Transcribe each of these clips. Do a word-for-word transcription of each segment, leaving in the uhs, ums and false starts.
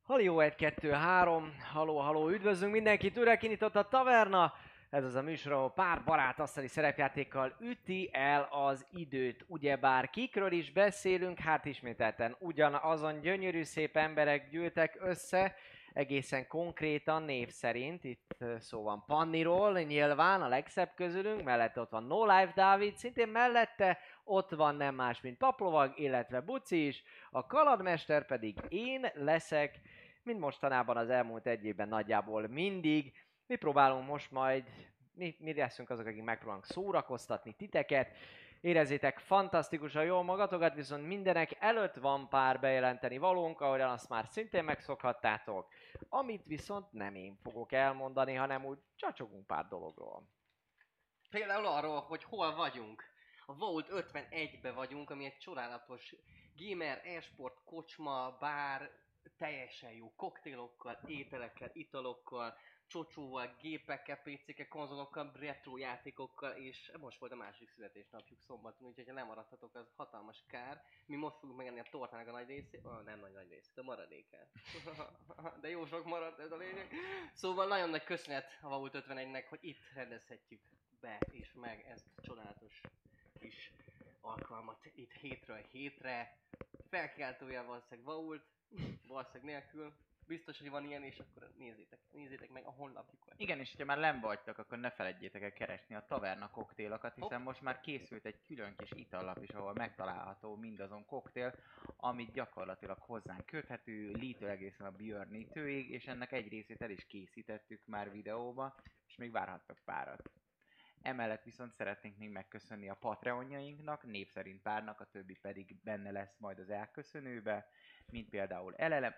Halló, egy, kettő, három, haló, haló, üdvözlünk mindenkit, újra kinyitott a taverna. Ez az a műsor, ahol pár barát asztali szerepjátékkal üti el az időt. Ugyebár kikről is beszélünk, hát ismételten ugyanazon gyönyörű szép emberek gyűltek össze, egészen konkrétan név szerint. Itt szó van Panniról, nyilván a legszebb közülünk, mellette ott van No Life Dávid, szintén mellette ott van nem más, mint Paplovag, illetve Buci is, a kalandmester pedig én leszek, mint mostanában az elmúlt egy évben nagyjából mindig. Mi próbálunk most majd, mi, mi leszünk azok, akik megpróbálunk szórakoztatni titeket. Érezzétek fantasztikusan jól magatokat, viszont mindenek előtt van pár bejelenteni valónk, ahogyan azt már szintén megszokhattátok. Amit viszont nem én fogok elmondani, hanem úgy csacsogunk pár dologról. Például arról, hogy hol vagyunk. A Vault ötvenegybe vagyunk, ami egy csodálatos gamer, e-sport, kocsma, bár, teljesen jó koktélokkal, ételekkel, italokkal, csocsóval, gépekkel, pé cékkel, konzolokkal, retro játékokkal, és most volt a másik születésnapjuk szombaton, úgyhogy ha nem maradhatok, az hatalmas kár. Mi most fogunk megenni a tortának a nagy részét, oh, nem nagy nagy részét, a maradékát. De jó sok maradt, ez a lényeg. Szóval nagyon nagy köszönet a Vault ötvenegynek, hogy itt rendezhetjük be és meg ezt a csodálatos kis alkalmat itt hétről hétre. Felkiáltójel valószínűleg Vault, valószínűleg nélkül. Biztos, hogy van ilyen, és akkor nézzétek, nézzétek meg a honlapjukat. Igen, és ha már len vagytok, akkor ne felejtjétek el keresni a taverna koktélokat, hiszen Hopp. most már készült egy külön kis itallap is, ahol megtalálható mindazon koktél, amit gyakorlatilag hozzánk köthető, Lee-től egészen a Björnitőig, és ennek egy részét el is készítettük már videóba, és még várhattok párat. Emellett viszont szeretnénk még megköszönni a Patreonjainknak, név szerint párnak, a többi pedig benne lesz majd az elköszönőbe, mint például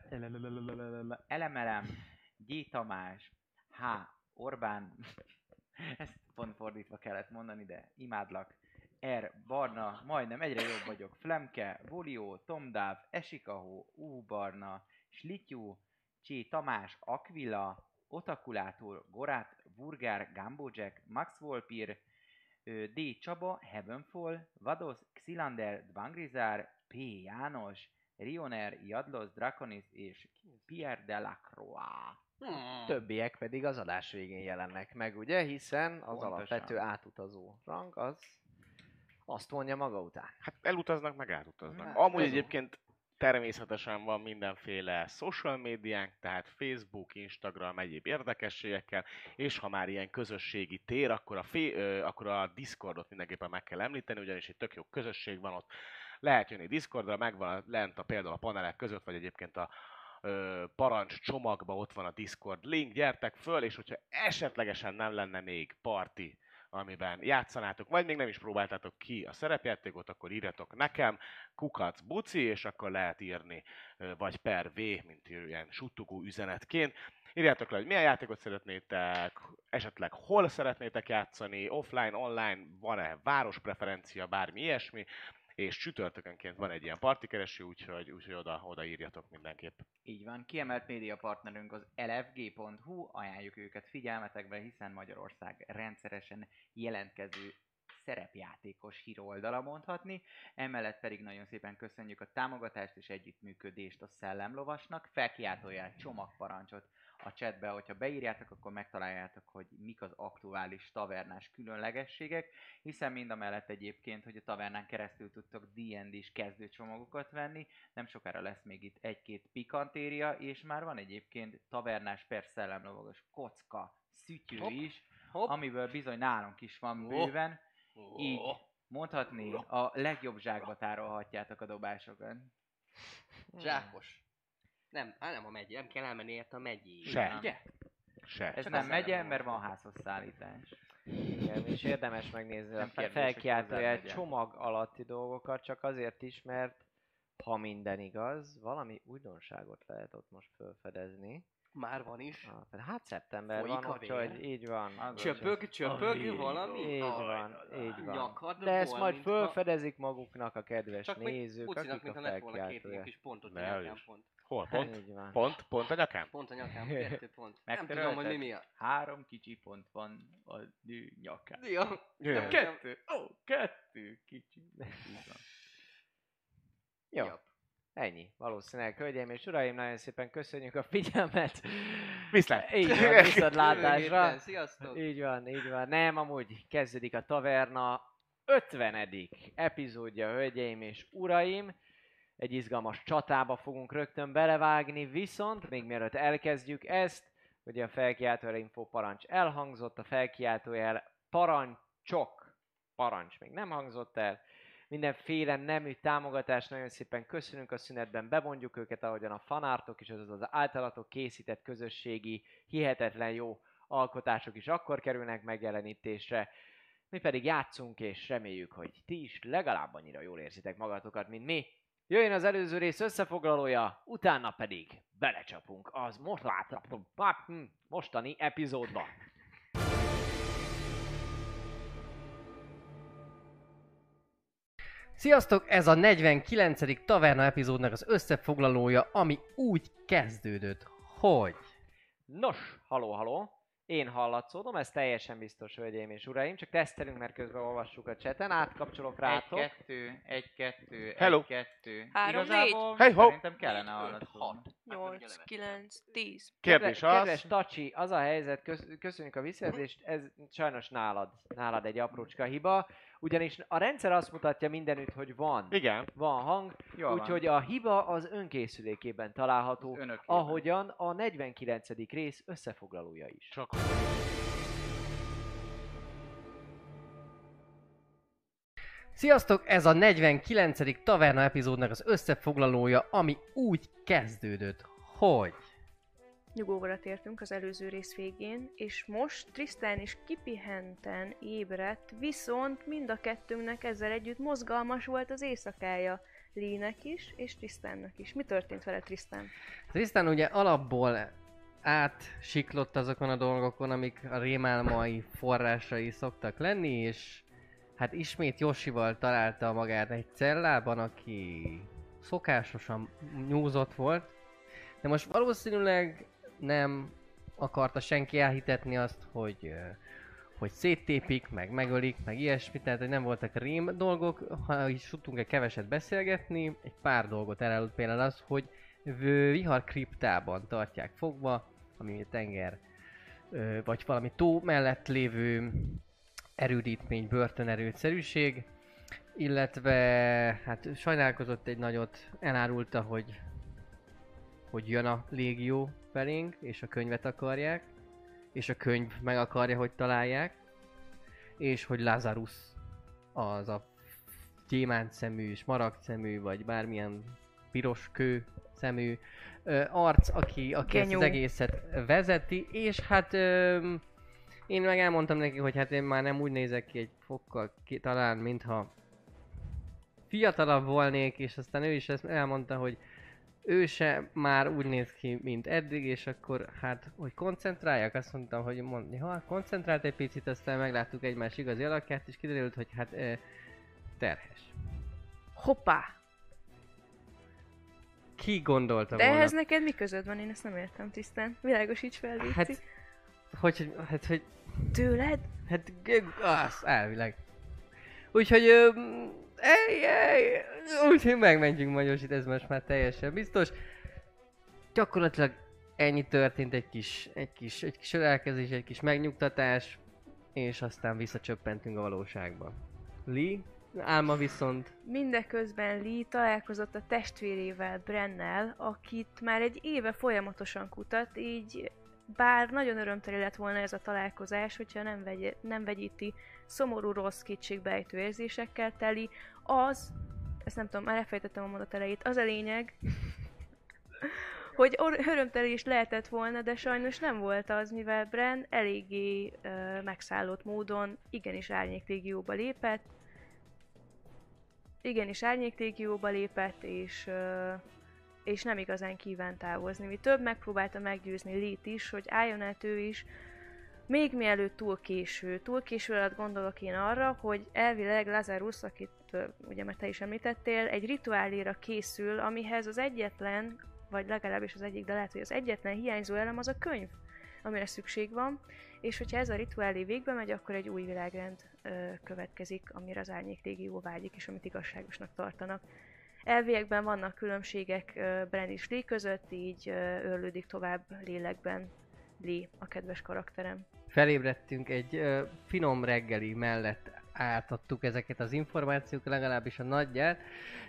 Elemelem, G. Tamás, H. Orbán, ezt pont fordítva kellett mondani, de imádlak, R. Barna, majdnem egyre jobb vagyok, Flemke, Volió, Tomdáv, Esikahó, U. Barna, Slityu, Csé. Tamás, Aquila, Otakulátor, Gorát, Burgár, Gambojek, Max Volpir, D. Csaba, Heavenfall, Vados, Xilander, Dvangrizár, P. János, Rioner, Jadlos, Draconis és Pierre Delacroix. Hmm. Többiek pedig az adás végén jelennek meg, ugye? Hiszen az Pontosan. alapvető átutazó rang az azt vonja maga után. Hát elutaznak, meg átutaznak. Hát, Amúgy ez egyébként természetesen van mindenféle social médiánk, tehát Facebook, Instagram, egyéb érdekességekkel, és ha már ilyen közösségi tér, akkor a, fé, ö, akkor a Discordot mindenképpen meg kell említeni, ugyanis egy tök jó közösség van ott. Lehet jönni Discordra, megvan lent a, például a panelek között, vagy egyébként a ö, parancs csomagban ott van a Discord link, gyertek föl, és hogyha esetlegesen nem lenne még parti, amiben játszanátok, vagy még nem is próbáltátok ki a szerepjátékot, akkor írjatok nekem, kukac buci, és akkor lehet írni, ö, vagy per V, mint ilyen suttogó üzenetként. Írjátok le, hogy milyen játékot szeretnétek, esetleg hol szeretnétek játszani, offline, online, van-e várospreferencia, bármi ilyesmi, és csütörtökönként van egy ilyen partikereső, úgyhogy, úgyhogy oda, oda írjatok mindenképp. Így van, kiemelt média partnerünk az el ef gé pont hú, ajánljuk őket figyelmetekbe, hiszen Magyarország rendszeresen jelentkező szerepjátékos híroldala mondhatni. Emellett pedig nagyon szépen köszönjük a támogatást és együttműködést a Szellemlovasnak, felkiáltóját, csomagparancsot a chatbe, hogyha beírjátok, akkor megtaláljátok, hogy mik az aktuális tavernás különlegességek, hiszen mind a mellett egyébként, hogy a tavernán keresztül tudtok dé end dés kezdőcsomagokat venni, nem sokára lesz még itt egy-két pikantéria, és már van egyébként tavernás per szellemlovagos kocka szütyő Hopp, is, hopp. amiből bizony nálunk is van Oh. bőven, így mondhatni, a legjobb zsákba tárolhatjátok a dobásokat. Zsákos. Nem, á, nem a megye, nem kell elmenni érte a megyéig. Se. Ugye? Se. Ez Csak nem a megye, szellemlovas. mert van házhoz szállítás. Igen, és érdemes megnézni Nem a kérdés, hogy felkiáltójel hozzád csomag alatti dolgokat, csak azért is, mert ha minden igaz, valami újdonságot lehet ott most felfedezni. Már van is. Ah, hát szeptember Folyik van, a úgyhogy vér. így van. Az Csöpög, csöpög, Így valami. Így Aj, van, így van. nyakad De ezt volt, majd mintha- fölfedezik maguknak a kedves Csak még nézők, Pucinak, akik a mintha lett volna két ilyen felkiáltója. kis pontot a De nyakán is. pont. Hol? Pont? Így van. Pont? Pont a nyakán? Pont a nyakán, kettő pont. Nem Megtörölted? tudom, hogy mi miatt. Három kicsi pont van a nő nyakán. Ja. Jaj. Nem, Kettő! Ó, kettő kicsi. Így van. Jó. Jap. ennyi. Valószínűleg, hölgyeim és uraim, nagyon szépen köszönjük a figyelmet. Viszlát! Így van, viszontlátásra. Jövő héten, sziasztok! Így van, így van. Nem, amúgy kezdődik a taverna ötvenedik epizódja, hölgyeim és uraim. Egy izgalmas csatába fogunk rögtön belevágni, viszont még mielőtt elkezdjük ezt, ugye a felkiáltójel info parancs elhangzott, a felkiáltójel parancsok, parancs még nem hangzott el, mindenféle nemű támogatást nagyon szépen köszönünk, a szünetben bevonjuk őket, ahogyan a fanártok is, azaz az általatok készített közösségi, hihetetlen jó alkotások is akkor kerülnek megjelenítésre. Mi pedig játszunk, és reméljük, hogy ti is legalább annyira jól érzitek magatokat, mint mi. Jöjjön az előző rész összefoglalója, utána pedig belecsapunk az most mostani epizódba. Sziasztok! Ez a negyvenkilencedik Taverna epizódnak az összefoglalója, ami úgy kezdődött, hogy... Nos, haló, haló! Én hallatszódom, ez teljesen biztos, hölgyeim és uraim, csak tesztelünk, mert közben olvassuk a chaten, átkapcsolok rátok. Egy, kettő, egy, kettő, Hello. egy, kettő. Három, Igazából Hey, ho. szerintem kellene hallatszódni. nyolc, kilenc, tíz. Kérdés Kedves, az... kedves Tacsi, az a helyzet, kösz, köszönjük a visszajelzést, ez sajnos nálad, nálad egy aprócska hiba, ugyanis a rendszer azt mutatja mindenütt, hogy van, Igen. van hang, Jól van. úgyhogy a hiba az önkészülékében található, Az önökében. ahogyan a negyvenkilencedik rész összefoglalója is. Csak... Sziasztok! Ez a negyvenkilencedik Taverna epizódnak az összefoglalója, ami úgy kezdődött, hogy... Nyugovóra tértünk az előző rész végén, és most Tristan is kipihenten ébredt, viszont mind a kettőnknek ezzel együtt mozgalmas volt az éjszakája. Lee-nek is, és Tristannak is. Mi történt vele, Tristan? Tristan ugye alapból átsiklott azokon a dolgokon, amik a rémálmai forrásai szoktak lenni, és hát ismét Yoshival találta magát egy cellában, aki szokásosan nyúzott volt, de most valószínűleg nem akarta senki elhitetni azt, hogy, ö, hogy széttépik, meg megölik, meg ilyesmi, tehát hogy nem voltak rém dolgok, ha is tudtunk egy keveset beszélgetni, egy pár dolgot elárult, például az, hogy vihar kriptában tartják fogva, ami a tenger, ö, vagy valami tó mellett lévő erődítmény, börtönerődszerűség, illetve hát sajnálkozott egy nagyot, elárulta, hogy hogy jön a légió felénk, és a könyvet akarják, és a könyv meg akarja, hogy találják, és hogy Lazarus az a gyémánt szemű, smaragd szemű, vagy bármilyen piros kő szemű ö, arc, aki, aki ezt az egészet vezeti, és hát ö, én meg elmondtam neki, hogy hát én már nem úgy nézek ki egy fokkal ki, talán, mintha fiatalabb volnék, és aztán ő is ezt elmondta, hogy ő se már úgy néz ki, mint eddig, és akkor hát, hogy koncentráljak, azt mondtam, hogy mondni, ha koncentrált egy picit, aztán megláttuk egymás igazi alakját, és kiderült, hogy hát e, terhes. Hoppá! Ki gondolta De volna? ehhez neked mi közöd van? Én ezt nem értem, Tristan. Világosíts fel, Léci. Hát, hogy, hát, hogy, Tőled? hát, g- az, elvileg. Úgyhogy, ö, ej, ej, úgyhogy megmentjünk Magyarosit, ez most már teljesen biztos. Gyakorlatilag ennyi történt, egy kis, egy kis, egy kis ölelkezés, egy kis megnyugtatás, és aztán visszacsöppentünk a valóságba. Lee, álma viszont... Mindeközben Lee találkozott a testvérével, Brennel, akit már egy éve folyamatosan kutat, így bár nagyon örömteli lett volna ez a találkozás, hogyha nem, vegy, nem vegyíti szomorú, rossz, kétségbejtő érzésekkel teli, az, ezt nem tudom, már elfejtettem a mondat elejét, az a lényeg, hogy or- örömteli is lehetett volna, de sajnos nem volt az, mivel Bren eléggé ö, megszállott módon igenis árnyéklégióba lépett, igenis árnyéklégióba lépett, és, ö, és nem igazán kívánt távozni. Mi több megpróbálta meggyőzni Lee-t is, hogy álljon át ő is, még mielőtt túl késő. Túl késő alatt gondolok én arra, hogy elvileg Lazarus, akit ö, ugye már te is említettél, egy rituáléra készül, amihez az egyetlen, vagy legalábbis az egyik, de lehet, hogy az egyetlen hiányzó elem az a könyv, amire szükség van, és hogyha ez a rituálé végbe megy, akkor egy új világrend ö, következik, amire az Árnyék Légió vágyik, és amit igazságosnak tartanak. elviekben vannak különbségek ö, Bren és Lee között, így ö, őrlődik tovább lélekben Lee, a kedves karakterem. Felébredtünk egy ö, finom reggeli mellett, átadtuk ezeket az információkat, legalábbis a nagyját,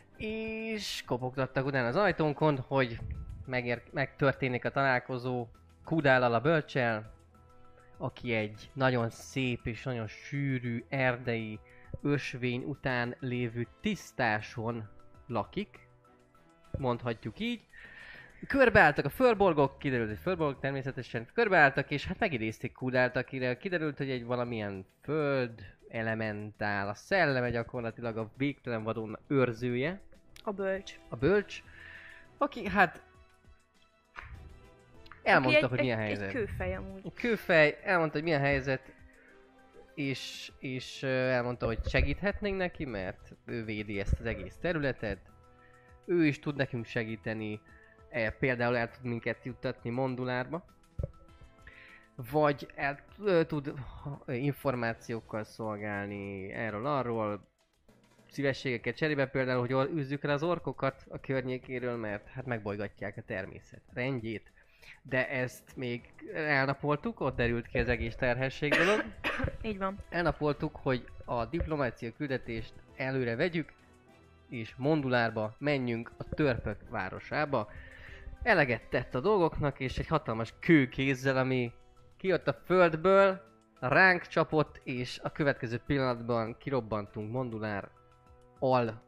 és kopogtattak utána az ajtónkon, hogy megér, megtörténik a találkozó Kudállal, a bölccsel, aki egy nagyon szép és nagyon sűrű erdei ösvény után lévő tisztáson lakik, mondhatjuk így. Körbeálltak a fölborgok, kiderült, hogy fölborgok természetesen, körbeálltak, és hát megidézték Kudált, akire kiderült, hogy egy valamilyen föld elementál, a szelleme gyakorlatilag a végtelen vadon őrzője, A bölcs. a bölcs, aki hát elmondta, Aki egy, hogy milyen egy, helyzet. Egy kőfej amúgy. A kőfej elmondta, hogy milyen helyzet, és, és ö, elmondta, hogy segíthetnénk neki, mert ő védi ezt az egész területet. Ő is tud nekünk segíteni, e, például el tud minket juttatni Mondulárba. Vagy el ö, tud ha, információkkal szolgálni erről-arról, szívességeket cserébe, például, hogy or- üzzük el az orkokat a környékéről, mert hát megbolygatják a természet rendjét. De ezt még elnapoltuk, ott derült ki az egész terhesség dolog. Így van. Elnapoltuk, hogy a diplomácia küldetést előre vegyük, és Mondulárba menjünk, a törpök városába. Eleget tett a dolgoknak, és egy hatalmas kőkézzel, ami kijött a földből, ránk csapott, és a következő pillanatban kirobbantunk Mondulár al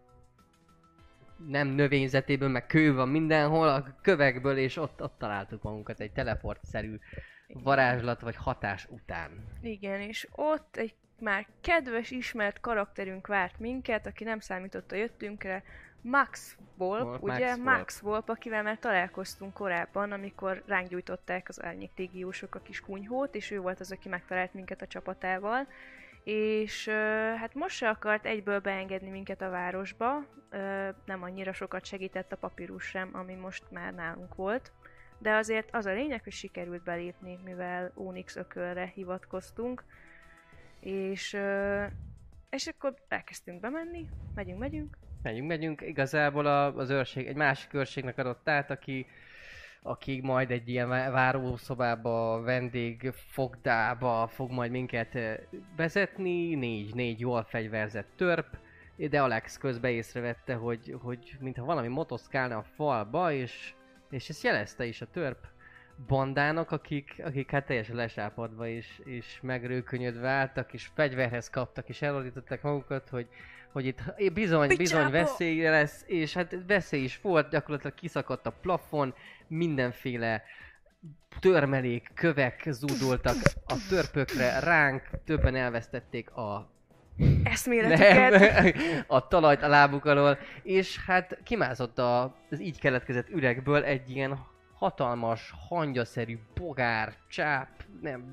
nem növényzetéből, meg kő van mindenhol, a kövekből, és ott, ott találtuk magunkat egy teleportszerű varázslat vagy hatás után. Igen, és ott egy már kedves, ismert karakterünk várt minket, aki nem számított a jöttünkre, Max Volp, Volp, ugye? Max Max, Volp. Max Volp, akivel már találkoztunk korábban, amikor ránk gyújtották az árnyék légiósok a kis kunyhót, és ő volt az, aki megtalált minket a csapatával. És ö, hát most se akart egyből beengedni minket a városba, ö, nem annyira sokat segített a papírus sem, ami most már nálunk volt. De azért az a lényeg, hogy sikerült belépni, mivel Onyx ökölre hivatkoztunk. És, ö, és akkor elkezdtünk bemenni, megyünk, megyünk. Megyünk, megyünk, igazából a, az őrség, egy másik őrségnek adott át, aki, aki majd egy ilyen vá- várószobába, vendégfogdába fog majd minket eh, vezetni, négy, négy jól fegyverzett törp, de Alex közben észrevette, hogy, hogy mintha valami motoszkálna a falba, és, és ezt jelezte is a törp bandának, akik, akik hát teljesen lesápadva és, és megrőkönyödve álltak, és fegyverhez kaptak, és elordították magukat, hogy hogy itt bizony, bizony veszély lesz, és hát veszély is volt, gyakorlatilag kiszakadt a plafon, mindenféle törmelék, kövek zúdultak a törpökre, ránk, többen elvesztették a Eszméletüket! nem, a talajt a lábuk alól, és hát kimászott a, az így keletkezett üregből egy ilyen hatalmas, hangyaszerű bogár, csáp, nem...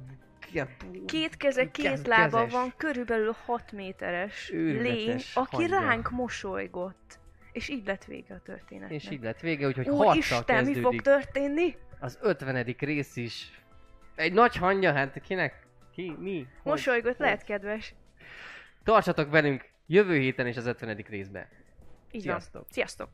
Két keze, két Kez- lába kezes. van, körülbelül hat méteres Őrületes lény, aki hangya. ránk mosolygott. És így lett vége a történetnek. És így lett vége, úgyhogy Ó, harccal Isten, mi fog kezdődik. történni? Az ötvenedik rész is. Egy nagy hangya, hát kinek? Ki? Mi? Hogy? Mosolygott, lehet kedves. Tartsatok velünk jövő héten is az ötvenedik részben. Így Sziasztok. van. Sziasztok!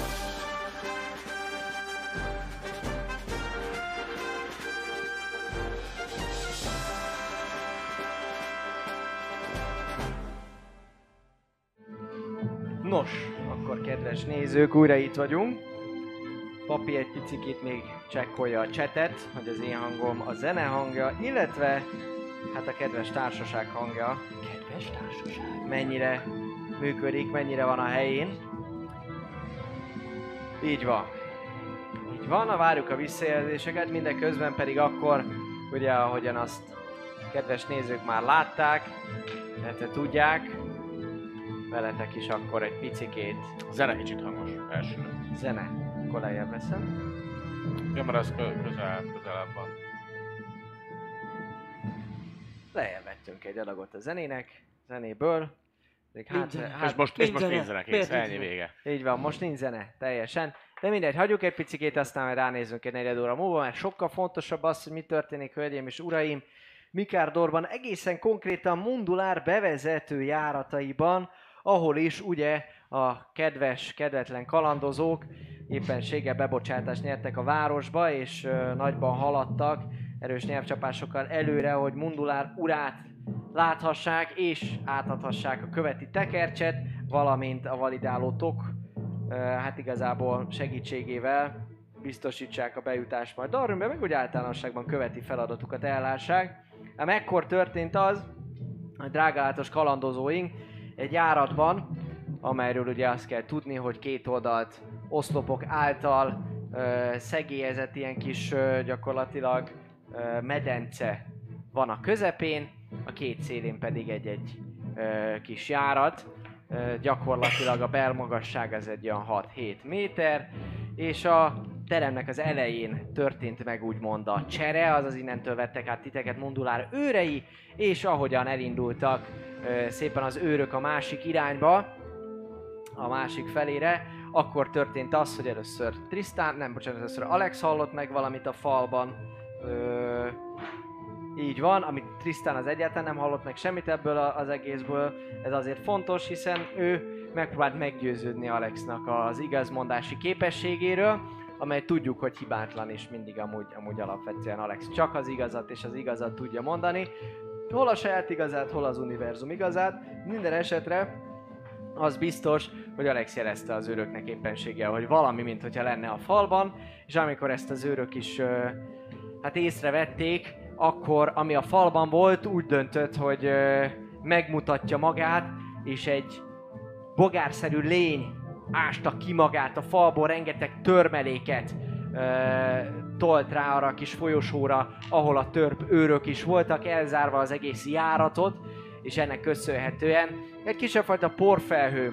Nos, akkor kedves nézők, újra itt vagyunk. Papi egy picikét még csekkolja a csetet, hogy az én hangom a zene hangja, illetve hát a kedves társaság hangja Kedves társaság. mennyire működik, mennyire van a helyén. Így van. Így van, várjuk a visszajelzéseket, mindeközben pedig akkor, ugye ahogyan azt kedves nézők már látták, illetve tudják, veletek is akkor egy picikét A zene kicsit hangos, első. zene. Akkor lejjebb veszem. Ja, mert az kö- közel, közelebb van. Lejjebb vettünk egy adagot a zenének, zenéből. Még Hát, Nincs zene. hát, és most, és nincs most zene. nincs zene kész, Miért nincs ennyi zene? vége. így van, most nincs zene, teljesen. De mindegy, hagyjuk egy picikét, aztán majd ránézzünk egy negyed óra múlva, mert sokkal fontosabb az, hogy mi történik, hölgyeim és uraim, Mikárdorban, egészen konkrétan Mundulár bevezető járataiban, ahol is ugye a kedves, kedvetlen kalandozók éppenséggel bebocsátást nyertek a városba, és ö, nagyban haladtak erős nyelvcsapásokkal előre, hogy Mundulár urát láthassák, és átadhassák a követi tekercset, valamint a validáló tok, ö, hát igazából segítségével biztosítsák a bejutást majd Darwinbe, meg úgy általánosságban követi feladatukat ellássák. Ám ekkor történt az, hogy drágálatos kalandozóink egy járatban, amelyről ugye azt kell tudni, hogy két oldalt oszlopok által ö, szegélyezett ilyen kis ö, gyakorlatilag ö, medence van a közepén, a két szélén pedig egy-egy ö, kis járat. Ö, gyakorlatilag a belmagasság az egy olyan hat-hét méter, és a teremnek az elején történt meg úgymond a csere, azaz innentől vettek át titeket Mundulár őrei, és ahogyan elindultak ö, szépen az őrök a másik irányba, a másik felére, akkor történt az, hogy először Tristan, nem bocsánat, először Alex hallott meg valamit a falban. Ö, így van, amit Tristan az egyáltalán nem hallott meg semmit ebből az egészből. Ez azért fontos, hiszen ő megpróbált meggyőződni Alexnak az igazmondási képességéről, amely tudjuk, hogy hibátlan, és mindig amúgy, amúgy alapvetően Alex csak az igazat és az igazat tudja mondani. Hol a saját igazát, hol az univerzum igazát. Minden esetre az biztos, hogy Alex jelezte az őröknek éppenséggel, hogy valami, mint hogyha lenne a falban, és amikor ezt az őrök is ö, hát észrevették, akkor ami a falban volt, úgy döntött, hogy ö, megmutatja magát, és egy bogárszerű lény ásta ki magát a falból, rengeteg törmeléket ö, tolt rá arra a kis folyosóra, ahol a törp őrök is voltak, elzárva az egész járatot, és ennek köszönhetően egy kisebb fajta porfelhő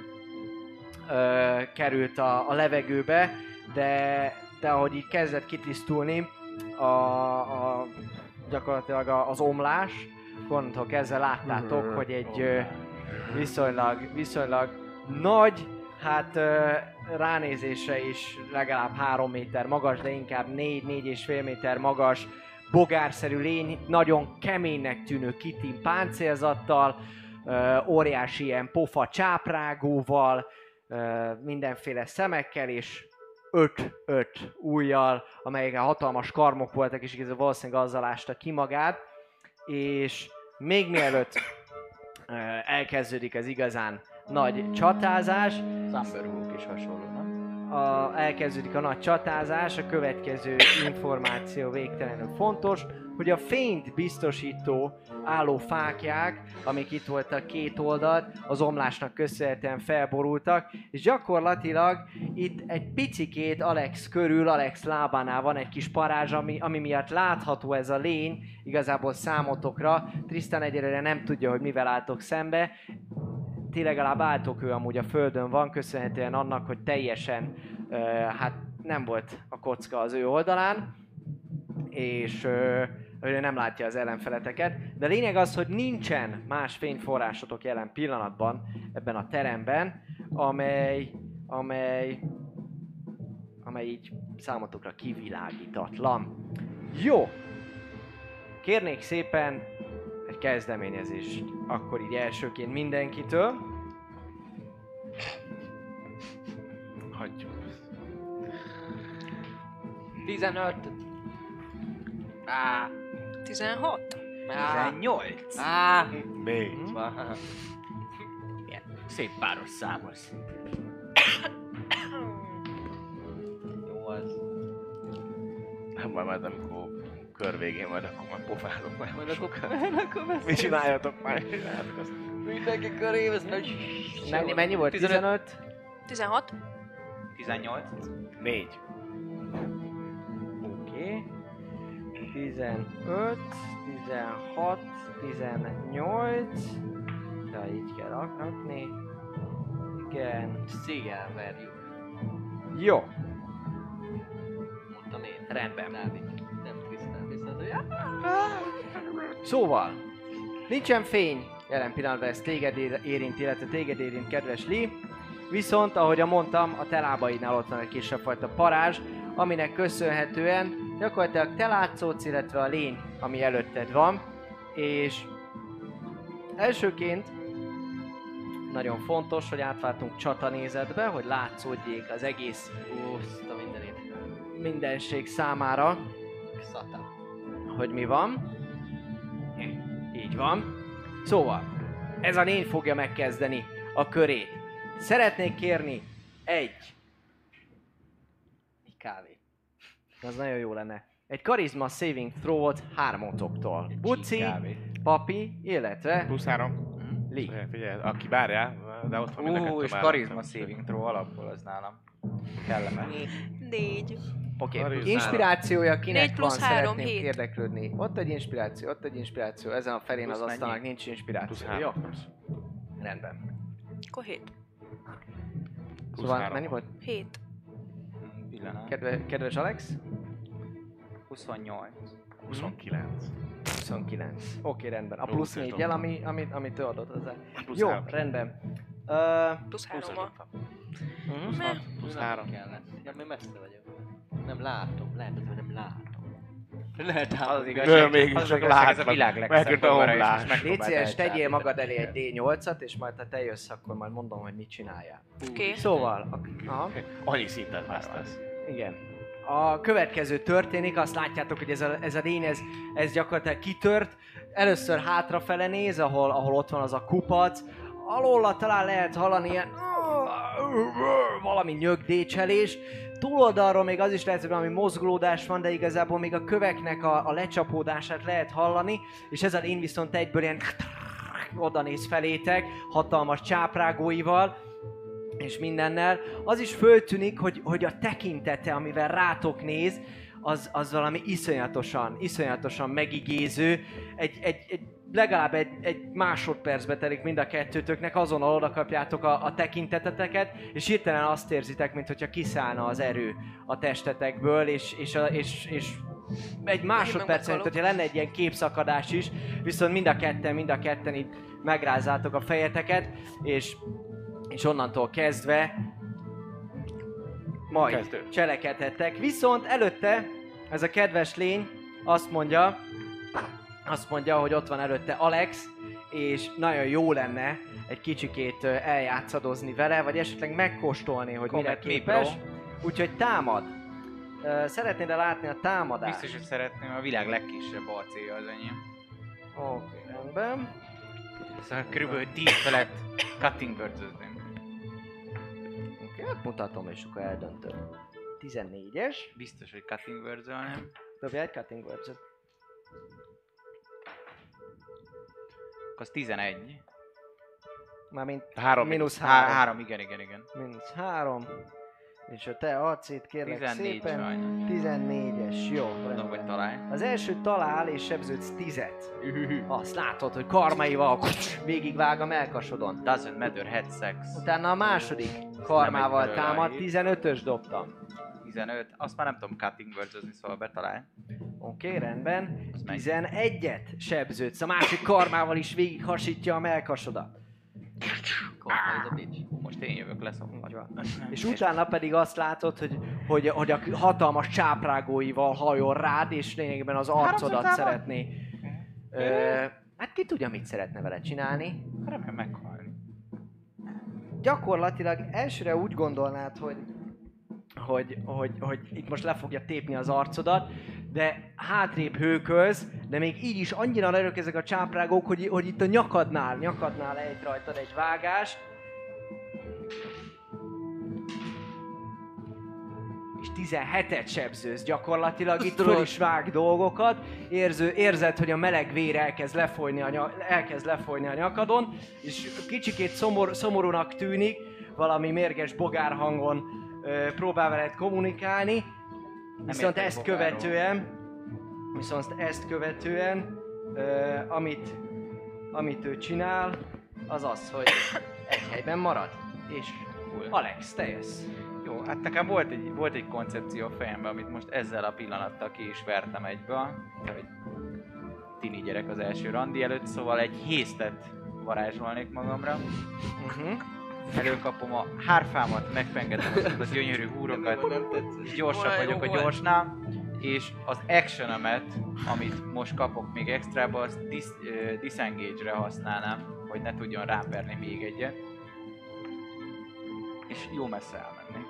ö, került a, a levegőbe, de, de ahogy így kezdett kitisztulni a, a, gyakorlatilag a, az omlás, onnantól kezdve láttátok, hogy egy ö, viszonylag, viszonylag nagy, hát ö, ránézésre is legalább három méter magas, de inkább négy-négy és fél méter magas, bogárszerű lény, nagyon keménynek tűnő kitin páncélzattal, ö, óriási ilyen pofa csáprágóval, ö, mindenféle szemekkel és öt-öt ujjal, amelyek hatalmas karmok voltak, és igazán valószínűleg azzal ásta ki magát. És még mielőtt ö, elkezdődik az igazán nagy csatázás, Thunderhawk is hasonló, nem? A, elkezdődik a nagy csatázás, a következő információ végtelenül fontos, hogy a fényt biztosító álló fáklyák, amik itt voltak két oldalt, az omlásnak köszönhetően felborultak, és gyakorlatilag itt egy picikét Alex körül, Alex lábánál van egy kis parázs, ami, ami miatt látható ez a lény, igazából számotokra. Tristan egyelőre nem tudja, hogy mivel álltok szembe. Ti legalább álltok, ő amúgy a földön van, köszönhetően annak, hogy teljesen uh, hát nem volt a kocka az ő oldalán, és uh, ő nem látja az ellenfeleteket. De lényeg az, hogy nincsen más fényforrásotok jelen pillanatban ebben a teremben, amely, amely, amely így számotokra kivilágítatlan. Jó! Kérnék szépen egy kezdeményezést akkor így elsőként mindenkitől. Hagyjuk. tizenöt. Á, tizenhat. á, tizennyolc. á. Négy. Ilyen szép páros számos. Jó az. Nem, majd, majd amikor kör végén majd akkor majd pofálok majd. Majd akkor, sokat. akkor beszélünk. Mi csináljatok már? Csináljatok azt. Mindenki köré vesz, hogy... Mennyi, mennyi volt? tizenöt? tizenhat. tizennyolc. Négy. Oké. Okay. tizenöt, tizenhat, tizennyolc. De így kell rakni. Igen. Széjjel verjük. Jó. Mondtam én. Rendben. Dávid. Nem Krisztán, viszont, hogy Szóval, nincsen fény jelen pillanatban, ez téged érint, illetve téged érint, kedves Lee. Viszont, ahogy mondtam, a te lábaidnál ott van egy kisebb fajta parázs, aminek köszönhetően gyakorlatilag te látszódsz, illetve a lény, ami előtted van. És elsőként nagyon fontos, hogy átváltunk csatanézetbe, hogy látszódjék az egész Úszta mindenét. mindenség számára, Szata. hogy mi van. Így van. Szóval, ez a lény fogja megkezdeni a körét. Szeretnék kérni egy, Egy kávé. az nagyon jó lenne, egy Charisma Saving Throw-ot hármotoktól. Buci, Kávé. Papi, illetve Plusz három. Lee. Figyelj, figyelj, aki várjál, de ott van mind a Ú, kettő és már. Charisma Saving Throw alapból az nálam. Kellemes. Négy. Oké, Charisma. okay. Inspirációja kinek Négy van, plusz három, szeretném hét. érdeklődni. Ott egy inspiráció, ott egy inspiráció, ezen a felén Plusz az asztalnak mennyi? nincs Plusz inspiráció. Jó? három. Rendben. Akkor hét. Szóval három. mennyi volt? Hét. Mm, Pillanat. Kedve, kedves Alex? huszonnyolc. huszonkilenc. huszonkilenc. Oké, rendben. A Jó, plusz és négyel, dobtam. ami, amit, amit ő adott hozzá. Plusz Jó, három. rendben. Uh, Plusz Plusz hárommal. uh-huh. Ne. Plusz három. Kellett. Ja, még messze vagyok. Nem látom. Lehet, hogy nem látom. Lehet, Az az hogy igazság, Nő, mégis az az csak igazság, ez a látlak. világ Mert legszebb a bogara, és homlás. most megpróbáld Légy szíves, tegyél elcsábítani. magad elé egy dé nyolcat, és majd ha te jössz, akkor majd mondom, hogy mit csináljál. Oké. Szóval, a, aha, Annyi szintet vesztesz. igen. A következő történik, azt látjátok, hogy ez a, ez a lény, ez, ez gyakorlatilag kitört. Először hátrafele néz, ahol, ahol ott van az a kupac. Alóla talán lehet hallani ilyen valami nyögdécselés. Túloldalról még az is lehet, hogy valami mozgolódás van, de igazából még a köveknek a, a lecsapódását lehet hallani, és ez a lény viszont egyből ilyen oda néz felétek, hatalmas csáprágóival, és mindennel. Az is föltűnik, hogy, hogy a tekintete, amivel rátok néz, az, az valami iszonyatosan, iszonyatosan megigéző. Egy, egy, egy, legalább egy, egy másodpercbe telik mind a kettőtöknek, azonnal oda kapjátok a, a tekinteteteket, és hirtelen azt érzitek, mintha kiszállna az erő a testetekből, és, és, a, és, és egy másodperc, mint hogyha lenne egy ilyen képszakadás is, viszont mind a ketten, mind a ketten itt megrázzátok a fejeteket, és, és onnantól kezdve majd Kezdő. cselekedhettek. Viszont előtte ez a kedves lény azt mondja, azt mondja, hogy ott van előtte Alex, és nagyon jó lenne egy kicsikét ö, eljátszadozni vele, vagy esetleg megkóstolni, hogy mire Comet me, képes. bro. Úgyhogy támad. Ö, Szeretnéd -e látni a támadást? Biztos, hogy szeretném, a világ legkisebb arcéja az enyém. Oké, rendben. Szóval körülbelül tíz felett cutting birds-öznünk. Oké, hát mutatom, és akkor eldöntöm. tizennégyes. Biztos, hogy cutting birds-ölném. Dobja egy cutting words-et. Az tizenegy. Mármint Három mínusz Há- három. három, igen, igen, igen. Mínusz három. És a te acét kérlek tizennégy szépen. sajnos. tizennégyes, jó. Mondom, rendben. hogy találj. Az első talál és sebződsz tizet. Azt látod, hogy karmaival végigvág a melkasodon. Doesn't matter, head sex. Utána a második karmával Nem egy belőle támad, itt. tizenötös dobtam. tizenöt. Azt már nem tudom cutting birds-özni, szóval betalálj. Oké, okay, rendben. Az mennyi? tizenegyet sebződsz. A másik karmával is végig hasítja a melkasodat. Kormány ez a bitch. Most én jövök leszokva. Így van. És utána pedig azt látod, hogy, hogy, hogy a hatalmas csáprágóival hajol rád, és lényegében az arcodat Háromszor szeretné. Ö, hát ki tudja, mit szeretne vele csinálni. Remélem meghalni. Gyakorlatilag elsőre úgy gondolnád, hogy, hogy, hogy, hogy itt most le fogja tépni az arcodat, de hátrébb hőköz, de még így is annyira erők ezek a csáprágók, hogy, hogy itt a nyakadnál, nyakadnál lejt rajtad egy vágás. És tizenhetet sebzőz gyakorlatilag, itt föl is vág dolgokat, érző, érzed, hogy a meleg vér elkezd lefolyni a, nya, elkezd lefolyni a nyakadon, és kicsikét szomor, szomorúnak tűnik, valami mérges bogár hangon ö, próbál veled kommunikálni, viszont értek ezt bogárról. követően, viszont ezt követően, ö, amit, amit ő csinál, az az, hogy egy helyben marad, és Alex, te jössz. Jó, hát nekem volt egy, volt egy koncepció a fejemben, amit most ezzel a pillanattal ki is vertem egyből. Hogy tini gyerek az első randi előtt, szóval egy hésztet varázsolnék magamra. Uh-huh. Előkapom a hárfámat, megpengetem azokat az gyönyörű húrokat, Nem tetszett. és gyorsabb Olyan jó vagyok a volt. gyorsnál, és az actionemet, amit most kapok még extrába, azt dis, uh, disengage-re használnám, hogy ne tudjon rám verni még egyet. és jó messze elmennék.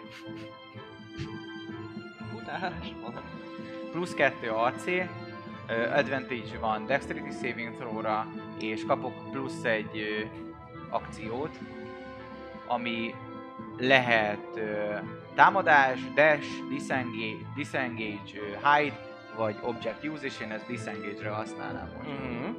Futás van. Plusz kettő á cé, uh, advantage van Dexterity Saving Throw-ra, és kapok plusz egy uh, akciót, ami lehet uh, támadás, dash, disengage, disengage uh, hide, vagy object use, és én ezt disengage-re használnám most. Mhm.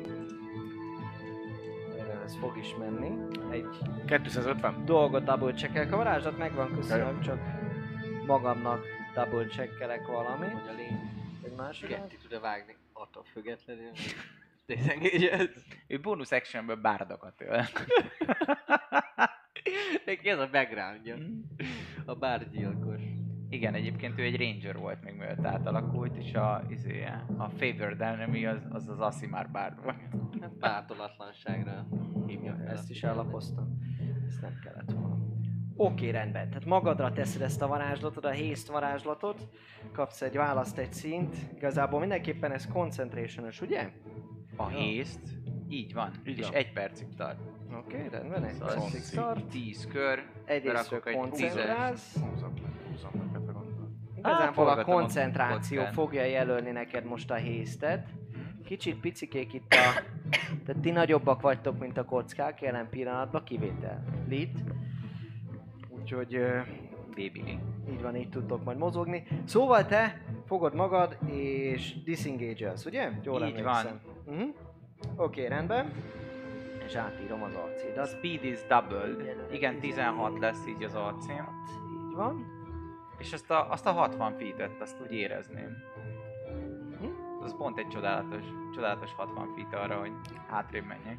Erre ez fog is menni. Egy kétszázötven. dolgot double checkelek. A varázslat megvan, köszönöm, csak magamnak double checkelek valami. Hogy a lény Egy másik. ketté tud-e vágni attól függetlenül. Disengage. Ő bonus actionből bárdokat öl. Neki ez a backgroundja. A bárgyilkos. Igen, egyébként ő egy ranger volt még mielőtt átalakult, és a, izéje, a favored enemy az az, az Asimar bárd volt. Hát pártolatlanságra hívja fel. Ezt is ellapoztam. Ezt nem kellett volna. Oké, rendben. Tehát magadra teszed ezt a varázslatot, a haste varázslatot. Kapsz egy választ, egy szint. Igazából mindenképpen ez concentration-ös, ugye? A haste, így van, Így és van. egy percig tart. Oké, rendben. Egy Szóval percig ez tart. tíz kör, Egyrésztről berakok egy koncentrálsz. Húzom, húzom neked, gondolom. Igazából a forgatom a koncentráció kockán. fogja jelölni neked most a haste-et. Kicsit picikék itt a... Tehát ti nagyobbak vagytok, mint a kockák jelen pillanatban, kivétel Lit. Úgyhogy ö, baby Lee. így van, így tudtok majd mozogni. Szóval te fogod magad és disengage-elsz, ugye? Jól Így emlékszem. Uh-huh. Oké, rendben. És átírom az arcédat. Speed is doubled. Igen, tizenhat lesz így az arcém. Így van. És azt a, azt a hatvan feet-et, azt úgy érezném. Hm? Az pont egy csodálatos, csodálatos hatvan feet arra, hogy hátrébb menjek.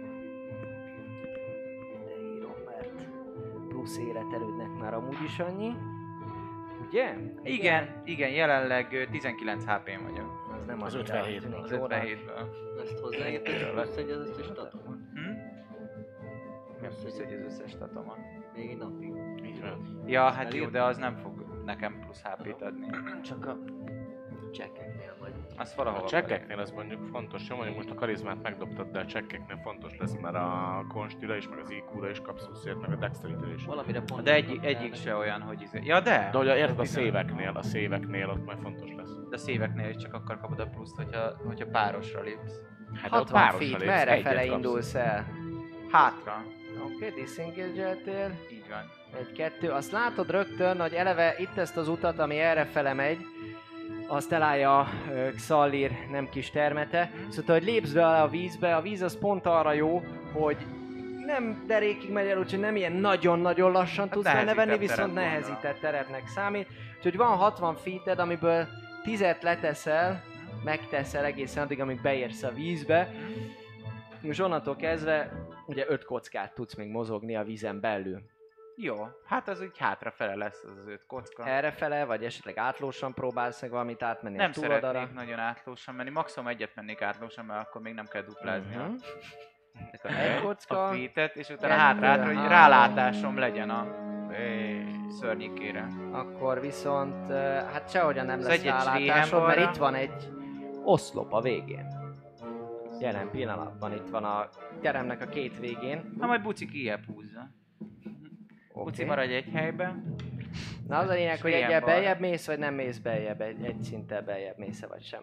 Ide írom, mert plusz életerődnek már amúgy is annyi. Ugye? Igen, igen, jelenleg ö, tizenkilenc há pén vagyok. Az nem Az annyira ötvenhét. tűnik Az jónak. ötvenhétből. Ezt hozzáérted, plusz egy az összes datumot. Hm? Nem plusz egy az összes statomat. Még egy napig. Így van. Ja, hát jó, de az nem fog nekem plusz há pét adni. Csak a csekkeknél vagy. Azt valahol A csekkeknél ez mondjuk fontos, jó, mondjuk most a karizmát megdobtad, de a csekkeknél fontos lesz, mert a konstira is, meg az í kú-ra is kapsz pluszért, meg a dexterity is. Valamire pont. de egy, egyik se olyan, hogy izé... Ja, de! De hogy a, érted a Igen. széveknél, a széveknél ott majd fontos lesz. De a széveknél is csak akkor kapod a pluszt, hogyha, hogyha párosra lépsz. Hát de ott hatvan párosra feet, lépsz, merre egyet fele kapsz. indulsz el? Hátra. Oké, okay, disengage-eltél. Így van. Egy, kettő. Azt látod rögtön, hogy eleve itt ezt az utat, ami erre fele megy, azt elállja uh, Xallir nem kis termete. Szóval, hogy lépsz bele a vízbe, a víz az pont arra jó, hogy nem derékig megy el, úgyhogy nem ilyen nagyon-nagyon lassan Hát tudsz benne nehezített venni, viszont terep nehezített terepnek számít. Úgyhogy van hatvan feeted, amiből tízet leteszel, megteszel egészen addig, amíg beérsz a vízbe. És onnantól kezdve ugye öt kockát tudsz még mozogni a vízen belül. Jó, hát az úgy hátrafele lesz az az öt kocka. Errefele, vagy esetleg átlósan próbálsz meg valamit átmenni Nem a túloldalra. szeretnék nagyon átlósan menni, maximum egyet mennék átlósan, mert akkor még nem kell duplázni Mhm. a, Egy kocka, a feet-et, és utána kettő, hátra, hogy három. rálátásom legyen a szörnyikére. Akkor viszont, eh, hát sehogyan nem Az lesz egyet rálátásod, Svéhenborra. mert itt van egy oszlop a végén. Jelen pillanatban itt van a teremnek a két végén. Na majd Buci kijebb húzza. Buci Oké. maradj egy helyben. Na az a lényeg, hogy egyel Svéhenborra. beljebb mész, vagy nem mész beljebb, egy, egy szinttel beljebb mész vagy sem.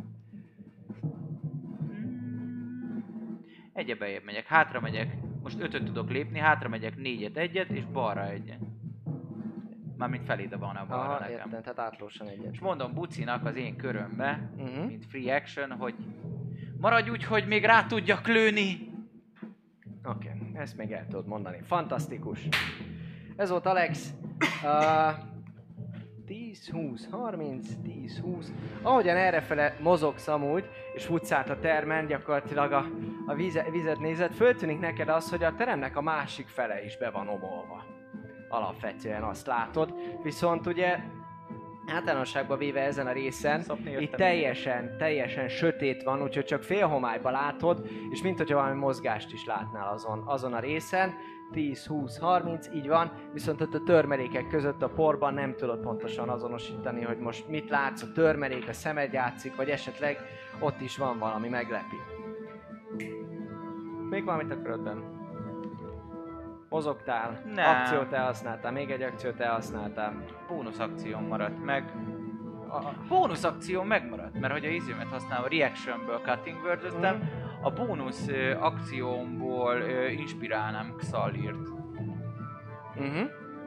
Egyre beljebb megyek, hátra megyek, most ötöt tudok lépni, hátra megyek négyet, egyet, és balra egyet. Mármint feléd van a balra Aha, nekem. értem, tehát átlósan egyet. És mondom Bucinak az én körömbe, Uh-huh. mint free action, hogy maradj úgy, hogy még rá tudjak lőni. Oké, okay. Ezt még el tudod mondani. Fantasztikus. Ez volt Alex. Uh, tíz, húsz, harminc, tíz, húsz. Ahogyan errefele mozogsz amúgy, és futsz át a termen, gyakorlatilag a, a víze, vizet nézed, föltűnik neked az, hogy a teremnek a másik fele is be van omolva. Alapvetően azt látod. Viszont ugye általánosságban véve ezen a részen, Szopni itt jöttem teljesen, teljesen sötét van, úgyhogy csak félhomályba látod, és mint hogyha valami mozgást is látnál azon, azon a részen. tíz, húsz, harminc, így van, viszont ott a törmelékek között a porban nem tudod pontosan azonosítani, hogy most mit látsz, a törmelék, a szemed játszik, vagy esetleg ott is van valami meglepi. Még valamit akarod benn? Mozogtál, Nem. akciót elhasználtál, még egy akciót elhasználtál. Bónusz akcióm maradt meg. A bónusz akció megmaradt, mert hogy a izémet használva reactionből cutting word-öttem, Mhm. a bónusz ö, akciómból ö, inspirálnám Xalirt. Uh-huh.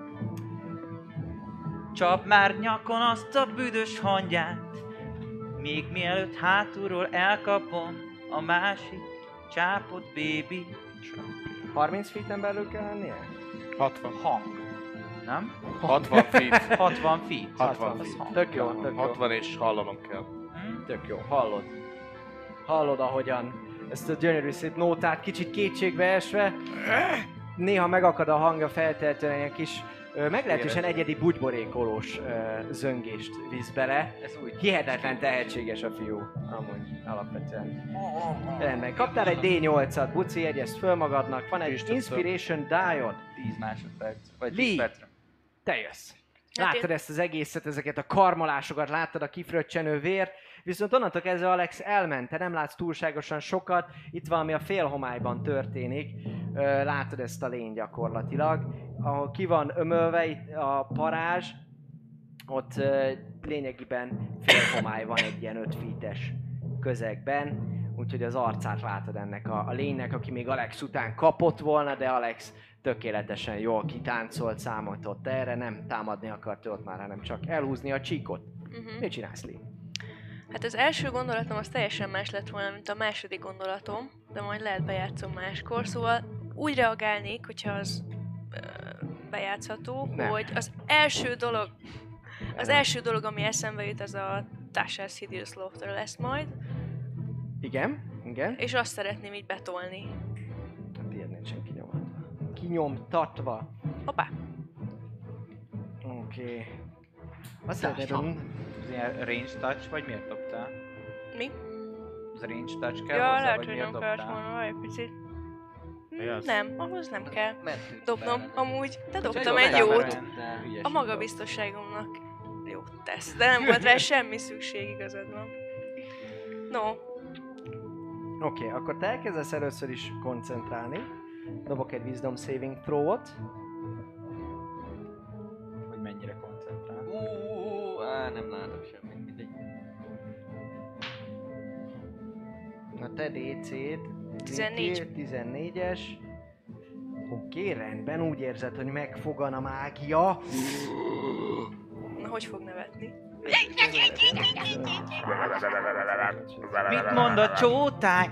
Csap már nyakon azt a büdös hangyát, még mielőtt hátulról elkapom a másik csápot, baby. harminc feet-en belül kell lennie? hatvan. Hang. Nem? hatvan feet. hatvan feet. hatvan Az feet. hang. Tök jó, tök jó. hatvan és hallanom kell. Hm? Tök jó, hallod. Hallod, ahogyan ezt a gyönyörű szép nótát kicsit kétségbe esve, néha megakad a hangja, feltehetően ilyen kis, ö, meglehetősen egyedi bugyborékolós ö, zöngést visz bele. Ez úgy. Hihetetlen tehetséges a fiú, amúgy alapvetően. Rendben, kaptál egy dé nyolcat, Buci, jegyezd föl magadnak, van egy Is tudtam. Inspiration die-od. tíz másodperc. Vagy Lee. tíz percre. Te jössz. Hát Láttad én- ezt az egészet, ezeket a karmolásokat, láttad a kifröccsenő vért, viszont onnantól kezdve Alex elment, te nem látsz túlságosan sokat, itt valami a félhomályban történik, Ö, látod ezt a lény gyakorlatilag, ahol ki van ömölve itt a parázs, ott ö, lényegében félhomály van egy ilyen öt feet-es közegben, úgyhogy az arcát látod ennek a, a lénynek, aki még Alex után kapott volna, de Alex tökéletesen jól kitáncolt, számoltott erre, nem támadni akart ő ott már, hanem csak elhúzni a csíkot. Uh-huh. Mit csinálsz, Lee? Hát az első gondolatom az teljesen más lett volna, mint a második gondolatom, de majd lehet bejátszom máskor, szóval úgy reagálnék, hogyha az ö, bejátszható, Nem. hogy az első dolog, az Nem. első dolog, ami eszembe jut, az a Tasha's Hideous Laughter lesz majd, Igen, igen. és azt szeretném így betolni. Hát ilyen nincsen kinyomatva. Kinyomtatva. Hoppá! Oké. Okay. Azt szeretném dobni. Az ilyen range touch, vagy miért dobtál? Mi? Az range touch kell Ja, hozzá, lehet, vagy hogy miért nem kellett dobtál? volna, várj egy picit. Mi az? Nem, ahhoz nem kell Mentünk dobnom, bele. amúgy, de dobtam jó, egy nem, jót. mert- de Ügyes A vagy. magabiztosságomnak jót tesz, de nem volt rá semmi szükség, igazad van. No, Oké, okay, akkor te elkezdesz először is koncentrálni. Dobok egy Wisdom Saving Throw-ot. Hogy mennyire koncentrál. Ú, á, nem látok semmit, mindegy. A te dé céd tizennégy. tizennégyes. Oké, okay, rendben, úgy érzed, hogy megfogan a mágia. na hogy fog nevetni? Mit mond a csótány?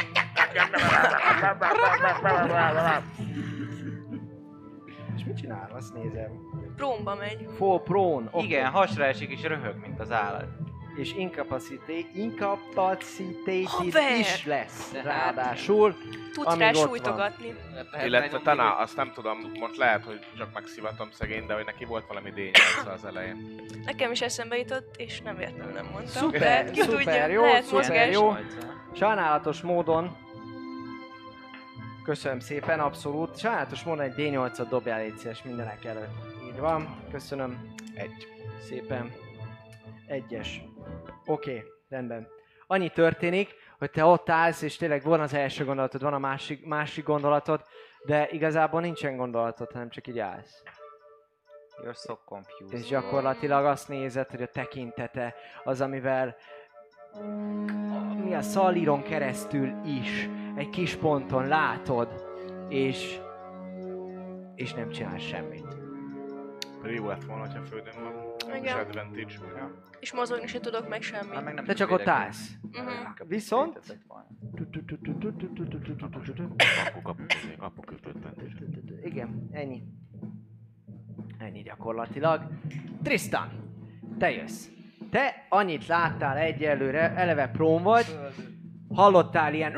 És mit csinál? Azt nézem. Prómba megy. Full prone. Okay. Igen, hasra esik és röhög, mint az állat. És incapacité, incapacitated Haver! is lesz. De hát- Ráadásul. Tudsz Amíg rá ott van. sújtogatni. Illetve Tana, azt nem tudom, most lehet, hogy csak megszivatom szegény, de hogy neki volt valami dé nyolc az elején. Nekem is eszembe jutott, és nem értem, nem mondtam. Szuper, de ki szuper, tudja, jó, lehet szuper, mozgás. jó. Sajnálatos módon. Köszönöm szépen, abszolút. Sajnálatos módon egy dé nyolcat dobjál, légy szíves, mindenek előtt. Így van, köszönöm. Egy. Szépen. Egyes. Oké, okay, rendben. Annyi történik, hogy te ott állsz, és tényleg van az első gondolatod, van a másik, másik gondolatod, de igazából nincsen gondolatod, hanem csak így állsz. You're so confused. És gyakorlatilag azt nézed, hogy a tekintete az, amivel mi a Szalíron keresztül is egy kis ponton látod, és és nem csinál semmit. Pedig jó lett volna, hogyha földön van. És Igen. advantage. És mozogni se tudok meg semmi. Hát meg nem Te tud csak ott védekezni. állsz. Mhm. Viszont- Védetett volna. Kapuk, kapuk, kapuk, advantage. Igen, ennyi. Ennyi gyakorlatilag. Tristan, te jössz. Te annyit láttál egyelőre, eleve prón vagy, hallottál ilyen...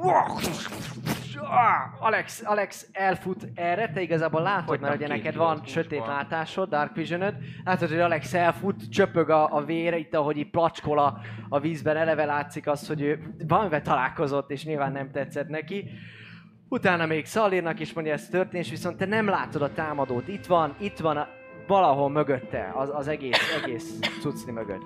Alex, Alex elfut erre, te igazából látod, Fogytam mert ugye két neked kilót van húsból. sötét látásod, Dark Visionöd. Látod, hogy Alex elfut, csöpög a, a vére, itt ahogy így placskol a, a vízben, eleve látszik az, hogy ő valamivel találkozott, és nyilván nem tetszett neki. Utána még Szalírnak is mondja, ez történés, viszont te nem látod a támadót. Itt van, itt van a, valahol mögötte, az, az egész, egész cucni mögött.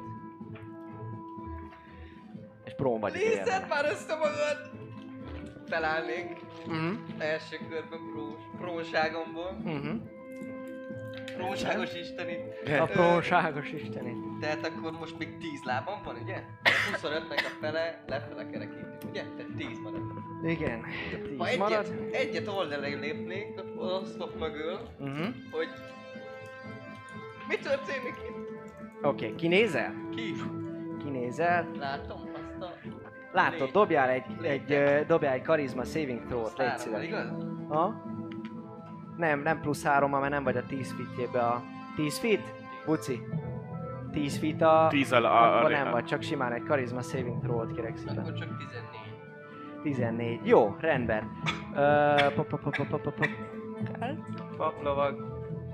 És prón vagy itt Nézzed élve. már össze magad! Felállnék. Mhm. Első körben prós. próságomból. Uh-huh. Próságos istenit. A próságos istenét. Tehát akkor most még tíz lábam van, ugye? huszonötnek a fele lefele kerekítünk, ugye? Tehát tíz marad. Igen. Ha tíz marad. egyet, egyet oldalra lépnék, akkor osztok mögül, Uh-huh. hogy mi történik itt? Oké, okay, kinézel? Ki? Kinézel. Látom azt a... Látod, Légy. dobjál egy, egy, Légy. ö, dobjál egy karizma saving throw-t, légy Hárommal, szíves. igaz? Ha? Nem, nem plusz hárommal, mert nem vagy a tíz feetjébe a... tíz feet? Buci. tíz feet a... tíz a, a, akkor a nem vagy, csak simán egy karizma saving throw-ot kérek szépen. Akkor csak tizennégy. tizennégy. Jó, rendben. Ö, pop, pop, pop, pop, pop, pop. Paplovag.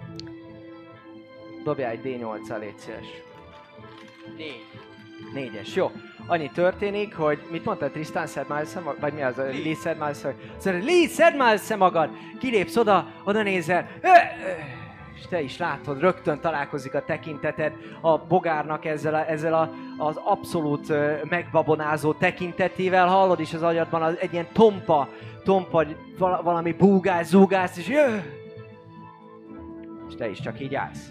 Dobjál egy dé nyolccal, légy szíves. Négy. Négyes, jó. Annyi történik, hogy mit mondtad, Tristan, szedd már össze magad, vagy mi az, Lee. Lee, szedd már össze, szóval Lee, szedd már össze magad, kilépsz oda, oda nézel, Ö, ö, és te is látod, rögtön találkozik a tekinteted a bogárnak ezzel, a, ezzel a, az abszolút ö, megbabonázó tekintetével, hallod is az agyadban az, egy ilyen tompa, tompa, val- valami búgás, zúgás, és jö! És te is csak így állsz.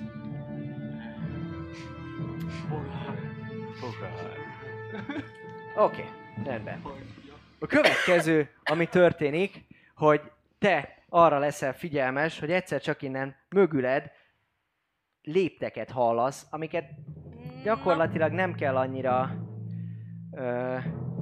Oké, okay, rendben. A következő, ami történik, hogy te arra leszel figyelmes, hogy egyszer csak innen mögüled lépteket hallasz, amiket gyakorlatilag nem kell annyira ö,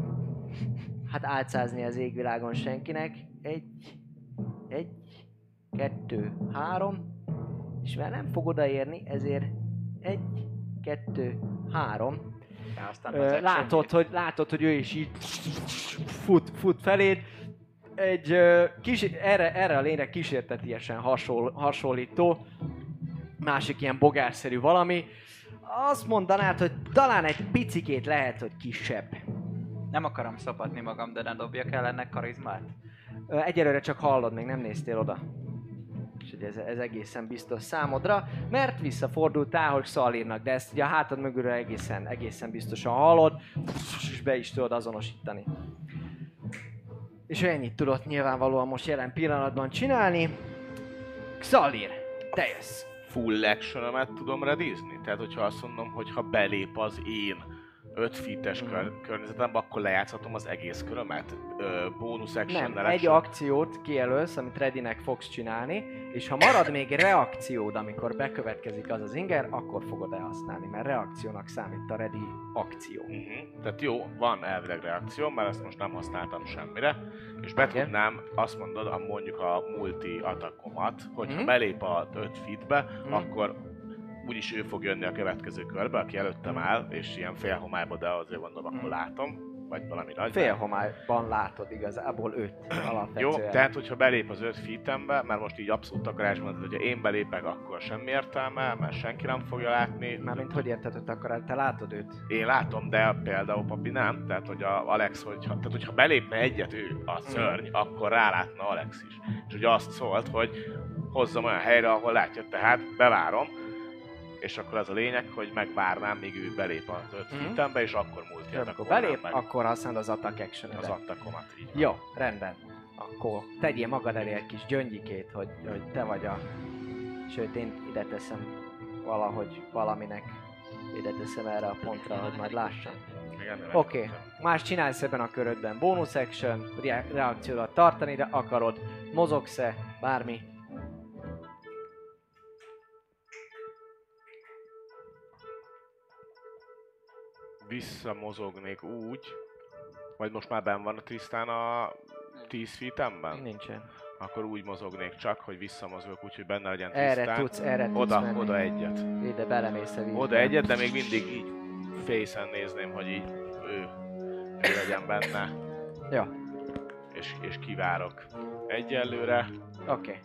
hát álcázni az égvilágon senkinek. Egy, egy, kettő, három, és mivel nem fog odaérni, ezért egy, kettő, három. Ja, aztán Ö, látod, hogy, látod, hogy ő is így fut, fut feléd. Egy ö, kis, erre, erre a lényre kísértetiesen hasonl, hasonlító, másik ilyen bogárszerű valami. Azt mondanád, hogy talán egy picikét lehet, hogy kisebb. Nem akarom szopatni magam, de ne dobjak el ennek karizmát. Ö, egyelőre csak hallod, még nem néztél oda. És hogy ez, ez egészen biztos számodra, mert visszafordultál, hogy Szalírnak, de ezt ugye a hátad mögülről egészen, egészen biztosan hallod, és be is tudod azonosítani. És ennyit tudott nyilvánvalóan most jelen pillanatban csinálni. Xalir, te jössz. Full action-ömet tudom redizni? Tehát, hogyha azt mondom, hogy ha belép az én öt feet-es Mhm. kör- környezetembe, akkor lejátszhatom az egész körömet? Ö, bónusz action Nem, egy akciót kijelölsz, amit readynek fogsz csinálni, és ha marad még reakciód, amikor bekövetkezik az az inger, akkor fogod elhasználni, mert reakciónak számít a ready akció. Uh-huh. Tehát jó, van elvileg reakció, mert ezt most nem használtam semmire, és be Igen. tudnám, azt mondod, a, mondjuk a multi attackomat, hogyha Mhm. belép a öt feetbe, Mhm. akkor úgyis ő fog jönni a következő körbe, aki előttem áll, és ilyen félhomályba, de azért mondom, akkor Mhm. látom, vagy valami nagy. Félhomályban látod igazából őt alapvetően. Jó, tehát hogyha belép az öt feetembe, mert most így abszolút takarásban, tehát hogyha én belépek, akkor semmi értelme, mert senki nem fogja látni. Mármint hogy érted, hogy akar, te látod őt? Én látom, de például papi nem, tehát hogy a Alex, hogyha, tehát hogyha belépne egyet ő, a szörny, akkor rálátna Alex is. És ugye azt szólt, hogy hozzam olyan helyre, ahol látja, tehát bevárom, és akkor az a lényeg, hogy megvárnám, míg ő belép az öt Mhm. feetembe, és akkor multi És amikor attackolnám belép, meg akkor használod az attack action az attackomat így. van. Jó, rendben. Akkor tegyél magad elé egy kis gyöngyikét, hogy, hogy te vagy a... Sőt, én ide teszem valahogy valaminek. Ide teszem erre a pontra, hogy majd lássam. Igen, de Oké, okay. megtudtam. Más csinálsz ebben a körödben. Bonus action, rea- reakciódat tartani, de akarod. Mozogsz-e, bármi. Visszamozognék úgy, vagy most már benn van a Tristan a tíz feetemben? Nincsen. Akkor úgy mozognék csak, hogy visszamozogok úgy, hogy benne legyen Erre Tristan. tudsz, erre tudsz Oda, menni. oda egyet. Ide belemész a vízbe. Oda egyet, de még mindig így face-en nézném, hogy így ő, ő legyen benne. Ja, És, és kivárok. Egyelőre. oké. Okay.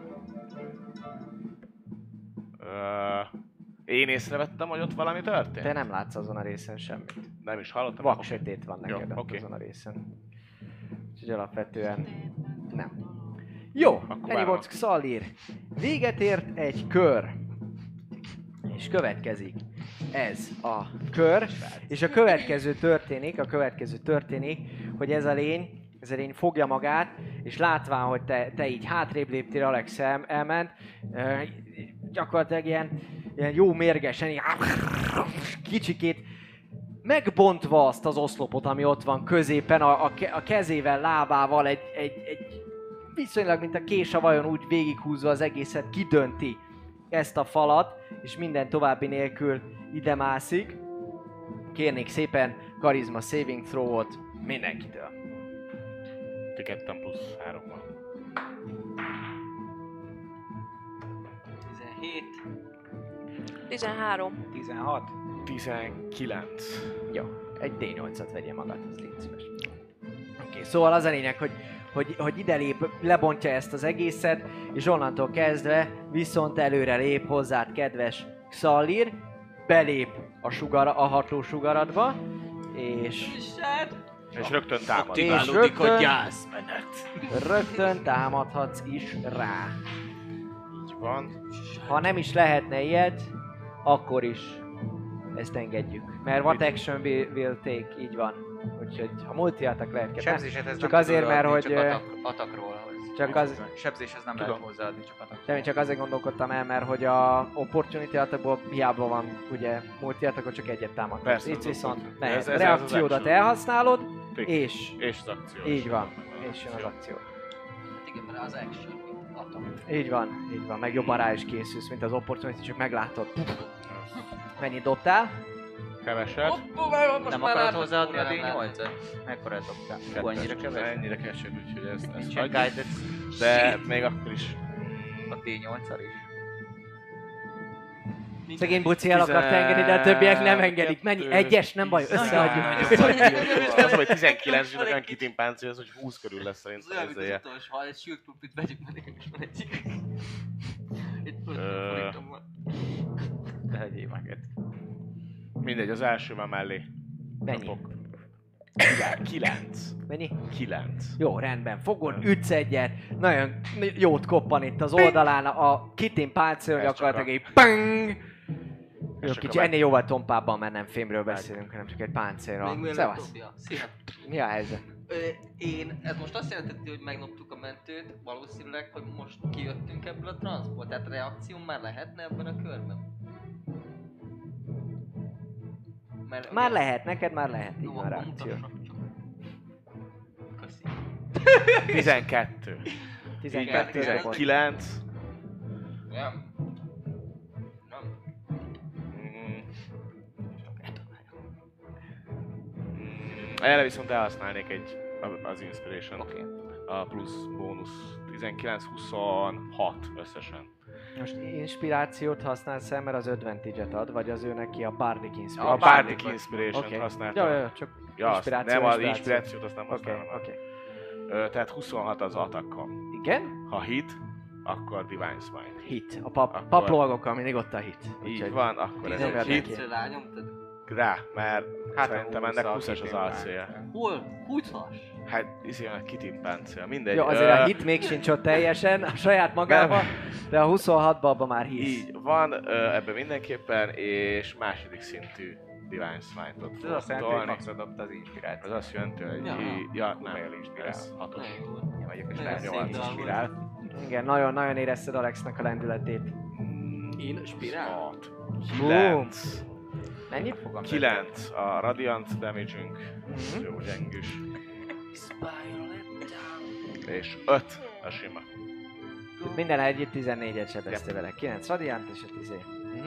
Ö, én észrevettem, hogy ott valami történt? Te nem látsz azon a részen semmit. Nem is hallottam. Vak Oké. sötét van Jó, neked ott oké. azon a részen. Úgyhogy alapvetően nem. Jó, Akkor ennyi várom. volt Xalir. Véget ért egy kör. És következik ez a kör. És a következő történik, a következő történik, hogy ez a lény ez erény fogja magát, és látván, hogy te, te így hátrébb léptél, Alex el, elment, uh, gyakorlatilag ilyen, ilyen jó mérgesen, így, kicsikét megbontva azt az oszlopot, ami ott van középen, a, a, a kezével, lábával egy, egy, egy viszonylag, mint a kés a vajon úgy végighúzva az egészet, kidönti ezt a falat, és minden további nélkül ide mászik. Kérnék szépen karizma saving throw-ot mindenkitől. Ti ketten plusz hárommal. tizenhét. tizenhárom. tizenhat. tizenkilenc. Jó, egy dé nyolcat vegyél magadhoz, légy szíves. Oké, okay, szóval az a lényeg, hogy, hogy, hogy ide lép, lebontja ezt az egészet, és onnantól kezdve viszont előre lép hozzád, kedves Xalir, belép a, sugar, a hatló sugaradba, és... És rögtön támad. És rögtön, rögtön támadhatsz is rá. Így van. Ha nem is lehetne ilyet, akkor is ezt engedjük. Mert what action will, will take, így van. Úgyhogy ha multi-attack lehet kell. Sebzéset ez Csak nem azért, tudod mert adni, hogy, csak ö, atak, atakról hoz. csak az- Sebzéshez nem Tudom. lehet hozzáadni, csak atakról. De én csak azért gondolkodtam el, mert hogy a opportunity attackból hiába van ugye multi-attackot, csak egyet támadhatsz. Persze, Itt az viszont opportunity. mehet. Ez- ez- ez az Reakciódat action. elhasználod, Fix. és És az akció. így van. És jön az Jó. akció. Igen, mert az action atom. Így van, így van. Meg jobban rá is készülsz, mint az opportunity, csak meglátod. Mennyit dobtál? Keveset. Nem akarod hozzáadni a dé nyolcat? Mekkora dobtál? Hú, annyira kevés? Ennyire kevesebb, úgyhogy ez, ez Nincsen hagy. guided De még akkor is. a dé nyolccal is. Szegény buci el akart engedni, de a többiek nem engedik. Mennyi? Egyes? Nem baj, összeadjuk. Az, hogy tizenkilenc, és olyan kitimpáncél, az, hogy húsz körül lesz Ez szerintem olyan, mint az ezzel. utolsó, ha egy shield puppet vegyük, mert nekem is van egy. Egy Ö. forintom van. De hegyél meg. Mindegy, az első már mellé. Mennyi? Kapok. Kilenc. Mennyi? Kilenc. Jó, rendben. Fogod, ütsz egyet, nagyon jót koppan itt az oldalán, a kitin páncélon Ez csak gyakorlatilag a- egy pang! Jó, csak a kicsi, meg- ennél jóval tompábban, mert nem fémről beszélünk, hanem csak egy Még páncélról. mielőtt Szevasz! dobja. Szia. Mi a helyzet? Ö, én, ez most azt jelenteti, hogy megnoptuk a mentőt, valószínűleg, hogy most kijöttünk ebből a transzból, tehát reakció már lehetne ebben a körben? Mert Már ugye- lehet, neked már lehet, így Jó, van akkor reakció. mutassak csak. Köszi. tizenkettő. tizenkettő dobott. tizenkilenc. Nem. Nem. Mm. Mm, Erre viszont elhasználnék egy, a- az Inspiration. Oké. A plusz bónusz. tizenkilenc, huszonhat összesen. Most inspirációt használsz el, mert az advantage-et ad, vagy az ő neki a Bardic A Inspiration? Bardic Inspiration Oké. használtam. Jó, jó, csak Ja, azt, inspiráció, nem az inspiráció. inspirációt, azt nem Oké, használom. oké. Ö, Tehát huszonhat az attackom. Igen? Ha hit, akkor Divine Smite. Hit. A pap, Akkor- paplovagokkal mindig ott a hit. Így Úgyhogy- van, akkor ez Nyomjad egy neki. hit. Tízszer rányomtad? Rá, mert Hát szerintem a ennek húsz húszas az kitimpált. alcélja. Hol? húszas? Hát izé a kitimpáncél, mindegy. Jó, azért Ö, a hit még sincs ott teljesen a saját magában, de a huszonhatban abban már hisz. Így van, ö, ebben mindenképpen, és második szintű Divine Smite-ot Ez fog azt jelenti, hogy tolni. maxra dobta az inspirációt. Az azt jelenti, hogy... Ja. Ja, nem, Mail inspirál. ez hatos. Nagyon jó. Én vagyok, és Nagyon nem szép nyolc dal inspirál. Igen, nagyon, nagyon érezted Alexnek a lendületét. Én spirál? hat, kilenc, Mennyit? Fogam kilenc a Radiant damage-ünk. Mhm. Jó, gyengűs. És öt a sima. Minden együtt tizennégyet sebeztél vele. kilenc radiant és a tíz. Mhm.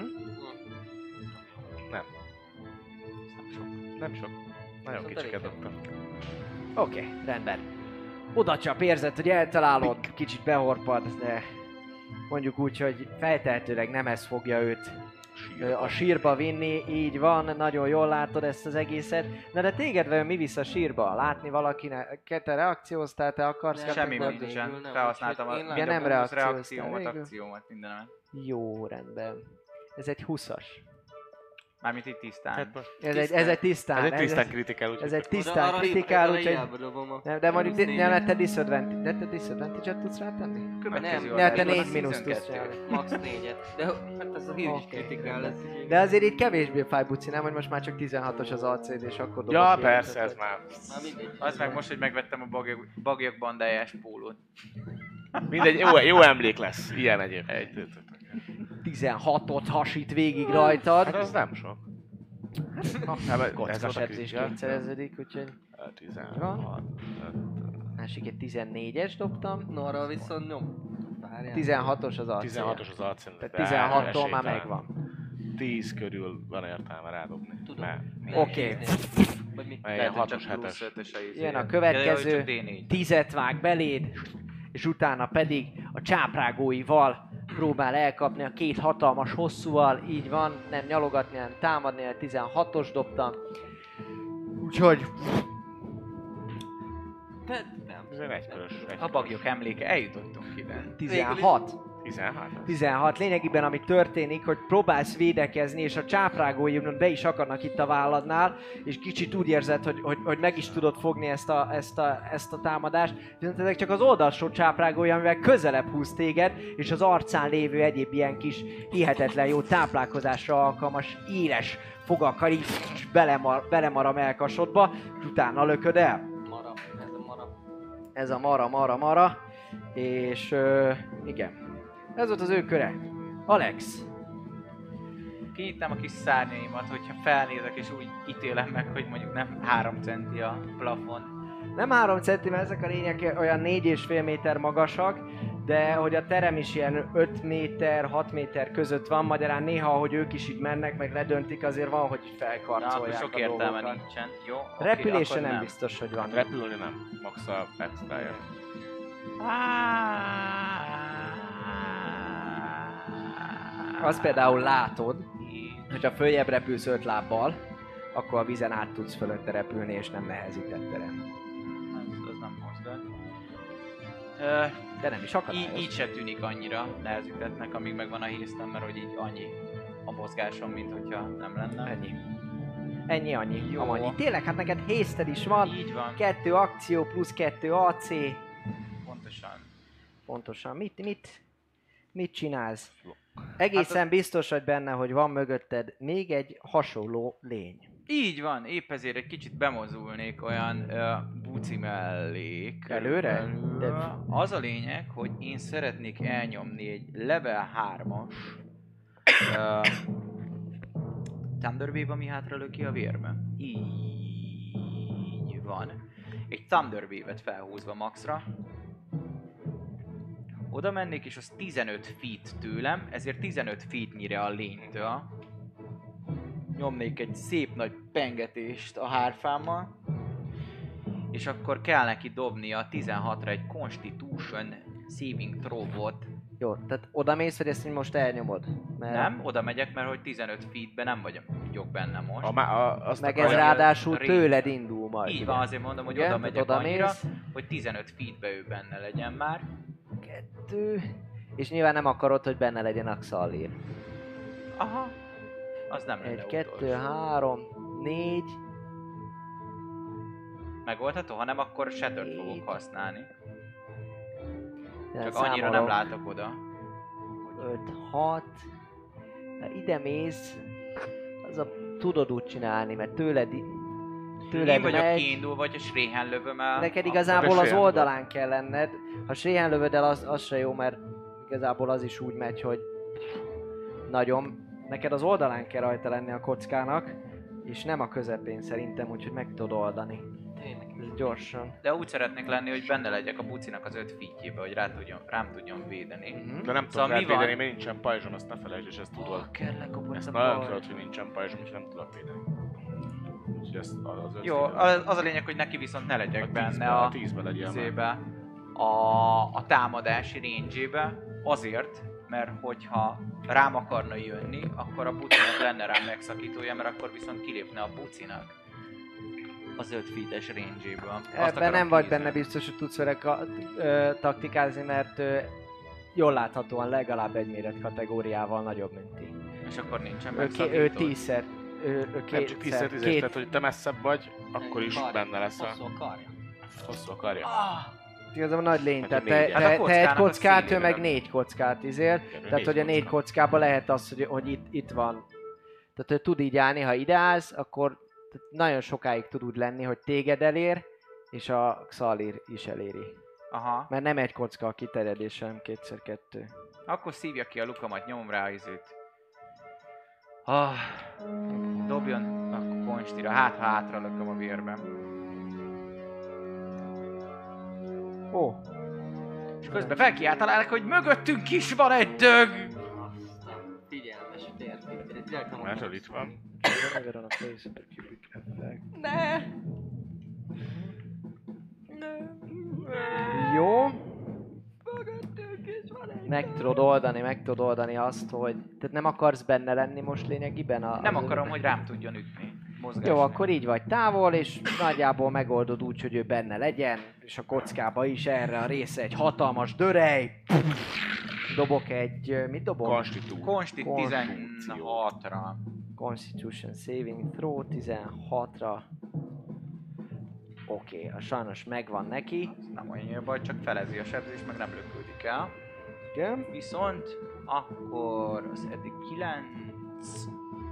Nem. Nem sok. Nagyon Viszont kicsiket elég dobtam. Oké, okay, rendben. Oda csap, érzed, hogy eltalálod, kicsit behorpad, de mondjuk úgy, hogy feltehetőleg nem ez fogja őt ö, a sírba vinni, így van, nagyon jól látod ezt az egészet. Na de téged vajon mi visz a sírba? Látni valakinek, te reakcióztál, te akarsz? Nem, Semmi kapni? végül nincsen. nem, Felhasználtam a úgyhogy én minden nem bónusz reakcióztál reakciómat, végül. akciómat, mindenemet. Jó, rendben. Ez egy huszas. Mármint itt tisztán. Hát most Ez egy, ez egy tisztán. ez egy tisztán ez, kritikál, úgyhogy ez egy Oda- tisztán arra kritikál, arra úgyhogy... hiába dobom a- Nem, de mondjuk di- Négy. nem lett te disadvantage, de te disadvantage-et tudsz rá tenni? Következő Nem, Ne, te adásban a négy season mínusz tudsz kettő. csinálni. Max négyet. De hát ez a hír is Oké, kritikál rendben. lesz. De azért itt kevésbé fáj buci, nem? Hogy most már csak tizenhatos az á cé dé, és akkor dobok Ja, négyet, persze, tehát- ez már. Na mindegy. Az meg most, hogy megvettem a bagyok, bagyok bandájás pólót. Mindegy, jó, jó emlék lesz. Ilyen egyébként. tizenhatot hasít végig rajtad. Hát az nem sok. Na, Hát, ez a kockos edzés kritika. kétszereződik, úgyhogy... tizenhat. Másik egy tizennégyes dobtam. No, arra viszont nyom. Várjál. tizenhatos az á cé dé. tizenhatos az arcén. Tehát tizenhattól már megvan. tíz körül van értelme rádobni. Tudom. Mert Nem Oké. nézni. Vagy mi? mert ilyen Lehet, hogy hatos, csak plusz hetes. ötös a izé. Jön a Ja, következő. ja, hogy csak dé négy. Tízet vág beléd, és utána pedig a csáprágóival próbál elkapni a két hatalmas hosszúval, így van, nem nyalogatni, hanem támadni, a tizenhatos dobtam. Úgyhogy Te- Nem. Ez egy egykörös. A bagyok emléke, eljutottunk ide. tizenhat. tizenhat. tizenhat. Lényegében ami történik, hogy próbálsz védekezni, és a csáprágói be is akarnak itt a válladnál, és kicsit úgy érzed, hogy, hogy, hogy meg is tudod fogni ezt a, ezt, a, ezt a támadást, viszont ezek csak az oldalsó csáprágói, amivel közelebb húz téged, és az arcán lévő egyéb ilyen kis hihetetlen jó táplálkozásra alkalmas éles fogakkal így belemar, belemar a melkasodba, és utána lököd el. Mara. Ez a mara. Ez a mara, mara, mara, és ö, igen. Ez volt az ő köre. Alex. Kinyitnám a kis szárnyaimat, hogyha felnézek és úgy ítélem meg, hogy mondjuk nem három centi a plafon. Nem három centi, mert ezek a lények olyan négy és fél méter magasak, de hogy a terem is ilyen öt méter, hat méter között van, magyarán néha, ahogy ők is így mennek, meg ledöntik, azért van, hogy Na, akkor felkarcolják sok a értelme dolgokat. nincsen. Jó, oké, Repülése akkor nem biztos, hogy van. Repülni nem. Max a extra-ja. Azt például látod, hogyha följebb repülsz öt lábbal, akkor a vízen át tudsz fölötte repülni, és nem nehezített terem. Az, az nem mozgat. Ö, De nem is Í- akadályoz. így se tűnik annyira nehezítettnek, amíg megvan a hésztem, mert hogy így annyi a mozgásom, mint hogyha nem lenne. Ennyi. Ennyi, annyi. Jó. Amannyi. Tényleg, hát neked hészted is van. Így van, Kettő akció plusz kettő á cé. pontosan. Pontosan. Mit, mit, mit csinálsz? Egészen biztos vagy benne, hogy van mögötted még egy hasonló lény. Így van, épp ezért egy kicsit bemozulnék olyan ö, buci mellé. Előre? körülbelül. De- Az a lényeg, hogy én szeretnék elnyomni egy level hármas ö, Thunder Wave, ami hátralő ki a vérbe. Így van. Egy Thunder Wave-et felhúzva maxra. Oda mennék, és az tizenöt feet tőlem, ezért tizenöt feetnyire a lénytől. Nyomnék egy szép nagy pengetést a hárfámmal. És akkor kell neki dobnia tizenhatra egy Constitution Saving Throw-ot. Jó, tehát oda mész, hogy ezt most elnyomod. Mert Nem, oda megyek, mert hogy tizenöt feetben nem vagyok benne most. A, má- a, azt meg akarja- ez ráadásul Ré- tőled indul majd. Így ugye? van, azért mondom, hogy Igen, oda tehát megyek oda annyira, mész. hogy tizenöt feetbe ő benne legyen már. Kettő. És nyilván nem akarod, hogy benne legyen a Xalir. Aha. Az nem lenne Egy, kettő, utolsó. három, négy. Megoldható? Ha nem, akkor Shattert Négy. fogok használni. Nem Csak annyira nem számolok. látok oda. öt, hat. Ha ide mész, az a tudod úgy csinálni, mert tőled, i- tőled Én vagyok megy. kiindulva, vagy a Sréhen lövöm el. Neked akkor- igazából az Sréhen oldalán kell lenned. Ha Sréhen lövöd el, az, az se jó, mert igazából az is úgy megy, hogy nagyon. Neked az oldalán kell rajta lenni a kockának, és nem a közepén szerintem, úgyhogy meg tudod oldani. Tényleg. Ez gyorsan. De úgy szeretnék lenni, hogy benne legyek a bucinak az öt feetjébe, hogy rá tudjon, rám tudjon védeni. Mhm. De nem Szóval tudom mi rád védeni, van? mert nincsen pajzsom, azt ne felejtsd, és ezt tudod. Kell lekopott Ezt a nagyon baj. tudod, hogy nincsen pajzsom, és nem tudok védeni. Úgyhogy ezt az, az öt Jó, feet- az, az a lényeg, hogy neki viszont ne legyek a benne tízbe, a, a tízbe legyél már. izébe, a, a támadási range-ébe, azért, mert hogyha rám akarna jönni, akkor a bucinak lenne rám megszakítója, mert akkor viszont kilépne a bucinak az öt feet-es range-ből. Azt Ebben akarom nem vagy kinézni. benne biztos, hogy tudsz vele ka- ö, taktikázni, mert ö, jól láthatóan legalább egy méret kategóriával nagyobb, mint ti. És akkor nincsen Ő, ki, ő megszakító. tízszer, ő, ő Nem csak kétszer, tíz két, tehát hogy te messzebb vagy, akkor is Karja. benne lesz a Hosszú a karja. hosszú a karja. igazából nagy lény, Hát tehát a te, négyet. te, Hát a te egy kockának a kockát, ő szélére meg nem. négy kockát izél, Igen, ő tehát négy hogy a négy kocka. kockában lehet az, hogy, hogy itt, itt van. Tehát ő tud így állni, ha ide állsz, akkor tehát nagyon sokáig tud úgy lenni, hogy téged elér, és a Xalir is eléri. Aha. Mert nem egy kocka a kiterjedés, hanem kétszer kettő. Akkor szívja ki a lukamat, nyom rá izét. Ah, dobjon a konstira, hát ha hátra lököm a vérben. Ó, És közben felkiáltalálok, hogy mögöttünk is van egy dög! Figyelmes férfi. Direkt Mert hogy itt van. never on a face of the cubic effect. Ne! Jó. Meg tudod oldani, meg tudod oldani azt, hogy... Tehát nem akarsz benne lenni most lényegében? A, Nem az akarom, ő- hogy rám tudjon ütni. Mozgás Jó, nem. akkor így vagy távol, és nagyjából megoldod úgy, hogy ő benne legyen, és a kockába is erre a része egy hatalmas dörej. Dobok egy... ö, mit dobok? Konstitú. Konsti Konstitúció. tizenhatra. Constitution Saving Throw tizenhatra. Oké, okay, sajnos megvan neki. Nem olyan baj, csak felezi a sebzés, meg nem lökődik el. Igen. Viszont akkor az eddig kilenc.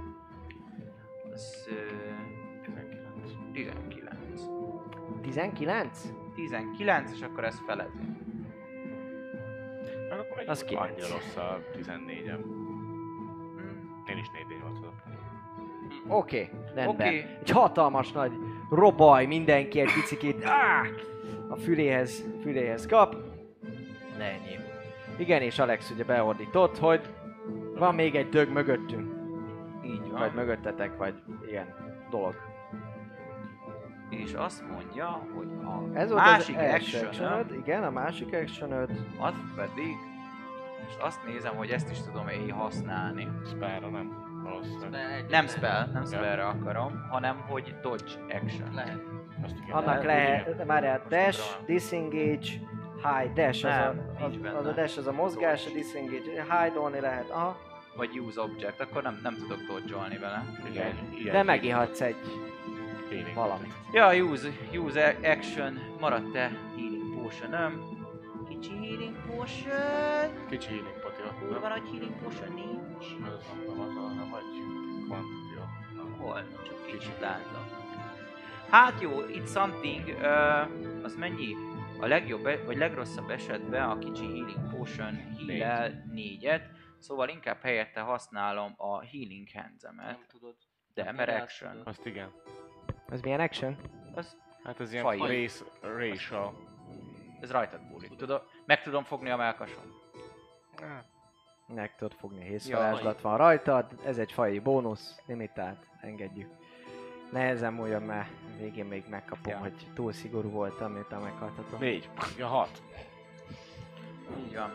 Az... ö, tizenkilenc. tizenkilenc? tizenkilenc, és akkor ez felezi. Meg akkor Az az kilenc. annyira rossz a tizennégyem. Hm. Én is négy d nyolcadok. Oké, okay, rendben. Oké. Okay. Egy hatalmas nagy robaj, mindenki egy picikét áh, a füléhez, füléhez kap. Ennyi. Igen, és Alex ugye beordított, hogy van még egy dög mögöttünk. Így van. Vagy mögöttetek, vagy ilyen dolog. És azt mondja, hogy a Ez volt másik az első action actionöd, igen, a másik actionöd. az pedig, és azt nézem, hogy ezt is tudom-e használni. Spellra nem. Valószínűleg. Nem spell, nem spellre akarom, hanem hogy dodge action. Lehet. Azt igen. Annak lehet, lehet, várjál, Most dash, nem disengage, hide, dash, az, Nem, a, nincs az, benne. az a dash, az a mozgás, a disengage, hide-olni lehet, aha. Vagy use object, akkor nem, nem tudok dodge-olni vele. Igen. ilyen De megihatsz egy healing valamit. Ja, use, use action, maradt-e healing potion-öm? Kicsi healing potion? Kicsi healing poti ott. Kurva nagy healing potion nincs. Az nem az a, nem vagy quantity ott. Nem. Hol? Csak kicsit látlak. Hát jó, itt something, uh, az mennyi? A legjobb, e- vagy legrosszabb esetben a kicsi healing potion heal-el négyet, szóval inkább helyette használom a healing hands-emet. Nem tudod. De, mert action. Azt igen. Ez milyen action? Az, Hát ez ilyen Faj. race, racial. ez rajtad múlik. Tudod, meg tudom fogni a melkasom. Meg tudod fogni, Ja, hészvarázslat van rajtad, ez egy faji bónusz, limitált, engedjük. Nehezen múljon, mert végén még megkapom, Ja. hogy túl szigorú voltam, miután meghaltatom. Négy. Ja, hat. Így van.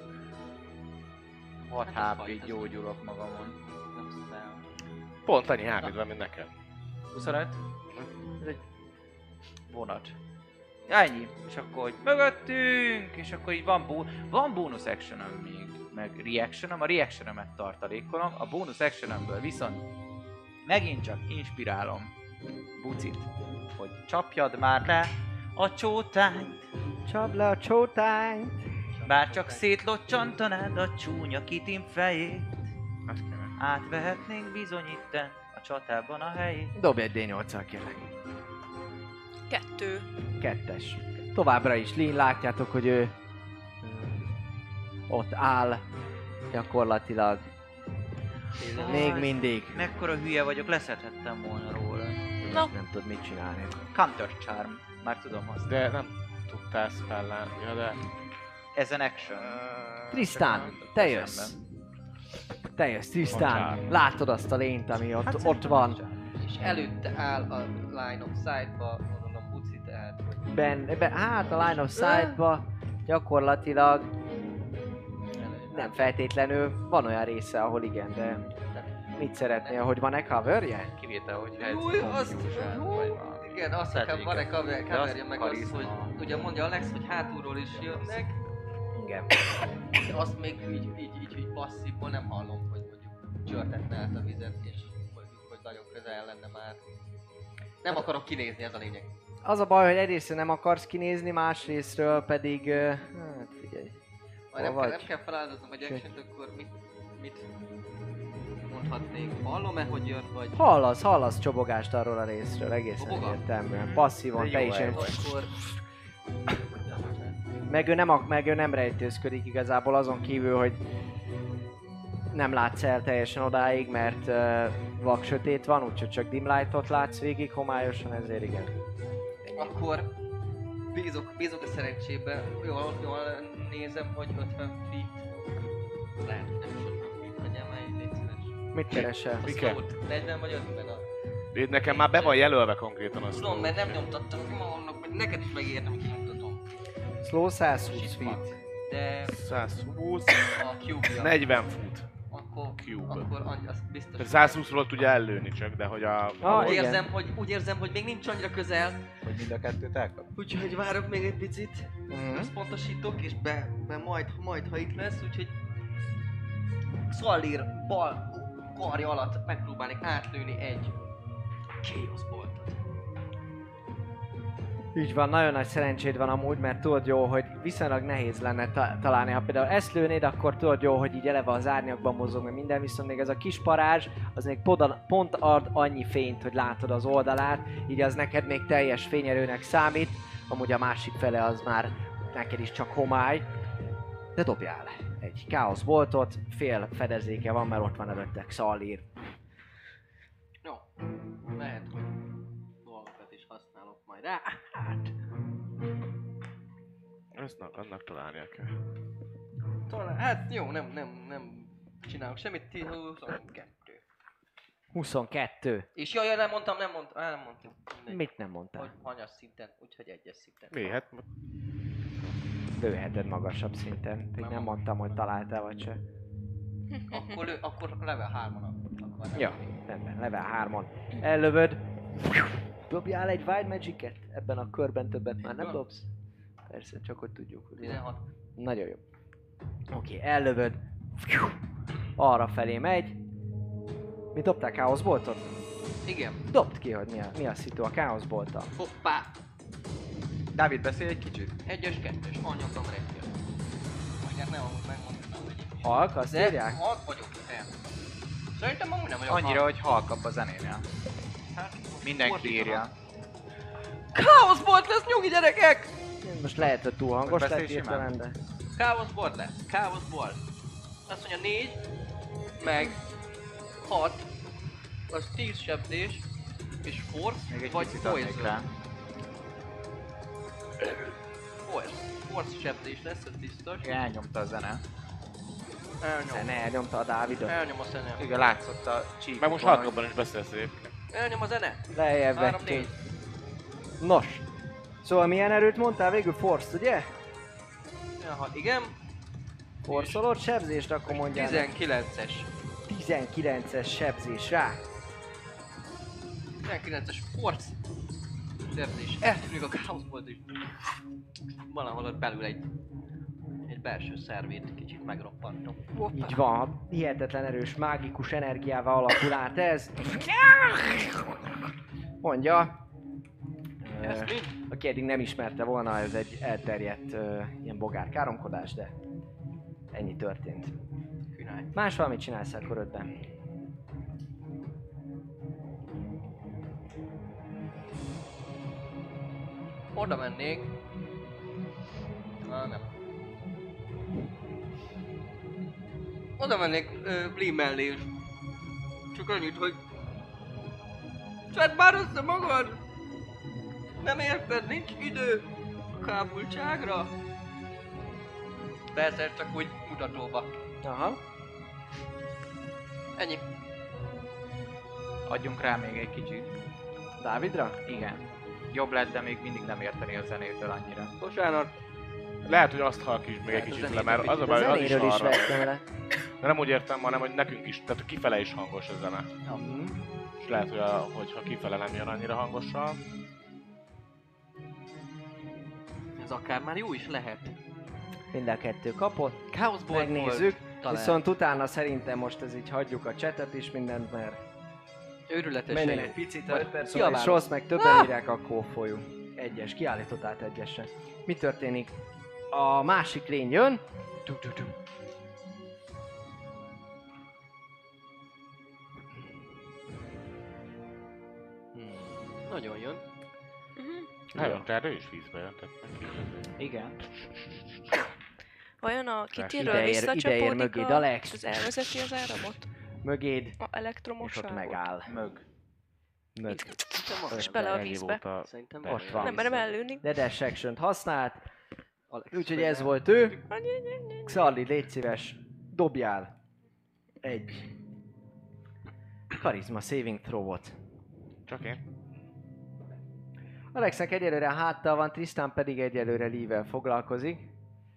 hat Hát ez há pé-t fajta. gyógyulok magamon. Nem spell. Pont annyi há pé-t van, mint nekem. huszonöt. Ez egy vonat. Ja, ennyi. És akkor hogy mögöttünk, és akkor így van, bó- van bónusz actionom még, meg reactionom, a reactionomet tartalékolom, a bónusz actionomből viszont megint csak inspirálom Bucit, hogy csapjad már le a csótányt, Csapd le a csótányt! bár csak szétlocsantanád a csúnya kitim fejét, Azt kéne. átvehetnénk bizony itten a csatában a helyét. Dobj egy dé nyolccal kérlek. Kettő. Kettes. Továbbra is Lin, látjátok, hogy ő ö, ott áll gyakorlatilag. Még mindig. Mekkora hülye vagyok, leszedhettem volna róla. Na. Nem tud mit csinálni. Counter Charm, már tudom használni. De nem tudtál spellelni. Ja, de... Ez an action. Trisztán, te jössz. Te jössz, Trisztán. Bocsánat. Látod azt a lényt, ami ott, Hát ott szerintem van. bocsánat. És előtte áll a line of sight-ba, mondom Buci, tehát hogy Ben, ben, hát a line of sight-ba gyakorlatilag nem feltétlenül van olyan része, ahol igen, de mit szeretnél, hogy van-e coverje? Kivétel, hogyha ez Új, azt, confusion, hú, vagy valami. igen, azt Lehet, hiszem, hogy van-e igen. cover, De az coverje meg az, karizma. hogy ugye mondja Alex, hogy hátulról is jönnek, Igen. de azt még így, így, így, így passzívból nem hallom, hogy mondjuk csörtetne át a vizet, és mondjuk, hogy nagyon közel lenne már. Nem akarok kinézni, ez a lényeg. Az a baj, hogy egyrészt nem akarsz kinézni, másrésztről pedig... Uh, hát figyelj. Ha nem, vagy? kell, nem kell feláldoznom a action akkor mit, mit mondhatnék? Hallom-e, hogy jön, vagy... Hallasz, hallasz csobogást arról a részről, egészen Csoboga? egyértelműen. Passzívan, De te jó is el ilyen... vagy. Akkor... Meg ő nem, ak- meg ő nem rejtőzködik igazából azon kívül, hogy nem látsz el teljesen odáig, mert uh, vak sötét van, úgyhogy csak dim lightot látsz végig homályosan, ezért igen. Akkor bízok, bízok a szerencsébe. Jól, jól nézem, hogy ötven feet. Lehet, hogy nem is ötven feet, hagyjál már egy légy szíves. Mit keresel? A Mike? slót, negyven vagy ötven a... Én nekem már be van jelölve konkrétan az. Tudom, mert nem nyomtattam ki magamnak, hogy neked is megérnem, hogy kinyomtatom. Slow száz húsz Shit, feet. fuck. De száz húsz, a cube-ja, negyven fut. akkor, Cube. akkor annyi, azt biztos. Tehát száz húszról tudja ellőni csak, de hogy a... Ah, úgy, igen. érzem, hogy, úgy érzem, hogy még nincs annyira közel, Hogy mind a kettőt elkap. úgyhogy várok még egy picit. Mhm. Összpontosítok, és be, be majd, majd, ha itt lesz, úgyhogy Szallír bal karja alatt megpróbálnék átlőni egy Chaos Boltot. Így van, nagyon nagy szerencséd van amúgy, mert tudod jó, hogy viszonylag nehéz lenne ta- találni. Ha például ezt lőnéd, akkor tudod jó, hogy így eleve az árnyakban mozog, meg minden, viszont még ez a kis parázs, az még poda- pont ad annyi fényt, hogy látod az oldalát, így az neked még teljes fényerőnek számít, amúgy a másik fele az már neked is csak homály. De dobjál egy Chaos Boltot, fél fedezéke van, mert ott van előttek Szallír. Jó, lehet, hogy dolgokat is használok majd rá. Hát, Ezt annak találnia kell. talán, hát jó, nem, nem, nem csinálok semmit, tíz, huszonkettő. huszonkettő. És jaj, jaj, nem mondtam, nem mondtam, á, nem mondtam. Mindegy. Mit nem mondtál? Hogy hanyas szinten, úgyhogy egyes szinten. Mi? Hát Lőheted magasabb szinten. Még Nem nem mondom. mondtam, hogy találtál vagy se. Akkor, lő, akkor level hárman akar. Ja, rendben, level hármon. Ellövöd. Dobjál egy Wild Magic-et. Ebben a körben többet már nem Van. dobsz. Persze, csak hogy tudjuk. Hogy tizenhat. nagyon jó. Oké, okay, ellövöd. Arra felé megy. Mi dobtál Chaos Boltot? Igen. Dobd ki, hogy mi a, mi a szitu a Chaos Bolttal. Hoppá! Dávid, beszélj egy kicsit. Egyes, kettes, anyagom reggel. Mondják, nem amúgy megmondtam, hogy... Halk, azt De írják? halk vagyok, el. Szerintem amúgy nem vagyok Annyira, halk. hogy halkabb a zenénél. Hát, Mindenki fordítanak. írja. Chaos Bolt lesz, nyugi gyerekek! Most lehet, hogy túl hangos Most lett beszélj simán. hirtelen, de... Chaos Bolt lesz, Chaos Bolt. Azt mondja négy, meg hat, az tíz sebzés, és force, Még egy vagy picit adnék rá. poison. Force, force sebzés lesz, ez biztos. Igen, elnyomta a zene. Elnyom, Zene elnyomta a Dávidot. elnyom a zene. Igen, látszott a csíkokon. meg most halkabban is beszélsz egyébként. Elnyom a zene. Lejjebb Három, vettünk. négy. Nos. Szóval milyen erőt mondtál végül? Force, ugye? Jaha, igen. Forszolod sebzést, akkor mondjál. meg. tizenkilences. tizenkilences sebzés rá. tizenkilences force. Sebzés. Eltűnik a Chaos Bolt is. Valahol ott belül egy egy belső szervét kicsit megroppantom. Így van, hihetetlen erős mágikus energiával alakul át ez. Mondja. Ez Ö, mind? aki eddig nem ismerte volna, ez egy elterjedt ö, ilyen bogár káromkodás, de ennyi történt. Király. Más valamit csinálsz a körödben? Oda mennék. Ah, nem. Oda mennék uh, Blim mellé és csak annyit, hogy szedd már össze magad! Nem érted, nincs idő a kábultságra. Persze, csak úgy mutatóba. Aha. Ennyi. Adjunk rá még egy kicsit. Dávidra? Igen. Jobb lett, de még mindig nem érteni a zenétől annyira. Bocsánat. Lehet, hogy azt halk is még Lehet, egy a kicsit le, zenét mert az a egy A baj, hogy az is zenéről is arra. vettem le. De nem úgy értem, hanem hogy nekünk is, tehát kifele is hangos a zene. Mhm. És lehet, hogy a, hogyha kifele nem jön annyira hangosan. Ez akár már jó is lehet. Mind a kettő kapott. Chaos Bolt Megnézzük. volt, talán. Viszont utána szerintem most ez így hagyjuk a chatet is mindent, mert Őrületesen Menjen jó. egy picit, Majd öt perc kiabálom. és rossz, meg többen írják, akkor folyunk. Egyes, kiállított át egyesre. Mi történik? A másik lény jön. Tum, tum, tum. Nagyon jön. Nagyon, tehát ő is vízbe jön, tehát neki. Igen. Vajon a Ide Kittyről ér- ide ér visszacsapódik mögéd a... Alex. az elvezeti az áramot? Mögéd, A elektromos és ott sávot? megáll. Mög. Mög. És bele a Ennyi vízbe. volt a... Szerintem Ott van. van. Nem merem ellőni. Dedes action-t használt, Alex úgyhogy meg ez el. volt ő. Xalli, légy szíves, dobjál egy karizma saving throw-ot. Csak én? Alexnek egyelőre háttal van, Tristan pedig egyelőre Lee-vel foglalkozik.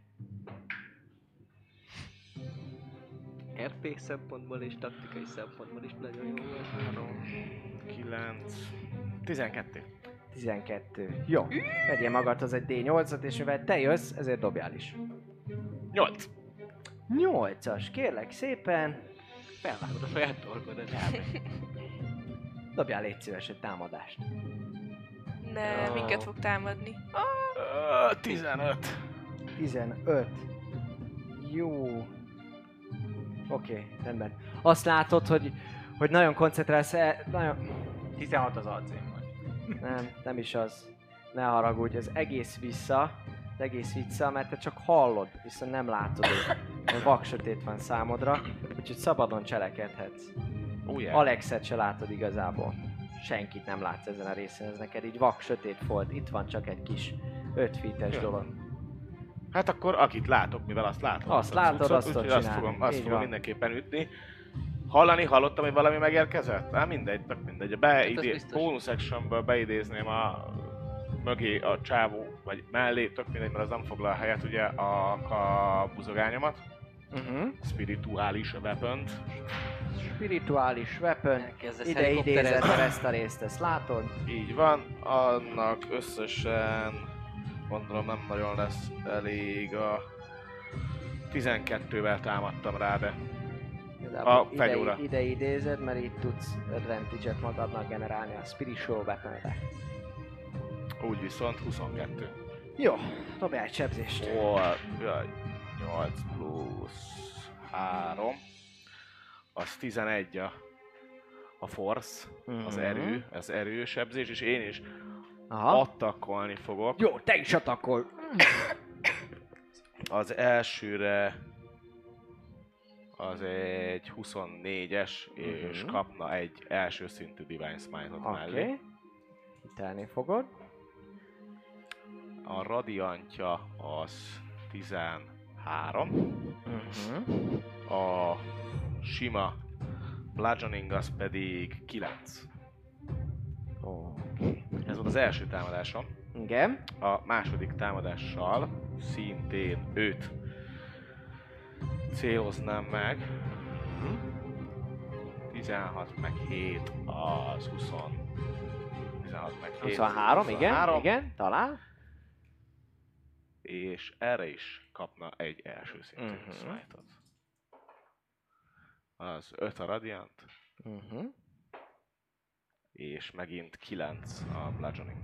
er pé szempontból és taktikai szempontból is nagyon jó volt. három, kilenc, tizenkettő. tizenkettő. Jó, vegyél magadhoz egy dé nyolcat, és mivel te jössz, ezért dobjál is. nyolc. nyolcas, kérlek szépen. Felvágod a saját dolgodat. Dobjál légy szíves egy támadást. Ne, Jó. minket fog támadni. Ö, tizenöt. tizenöt. Jó. Oké, okay, rendben. Azt látod, hogy, hogy nagyon koncentrálsz, el, nagyon... tizenhat az arcén vagy. Nem, nem is az. Ne haragudj, az egész vissza, az egész vissza, mert te csak hallod, viszont nem látod őt. Mert vak sötét van számodra, úgyhogy szabadon cselekedhetsz. Oh, yeah. Alexet se látod igazából. Senkit nem látsz ezen a részen, ez neked így vak sötét volt. Itt van csak egy kis öt feet-es Jó. dolog. Hát akkor akit látok, mivel azt látom. Azt a látod, cuccot, azt úgyhogy tudod azt csinálni. fogom, azt Így fogom van. mindenképpen ütni. Hallani, hallottam, hogy valami megérkezett? Hát mindegy, tök mindegy. Beidé... biztos. Bonus actionből beidézném a mögé a csávó, vagy mellé, tök mindegy, mert az nem foglal helyet, ugye a, a buzogányomat. Uh-huh. Spirituális weapont. Spirituális weapon. Elkezdesz Ide idézed, helikopterezni. mert ezt a részt, ezt látod? Így van, annak összesen gondolom nem nagyon lesz elég a tizenkettővel támadtam rá, de Igazából A ide, fegyóra. ide idézed, mert itt tudsz advantage-et magadnak generálni a spiritual weapon-re. úgy viszont huszonkettő. Jó, dobjál egy sebzést. Hol, jaj, nyolc plusz három, az tizenegy a, a force, az Mhm. erő, az erősebzés, és én is Aha. attackolni fogok. Jó, te is attackol. Az elsőre az egy huszonnégyes, és Mhm. kapna egy első szintű Divine Smite-ot Oké. mellé. Okay. Hitelni fogod. A radiantja az tizenhárom. Uh-huh. A sima bludgeoning az pedig kilenc. Ó. Ez volt az első támadásom. Igen. A második támadással szintén őt céloznám meg. tizenhat meg hét az húsz. tizenhat meg hét. huszonhárom, igen, huszonhárom, igen, talán. És erre is kapna egy első szintű Mhm. uh-huh. smite-ot. Az öt a radiant, Uh-huh. és megint kilenc a bludgeoning.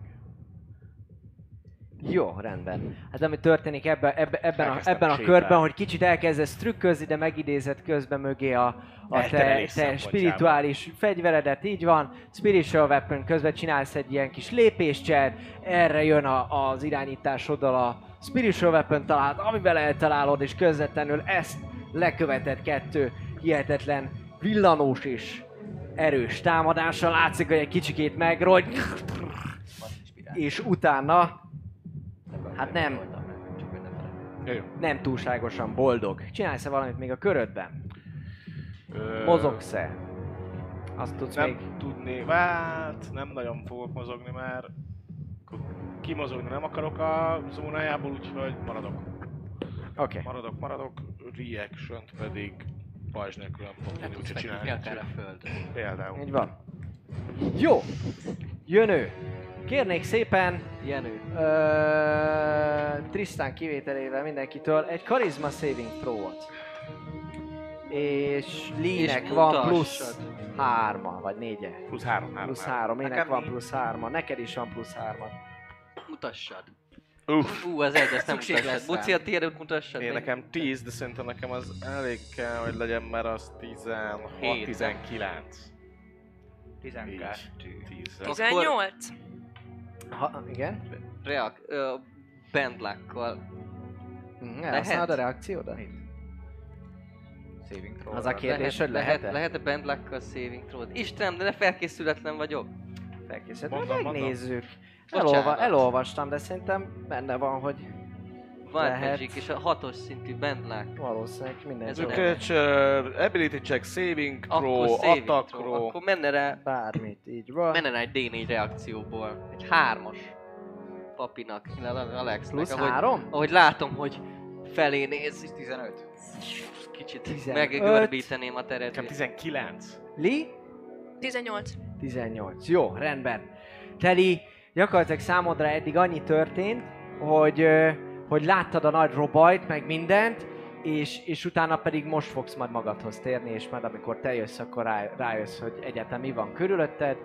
Jó, rendben. Hát ami történik ebben, ebben, ebben, a, Elkezdtem ebben a sétálni. körben, hogy kicsit elkezdesz trükközni, de megidézed közben mögé a, a te, Elterelés te szempontjából. spirituális fegyveredet, így van. Spiritual weapon közben csinálsz egy ilyen kis lépéscselt, erre jön a, az irányításoddal a spiritual weapon talált, amivel eltalálod, és közvetlenül ezt lekövetett kettő hihetetlen villanós és erős támadással. Látszik, hogy egy kicsikét megrogy, és utána hát nem, Jó, jó. nem túlságosan boldog. Csinálsz-e valamit még a körödben? Ö, Mozogsz-e? Azt tudsz Nem még... tudni, hát nem nagyon fogok mozogni, mert kimozogni nem akarok a zónájából, úgyhogy maradok. Oké. Okay. Maradok, maradok, reaction pedig pajzs nélkül nem fogok tudni, úgyhogy csinálni. akár a földön. Például. Így van. Jó! Jön ő. Kérnék szépen Jenő. ö, Tristan kivételével mindenkitől egy charisma saving throw-ot. És Lee-nek És van mutassad. plusz hárma, vagy négye. Plusz három, három. Plusz három, ének Nekem van négy. plusz hárma, neked is van plusz hárma. Mutassad. Uff. Ú, az egy, ezt nem Szükség mutassad. lesz rá. Buci, a tiédet mutassad. Én meg. nekem tíz, de szerintem nekem az elég kell, hogy legyen, mert az tizenhat, Hét. tizenkilenc. tizenkettő. tíz. tizennyolc. Ha, igen? Reak, ö, bandlakkal. Mhm, elhasználod a reakciódat? Saving throw. Az a kérdés, hogy lehet, lehet-e? lehet-e bandlakkal saving throw-t? Istenem, de ne felkészületlen vagyok. Felkészült. Mondom, Megnézzük. Bocsánat. Elolva, elolvastam, de szerintem benne van, hogy Wild Lehet. Magic és a hatos szintű bandlag. valószínűleg minden Ez jó. lehet. Creature, ability check, saving throw, Akkor saving attack throw. throw. Akkor menne rá, Bármit, így van. menne rá egy dé négy reakcióból. Egy hármas papinak, Alexnek. Plusz ahogy, három? ahogy látom, hogy felé néz, tizenöt. kicsit tizenöt. meggörbíteném a Nekem teret. tizenkilenc. Li? tizennyolc. tizennyolc. Jó, rendben. Teli, gyakorlatilag számodra eddig annyi történt, hogy, ö, hogy láttad a nagy robajt, meg mindent, és, és utána pedig most fogsz majd magadhoz térni, és majd amikor te jössz, akkor rá, rájössz, hogy egyáltalán mi van körülötted.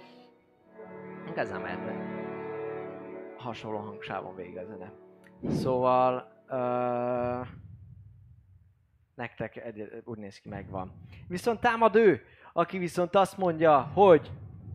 Igazán menne. Hasonló hangsávon végig a zene. Szóval... Ö, nektek egy, úgy néz ki, megvan. Viszont támad ő, aki viszont azt mondja, hogy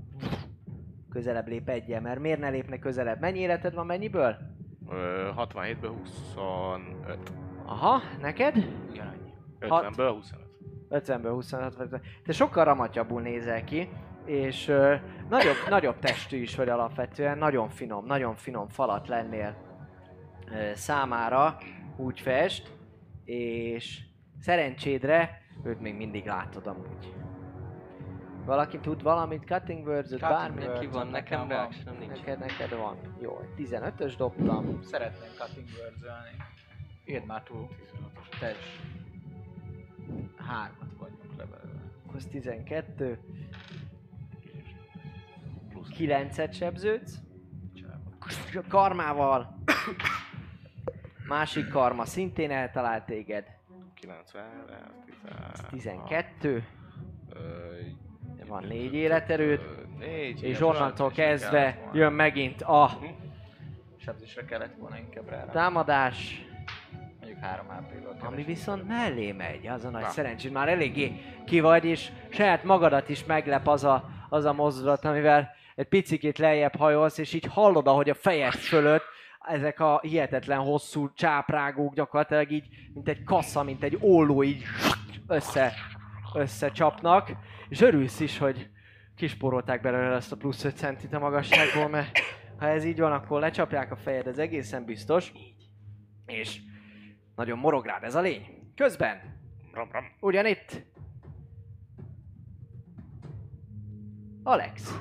közelebb lép egyen, mert miért ne lépne közelebb? Mennyi életed van, mennyiből? Ö, hatvanhétből huszonöt. Aha, neked? Ugyanannyi. ötvenből huszonöt. ötvenből huszonhat vagy. Te sokkal ramatyabbul nézel ki, és ö, nagyobb, nagyobb testű is vagy alapvetően, nagyon finom, nagyon finom falat lennél ö, számára, úgy fest, és szerencsédre őt még mindig látod amúgy. Valaki tud valamit, Cutting Words-öt, Cutting bármi? Words. Neki van, nekem Nekem van. reaction nincs. Neked, neked van. Jó, egy tizenötös dobtam. Szeretném cutting words-ölni. Írd már túl. Tess. Hármat vagyunk le belőle. Az tizenkettő. kilencet sebződsz. A karmával. Másik karma szintén eltalált téged. kilencven, Ez tizenkettő. Ö, Van négy életerőd. négy. És igen, onnantól sebzésre kezdve kellett volna. jön megint a Sebzésre kellett volna inkább rá. támadás, Mondjuk három há pé-val ami kevesebb. viszont mellé megy. Az a nagy Na. szerencséd. Már eléggé ki vagy, és saját magadat is meglep az a, az a mozdulat, amivel egy picikét lejjebb hajolsz, és így hallod, ahogy a fejed fölött ezek a hihetetlen hosszú csáprágók gyakorlatilag így, mint egy kassa, mint egy olló így össze, összecsapnak, és örülsz is, hogy kisporolták belőle ezt a plusz öt centit a magasságból, mert ha ez így van, akkor lecsapják a fejed, ez egészen biztos. És nagyon morog rád ez a lény. Közben, Ram, ram. ugyanitt, Alex.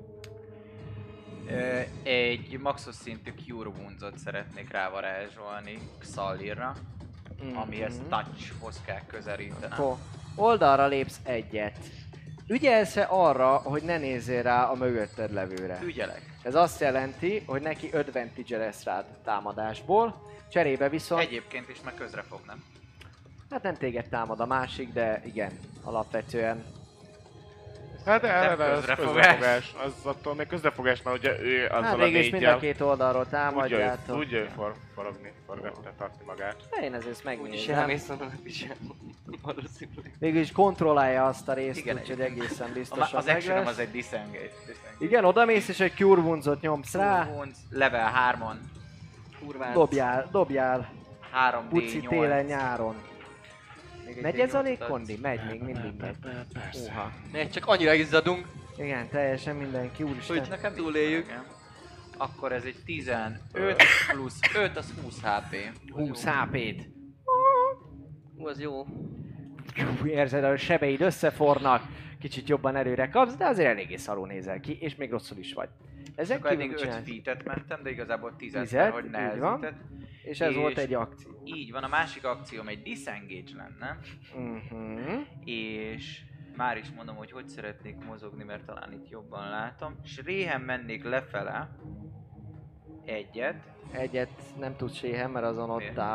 Ö, egy maxos szintű Cure Wounds-ot szeretnék rávarázsolni Xallirra, amihez Mhm. touchhoz kell közelítenem. Akkor oldalra lépsz egyet. Ügyelsz-e arra, hogy ne nézzél rá a mögötted levőre? Ügyelek. Ez azt jelenti, hogy neki advantage lesz rád támadásból, cserébe viszont, Egyébként is meg közre fog, nem? hát nem téged támad a másik, de igen, alapvetően. Hát de Nem eleve az közrefogás. közrefogás. Az attól még közrefogás, mert ugye ő azzal Hát a végül is mind a négyel két oldalról tudja, ő- támadjátok. tudja ő for, forogni, forgatni, tartni magát. Én ezért Úgyis megnézem. elmész onnan a pizsámon. Valószínűleg. Végül is kontrollálja azt a részt, Igen, úgyhogy egyébként. egészen A, biztosan az meg action lesz. az egy disengage. disengage. Igen, odamész és egy Cure Wounds-ot nyomsz rá. Cure Wounds, level hármon, Kurván. Dobjál, dobjál. három dé Puci nyolc. télen, nyáron. Még egy Megy dé ez a nyolcat. légkondi? Megy, még mindig megy. Uha. Mert csak annyira izzadunk, Igen, teljesen mindenki, hogy úristen. Nekem túléljük. Igen. Akkor ez egy tizenöt plusz öt, az húsz há pé. húsz há pét. Ú, az jó. Érzed, a sebeid összefornak, kicsit jobban előre kapsz, de azért eléggé szarul nézel ki, és még rosszul is vagy. Ezek Akkor kívül eddig mit öt csinálsz? feet-et mentem, de igazából tízet, Tízet, hogy így nehezített. És ez És- volt egy akció. Így van, a másik akcióm egy disengage lenne, Mhm. és már is mondom, hogy hogy szeretnék mozogni, mert talán itt jobban látom. És réhen mennék lefele egyet, Egyet nem tudsz séhen, mert azon ott Miért? áll.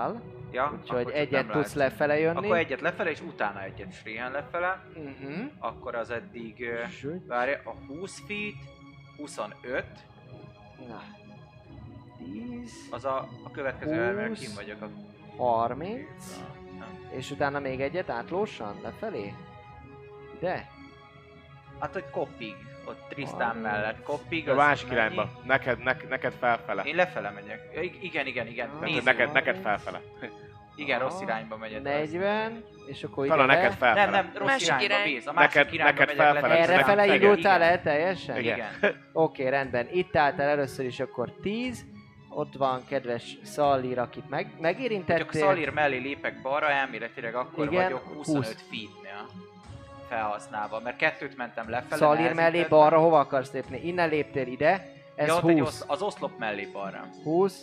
Ja, úgyhogy akkor csak egyet nem tudsz látsz. lefele jönni. Akkor egyet lefele, és utána egyet Sréhen lefele. Uh-huh. Akkor az eddig... ö, Várja, a húsz feet, huszonöt, Na. tíz, az a, a következő elmér, húsz, kim vagyok a... harminc, Nem. és utána még egyet átlósan lefelé? De? Hát, hogy koppig, ott Tristan harminc. mellett koppig, A az másik mennyi? irányba. Neked, ne, neked felfele. Én lefele megyek. Ja, ig- igen, igen, igen. Ah. Neked, Nézd, neked, neked harminc. felfele. igen, rossz Aha. irányba megyek. negyven, és akkor ide Talán le. neked felfele. Nem, nem, rossz Másik irányba irány. mész. A másik Neked- irányba neked megyek felfele, lefelé. Erre fele Igen. indultál el teljesen? Igen. Igen. Oké, rendben. Itt álltál először is akkor tíz. Ott van kedves Szallír, akit meg, Hogyha megérintettél. Szalír mellé lépek balra, elméletileg akkor Igen, vagyok húsz. huszonöt feetnél felhasználva, mert kettőt mentem lefele. Szallír mellé nehezítettem. balra hova akarsz lépni? Innen léptél ide. Ez Ja, ott egy húsz. osz, az oszlop mellé balra. húsz.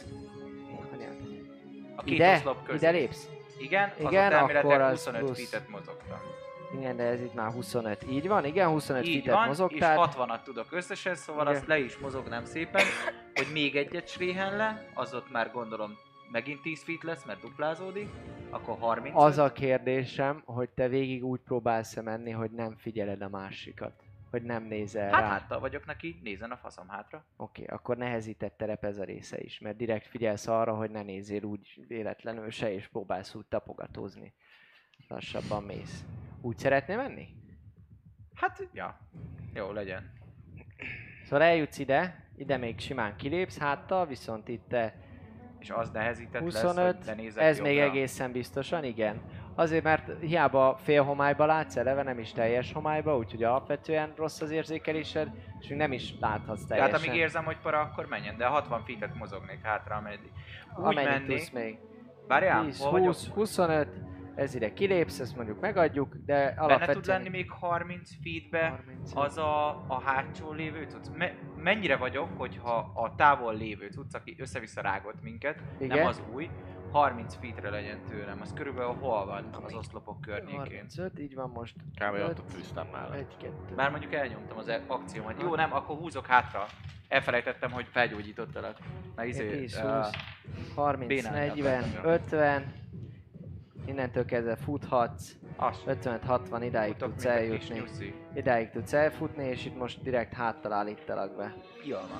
A két Ide? oszlop közé. Ide lépsz? Igen, az Igen, ott elméletileg akkor az huszonöt plusz. feetet mozogtam. Igen, de ez itt már huszonöt. Így van? Igen, huszonöt Így fitet van, és mozogtál. hatvanat tudok összesen, szóval Igen. azt le is mozognám szépen, hogy még egyet Sréhen le, az ott már gondolom megint tíz feet lesz, mert duplázódik, akkor harminc. Az a kérdésem, hogy te végig úgy próbálsz menni, hogy nem figyeled a másikat. Hogy nem nézel Hát rá. háttal vagyok neki, nézzen a faszom hátra. Oké, akkor nehezített terep ez a része is, mert direkt figyelsz arra, hogy ne nézzél úgy véletlenül se, és próbálsz úgy tapogatózni. Lassabban mész. Úgy szeretnél menni? Hát, ja, jó legyen. Szóval eljutsz ide, ide még simán kilépsz háttal, viszont itt te És az nehezített lesz, huszonöt, hogy lenézek ez jobbra. még egészen biztosan, igen. Azért, mert hiába fél homályba látsz, eleve nem is teljes homályba, úgyhogy alapvetően rossz az érzékelésed, és még nem is láthatsz De teljesen. hát amíg érzem, hogy para, akkor menjen, de hatvan feetet mozognék hátra, ameddig. Úgy Amennyit mennék, tudsz még. várjál, tíz, hol vagyok? húsz, huszonöt, ez ide kilépsz, ezt mondjuk megadjuk, de Benne alapvetően... tud lenni még harminc feetbe harminc. az a, a hátsó lévő cucc. Me, mennyire vagyok, hogyha a távol lévő cucc, aki össze-vissza rágott minket, Igen? nem az új, harminc feetre legyen tőlem. Az körülbelül hol van az oszlopok környékén. harmincöt, így van most. Kb. öt, ott a Tristan mellett. egy, kettő. Már mondjuk elnyomtam az e- akciómat. Jó, nem, akkor húzok hátra. Elfelejtettem, hogy felgyógyítottalak. Na izé... tíz, uh, húsz, harminc, bénálni negyven, akartam. ötven. Innentől kezdve futhatsz. az. ötven hatvan idáig Futok, tudsz mint egy kis eljutni. nyuszi. Idáig tudsz elfutni, és itt most direkt háttal állítalak be. Jól van.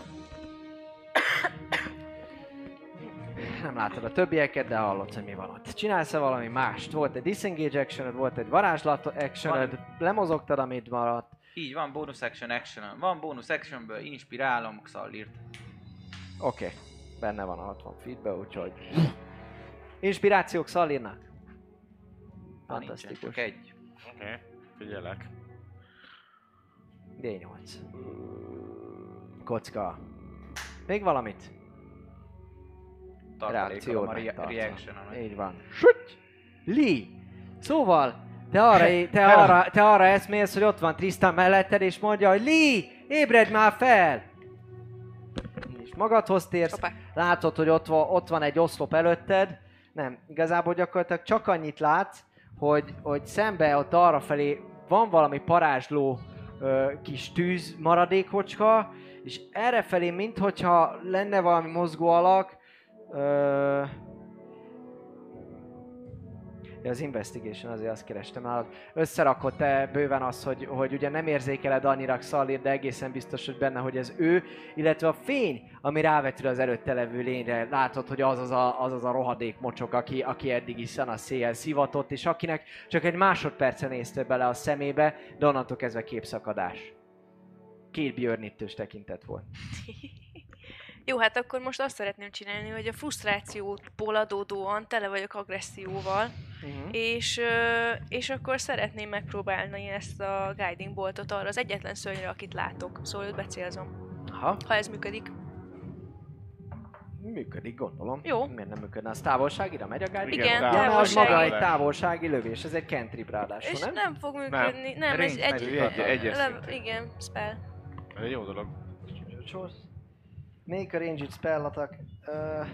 Nem látod a többieket, de hallod, hogy mi van ott. Csinálsz-e valami mást? Volt egy disengage actionod, volt egy varázslat actionod, lemozogtad, amit maradt. Így van, bonus action action. Van bonus actionből, inspirálom Xallírt. Oké, okay. Benne van a hatvan feetbe, úgyhogy... Inspirációk Szallírnak. Ha nincsen, Fantasztikus. csak egy. Oké, okay. Figyelek. dé nyolc. Kocka. Még valamit? Tartalékolom a Reakciót rea- megtartva. reaction-on. Így van. Süty! Lee! Szóval, te arra, te, arra, te arra eszmélsz, hogy ott van Tristan melletted, és mondja, hogy Lee! Ébredj már fel! És magadhoz térsz, Hoppá. látod, hogy ott van, ott van egy oszlop előtted. Nem, igazából gyakorlatilag csak annyit látsz, hogy, hogy szembe ott arrafelé van valami parázsló ö, kis tűz maradékocska, és errefelé, minthogyha lenne valami mozgó alak, ö, ja, az investigation, azért azt kerestem nálad. Összerakott te bőven az, hogy, hogy ugye nem érzékeled annyira Xallir, de egészen biztos, hogy benne, hogy ez ő, illetve a fény, ami rávetül az előtte levő lényre, látod, hogy az az a, az, az a rohadék mocsok, aki, aki eddig is a széjjel szivatott, és akinek csak egy másodperce nézte bele a szemébe, de onnantól kezdve képszakadás. Két björnittős tekintet volt. Jó, hát akkor most azt szeretném csinálni, hogy a frusztrációból adódóan tele vagyok agresszióval, Uh-huh. és, ö, és akkor szeretném megpróbálni ezt a guiding boltot arra az egyetlen szörnyre, akit látok. Szóval őt becélzom, Aha. ha ez működik. Működik, gondolom. Jó. Miért nem működne? Az távolságira megy a guide? Igen, Ja, mert az távolsági. maga egy távolsági lövés, ez egy cantrip ráadásul, És nem? nem fog működni. Nem, nem ez Range egy... magic. Egy, egyes le- szintű. igen, spell. Ez egy jó dolog. Make a ranged spell attack. Uh,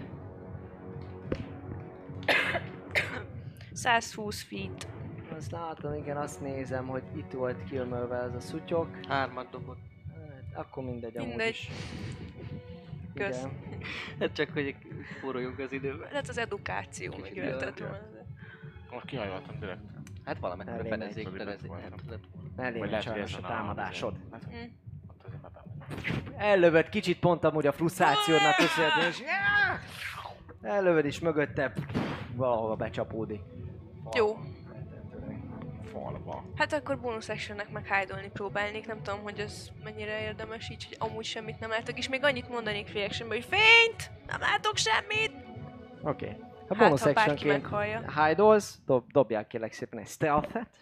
százhúsz feet. azt látom, igen, azt nézem, hogy itt volt kilmölve ez a szutyok. Hármat dobott. Hát, akkor mindegy, amúgy Mindegy. is. Kösz. Igen. Hát csak, hogy forruljunk az időben. Hát az edukáció Kicsit meg jöhetett jön. volna. Most kihajoltam direkt. Hát valamekkora Elé fedezzék, megy. fedezzék. Vagy Hát, tudod. Elég Vagy lehet, hogy sajnos a ezen támadásod. Hát, Hm. ott azért bebem. Ellövöd kicsit pont amúgy a frusztrációdnak köszönhetően, és ellövöd is mögötte valahova becsapódik. Jó. Falba. Hát akkor bonus actionnek meg hide próbálnék, nem tudom, hogy ez mennyire érdemes így, hogy amúgy semmit nem látok, és még annyit mondanék free actionben, hogy fényt! Nem látok semmit! Oké. Okay. A Hát, bonus ha bárki actionként meghallja. hide-olsz, dob, dobják kérlek szépen egy stealth-et.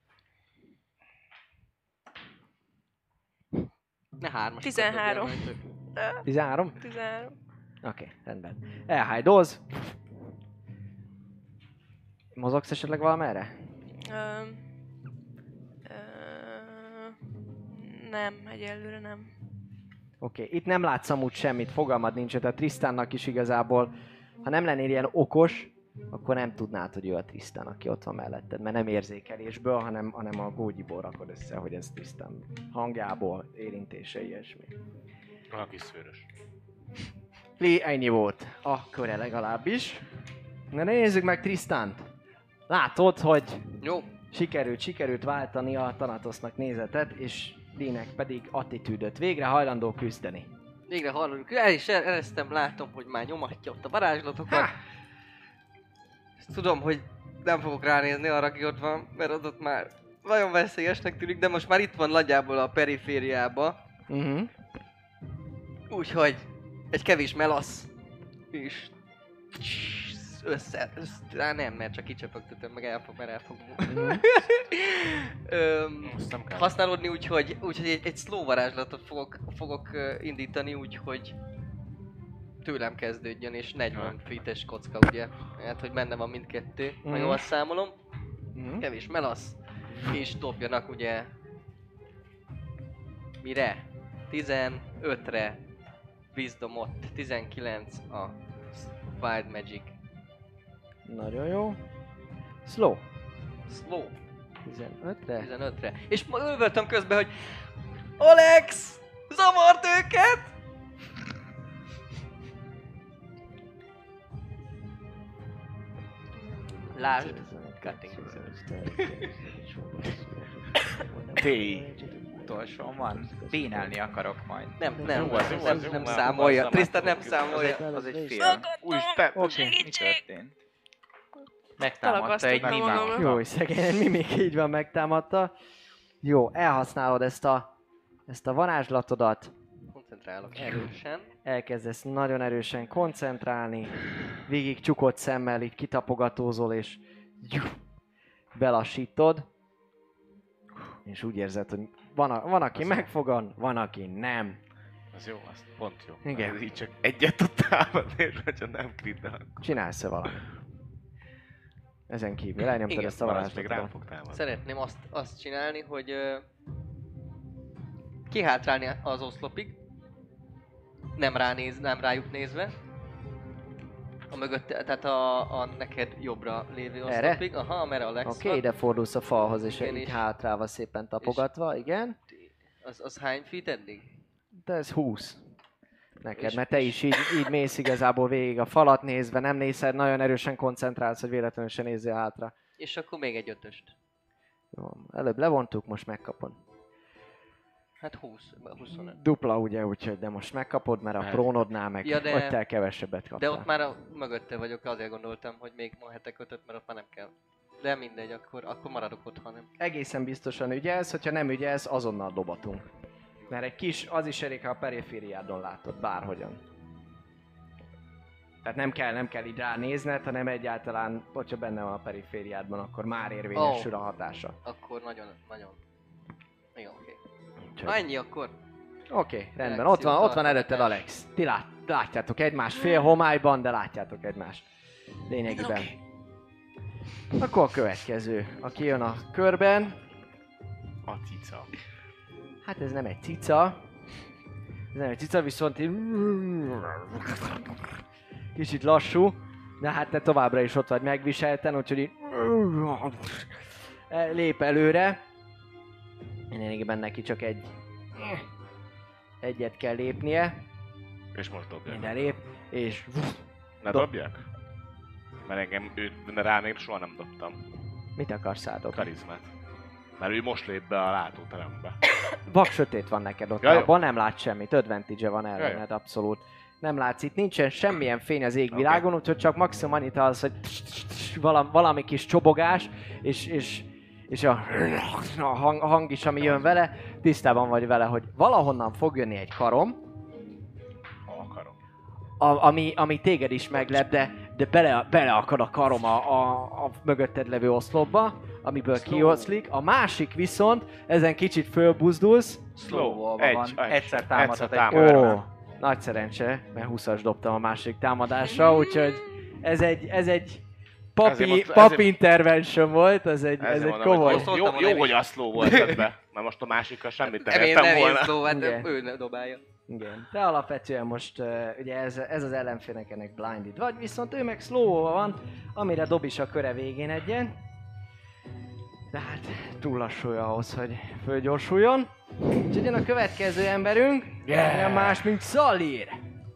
Ne hármas. tizenhárom. tizenhárom? tizenhárom. Oké, okay, rendben. Elhide-olsz. Mozogsz esetleg valamerre? Öm, ö, nem, egyelőre nem. Oké, okay. Itt nem látsz amúgy semmit, fogalmad nincs, tehát Tristannak is igazából, ha nem lennél ilyen okos, akkor nem tudnád, hogy ő a Tristan, aki ott van melletted, mert nem érzékelésből, hanem, hanem a gógyiból rakod össze, hogy ez Tristan hangjából, érintése, ilyesmi. A kis szőrös. Li, ennyi volt. Akkor legalábbis. Na nézzük meg Tristant. Látod, hogy Jó. sikerült, sikerült váltani a Thanatosnak nézetet, és Lee-nek pedig attitűdöt. Végre hajlandó küzdeni. Végre hallunk. El is er- eresztem, látom, hogy már nyomatja ott a varázslatokat. Ha! Tudom, hogy nem fogok ránézni arra, aki ott van, mert az ott már nagyon veszélyesnek tűnik, de most már itt van nagyjából a perifériába. Uh-huh. Úgyhogy egy kevés melasz is össze, össze rá nem, mert csak kicsapogtatom, meg elfog, mert elfog. Öm, Azt nem kell. használódni, úgyhogy, úgyhogy egy, egy slow varázslatot fogok, fogok uh, indítani, úgyhogy tőlem kezdődjön, és negyven feet-es kocka, ugye? Hát, hogy benne van mindkettő, ha Mhm. jól számolom. Uh-huh. Kevés melasz, és dobjanak ugye... Mire? tizenötre Wisdomot, tizenkilenc a Wild Magic. Nagyon jó. Slow. Slow, tizenötre. tizenötre. És ma övöltöm közben, hogy Alex! Zavart őket! Lásd! Cutting. Téj. Utolsón van. Bénálni akarok majd. Nem, nem, Jó, az jó, nem, az jó, nem már számolja. azzal Tristan nem már számolja. Az egy fél. Úristen! Oké. Mi történt? Megtámadta egy Talakasztok magamra. mimát. Jó, szegény mimik így van, megtámadta. Jó, elhasználod ezt a, ezt a varázslatodat. Koncentrálok erősen. Elkezdesz nagyon erősen koncentrálni, végig csukott szemmel itt kitapogatózol, és belassítod. És úgy érzed, hogy van, a, van aki megfogan, van, aki nem. Az jó, az pont jó. Igen. Ez így csak egyet tud támadni, és hogyha nem kritál, akkor Csinálsz-e valamit? Ezen kívül elnyomtad Igen, ezt a van, az még rám varázslatodat. fog támadni. Szeretném azt, azt csinálni, hogy uh, kihátrálni az oszlopig. Nem ránéz, nem rájuk nézve. A mögött, tehát a, a neked jobbra lévő Erre? oszlopig. Aha, amerre Alex Oké, okay, van. ide fordulsz a falhoz, és Igen, így és- hátrálva szépen tapogatva, igen. Az, az hány feet eddig? De ez húsz. Neked, És- mert te is így, így mész igazából végig a falat nézve, nem nézed, nagyon erősen koncentrálsz, hogy véletlenül se nézzél hátra. És akkor még egy ötöst. Jó, előbb levontuk, most megkapod. Hát húsz, huszonöt. Dupla ugye, úgyhogy de most megkapod, mert a Mehet. prónodnál meg Ja, ja, de- ott te kevesebbet kaptál. De ott már a mögötte vagyok, azért gondoltam, hogy még ma hetek ötöt, mert ott már nem kell. De mindegy, akkor, akkor maradok otthon, nem? Egészen biztosan ügyelsz, hogyha nem ügyelsz, azonnal dobatunk. Mert egy kis, az is elég, ha a perifériádon látod, bárhogyan. Tehát nem kell, nem kell így ránézned, hanem egyáltalán, hogyha benne van a perifériádban, akkor már érvényesül Ó. a hatása. Akkor nagyon, nagyon... Jó, oké. Úgyhogy- Na ennyi akkor. Oké, okay, rendben. Reakció, Ott van, ott van előtted tartogatás. Alex. Ti lát, látjátok egymást fél homályban, de látjátok egymást. Lényegében. Akkor a következő, aki jön a körben. A cica. Hát ez nem egy cica. Ez nem egy cica, viszont így... Kicsit lassú. De hát te továbbra is ott vagy megviselten, úgyhogy így... Lép előre. Lényegében neki csak egy... Egyet kell lépnie. És most dobjak. Minden lép, és Ne Dob. dobjak? Mert engem őt rá még soha nem dobtam. mit akarsz rádobni? Karizmát. Mert ő most lép be a látóterembe. Vak sötét van neked ott, Ja, jó. abban nem látsz semmit, advantage van ellened, abszolút. Nem látsz, itt nincsen semmilyen fény az égvilágon, okay. Úgyhogy csak maximum annyit az, hogy valami, valami kis csobogás, és, és, és a, a, hang, a hang is, ami jön vele, tisztában vagy vele, hogy valahonnan fog jönni egy karom, Akarom. a, ami, ami téged is meglep, de, de bele, beleakad a karom a, a, a mögötted levő oszlopba, amiből kioszlik. A másik viszont, ezen kicsit fölbuzdulsz. Slow-val Egy, van, egy, egyszer támadhat egyszer egy támad. körben. Ó, nagy szerencse, mert húszas dobtam a másik támadásra, úgyhogy ez egy, ez egy papi, Ezért mond- papi ezért- intervention volt, ez egy, ez Ezért egy mondom, komoly. hogy jó, jó, jó, hogy a slow volt be. Mert most a másikkal semmit nem Nem én, értem nem én volna. szó, hát Igen. ő ne dobálja. Igen. De alapvetően most uh, ugye ez, ez az ellenfélnek ennek blinded vagy, viszont ő meg slow van, amire dob is a köre végén egyen. De hát túl lassú ahhoz, hogy fölgyorsuljon. Úgyhogy jön a következő emberünk, yeah. Nem más, mint Szalír.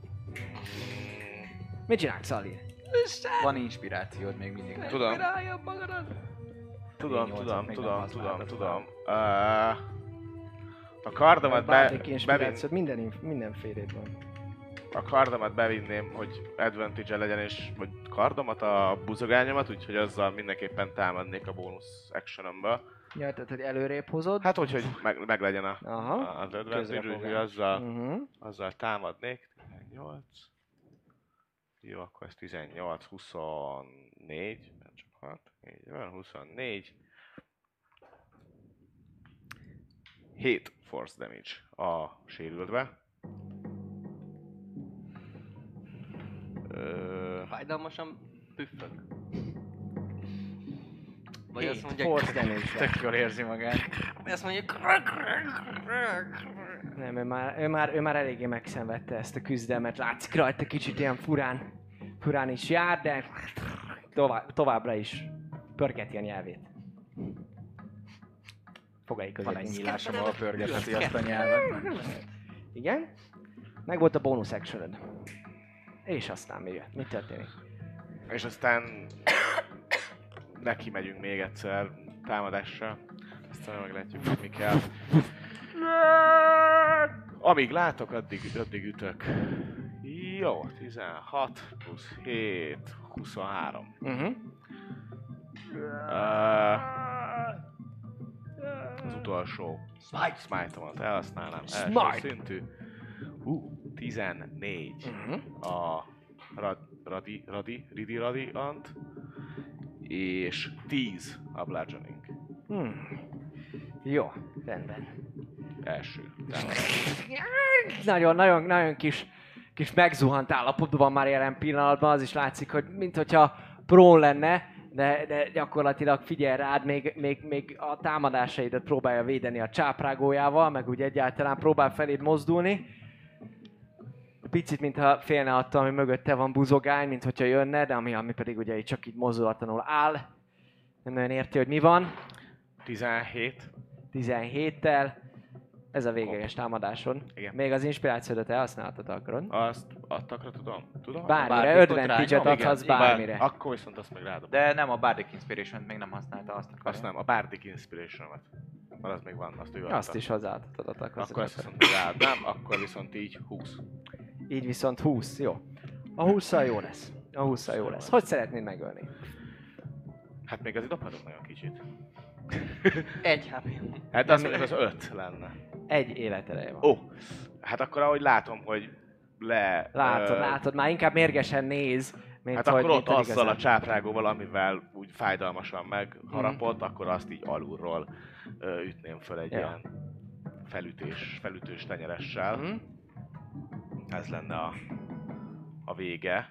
Mit csinál Szalír? Van inspirációd még mindig. nem? Tudom. Tudom, Én nyolcat tudom, még tudom, nem tudom, használtam. tudom. Uh, a kardomat be, Bárdik bevin, inspirációt, minden, inf- mindenfélét van. a kardomat bevinném, hogy advantage legyen, és vagy kardomat, a buzogányomat, úgyhogy azzal mindenképpen támadnék a bónusz actionomba. Ja, tehát, hogy előrébb hozod. Hát úgy, hogy meg, meg legyen a, Aha. az advantage, úgyhogy Közrefogás. azzal, Uh-huh. azzal támadnék. tizennyolc. Jó, akkor ez tizennyolc, huszonnégy, nem csak hat, így van, huszonnégy. hét force damage a sérültbe. Ö, Fájdalmasan püffög. Vagy azt Hét mondja, force damage. Tök jól érzi magát. vagy azt mondja, Nem, ő már, ő, már, ő már eléggé megszenvedte ezt a küzdelmet. Látszik rajta kicsit ilyen furán, furán is jár, de tovább, továbbra is pörgeti a nyelvét. Fogai között. Van egy nyílásom, ahol pörgetheti azt a nyelvet. Igen. Meg volt a bonus actioned. És aztán mi jött? Mi történik? és aztán neki megyünk még egyszer támadásra. Aztán meglátjuk, hogy mi kell. Amíg látok, addig, addig ütök. Jó, tizenhat plusz hét, huszonhárom. Uh-huh. Uh, az utolsó smite-omat elhasználnám. Első Smite. szintű. Uh, tizennégy Uh-huh. a rad, radi, radi, ridi radiant, és tíz a bludgeoning. Hmm. Jó, rendben. Első támadás. Nagyon, nagyon, nagyon kis, kis megzuhant állapotban van már jelen pillanatban, az is látszik, hogy mint hogyha prón lenne, de, de gyakorlatilag figyel rád, még, még, még a támadásaidat próbálja védeni a csáprágójával, meg úgy egyáltalán próbál feléd mozdulni. Picit, mintha félne attól, ami mögötte van buzogány, mint hogyha jönne, de ami, ami pedig ugye így csak így mozdulatlanul áll. Nem nagyon érti, hogy mi van. tizenhét. tizenhéttel. Ez a végeges támadásod. Igen. Még az inspirációdat elhasználhatod, akarod? Azt adtakra tudom? Tudom? Bármire, Bármikor advantage-et rányom, adhatsz igen, bármire. Bár, akkor viszont azt meg rádom. De nem a Bardic Inspiration-t még nem használta, azt akarja. Azt nem, a Bardic Inspiration-omat. Mert az még van, azt ő Azt is hozzáadhatod a takhoz. Akkor ezt viszont még ráadnám, akkor viszont így húsz. Így viszont húsz, jó. A hússzal jó lesz. A hússzal jó lesz. Hogy szeretnéd megölni? Hát még azért dobhatok nagyon kicsit. egy há pé. Hát az, az öt lenne. Egy életereje van. Ó, oh, hát akkor ahogy látom, hogy le... Látod, ö, látod, már inkább mérgesen néz, mint Hát hogy akkor ott mint hogy azzal a igazán. csáprágóval, amivel úgy fájdalmasan megharapott, akkor azt így alulról ö, ütném föl egy Ja. ilyen felütés, felütős tenyeressel. Mhm. Ez lenne a, a vége.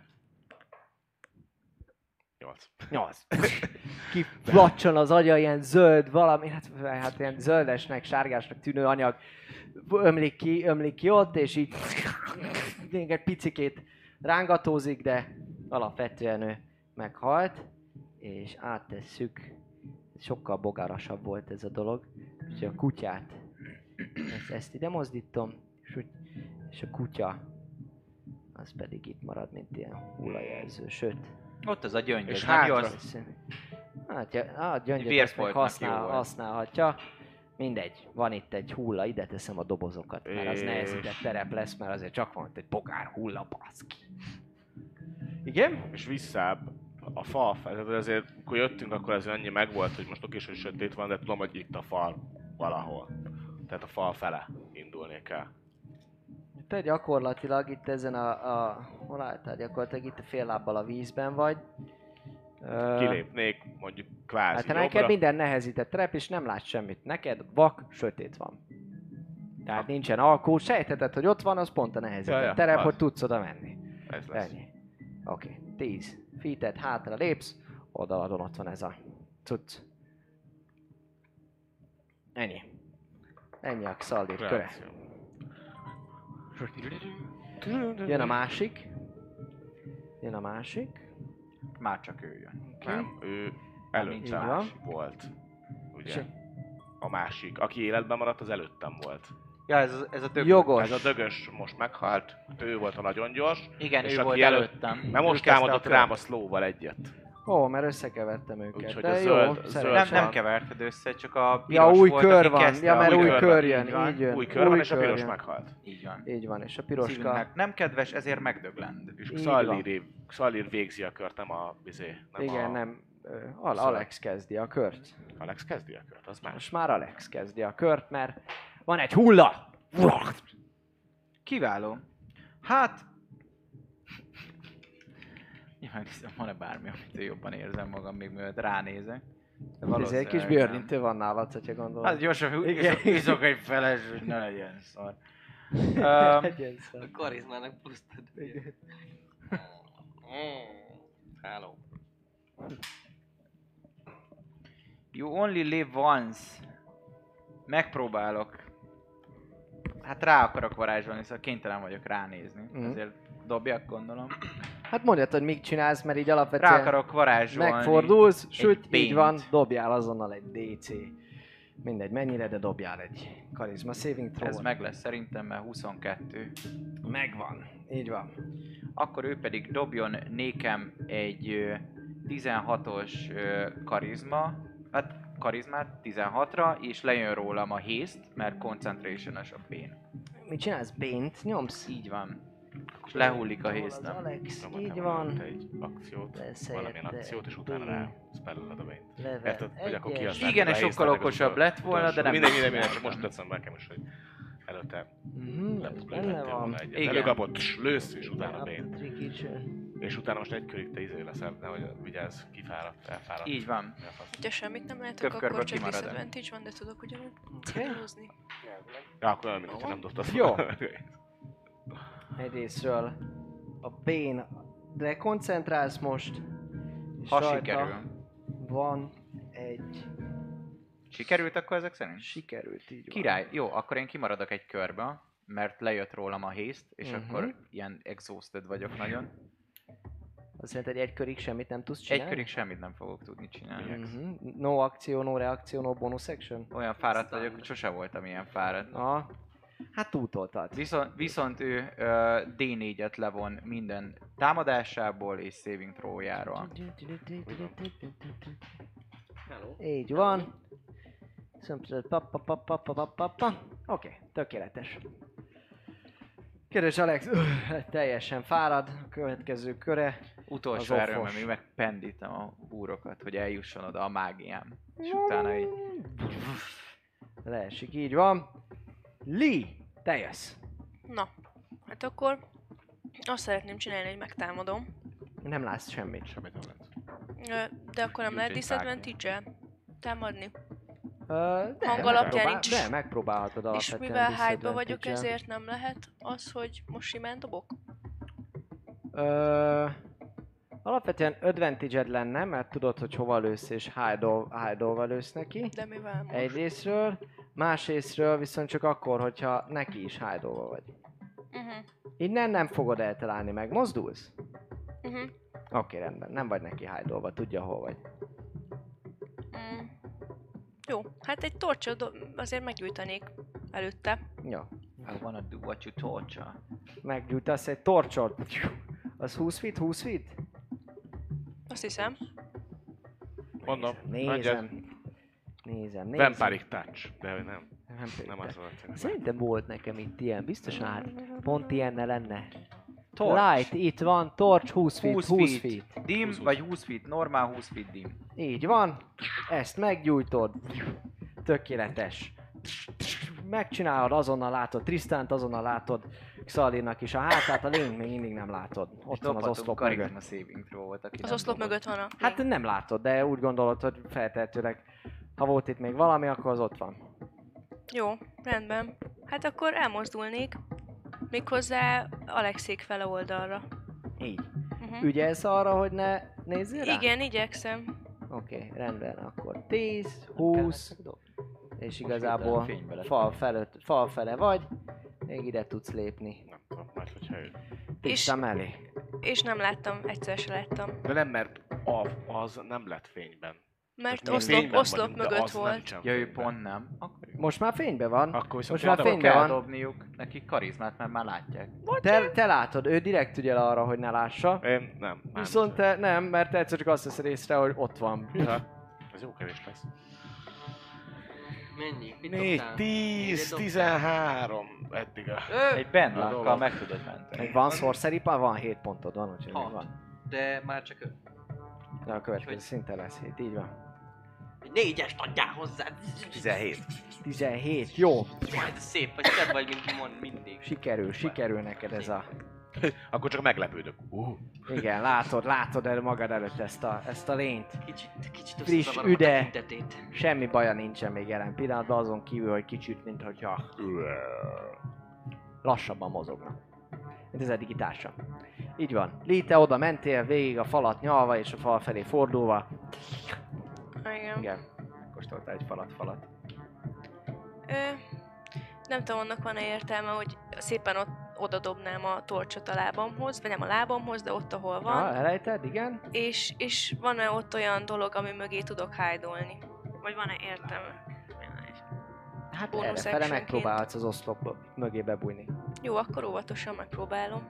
Nyolc. Nyolc. Kiflacson az agya, ilyen zöld valami, hát, hát ilyen zöldesnek, sárgásnak tűnő anyag ömlik ki, ömlik ki ott, és így még egy picikét rángatózik, de alapvetően ő meghalt, és áttesszük, sokkal bogárasabb volt ez a dolog, úgyhogy a kutyát, ezt, ezt ide mozdítom, és, úgy, és a kutya az pedig itt marad, mint ilyen hullajelző, sőt. Ott az a gyöngy, És ez nem jó, hátra. az... Hát, ja, a gyöngyöt ezt még Vérfoltnak használ, jó volt. használhatja. Mindegy, van itt egy hulla, ide teszem a dobozokat, mert az És- nehezített terep lesz, mert azért csak van itt egy bogár hulla, baszki. Igen? És visszább a fal fel, tehát azért, amikor jöttünk, akkor ez annyi megvolt, hogy most oké is, hogy sötét van, de tudom, hogy itt a fal valahol. Tehát a fal fele indulni kell. Te gyakorlatilag itt ezen a, a hol álltál? Gyakorlatilag itt a fél lábbal a vízben vagy. Ö, Kilépnék mondjuk kvázi Hát te jobbra. neked minden nehezített terep, és nem látsz semmit. Neked vak, sötét van. Tehát nincsen alkó, sejtheted, hogy ott van, az pont a nehezített Ja, ja, terep, az. hogy tudsz oda menni. Ez lesz. Ennyi. Oké, okay. tíz feet-et hátra lépsz, oldaladon ott van ez a cucc. Ennyi. Ennyi a Xaldir köre. Reakció. Jön a másik. Jön a másik. Már csak ő jön. Nem, ő Így előttem van. volt. Ugye? És- A másik. Aki életben maradt, az előttem volt. Ja, ez, a- ez a több... Jogos. Ez a dögös most meghalt. Ő volt a nagyon gyors. Igen, És ő aki volt elő- előttem. Mert most Ő kezdte támadott a rám kört. a slow-val egyet. Ó, mert összekevertem őket. Úgyhogy de a jó, zöld- zöld szerencsé. Nem, nem van. keverted össze, csak a Ja, piros új volt, kör aki van. kezdte Ja, a- mert új új kör kör van, jön, így van. így jön. Új kör van, és a kör piros jön. meghalt. Így van. Így van, és a piroska... Szívünknek nem kedves, ezért megdöglend. És Így Xallir, Xallir végzi a kört, nem a bizé. Nem Igen, a... nem. ö, Al- Szóval- Alex kezdi a kört. Alex kezdi a kört, az más. Most már Alex kezdi a kört, mert van egy hulla! Kiváló. Hát... Nyilván hiszem, van-e bármi, amit jobban érzem magam, még mielőtt ránézek. De Ez egy valószínűleg kis nem. bőrintő van nálad, hogyha gondolod. Hát gyorsan Igen. iszok egy feles, hogy ne legyen szar. Um, Legyen szar. A karizmának plusztad. Igen. Hello. You only live once. Megpróbálok. Hát rá akarok varázsolni, szóval kénytelen vagyok ránézni. Mhm. Ezért dobjak, gondolom. Hát mondjad, hogy mit csinálsz, mert így alapvetően Rá akarok varázsolni. megfordulsz, sőt, így pént. van, dobjál azonnal egy dé cé. Mindegy, mennyire, de dobjál egy karizma saving throw. Ez meg lesz szerintem, mert huszonkettő. Megvan, így van. Akkor ő pedig dobjon nékem egy ö, tizenhatos ö, karizma, hát karizmát tizenhatra, és lejön rólam a haste, mert concentration-os a pain. Mit csinálsz? Bént nyomsz? Így van. És lehullik a Az haste. Alex, Tudom, így hogy van. te egy akciót, Lesz valamilyen helyette akciót, és utána Bane. rá spelleled a Bane. Level Érted, hogy akkor egyes. kihasználod Igen, a és haste-et, sokkal meg az okosabb utol- lett volna, de utolsó. nem Mindegy, mindegy, mindegy, csináltam. csak most tetszem nekem is, hogy előtte Mhm, ez benne lelőttél van. volna egyet. Igen. Előkapott, tss, lősz, és utána Bane. Tricky csin. És utána most egy körig te izé leszel, nehogy vigyázz, kifáradt, elfáradt. Így van. Elfasz. Ha semmit nem látok, Köpkörből akkor csak kimarad-e? disadvantage van, de tudok ugyanúgy Oké. célozni. Ja, akkor olyan, mint hogyha nem dobtad. Jó. Egyrésztről a Bane, de koncentrálsz most. És Ha rajta sikerül. Van egy... Sikerült akkor ezek szerint? Sikerült, így van. Király. Jó, akkor én kimaradok egy körbe, mert lejött rólam a haste, és Mhm. akkor ilyen exhausted vagyok nagyon. Azt jelenti, hogy egy körig semmit nem tudsz Egy csinálni? körig semmit nem fogok tudni csinálni. Mhm. No akció, no reakció, no bonus action? Olyan fáradt vagyok, hogy sose voltam ilyen fáradt. Aha. Hát túltoltad. Viszont, viszont ő ö, dé négyet levon minden támadásából és saving throw-járól. Hello. Így van. Szömpszöd, pa, pa, pa, pa, pa, pa, pa, pa. Oké, tökéletes. Kedves Alex, öh, teljesen fárad, a következő köre. Utolsó Az erőmmel offos. még megpendítem a húrokat, hogy eljusson oda a mágiám. És utána így... Leesik, így van. Lee, te jössz. Na, hát akkor azt szeretném csinálni, hogy megtámadom. Nem látsz semmit. Semmit nem lehet. Ö, De akkor nem Nincs lehet egy disadvantage-el támadni. Ö, de, Hang alapján megpróbál- nincs. De, megpróbálhatod És alapvetően mivel hide-ba vagyok, disadvantage-el. ezért nem lehet az, hogy most simán dobok? Ö, alapvetően advantage-ed lenne, mert tudod, hogy hova lősz és hide-ol- hide-olva lősz neki. De mivel most? Egy részről, más részről viszont csak akkor, hogyha neki is hide-olva vagy. Uh-huh. Innen nem fogod eltalálni, megmozdulsz? Uh-huh. Oké, rendben, nem vagy neki hide-olva, tudja hol vagy. Mm. Jó, hát egy torcsot do- azért meggyújtanék előtte. Jó. I wanna do what you torture. Meggyújtasz egy torcsot. Az húsz feet, húsz feet? Azt hiszem. Mondom, Nézem. mondjad. Nézem, nézem. Vampiric Touch, de nem, Nem, nem az volt. szerintem. Szerintem volt nekem itt ilyen, biztosan hát pont ilyenne lenne. Torch. Light, itt van, torch, húsz feet, húsz húsz feet. feet. Dim, húsz, húsz. vagy húsz feet, normál húsz feet dim. Így van, ezt meggyújtod. Tökéletes. Megcsinálod, azonnal látod Tristant, azonnal látod Xalinnak is a hátát, a lényt még mindig nem látod. Ott van az oszlop mögött. Karizma saving throw volt, aki Az nem oszlop dobott. mögött van a... Hát nem látod, de úgy gondolod, hogy feltehetőleg, ha volt itt még valami, akkor az ott van. Jó, rendben. Hát akkor elmozdulnék. Méghozzá Alexék fele oldalra. Így. Uh-huh. Ügyelsz arra, hogy ne nézzél rá? Igen, igyekszem. Oké, okay, rendben, akkor tíz, húsz, és igazából fénybe lett. fal, felett, fal fele vagy, még ide tudsz lépni. Nem tudom, majd hogyha ő. Tiszta mellé. És nem láttam, egyszer se láttam. De nem, mert a, az nem lett fényben. Mert Mi oszlop, fényben oszlop vagyunk, de mögött az volt. nincsen Ja, ő fényben. pont nem. Akkor jó. Most már fényben van. Akkor viszont Most már Akkor fényben kell van. dobniuk nekik karizmát, mert már látják. Te, te látod, ő direkt ügyel arra, hogy ne lássa. Én nem. nem. Viszont te nem, mert te egyszer csak azt veszed észre, hogy ott van. Ja, ez jó kevés lesz. Mennyi? Mit négy, dobtál? tíz, Négyet dobtál? tizenhárom eddig a... Ö, Egy bandluckkal dolog. meg tudod menteni. Még van sorcery, van hét pontod van, úgyhogy még Hat. van. De már csak öt. De a következő Úgyhogy- szinten lesz hét, így van. Egy négyest adjál hozzá! tizenhét. tizenhét, jó. Jaj, de szép vagy, szebb vagy, mint mond mindig. Sikerül, sikerül neked ez a... Akkor csak meglepődök. Uh. Igen, látod, látod el magad előtt ezt a, ezt a lényt. Kicsit, kicsit Friss, összezavarom a üde. tekintetét. Semmi baja nincsen még jelen pillanatban, azon kívül, hogy kicsit, mint hogyha lassabban mozogna. Mint az eddigi társa. Így van. Lite, oda mentél, végig a falat nyalva és a fal felé fordulva. Igen. Igen. Kóstoltál egy falat, falat. Ö, nem tudom, annak van-e értelme, hogy szépen ott oda dobnám a torcsot a lábamhoz, vagy nem a lábamhoz, de ott, ahol van. Ja, elejted, igen. És, és van-e ott olyan dolog, ami mögé tudok hide-olni? Vagy van-e értelme? Hát Bonus errefele actionként. megpróbálhatsz az oszlop mögé bebújni. Jó, akkor óvatosan megpróbálom.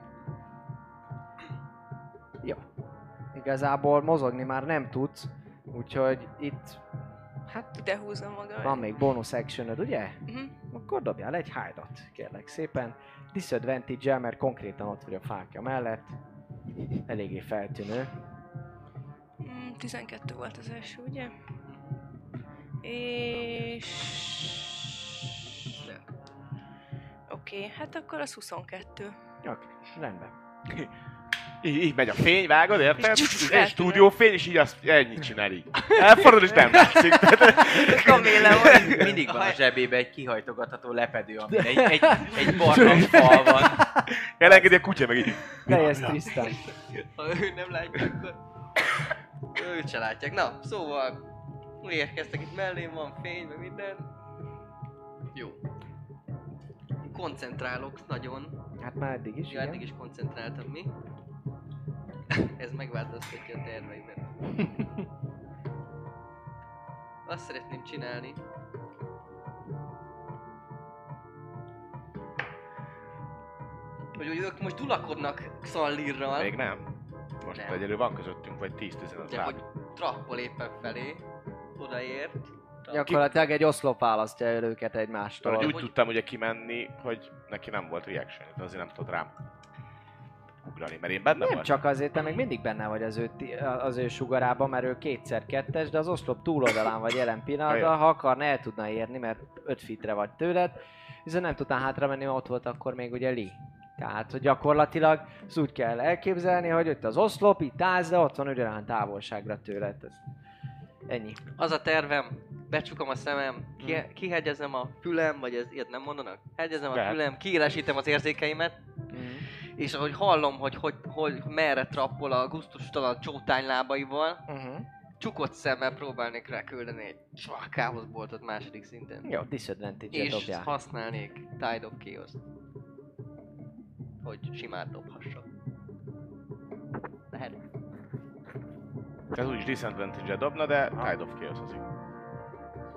Jó. Igazából mozogni már nem tudsz, úgyhogy itt, hát Ide húzom magam. van még bonus actionöd, ugye? Uh-huh. Akkor dobjál egy hide-ot, kérlek szépen. Disadvantage-el, mert konkrétan ott vagy a fákja mellett. Eléggé feltűnő. Mm, tizenkettő volt az első, ugye? És... Oké, okay, hát akkor az huszonkettő. Oké, okay, rendben. Így, így megy a fény, vágod, érted? És Egy stúdiófény, és így azt ennyit csinál így. Elfordul, és nem látszik. Kamélem vagy. Mindig van a zsebébe egy kihajtogatható lepedő, ami egy, egy, egy barna fal van. Elengedi a kutya, meg így. Teljes Tristan. Ha ő nem látja, akkor őt se látják. Na, szóval érkeztek itt mellém, van fény, meg minden. Jó. Koncentrálok nagyon. Hát már eddig is, Ja, eddig igen. is koncentráltam, mi? Ez megváltoztatja a terveimet. Azt szeretném csinálni. Hogy, hogy ők most dulakodnak Xallirral, Még nem. Most Nem. egyelőre van közöttünk, vagy tíz-tizenöt de láb. hogy trappol éppen felé, odaért. Gyakorlatilag egy oszlop választja el őket egymástól. Vagy úgy hogy- tudtam ugye kimenni, hogy neki nem volt reaction, de azért nem tudod rám ugrani, mert én benne Nem voltam. csak azért, te még mindig benne vagy az ő, ti- az ő sugarában, mert ő kétszer kettes, de az oszlop túloldalán vagy jelen pillanatban, ha akarna el tudna érni, mert öt feetre vagy tőled, viszont nem tudtál hátra menni, mert ott volt akkor még ugye Lee. Tehát, hogy gyakorlatilag ezt úgy kell elképzelni, hogy ott az oszlop, itt állsz, de ott van ugyanolyan távolságra tőled. Ez- Ennyi. Az a tervem, becsukom a szemem, ki, kihegyezem a fülem, vagy ez ilyet nem mondanak? Hegyezem a Lehet. fülem, kiélesítem az érzékeimet, és ahogy hallom, hogy, hogy, hogy merre trappol a gusztustalan csótány lábaival, Uh-huh. csukott szemmel próbálnék rá küldeni egy csakához boltot második szinten. Jó, disadvantage-et És dobjál. használnék Tide of Chaos-t. Hogy simán dobhassak. Lehet. Ez úgyis disadvantage-e dobna, de Tide of Chaos az így.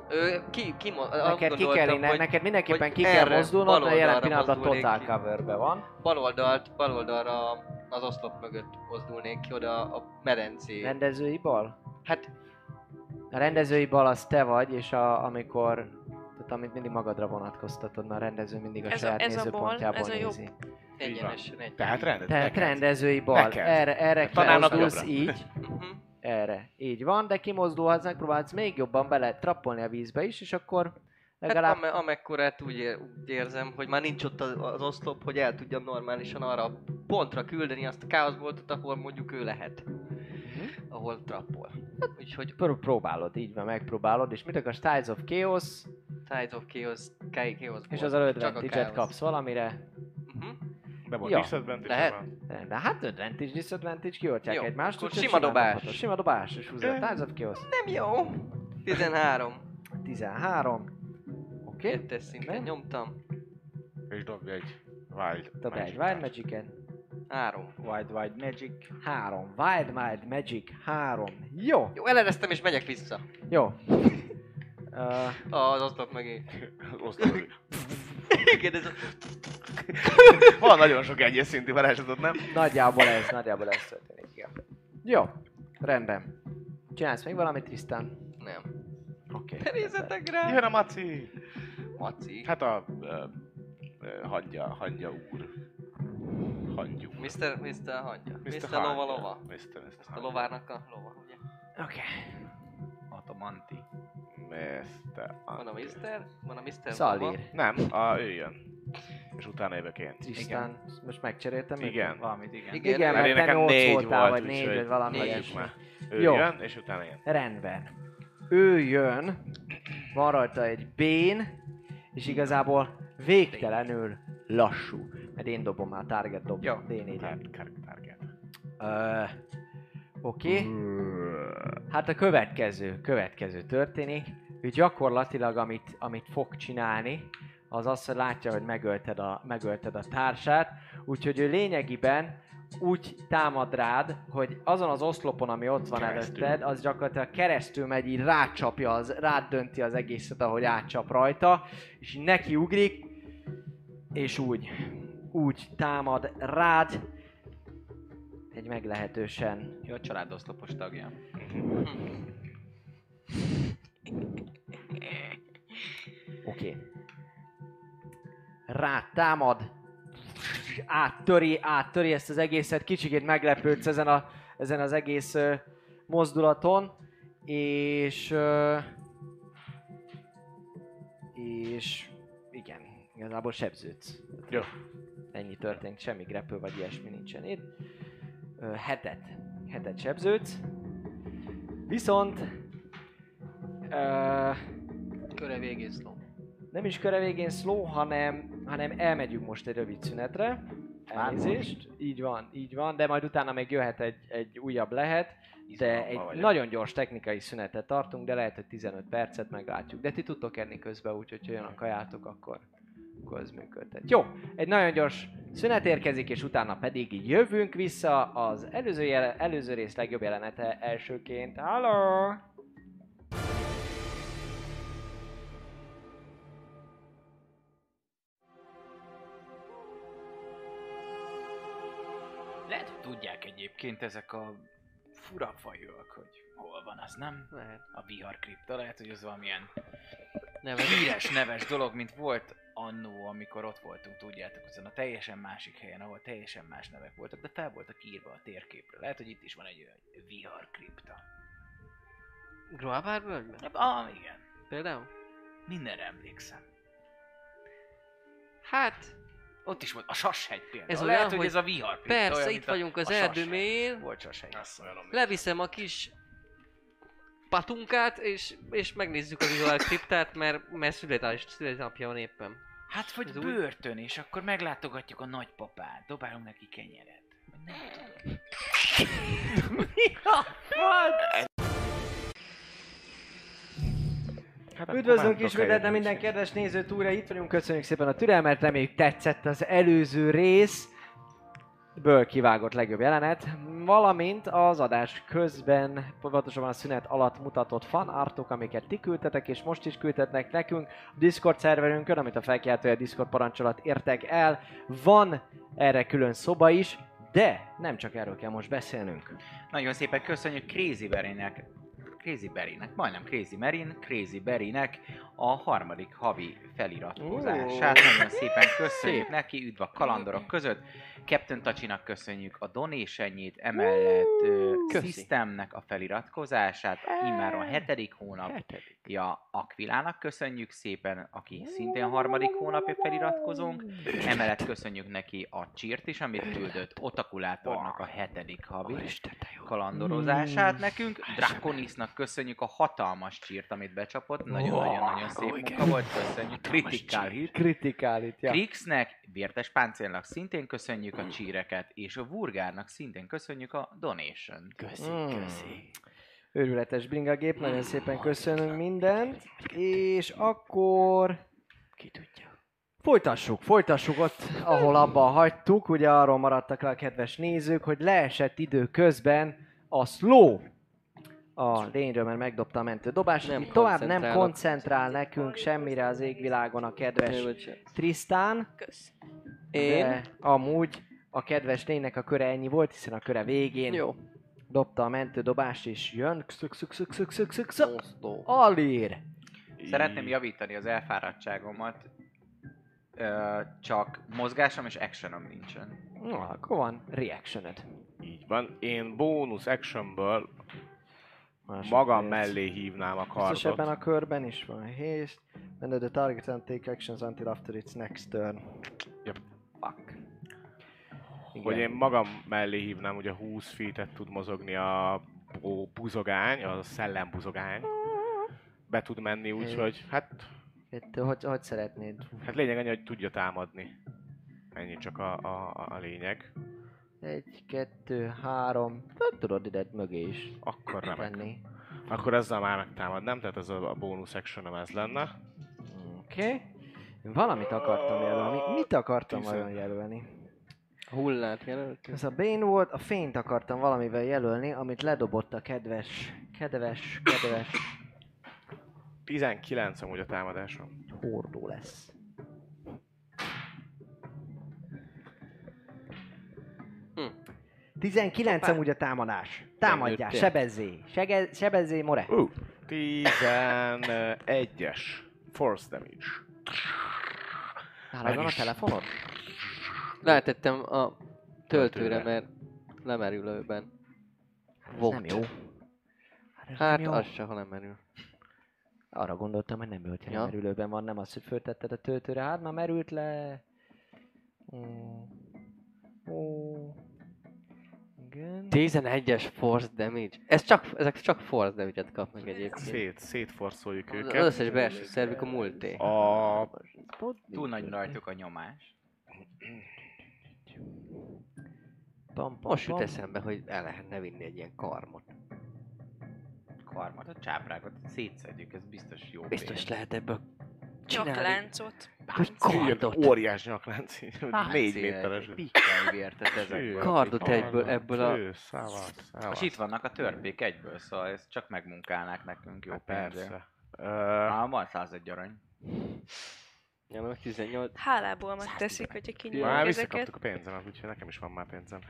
Ö, ki, ki, mo- Neked ki kell innen, neked mindenképpen ki kell erre, mozdulnod, mert jelen bal pillanatban mozdulnék totál ki. coverbe van. Bal oldalt, bal oldalra az oszlop mögött mozdulnék ki oda a medencé. Rendezői bal? Hát A rendezői bal az te vagy, és a, amikor... Tehát amit mindig magadra vonatkoztatod, mert a rendező mindig a Ez a- saját ez a bal, nézőpontjából ez a jobb. nézi. egyenesen egy. Tehát rendet. Tehát neked. rendezői bal, Neked. erre, erre Tanárnak kimozdulsz jobbra. így, Uh-huh. erre, így van, de kimozdulhatsz, megpróbálsz még jobban bele trappolni a vízbe is, és akkor Hát legalább... ame, amekkorát úgy, ér, úgy érzem, hogy már nincs ott az, az oszlop, hogy el tudjam normálisan arra a pontra küldeni azt a káoszboltot, ahol mondjuk ő lehet. Ahol trappol. Úgyhogy Pró- próbálod, így van, megpróbálod, és mit akarsz? Tides of Chaos, Tides of Chaos, Chaos, Chaos és volt, az a csak a advantage-et káosz. kapsz valamire. Uh-huh. De van Ja. disadvantage Lehet. van. Rendben, hát advantage, disadvantage, kioltják Jó, egymást, akkor úgyhogy sima simán dobás. dobhatod. Sima dobás, és húzod. Tides of Chaos. Nem jó! tizenhárom. tizenhárom. Oké, okay. Kettes szinten Nem. nyomtam. És dobj egy wild. dobj egy Magic Wild Touch. Magic-en. Három. Wild Wild Magic. Három. Wild Wild Magic. Három. Jó. Jó, eleresztem és megyek vissza. Jó. Uh, Az oszlop mögé. Osztom. Igen, ez a... Van nagyon sok egyes szintű varázslatot, nem? nagyjából ez, nagyjából ez történik, igen. Jó. Rendben. Csinálsz még valamit, Tristan? Nem. Oké. Okay. Nézzetek rá! Jön a Maci! Maci. Hát a... ö, ö, hagyja, hagyja úr. Hagyjuk. miszter miszter Hagyja. miszter Hagyja. Lova Lova. miszter miszter A lovárnak a lova, ugye? Oké. Okay. Atomanti. miszter Van a miszter, van a miszter Szalír. Nem, a, ő jön. És utána jövök én. Tristan. Most megcseréltem őket? Igen. Valamit, igen. Igen. Igen, Mert mert én te nekem nyolc négy voltál, volt, vagy négy, úgyhogy vagy valami négy ilyesmi. már. Ő Jó. jön, és utána én. Rendben. Ő jön, van rajta egy bén, és igazából végtelenül lassú. Mert én dobom már a target dob. Jó. dé négy. Tar- tar- target. Ö, Oké. Hát a következő, következő történik. Ő gyakorlatilag, amit, amit fog csinálni, az az, hogy látja, hogy megölted a, megölted a társát. Úgyhogy ő lényegiben úgy támad rád, hogy azon az oszlopon, ami ott van Keresztül. előtted, az gyakorlatilag keresztül megy, így rácsapja, az, rád dönti az egészet, ahogy átcsap rajta, és így neki ugrik, és úgy, úgy támad rád, egy meglehetősen... Jó, a családoszlopos tagja. Oké. Okay. Rád támad, áttöri, áttöri ezt az egészet, kicsikét meglepődsz ezen, a, ezen az egész uh, mozdulaton, és... Uh, és... igen, igazából sebződsz. Jó. Ennyi történt, semmi grapple vagy ilyesmi nincsen itt. Uh, hetet. Hetet sebződsz. Viszont... Uh, Köre végén slow. nem is köre végén slow, hanem, hanem elmegyünk most egy rövid szünetre. Elnézést. Így van, így van, de majd utána még jöhet egy, egy újabb lehet. De egy vagyok. nagyon gyors technikai szünetet tartunk, de lehet, hogy tizenöt percet meglátjuk. De ti tudtok enni közben, úgyhogy ha jön a kajátok, akkor, akkor az működhet. Jó, egy nagyon gyors szünet érkezik, és utána pedig így jövünk vissza az előző, jele, előző rész legjobb jelenete elsőként. Halló! Lehet, hogy tudják egyébként ezek a fura fajok, hogy hol van az, nem? Lehet. A viharkripta, lehet, hogy az valamilyen Neves. híres, neves dolog, mint volt annó, amikor ott voltunk, tudjátok, azon a teljesen másik helyen, ahol teljesen más nevek voltak, de fel voltak írva a térképre. Lehet, hogy itt is van egy olyan viharkripta. Groavárvölgyben? Ah, igen. Például? Mindenre emlékszem. Hát, Ott is volt a Sashegy például. Ez Lehet, olyan, hogy, hogy ez a viharkripta. persze, olyan, itt mint a- vagyunk az a erdő Sashegy. mélyén. Volt Sashegy. leviszem a kis patunkát, és, és megnézzük a visual kriptát, mert, mert születás, születésnapja van éppen. Hát, vagy Ez úgy- börtön, és akkor meglátogatjuk a nagypapát. Dobálunk neki kenyeret. Vagy nem tudom. Hát akkor Üdvözlünk nem tudok ismételten eljönni, minden úgyhogy- kedves nézőt, újra itt vagyunk, köszönjük szépen a türelmet, reméljük tetszett az előző rész. ből kivágott legjobb jelenet, valamint az adás közben, pontosabban a szünet alatt mutatott fanartok, amiket ti küldtetek, és most is küldtetnek nekünk a Discord szerverünkön, amit a felkiáltója Discord parancsolat értek el. Van erre külön szoba is, de nem csak erről kell most beszélnünk. Nagyon szépen köszönjük Crazy Berrynek, Crazy Berrynek, majdnem Crazy Merin, Crazy Berrynek a harmadik havi feliratkozását. Nagyon szépen köszönjük neki, üdv a kalandorok között. Captain Tacsinak köszönjük a donation-jét, emellett uh, Systemnek a feliratkozását, immáron hetedik hónapja Aquilának köszönjük szépen, aki szintén harmadik hónapja feliratkozónk. Emellett köszönjük neki a csírt is, amit küldött Otakulátornak a hetedik havi kalandorozását nekünk. Draconisnak köszönjük a hatalmas csírt, amit becsapott, nagyon-nagyon-nagyon szép munka volt, köszönjük. Critical Hit. Critical Hit, ja. Krixnek, Vértes Páncélnak szintén köszönjük a csíreket, és a Vurgárnak szintén köszönjük a donation. Köszi, mm. köszi. Őrületes bringagép, nagyon szépen köszönünk mindent, és akkor... Ki tudja. Folytassuk, folytassuk ott, ahol abba hagytuk, ugye arról maradtak le a kedves nézők, hogy leesett idő közben a slow a lényről, mert megdobta a mentő dobást, nem tovább nem koncentrál nekünk semmire az égvilágon a kedves Tristan. Kösz. De amúgy a kedves lénynek a köre ennyi volt, hiszen a köre végén Jó. dobta a mentődobást, és jön szük szük szük szük szük szük szük Alir! Szeretném javítani az elfáradtságomat, Ö, csak mozgásom és actionom nincsen. Na, akkor van reactioned. Így van. Én bónusz actionből magam mellé hívnám a Biztos kardot. ebben a körben is van haste. When the target and take actions until after its next turn. Yep. Fuck. Hogy én magam mellé hívnám, ugye húsz feet-et tud mozogni a buzogány, a szellembuzogány. Be tud menni úgyhogy, hát... Itt, hogy, hogy szeretnéd? Hát lényeg annyi, hogy tudja támadni. Ennyi csak a, a, a lényeg. Egy, kettő, három... Tudod ide mögé is Akkor remek. tenni. Akkor ezzel már megtámadnám, tehát ez a, a bónusz actionom ez lenne. Oké. Okay. Valamit akartam jelölni. Mit akartam Tizen. vajon jelölni? Hullát jelölt? Ez a Bane volt, a fényt akartam valamivel jelölni, amit ledobott a kedves, kedves, kedves tizenkilenc amúgy a támadásom. hordó lesz. Hm. tizenkilenc amúgy a támadás. Támadjál, Megnőttél. sebezzé. Sege, sebezzé, more. Uh, tizenegyes. Force damage. Nálad van a is. telefonod? Rátettem a töltőre, Töltőre. mert lemerülőben. Ez Volt. nem jó. Ez Hát nem jó. az se, ha nem merül. Arra gondoltam, hogy nem jó, hogyha Ja. merülőben van, nem az, hogy föltetted a töltőre. Hát már merült le. Ó. Ó. Igen. tizenegyes force damage. Ez csak, ezek csak force damage-et kapnak egyébként. Szét, szétforszoljuk Az őket. összes belső szervük a multé. A... Túl nagy rajtuk a nyomás. Pam, pam, Most jut pam. eszembe, hogy el lehetne vinni egy ilyen karmot. Karmat, a csáprákat szétszedjük, ez biztos jó Biztos pénz. lehet ebből csinálni. Nyakláncot. Hogy Ilyen kardot. óriás nyaklánc, négy Páncél, méteres. Pikkelj érted ezekből. Kardot egyből, ebből a... Fő, szávasz, És szávasz. itt vannak a törpék egyből, szóval ezt csak megmunkálnák nekünk jó Hát pénzért. persze. Ö, Már van százegy arany. Ja, meg tizennyolc. Hálából megteszik, hogyha kinyúljuk Már ezeket. visszakaptuk a pénzemet, úgyhogy nekem is van már pénzem.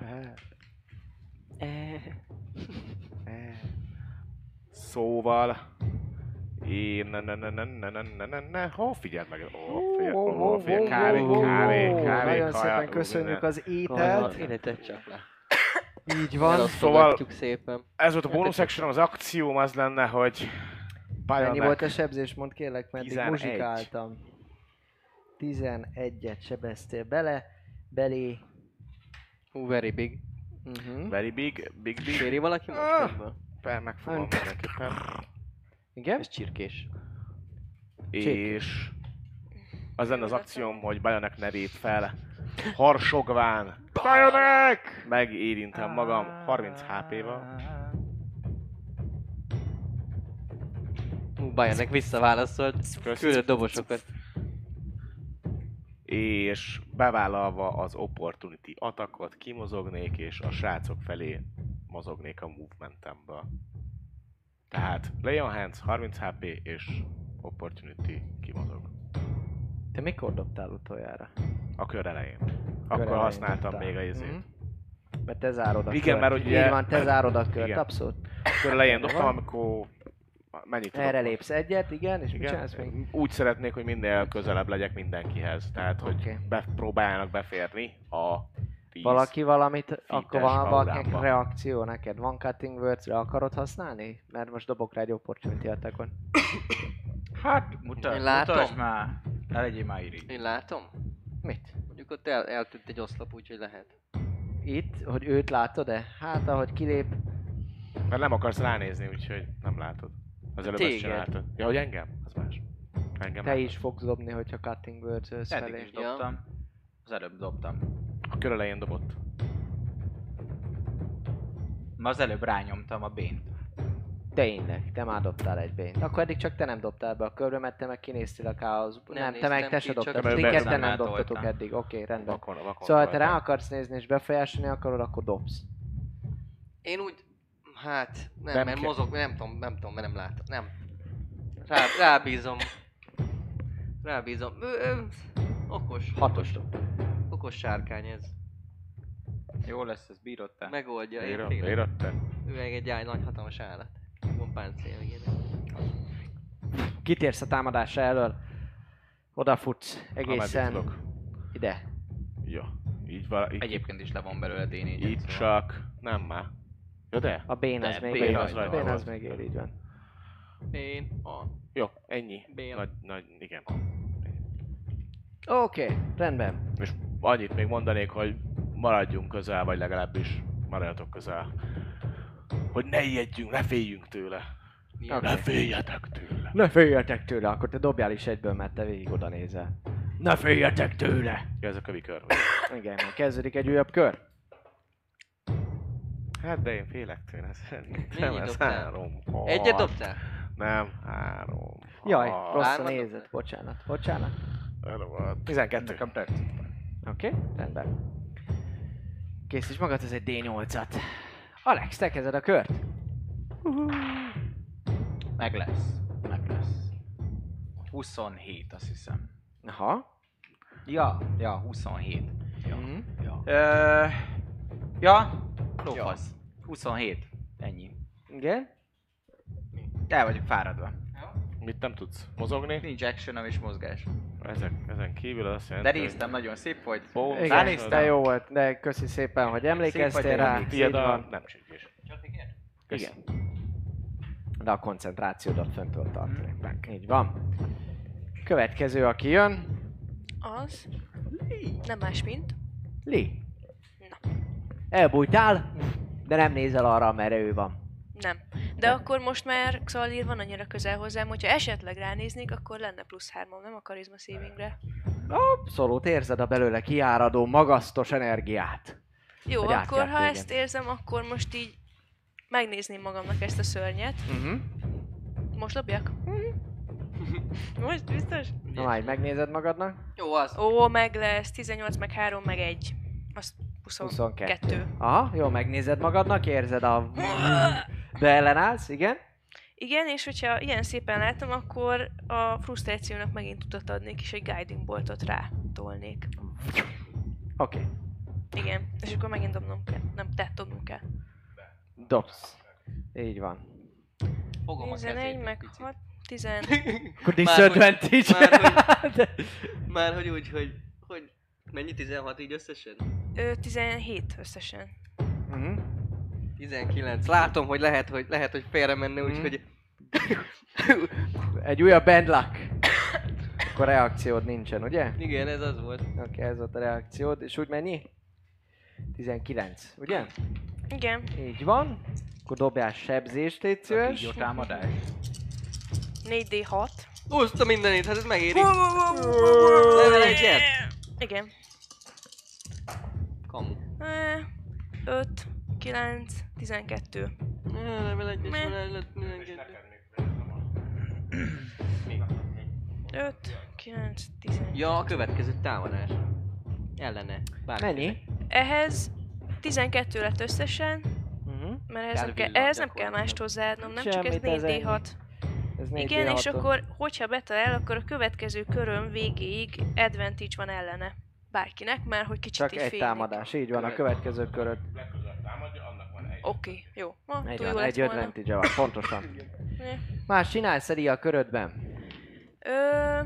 Szóval... Én... Ne, ne, ne, ne, ne, ne, ne, ne, ne. Ó, figyeld meg! Ó, figyeld, ó, figyeld, kávé, kávé, kávé, Nagyon kaja, szépen ú, köszönjük minden. az ételt. Életet csak le. Így van. Elosztogatjuk szépen. Ez volt a bonus action, az akcióm az lenne, hogy... Ennyi Bionek volt a sebzés, mondd kérlek, meddig tizenegy. muzsikáltam. tizenegyet sebeztél bele, belé. Hú, very big. Uh-huh. very big, big, big. Kéri valaki most Ah! ebből? Per megfogom mindenképpen. Igen? Ez csirkés. És... Az lenne az akcióm, hogy Bionek nevét fel harsogván. Bionek! Megérintem magam harminc há pé-val. Hú, Bajanek visszaválaszolt. Köszi. Küldött dobosokat. és bevállalva az opportunity attackot kimozognék, és a srácok felé mozognék a movementemből. Tehát Lay on Hands, harminc há pé, és opportunity kimozog. Te mikor dobtál utoljára? A kör elején. Akkor elején használtam dobtál. még a izét. Mhm. Mert te zárod a Igen, kört. mert ugye- Így van, te zárod a kört, Igen. abszolút. Kör elején dobtam, Van. amikor... Mennyit tudok? Erre lépsz egyet, igen, és mit Igen. csinálsz még? Úgy szeretnék, hogy minél közelebb legyek mindenkihez. Tehát, hogy Oké. be, próbáljanak beférni a tíz. Valaki valamit, akkor van feet-es valakinek aurámba. reakció neked? Van Cutting Words-re akarod használni? Mert most dobok rá egy opportunity attackon. Hát, mutasd, Én látom. mutasd már. Ne legyél már iri. Én látom. Mit? Mondjuk ott el, eltűnt egy oszlop, úgyhogy lehet. Itt, hogy őt látod-e? Hát ahogy kilép, Mert nem akarsz ránézni, úgyhogy nem látod. Az előbb ezt Téged. csináltad. Ja, hogy engem? Az más. Engem te látod. is fogsz dobni, hogyha Cutting Words ölsz Eddig felé. is dobtam. Az előbb dobtam. A kör elején dobott. Ma az előbb rányomtam a bént. Tényleg, te már dobtál egy bényt. Akkor eddig csak te nem dobtál be a körbe, mert te meg kinéztél a káoszba. Nem Nem, te meg néztem te ki, se csak dobtad. be- Ti be- ketten nem nem dobtatok toltam. eddig. Oké, rendben. Vakon, vakon Szóval ha te rá voltam. akarsz nézni és befolyásolni akarod, akkor dobsz. Én úgy... Hát, nem, Nem mert kell. mozog, nem tudom, nem tudom, mert nem látom. Nem. Rá, rábízom. Rábízom. Ö, ö, okos. Hatos dob. Okos sárkány ez. Jó lesz, ez bírod te. Megoldja, én Bírod, félek. bírod te? Ő meg egy áll, nagy hatalmas állat. Van páncél, meg ilyenek. Kitérsz a támadásra elől. Odafutsz Ameddig egészen tudok. ide. Jó. Így van. Így, Egyébként is le van belőle dé négy. így csak... Nem már. Ja de? A bén az De, még bén él. az A rajta bén volt. az még él, így van. Én a... Jó, ennyi. Bél. Nagy, nagy, igen. Oké, okay, rendben. És annyit még mondanék, hogy maradjunk közel, vagy legalábbis maradjatok közel. Hogy ne ijedjünk, ne féljünk tőle. Milyen? Oké. Ne féljetek tőle. Ne féljetek tőle, akkor te dobjál is egyből, mert te végig oda nézel. Ne féljetek tőle! Ja, ez a kövikör. Igen, kezdődik egy újabb kör. Hát de én félek tőle. Nem, Mennyit ez dobtál? három. hat. Egyet dobtál? Nem, három. Jaj, hat. rossz a Hármat nézet, dobtál? bocsánat, bocsánat. tizenkettő. Nekem tetszik. Oké, okay, rendben. Készíts magad, ez egy dé nyolcat. Alex, te kezded a kört. Meg lesz. Meg lesz. huszonhét, azt hiszem. Aha. Ja, ja, huszonhét. Ja. Mhm. Ö, ja, lófasz. huszonhét. Ennyi. Igen. El vagyok fáradva. Mit nem tudsz mozogni? Nincs actionom és mozgás. Ezek, ezen kívül azt jelenti, De néztem, nagyon szép volt. Bónusz. Igen, Ránéztem. de jó volt, de köszi szépen, hogy emlékeztél vagy, rá. Emlék. Tiéd Így a... van. Nem csípés. Igen. De a koncentrációdat fent tudod tartani. Így van. Következő, aki jön, Az nem más, mint... Lee. Na. Elbújtál, de nem nézel arra, amerre ő van. Nem. De akkor most már Xalir van annyira közel hozzám, hogyha esetleg ránéznék, akkor lenne plusz hármam, nem a karizma savingre. Abszolút érzed a belőle kiáradó magasztos energiát. Jó, Hogy akkor átjár ha téged. ezt érzem, akkor most így megnézném magamnak ezt a szörnyet. Uh-huh. Most dobjak? Most biztos? Na már, megnézed magadnak? Jó, az. Ó, meg lesz, tizennyolc, meg három, meg egy. Az huszonkettő. huszonkettő. Aha, jó, megnézed magadnak, érzed a... De ellenállsz, igen? Igen, és hogyha ilyen szépen látom, akkor a frusztrációnak megint tudat adnék, és egy guiding boltot rá tolnék. Oké, okay. Igen, és akkor megint dobnom kell. Nem, te dobnunk kell. dobsz. Így van. Fogom a tizenegy, kezét egy meg picit. hat, tíz... Akkor Már hogy- disadvantage. már De- Már hogy úgy, hogy... hogy mennyi tizenhat így összesen? Ö, tizenhét összesen. Mhm. tizenkilenc. Látom, hogy lehet, hogy, lehet, hogy félre menne, Mhm. úgyhogy... Egy újabb bad luck. Akkor reakciód nincsen, ugye? Igen, ez az volt. Oké, okay, ez volt a reakciód. És úgy mennyi? tizenkilenc, ugye? Igen. Így van. Akkor dobjál sebzést, légy szíves. Kígyó támadás. négy dé hat. Húzta mindenit, hát ez megéri. Level egyet. Igen. Kamu. öt, kilenc, tizenkettő. Á, Level egyes Meh. van, lett mindenkettő. öt, kilenc, tizenegy. Ja, a következő támadás. Ellene. Bárki. Mennyi? Ehhez tizenkettő lett összesen, Uh-huh. mert ehhez, Kell nem kell, villan ehhez nem kell gyakorlatilag. mást hozzáadnom, nem csak ez Semmit, ez négy dé hat. Ez négy Igen, dé és hatos. akkor, hogyha betalál, akkor a következő köröm végéig advantage van ellene. Bárkinek, mert hogy kicsit Csak így egy félnék. támadás, így van, a következő köröd. Legközelebb támadja, annak van egy. Oké, okay, jó. Ma, Egy túl jó van, lett egy volna. advantage van, pontosan. Ne. Más csinálsz Eri a körödben? Ö...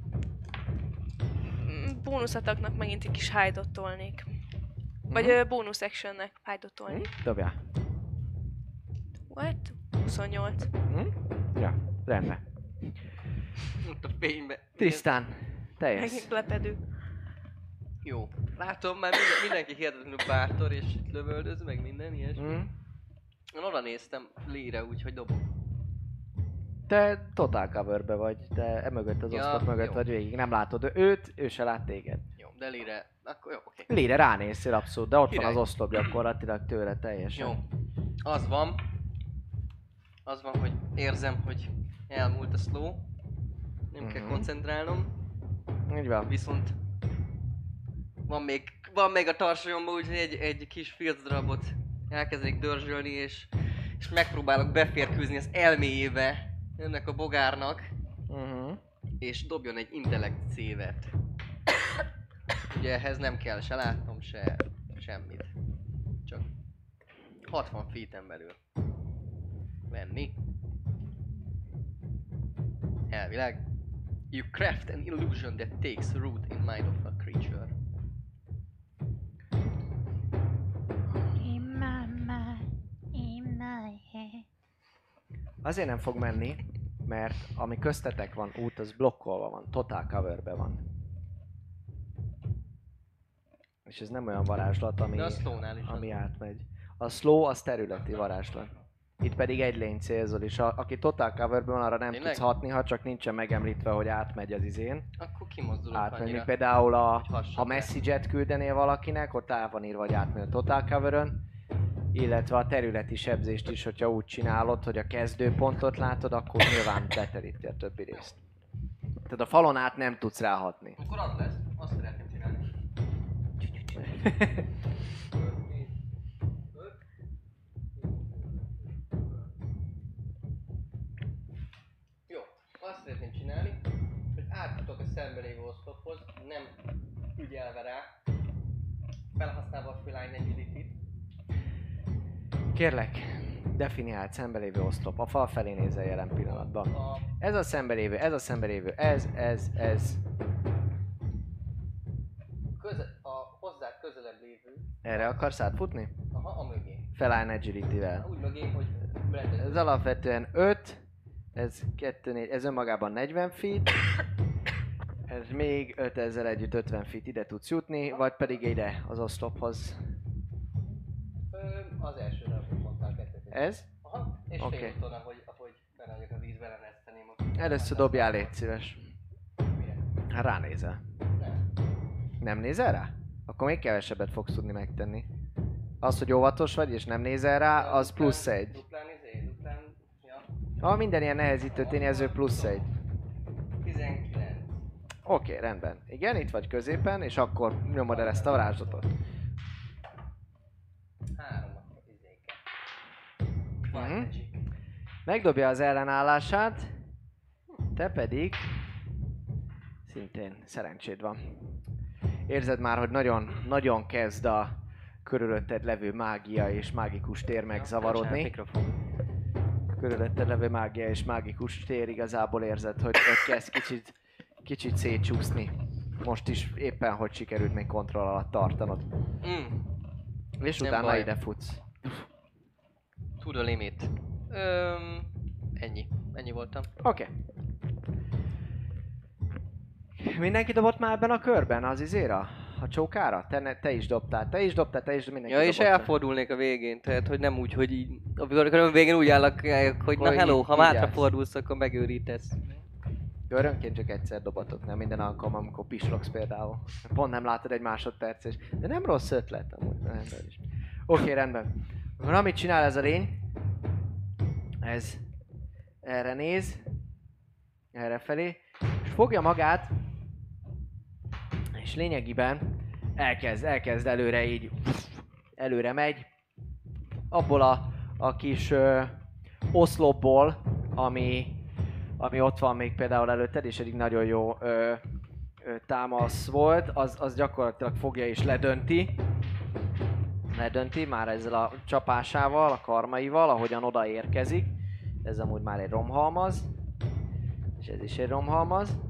mm, Bónuszataknak megint egy kis hide-ot tolnék. Vagy Mhm. ö, bónusz actionnek hide-ot tolni. Hm? Dobjál. What? huszonnyolc. Hm? Ja, rendben. Ott a fénybe. Tisztán, te jössz. Megint lepedő. Jó. Látom, már minden, mindenki hihetetlenül bátor, és itt lövöldöz, meg minden ilyesmi. Hm? Én oda néztem Lee-re, úgyhogy dobok. Te total coverbe vagy, te emögött az Ja, oszlop mögött jó. vagy végig, nem látod őt, ő se lát téged. Jó, de Lee-re, akkor jó, oké. Lére ránéztél abszolút, de ott Király. van az oszlop gyakorlatilag tőle teljesen. Jó. Az van. Az van, hogy érzem, hogy elmúlt a slow. Nem kell Mhm. koncentrálnom. Így van. Viszont van még, van még a tarsolyomban, úgyhogy egy, egy kis filcdarabot elkezdek dörzsölni, és, és megpróbálok beférkőzni az elméjébe ennek a bogárnak, Uh-huh. és dobjon egy intellekt szévet. Ugye ehhez nem kell se látnom, se semmit. Csak hatvan feet-en belül venni. Elvileg. You craft an illusion that takes root in mind of a creature. In my mind, in my head. Azért nem fog menni, mert ami köztetek van út, az blokkolva van, totál coverbe van. És ez nem olyan varázslat, ami, De a slownál is ami az. átmegy. A slow az területi varázslat. Itt pedig egy lény célzol, és a, aki totál coverben van, arra nem Tényleg? tudsz hatni, ha csak nincsen megemlítve, hogy átmegy az izén. Akkor kimozdulok Átmegy, annyira. mint például a, hogy hassam ha le. message-et küldenél valakinek, ott el van írva, hogy átmegy a totál coverön. Illetve a területi sebzést is, hogyha úgy csinálod, hogy a kezdőpontot látod, akkor nyilván beteríti a többi részt. Tehát a falon át nem tudsz ráhatni. Akkor az lesz. Azt szeretném csinálni. Jó, azt szeretném csinálni, hogy átjutok a szembe lévő oszlophoz, nem ügyelve rá, felhasználva a Feline Agility-t. Kérlek, definiált szembelévő oszlop. A fal felé nézel jelen pillanatban. A, Ez a szembelévő, ez a szembelévő, ez, ez, ez. köze, a hozzá közelebb lévő, Erre akarsz átfutni? aha, a mögé. Feline Agility-vel. Úgy mögé, hogy Ez Brandon. alapvetően öt, ez kettő, négy, ez önmagában negyven feet. Ez még öt ezzel együtt ötven feet ide tudsz jutni, vagy pedig ide az oszlophoz. Ö, az elsőre, amit mondtál, kettőt. Ez? Aha, és Oké. fél úton, ahogy, ahogy belenyök a vízbe, leneszteném a... Először dobjál, légy szíves. Hát ránézel. Nem. Nem nézel rá? Akkor még kevesebbet fogsz tudni megtenni. Az, hogy óvatos vagy és nem nézel rá, az Duplán- plusz egy. Duplán izé, duplán... Ja. Ha minden ilyen nehezítő tényező plusz egy. tizenkilenc. Oké, okay, rendben. Igen, itt vagy középen, és akkor nyomod el ezt a varázslatot. három akkor izéke. Mhm. Fight Magic. Megdobja az ellenállását, te pedig szintén szerencséd van. Érzed már, hogy nagyon, nagyon kezd a körülötted levő mágia és mágikus tér megzavarodni. Mikrofon. Körülötted levő mágia és mágikus tér igazából érzed, hogy, hogy kezd kicsit, kicsit szétcsúszni. Most is éppen, hogy sikerült még kontroll alatt tartanod. Mm. És Nem utána baj. ide futsz. To the limit. Öm, ennyi. Ennyi voltam. Oké. Okay. Mindenki dobott már ebben a körben az izéra? A csókára? Te, ne, te is dobtál, te is dobtál, te is mindenki Ja, és dobott. elfordulnék a végén, tehát hogy nem úgy, hogy így... Amikor a végén úgy állok, hogy na Akkor hello, így- ha így mátra állsz. fordulsz, akkor megőrítesz. Körönként csak egyszer dobatok, nem minden alkalom, amikor pislogsz például. Pont nem látod egy másodperc és... De nem rossz ötlet amúgy, nem is. Oké, okay, rendben. Akkor amit csinál ez a lény, ez erre néz, erre felé, és fogja magát, és lényegében elkezd, elkezd előre így, előre megy. Abból a, a kis ö, oszlopból, ami, ami ott van még például előtted, és eddig nagyon jó ö, ö, támasz volt, az, az gyakorlatilag fogja és ledönti. Ledönti már ezzel a csapásával, a karmaival, ahogyan odaérkezik. Ez amúgy már egy romhalmaz. És ez is egy romhalmaz.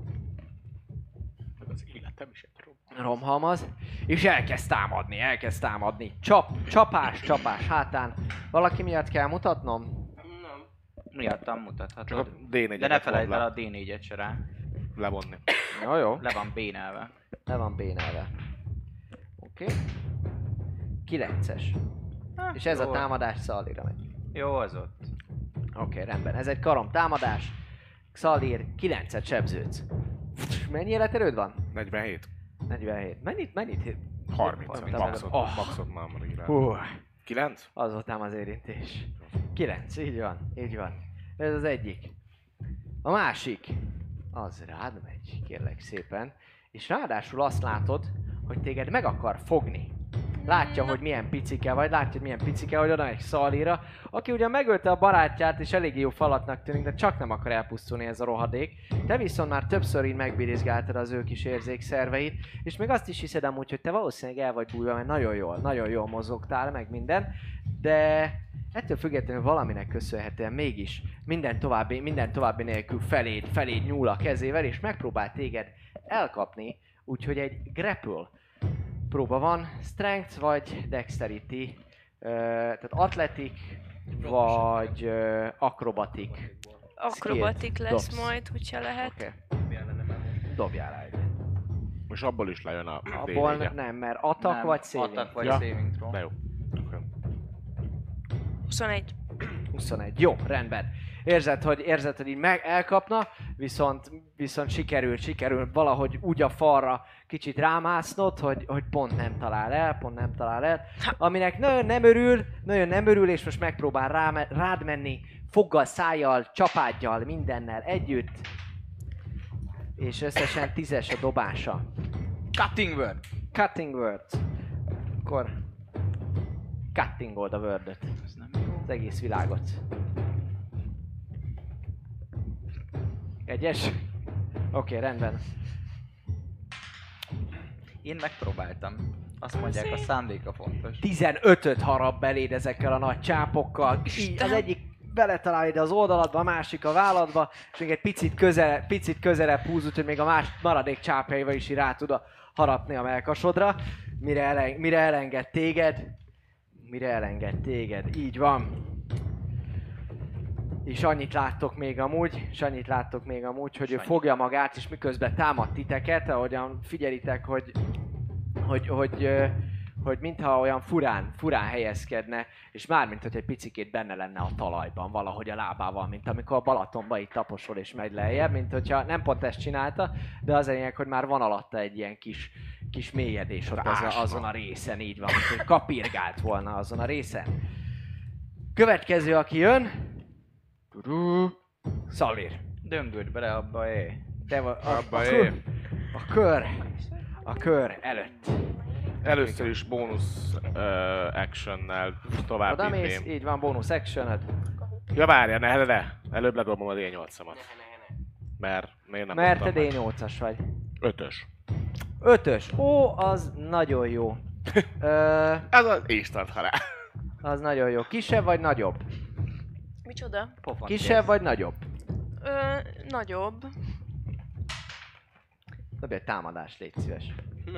Az életem is egy rom. Romhalmaz. És elkezd támadni, elkezd támadni. Csap, csapás, csapás hátán. Valaki miatt kell mutatnom? Nem. Miattam Csak a mutathatod. D négyet De ne felejtsd el le, a D négyet se rá. levonni. Jó, jó. Le van bénelve. Le van bénelve. Oké. Okay. kilences. Ah, És ez jó. a támadás Szalira megy. Jó az ott. Oké, okay, rendben. Ez egy karom támadás. Szalír, kilencet sebződsz. Mennyi életerőd van? negyvenhét. negyvenhét. Mennyit, mennyit hit? harminc. Mondtam Maxot, előbb. Oh. maxot már van írva. Hú, kilenc? az volt ám az érintés. kilenc, így van, így van. Ez az egyik. A másik, az rád megy, kérlek szépen. És ráadásul azt látod, hogy téged meg akar fogni. Látja, hogy milyen picike vagy, látja, hogy milyen picike, hogy oda megy Szalira, aki ugyan megölte a barátját, és eléggé jó falatnak tűnik, de csak nem akar elpusztulni ez a rohadék. Te viszont már többször így megbirizgáltad az ő kis érzékszerveit, és még azt is hiszed amúgy, hogy te valószínűleg el vagy bújva, mert nagyon jól, nagyon jól mozogtál, meg minden, de ettől függetlenül valaminek köszönhetően mégis minden további, minden további nélkül feléd, feléd nyúl a kezével, és megpróbál téged elkapni, úgyhogy egy grapple próba van, strength vagy dexterity, ö, tehát athletic vagy ö, acrobatic. Akrobatik lesz Dobsz. majd, hogyha lehet. Oké. Dobjál rá egy. És abból is lejön a Abból D négy. nem, mert attack Nem, vagy saving. Attack vagy Ja. saving throw. De jó. Okay. huszonegy. huszonegy. Jó, rendben. Érzed, hogy, érzed, hogy így meg elkapna, viszont, viszont sikerül, sikerül valahogy úgy a falra kicsit rámásznod, hogy, hogy pont nem talál el, pont nem talál el. Aminek nagyon nem örül, nagyon nem örül, és most megpróbál rá, rád menni, foggal, szájjal, csapádjal, mindennel együtt. És összesen tízes a dobása. Cutting word! Cutting words. Akkor cuttingold a wordöt. Ez nem jó. Az egész világot. Egyes? Oké, okay, rendben. Én megpróbáltam. Azt mondják, a szándéka fontos. tizenötöt harap beléd ezekkel a nagy csápokkal. Így az egyik beletalál ide az oldaladba, a másik a válladba, és még egy picit, közele, picit közelebb húz, úgyhogy még a más maradék csápjaival is így rá tud harapni a melkasodra, mire, eleng, mire elenged téged. Mire elenged téged, így van. És annyit láttok még amúgy, és annyit láttok még amúgy, hogy ő fogja magát, és miközben támad titeket, ahogyan figyelitek, hogy, hogy, hogy, hogy, hogy mintha olyan furán, furán helyezkedne, és mármint, hogy egy picikét benne lenne a talajban, valahogy a lábával, mint amikor a Balatonba itt taposol és megy lejjebb, mint hogyha nem pont ezt csinálta, de az a lényeg, hogy már van alatta egy ilyen kis, kis mélyedés ott az a, azon a részen, így van, hogy kapirgált volna azon a részen. Következő, aki jön, Szalír. Döngöd bele abba, é. Te vagy a, Abba a, é. kör, a kör, a kör előtt. Először is bónusz uh, actionnel tovább Oda mész, vinném. így van, bonus actioned. Ja várja, ne, ne, ne. Előbb ledobom a D nyolcamat. Mert miért nem Mert te mondtam D meg? nyolcas vagy. Ötös. Ötös. Ó, az nagyon jó. Ö, Ez az instant halál. az nagyon jó. Kisebb vagy nagyobb? Micsoda? Pofont Kisebb vagy nagyobb? Ö, nagyobb. Dobj egy támadást, légy szíves.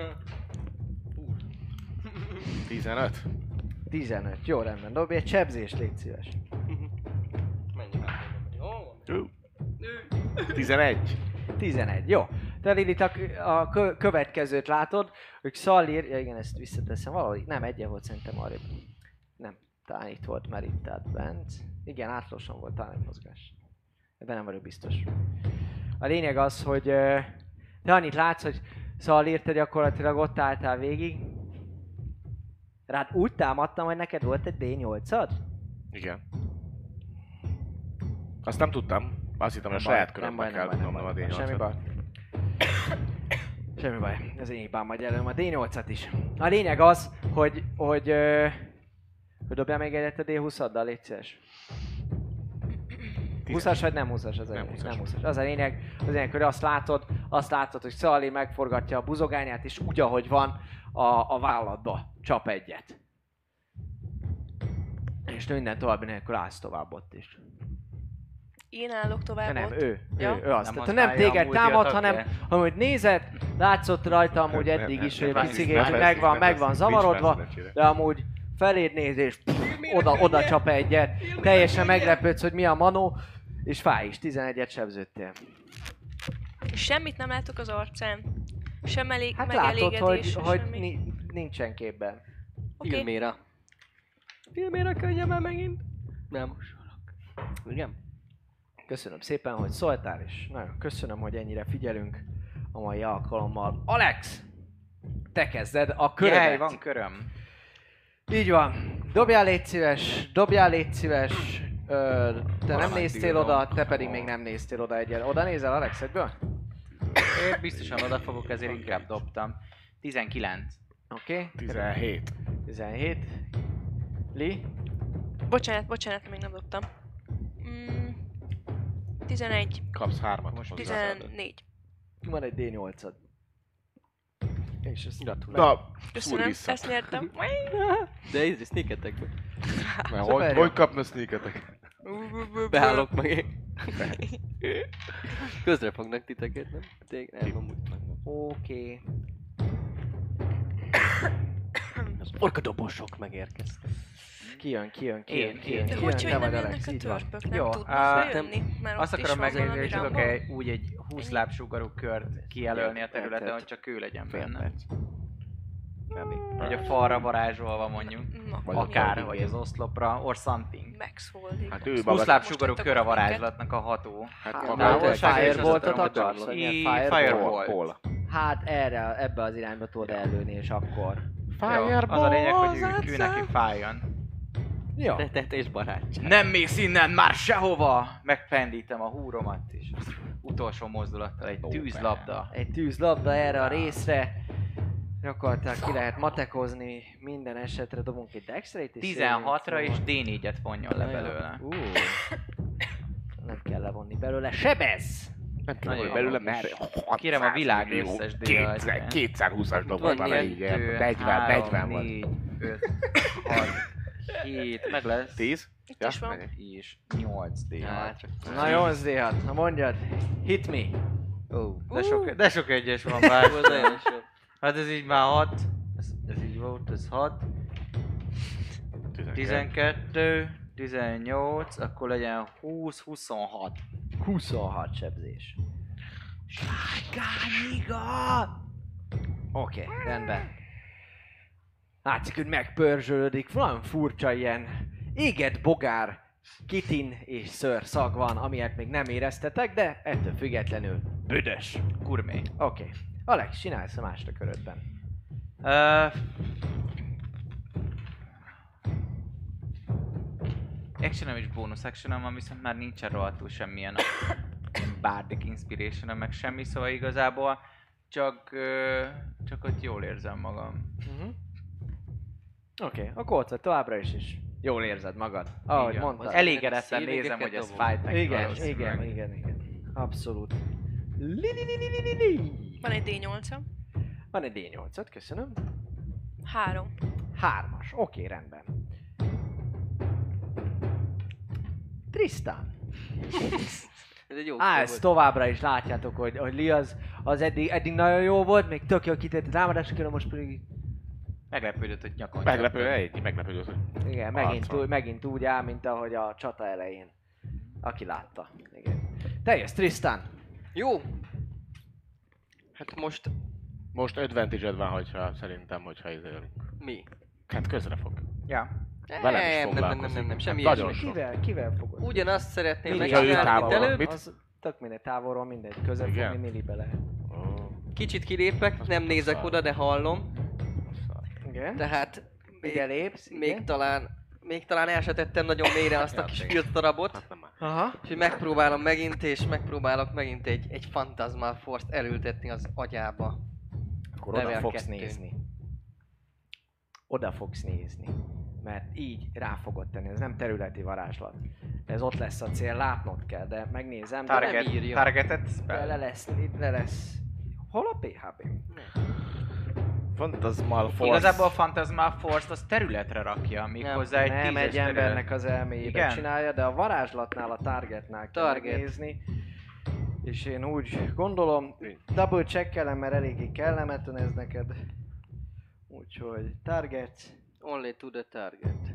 tizenöt. tizenöt. Jó, rendben. Dobj egy sebzést, légy szíves. Menj már. Jó. tizenegy. tizenegy. Jó. Te Lilith a, a kö, következőt látod, hogy Szalír, ja igen, ezt visszateszem valahogy, nem, egyen volt szerintem arrébb. Nem, talán itt volt, mert itt állt bent. Igen, átlagosan volt talán egy mozgás. Ebben nem vagyok biztos. A lényeg az, hogy ö, te annyit látsz, hogy Szalír, te gyakorlatilag ott álltál végig. Rád úgy támadtam, hogy neked volt egy D nyolcad? Igen. Azt nem tudtam. Azt hittem, hogy a saját körömben kell nem dobnom a D baj. Semmi baj. nyolcat. Semmi baj, ez én hibám, majd előm a dé nyolcat is. A lényeg az, hogy, hogy, ö, hogy dobjál még egyet a dé húsz-addal, légy szíves. húszas vagy nem húszas? Az a Nem lényeg, húszas. nem húszas. Az a lényeg, az a lényeg, hogy azt látod, azt látod, hogy Szali megforgatja a buzogányát, és úgy, ahogy van, a, a válladba csap egyet. És minden további nélkül állsz tovább ott is. Én állok tovább De nem, ott. ő, Ja. ő, ő azt. Nem Tehát nem használja téged amúgy támad, a hanem tagja. ahogy nézed, látszott rajta amúgy Nem, eddig nem, is, nem, hogy nem, picigét, nem, hogy nem, megvan, nem, megvan nem, zavarodva, nincs messze, de amúgy feléd néz és oda, oda csap egyet. Teljesen meglepődsz, hogy mi a manó, és fáj is, tizenegyet sebződtél. Semmit nem látok az arcán. Sem elég Hát látod, hogy, megelégedés, hogy semmi. ni- nincsen képben. Oké. Filméra. Filmére könnyen már megint. Nem mosolok. Igen? Köszönöm szépen, hogy szóltál, és nagyon köszönöm, hogy ennyire figyelünk a mai alkalommal. Alex! Te kezded a körödet. Jaj, van köröm. Így van. Dobjál légy szíves, dobjál légy szíves. Ö, te nem Valamelyik néztél bírom. oda, te pedig még nem néztél oda egyet. Oda nézel Alex egyből? Én biztosan oda fogok, ezért inkább dobtam. tizenkilenc. Oké. Okay. tizenhét. tizenhét. Li? Bocsánat, bocsánat, még nem dobtam. Mm, tizenegy, Kapsz hármat most. tizennégy. Van egy dé nyolcad. És ezt Gratulálok. Na, szúr Köszönöm, vissza. ezt nyertem. De ez sneaketekbe. Mert Szuper hogy, jó. hogy kapna sneaketeket? Beállok meg. Közre fognak titeket, nem? Tég, nem, amúgy. Oké. Az orkadobosok megérkeztek. Kijön, kijön, kijön, Én- kijön, én- De kijön. hogy, Te hogy vagy nem Alex, jönnek a így van. törpök, nem Jó, tudnak á, bejönni? Mert Azt ott is akarom van megnézni, valami hogy tudok ramba. egy, úgy egy húsz lábsugarú kört kijelölni a területen, hogy csak ő legyen benne. Hogy a falra varázsolva mondjuk. Na, Vagy Akár, Vagy vagy az oszlopra, or something. Max Holding. Hát ő húsz maga... lábsugarú Most kör a adtak varázslatnak a ható. Hát Hát, maga... Náhol távolság és Fireboltot azt tudom, akarsz? hogy Vagy milyen I- Firebolt? Firebolt. Hol? Hát erre, ebbe az irányba tudod ellőni, és akkor... Jó, az a lényeg, hogy ő, ő neki fájjon. Jó. Tetet és barátság. Nem mész innen már sehova! Megpendítem a húromat, és utolsó mozdulattal egy tűzlabda. Egy tűzlabda erre a részre. Gyakorlatilag ki lehet matekozni, minden esetre dobunk egy dexterity. tizenhatra és dé négyet vonjon le Na jó. belőle. Ú. Nem kell levonni belőle. Sebez! Nem tudom, Nagyon hogy belőle jó. mert... Kérem a világ millió, összes díjat. kétszer- kétszázhúszas dobott Van van ilyen így, Kettő, negyven, negyven három, van. négy, öt, hat, hét, meg lesz. tíz? Itt is van. És nyolc dé hat. Na nyolc dé hat, na mondjad. Hit me. Ó, de sok, de sok egyes van bár. Az olyan sok. Hát ez így már hat. Ez, ez így volt, ez hat. tizenkettő, tizennyolc, akkor legyen húsz, huszonhat. huszonhat sebzés. Sárkányiga! Oké, okay, rendben. Látszik, hogy megpörzsölődik, valami furcsa ilyen égett bogár, kitin és szőr szag van, amilyet még nem éreztetek, de ettől függetlenül büdös. Gurmé. Oké. Okay. Alex, csinálsz a mást a körödben. Uh, actionem és bonus actionem van, viszont már nincsen rohadtul semmilyen ilyen bardic inspiration meg semmi, szóval igazából csak, uh, csak ott jól érzem magam. Uh-huh. Oké, okay. akkor ott vagy továbbra is, és jól érzed magad. Ahogy Igen. mondtad. Elégedetten Szívégeket nézem, hogy ez dobom. fight meg Igen, valószínűleg. igen, igen, igen. Abszolút. Li, li, li, li, li, li, li. Van egy dé nyolcam. Van egy dé nyolcat, köszönöm. Három. Hármas, oké, rendben. Tristan. Ez egy jó Állsz volt. továbbra is, látjátok, hogy, hogy Lee az, az eddig, eddig nagyon jó volt, még tök jól kitett a támadásokra, most pedig Meglepődött, hogy nyakon Meglepő, csapta. egy, meglepődött, hogy igen, megint, Arcon. úgy, megint úgy áll, mint ahogy a csata elején. Aki látta. Igen. Te jössz, Tristan. Jó. Hát most most advantage van, hogyha szerintem, hogyha izélünk. mi? Hát közre fog. Ja. Velem is Nem, nem, nem, nem, foglalkozik. nem, nem, semmi Hát nagyon ilyesmi. sok. Kivel, kivel fogod? Ugyanazt szeretném Milli, ha ő megcsinálni, mint távolról, előbb. mit? Az tök mindegy távolról, mindegy. Közel Igen? fogni millibe lehet. Ó, Kicsit kilépek, nem nézek szar. oda, de hallom. Igen? Tehát még, Ide lépsz, még igen? talán, még talán el se tettem nagyon mélyre azt a kis filcdarabot. hát nem már. Aha. Úgyhogy megpróbálom megint, és megpróbálok megint egy, egy Phantasmal Force-t elültetni az agyába. akkor oda Level fogsz kettő. nézni. Oda fogsz nézni. Mert így rá fogod tenni, ez nem területi varázslat. Ez ott lesz a cél, látnod kell, de megnézem, de nem Target, írja. targeted De spell. le lesz, le lesz. Hol a pé há bé? Phantasmal Force. Igazából a Phantasmal Force-t az területre rakja, méghozzá egy Nem tízes egy terület. embernek az elméjébe Igen? csinálja, de a varázslatnál, a targetnál kell Target. megnézni. És én úgy gondolom, double checkelem, mert eléggé kellemetlen ez neked. Úgyhogy target. Only to the target.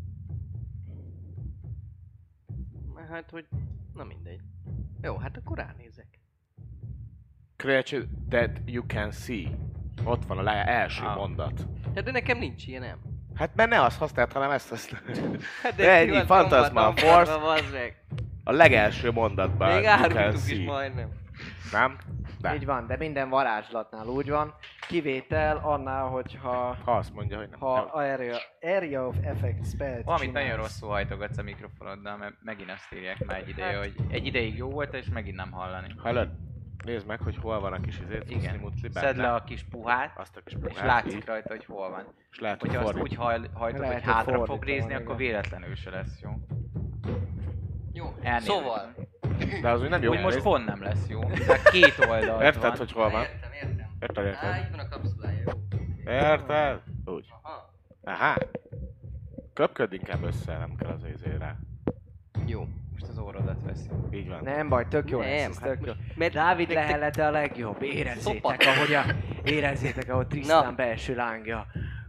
Hát, hogy... Na mindegy. Jó, hát akkor ránézek. Creature that you can see. Ott van a le- első Ah. mondat. Hát de nekem nincs ilyen, nem? Hát mert ne azt használd, hanem ezt azt. Hát De ennyi, ki van Phantasmal nyomva, Force. nyomva, bazd meg. A legelső mondatban Még you can árultuk is see. majdnem. Nem? De. Így van, de minden varázslatnál úgy van. Kivétel annál, hogyha Ha azt mondja, hogy nem. ha nem. area, area of effect spell Valamit nagyon rosszul hajtogatsz a mikrofonoddal, mert megint azt írják már egy ideje, hogy egy ideig jó volt, és megint nem hallani. Hallod? Nézd meg, hogy hol van a kis izét, Igen. muszli Szedd le a kis puhát, azt a kis és puhát, látszik így. rajta, hogy hol van. És lehet, hogy Hogyha azt fordít. úgy haj, hajtod, Lehet, hogy hogy hátra fog fordítva nézni, van, akkor igen. véletlenül se lesz jó. Jó, Elnézést. szóval. De az úgy nem jó. Úgy most nézd. pont nem lesz jó. Tehát két oldalt Érted, van. hogy hol van? Értem, értem. Érted, érted? Á, így van a kapszulája, jó. Érted? Úgy. Aha. Aha. Köpköd inkább össze, nem kell az izére. Jó. Most az orrodat veszi. Így van. Nem baj, tök jó Nem, lesz, ez hát tök jó. most- mert- Dávid nektek- lehellete a legjobb, érezzétek, Szopat. ahogy a, érezzétek, ahogy Tristan Na. belső lángja.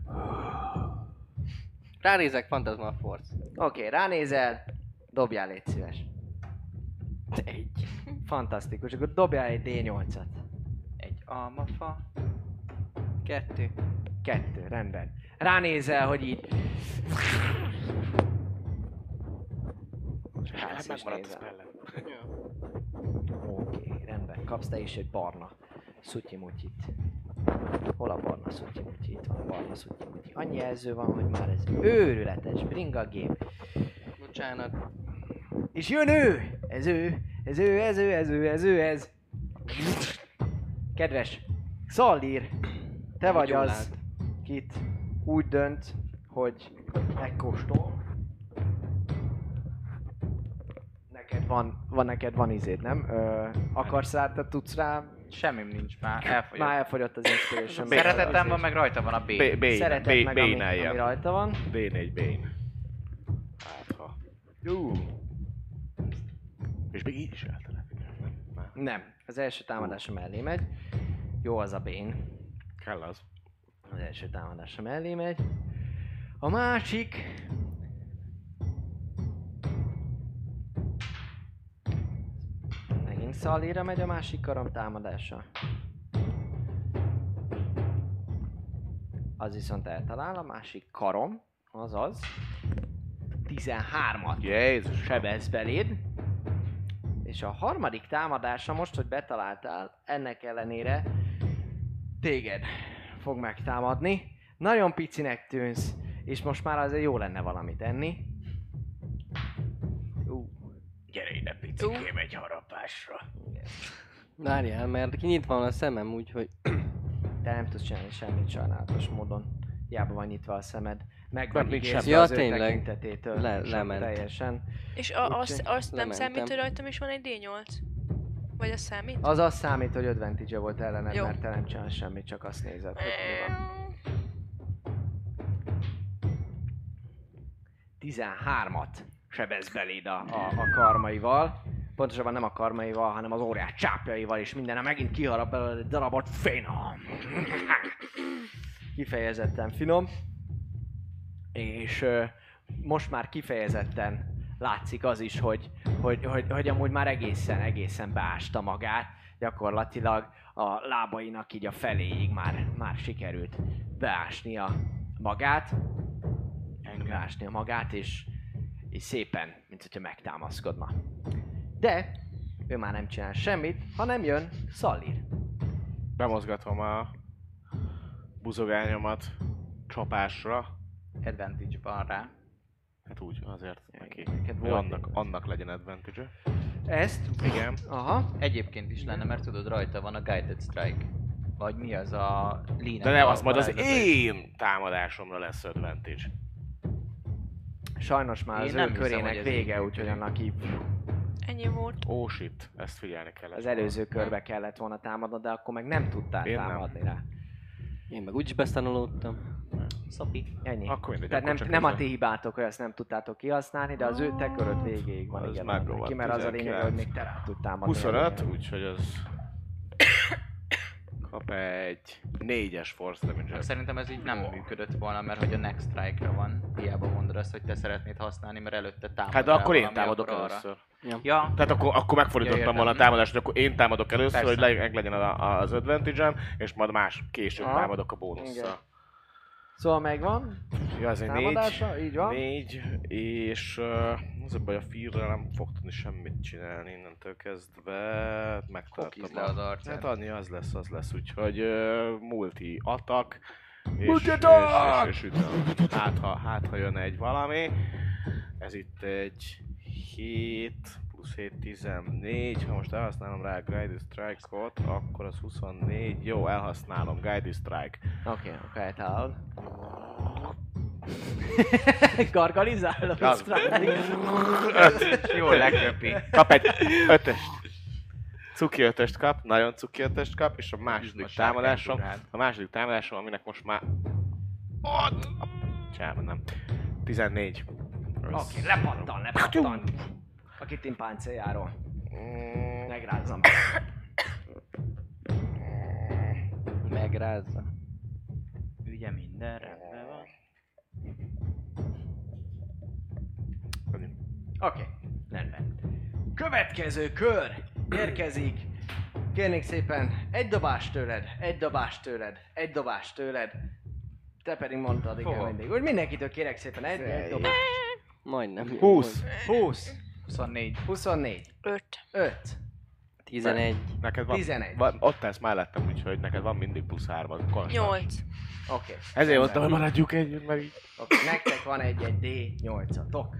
Ránézek Phantasmal Force. Oké, okay, ránézel, dobjál, légy szíves. Egy. Fantasztikus, akkor dobjál egy dé nyolcat. Egy almafa. Kettő. Kettő, rendben. Ránézel, hogy így... Hát Állsz és megmaradt a nézel. spellem. Oké, okay, rendben. Kapsz te is egy barna szutyimutyit. Hol a barna szutyimutyi? Itt van a barna szutyimutyi. Annyi jelző van, hogy már ez őrületes. Bring a game. Bocsánat. És jön ő! Ez ő! Ez ő, ez ő, ez ő, ez ő, ez! Kedves Szallír, te vagy jól az, állt. kit úgy dönt, hogy megkóstol. Neked van, van neked van izéd, nem? Ö, akarsz rá, te tudsz rá? Semmim nincs már, elfogyott. Már elfogyott az inspiration. Szeretettem van, meg rajta van a B. B- Bane, Szereted meg, ami, Bane-eljen. ami rajta van. dé négy Bane. Hát ha. Jú. És még így is eltelepített, nem? Nem. Nem, az első támadása mellé megy. Jó az a Bane. Kell az. Az első támadása mellé megy. A másik... Megint Szallira megy a másik karom támadása. Az viszont eltalál, a másik karom, azaz tizenhármat Jézus. sebez beléd. És a harmadik támadása most, hogy betaláltál, ennek ellenére téged fog megtámadni. Nagyon picinek tűnsz, és most már azért jó lenne valamit enni. Uh, Gyere ide, picikém, egy harapásra. Várjál, mert kinyitva van a szemem, úgyhogy... te nem tudsz csinálni semmit sajnálatos módon. Hiába van nyitva a szemed. Meg Nem, vagy mint ígérve sem. Ja, az ő tényleg. tekintetétől. Le- sem lement. Teljesen. És a, azt, Úgyhogy azt nem lementem. számít, hogy rajtam is van egy dé nyolc? Vagy az számít? Az azt számít, hogy advantage volt ellened, Jó. mert te nem csinálsz semmit, csak azt nézed, hogy mi van. tizenhármat sebez beléd a, a, a karmaival. Pontosabban nem a karmaival, hanem az óriás csápjaival, és mindenre megint kiharap belőle egy darabot finom. Kifejezetten finom. És ö, most már kifejezetten látszik az is, hogy, hogy, hogy, hogy amúgy már egészen, egészen beásta magát. Gyakorlatilag a lábainak így a feléig már, már sikerült beásnia magát. Beásnia magát, és, és szépen, mint hogyha megtámaszkodna. De ő már nem csinál semmit, hanem jön Szallír. Bemozgatom a buzogányomat csapásra. Advantage van rá. Hát úgy, azért neki. neked Hogy volt annak, egy. annak legyen advantage. Ezt, Igen. aha, Egyébként is lenne, mert tudod, rajta van a Guided Strike. Vagy mi az a lényeg? De nem, az majd az varázslata? én támadásomra lesz advantage. Sajnos már Én az nem ő hiszem, hogy körének ez vége, így úgyhogy működik. annak így Ennyi volt. Ó, oh, shit, ezt figyelni kellett. az előző körbe kellett volna támadnod, de akkor meg nem tudtál Én nem. támadni rá. Én meg úgyis beszánolodtam. Szopi. Ennyi. Akkor mindegy, Tehát nem, akkor csak nem a ez ti hibátok, hogy ezt nem tudtátok kihasználni, de az ő te köröd végéig van, Az igen, megvan, neki, mert az a lényeg, hogy még te rá tud támadni. huszonöt, úgyhogy az... Kap egy négyes force damage. Szerintem ez így nem működött volna, mert hogy a next strike-ra van. Hiába mondod azt, hogy te szeretnéd használni, mert előtte támadtál. Hát de akkor én valami, támadok akkor arra. először. Ja, Tehát akkor, akkor Ja, megfordítottam értem. volna a támadást, hogy akkor én támadok először, Persze. hogy le- meg legyen a- az advantage-em, és majd más később Aha. támadok a Igen. bónusszal. Szóval megvan, Ja, ez egy négy. támadása, így van. Négy, és uh, az a baj, a Fear-rel nem fog tudni semmit csinálni innentől kezdve. Megtartom. Kokizd le az arcát. Hát annyi, az lesz, az lesz, úgyhogy uh, multi attack. És, Multi és, attack! és, és ütöm. Hát ha, hát ha jön egy valami. Ez itt egy hét plusz hét, tizennégy. Ha most elhasználom rá a Guided Strike-ot, akkor az huszonnégy. Jó, elhasználom. Guided Strike. Oké, okay, oké, okay, találod. Gargalizál a Az- strike. jól leköpi. Kap egy ötöst. Cuki ötöst kap, nagyon cuki ötöst kap, és a második Most támadásom, rákenj a második támadásom, aminek most már... Ott! Csába, nem. tizennégy. Oké, okay, lepattan, lepattan. A kitin páncéljáról. Mm, Megrázzam. Megrázza. Ugye minden rendben van. Oké, okay, rendben. Következő kör érkezik. Kérnék szépen, egy dobás tőled, egy dobás tőled, egy dobás tőled. Te pedig mondtad, igen, Hova? mindig. Úgy mindenkitől kérek szépen egy, egy dobás. Majdnem. húsz. húsz, huszonnégy. huszonnégy, Öt. öt, tizenegy. Neked van... tizenegy. Van, ott állsz mellettem, úgyhogy neked van mindig plusz három, konstant. Nyolc. Oké. Ezért mondtam, hogy rendben. maradjuk együtt, mert így... Oké, nektek van egy egy D nyolcatok.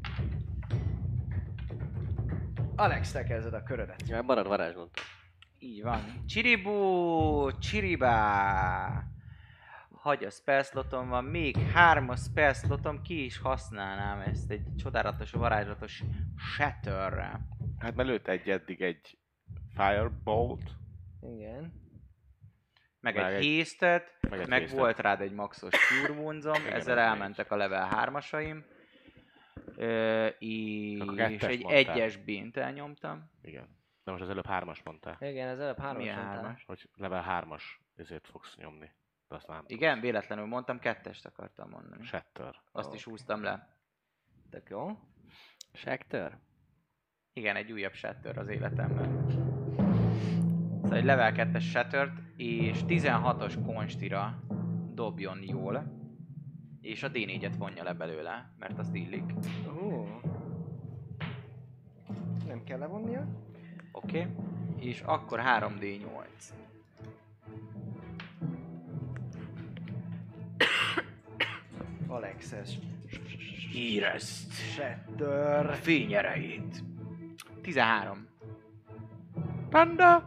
Alex, te kezded a körödet. Ja, marad varázslott. Így van. Csiribú, csiribá. Hagy a spellslotom van, még három spellslotom, ki is használnám ezt egy csodálatos, varázslatos Shatterre. Hát mert lőtt egy eddig egy Firebolt, Igen. Meg, Meg egy egy- haste-et, meg egy meg haste-et. volt rád egy maxos Cure Wounds-om, Igen, ezzel az elmentek a level hármasaim. Ö, Akkor és kettest egy mondtál. egyes bint elnyomtam. Igen. De most az előbb hármas mondtál, Igen, az előbb hármas Milyen mondtál. hármas? hogy level hármas ezért fogsz nyomni. De azt nem Igen, véletlenül mondtam, kettest akartam mondani. Shatter. Azt is húztam le. Tök jó. Sektor? Igen, egy újabb Shatter az életemben. Szóval egy level kettes Shattert, és tizenhatos konstira dobjon jól. És a dé négyet vonja le belőle, mert azt illik. Uh. Nem kell levonnia? Oké. Okay. És akkor három dé nyolc. Alexes. Érezd Shatter. fényerejét. tizenhárom. Panda!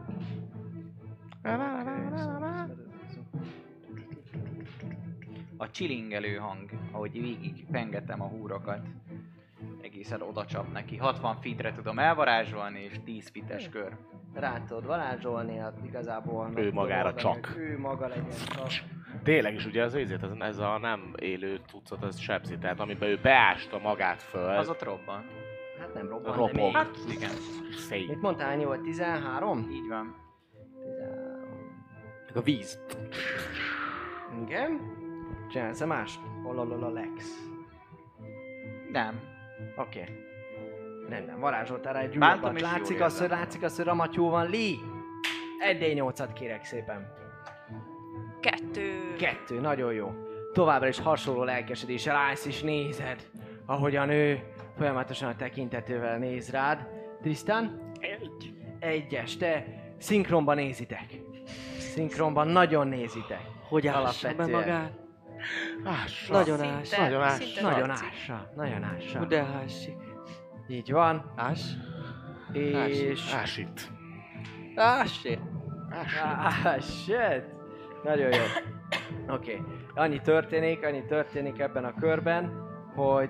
A csilingelő hang, ahogy végig pengetem a húrokat, egészen oda csap neki. hatvan feetre tudom elvarázsolni, és tíz feet-es kör. Rá tudod varázsolni, hát igazából... meg Ő tudod magára oldani, csak. hogy Ő maga legyen csak. Tényleg is ugye az ezért, ez, ez a nem élő cuccot, ez sebzi, tehát amiben ő beásta magát föl, Az ott robban. Hát nem robban, de ropog. még. Hát igen, Szét. Mit mondtál, ennyi volt? tizenhárom? így van. tizenhárom. A víz. Igen. Csinálsz-e mást? Hololol Lex. Nem. Oké. Okay. Rendben, varázsoltál rá egy Bántom, újabbat. és Látszik jól az, hogy érzem. látszik az, hogy Ramatyó van. Lee! Egy dé nyolcat kérek szépen. Kettő. Kettő, nagyon jó. Továbbra is hasonló lelkesedéssel állsz és nézed, ahogyan ő folyamatosan a tekintetővel néz rád. Tristan? Egy. Egyes, te szinkronban nézitek. Szinkronban nagyon nézitek. Hogy ássa be Alapvetően. magát? Ássa. Nagyon Szinte- ássa. Nagyon ás. szinte Nagyon tetszik. ássa, nagyon ássa. De ásik. Így van. Ás? És Ásít. Ásé. Ah, shit! Nagyon jó. Oké. Okay. Annyi történik, annyi történik ebben a körben, hogy...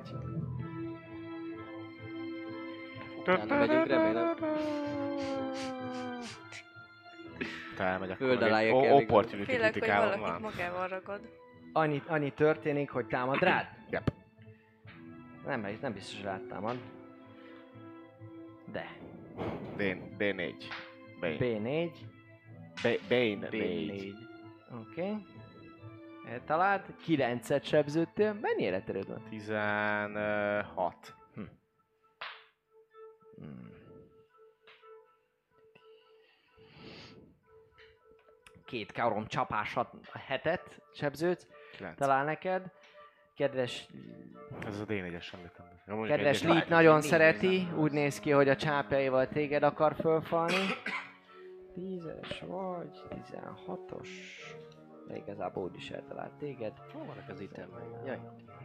Utána megyünk, remélem. Te elmegy akkor Föld alá egy kell o- még- opportunity Félek, hogy kritikálom valakit van. magával ragad. Annyi, annyi történik, hogy támad rád? Yep. Nem, nem biztos, hogy rád támad. De. D- D négy. Bane. bé négy. Ba- Bane B négy. négy. Oké. Okay. Eltalált. kilencet sebződtél. Mennyi életerőd van? tizenhat. Hmm. Két károm csapás hat, hetet sebződsz. kilenc. Talál neked. Kedves, Ez a D négyes amit mondom. kedves egyes- Lee nagyon négy szereti. nézem. Úgy néz ki, hogy a csápjaival téged akar fölfalni. tízes vagy, tizenhatos. De igazából úgyis eltalált téged. Hol vannak az itemei? Jaj.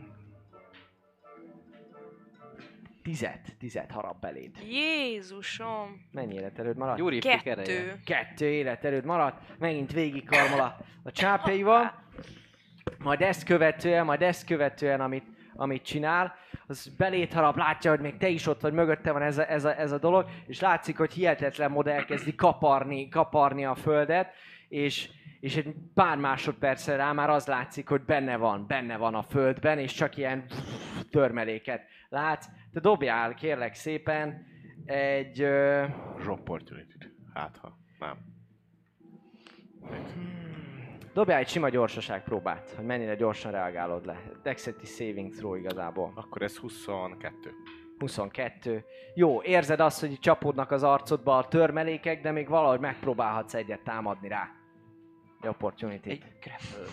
Tizet, tizet harap beléd. Jézusom! Mennyi életerőd maradt? Gyurifik ereje. Kettő. Kettő életerőd maradt, megint végig karmol a, a csápjaival. Majd ezt követően, majd ezt követően, amit, amit csinál, az belét harap, látja, hogy még te is ott vagy, mögötte van ez a, ez a, ez a dolog, és látszik, hogy hihetetlen mód elkezdi kaparni, kaparni a földet, és, és egy pár másodpercre rá már az látszik, hogy benne van, benne van a földben, és csak ilyen törmeléket látsz. Te dobjál, kérlek szépen, egy... Ö... Opportunity. Hát ha. Nem. Dobjál egy sima gyorsaság próbát, hogy mennyire gyorsan reagálod le. Dexterity saving throw igazából. Akkor ez huszonkettő. huszonkettő. Jó, érzed azt, hogy csapódnak az arcodba a törmelékek, de még valahogy megpróbálhatsz egyet támadni rá. Egy opportunity. Egy grapple.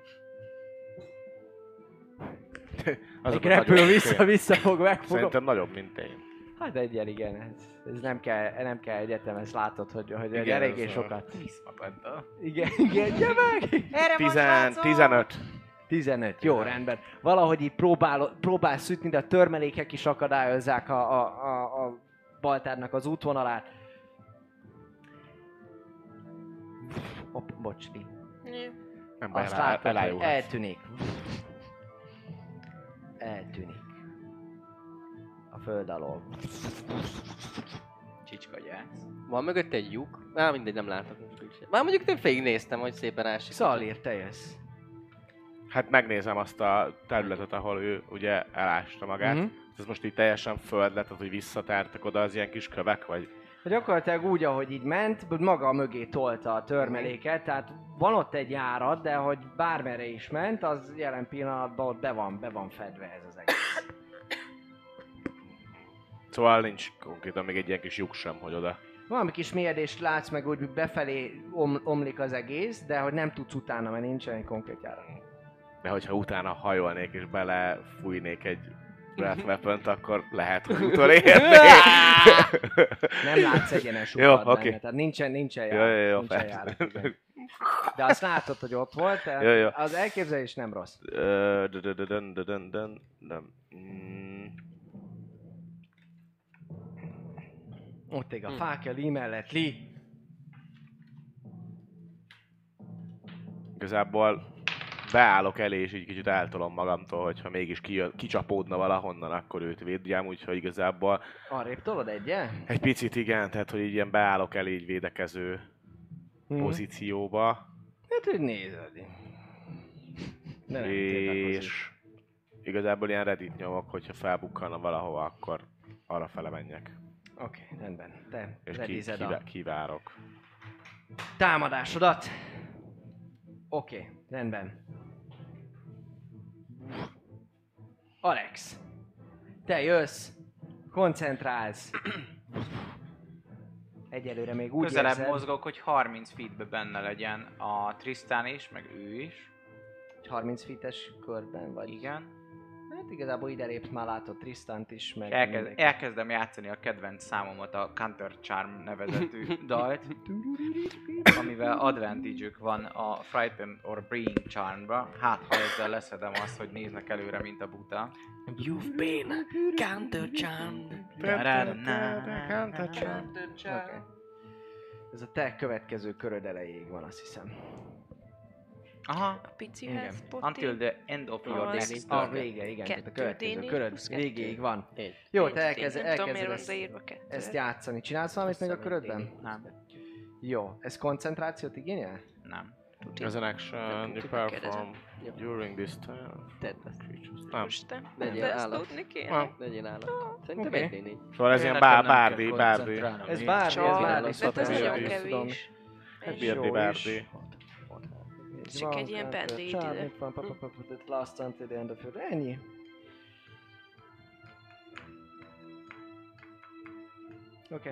Egy grapple vissza, visszafog, megfogom. Szerintem nagyobb, mint én. Hát egyen, igen, ez, ez nem, kell, nem kell egyetem, ezt látod, hogy, hogy Igen, igen, eléggé ez a- sokat. Viszmagadta. Igen, igen, gyere meg! Tizen, tizenöt. tizenöt, jó, rendben. Valahogy így próbál, próbálsz ütni, de a törmelékek is akadályozzák a, a, a, a baltárnak az útvonalát. Op, bocs, Lee. Jé. Nem baj, Azt elá- látod, hogy elájulhatsz. eltűnik. Eltűnik. A föld alól. Csicskagyász. Van mögött egy lyuk? Á, mindegy, nem látok most úgyse. Már mondjuk nem végignéztem, hogy szépen ásik. Szalír, te jössz. Hát megnézem azt a területet, ahol ő ugye elásta magát. Mhm. Ez most így teljesen föld lett, tehát hogy visszatártak oda az ilyen kis kövek, vagy... Gyakorlatilag úgy, ahogy így ment, maga mögé tolta a törmeléket, tehát van ott egy járat, de hogy bármerre is ment, az jelen pillanatban ott be van, be van fedve ez az egész. Szóval nincs konkrétan még egy ilyen kis lyuk sem, hogy oda. Valami kis mélyedést látsz, meg úgy befelé om, omlik az egész, de hogy nem tudsz utána, mert nincsen egy konkrét járat. De hogyha utána hajolnék és belefújnék egy breath weapont, akkor lehet, hogy utolérni. Nem látsz egyenes Jó, utat oké. benne, tehát nincsen, nincsen Jó, járat. jó, jó, nincsen persze. járat, igen. De azt látod, hogy ott volt, tehát Jó, jó. az elképzelés nem rossz. Ö, dö-dö-dö-dön, dö-dön, dön, dön. Mm, Ott ég a fákja, Lee mellett, Lee. Igazából beállok elé, és így kicsit eltolom magamtól, hogyha mégis kijön, kicsapódna valahonnan, akkor őt védjem, úgyhogy igazából Arrébb tolod egye? egy picit igen, tehát hogy így ilyen beállok elé így védekező Mhm. pozícióba, Hát, hogy nézed. De nem tiltakozik. és igazából ilyen Reddit nyomok, hogyha felbukkanna valahova, akkor arra fele menjek. Oké, okay, rendben. Te És ki, redized kive, a kivárok. támadásodat. Oké, okay, rendben. Alex, te jössz, koncentrálsz. Egyelőre még úgy Közelebb érzed, mozgok, hogy harminc feetbe benne legyen a Tristan is, meg ő is. hogy harminc feet-es körben vagy. Igen. Hát igazából ide lépsz, már látod Tristant is, meg Elkezd, mindenki. elkezdem játszani a kedvenc számomat, a Counter Charm nevezetű dalt, amivel advantage-ük van a Frightened or Bring Charm-ra. Hát, ha ezzel leszedem azt, hogy néznek előre, mint a buta. You've been counter-charmed. Okay. Ez a te következő köröd elejéig van, azt hiszem. Aha. A pici Igen. házpotti. Until the end of your Az- next A turn. vége, igen, tehát a Kettő következő D négy köröd plusz kettő. végéig van. Egy. Jó, Egy te elkezd, D, nem tudom, miért elkezded van ezt, beírva kettő. ezt játszani. Csinálsz valamit még a körödben? Nem. Jó, ez koncentrációt igényel? Nem. As an action you Csak megkérdezem. perform during this turn. Tedd ezt. Nem. Most te. Legyél De ezt állat. tudni kéne. Ah. Legyen állat. Szerintem Oké. egy D négy. Szóval ez Én ilyen nekem bár, nem kell bárdi, bárdi. koncentrálnom. Ez Én bárdi, ez Csak. bárdi. Szóval De ez szóval nagyon is tudom. kevés. Egy Bírdi, jó bárdi. is. Csak egy ilyen band-aid Charm, ide. itt van, pa, pa, pa, pa, it lasts until the end of your... Ennyi. Oké. Okay.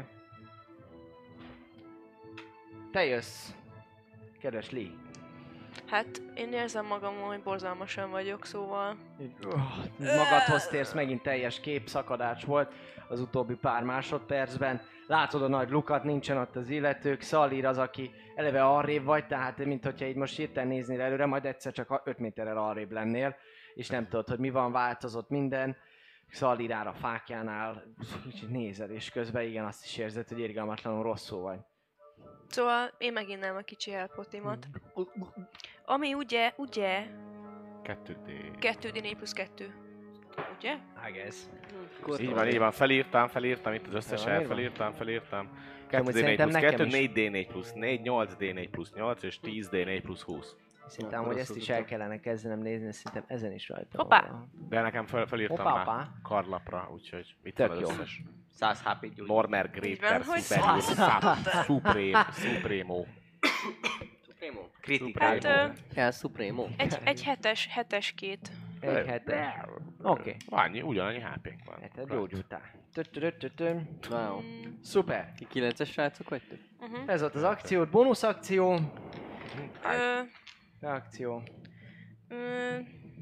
Te jössz. Kedves Lee. Hát én érzem magam, hogy borzalmasan vagyok, szóval... Így, uh, magadhoz térsz, megint teljes képszakadás volt az utóbbi pár másodpercben. Látod a nagy lukat, nincsen ott az illetők, Szalír az, aki eleve arrébb vagy, tehát mint hogyha így most hirtelen néznél előre, majd egyszer csak öt méterrel arrébb lennél, és nem tudod, hogy mi van, változott minden. Szalír áll a fákjánál, kicsit nézed, és közben igen, azt is érzed, hogy irgalmatlanul rosszul vagy. Szóval én meginnám a kicsi elpotimat. Ami ugye, ugye, kettő D. kettő D négy plusz kettő. Ugye? I guess. Így van, így van, felírtam, felírtam, itt az összes Jó, el, így van. felírtam, felírtam. Amúgy kettő D négy szerintem plusz nekem kettő, is. négy D négy plusz négy, nyolc D négy plusz nyolc és tíz D négy plusz húsz. Szerintem, Akkor hogy azt ezt is tudtam. el kellene kezdenem nézni, szerintem ezen is rajta Hoppá! van. De nekem fel, felírtam Hoppá, már hoppá. karlapra, úgyhogy itt Tök van az jó. összes. száz há pé gyógyít. Normer, Így Greater, van, hogy Superior, száz. Sup- Supreme, Supremo. Supremo. Kritikál. Hát ö, El Supremo. egy, egy hetes, hetes két. Egy hetes. Oké. Annyi, ugyanannyi há pénk van. Heted gyógyultál. Tö-tö-tö-tö-tö. Wow. Szuper. Ti kilences srácok vagytok? Uh-huh. Ez volt az akció, bónusz akció. Ö, Reakció. ö,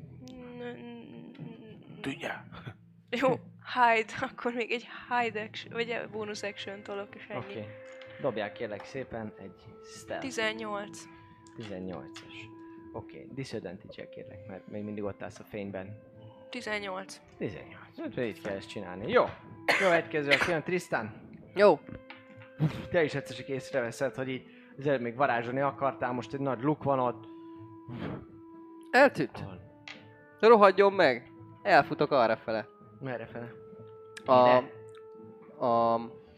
Tudja? Jó, hide, akkor még egy hide action, vagy egy bonus action tolok, és ennyi. Oké. Okay. Dobják kérlek szépen egy stealth. tizennyolc. tizennyolcas. Oké, okay. Disadvantage-el kérlek, mert még mindig ott állsz a fényben. tizennyolc. tizennyolc. Hát így kell ezt csinálni. Jó. Következő a film, Tristan. Jó. Te is egyszer csak észreveszed, hogy így az előbb még varázsolni akartál, most egy nagy luk van ott. Eltűnt. Rohadjon meg. Elfutok arra fele. Merre fele? A... A...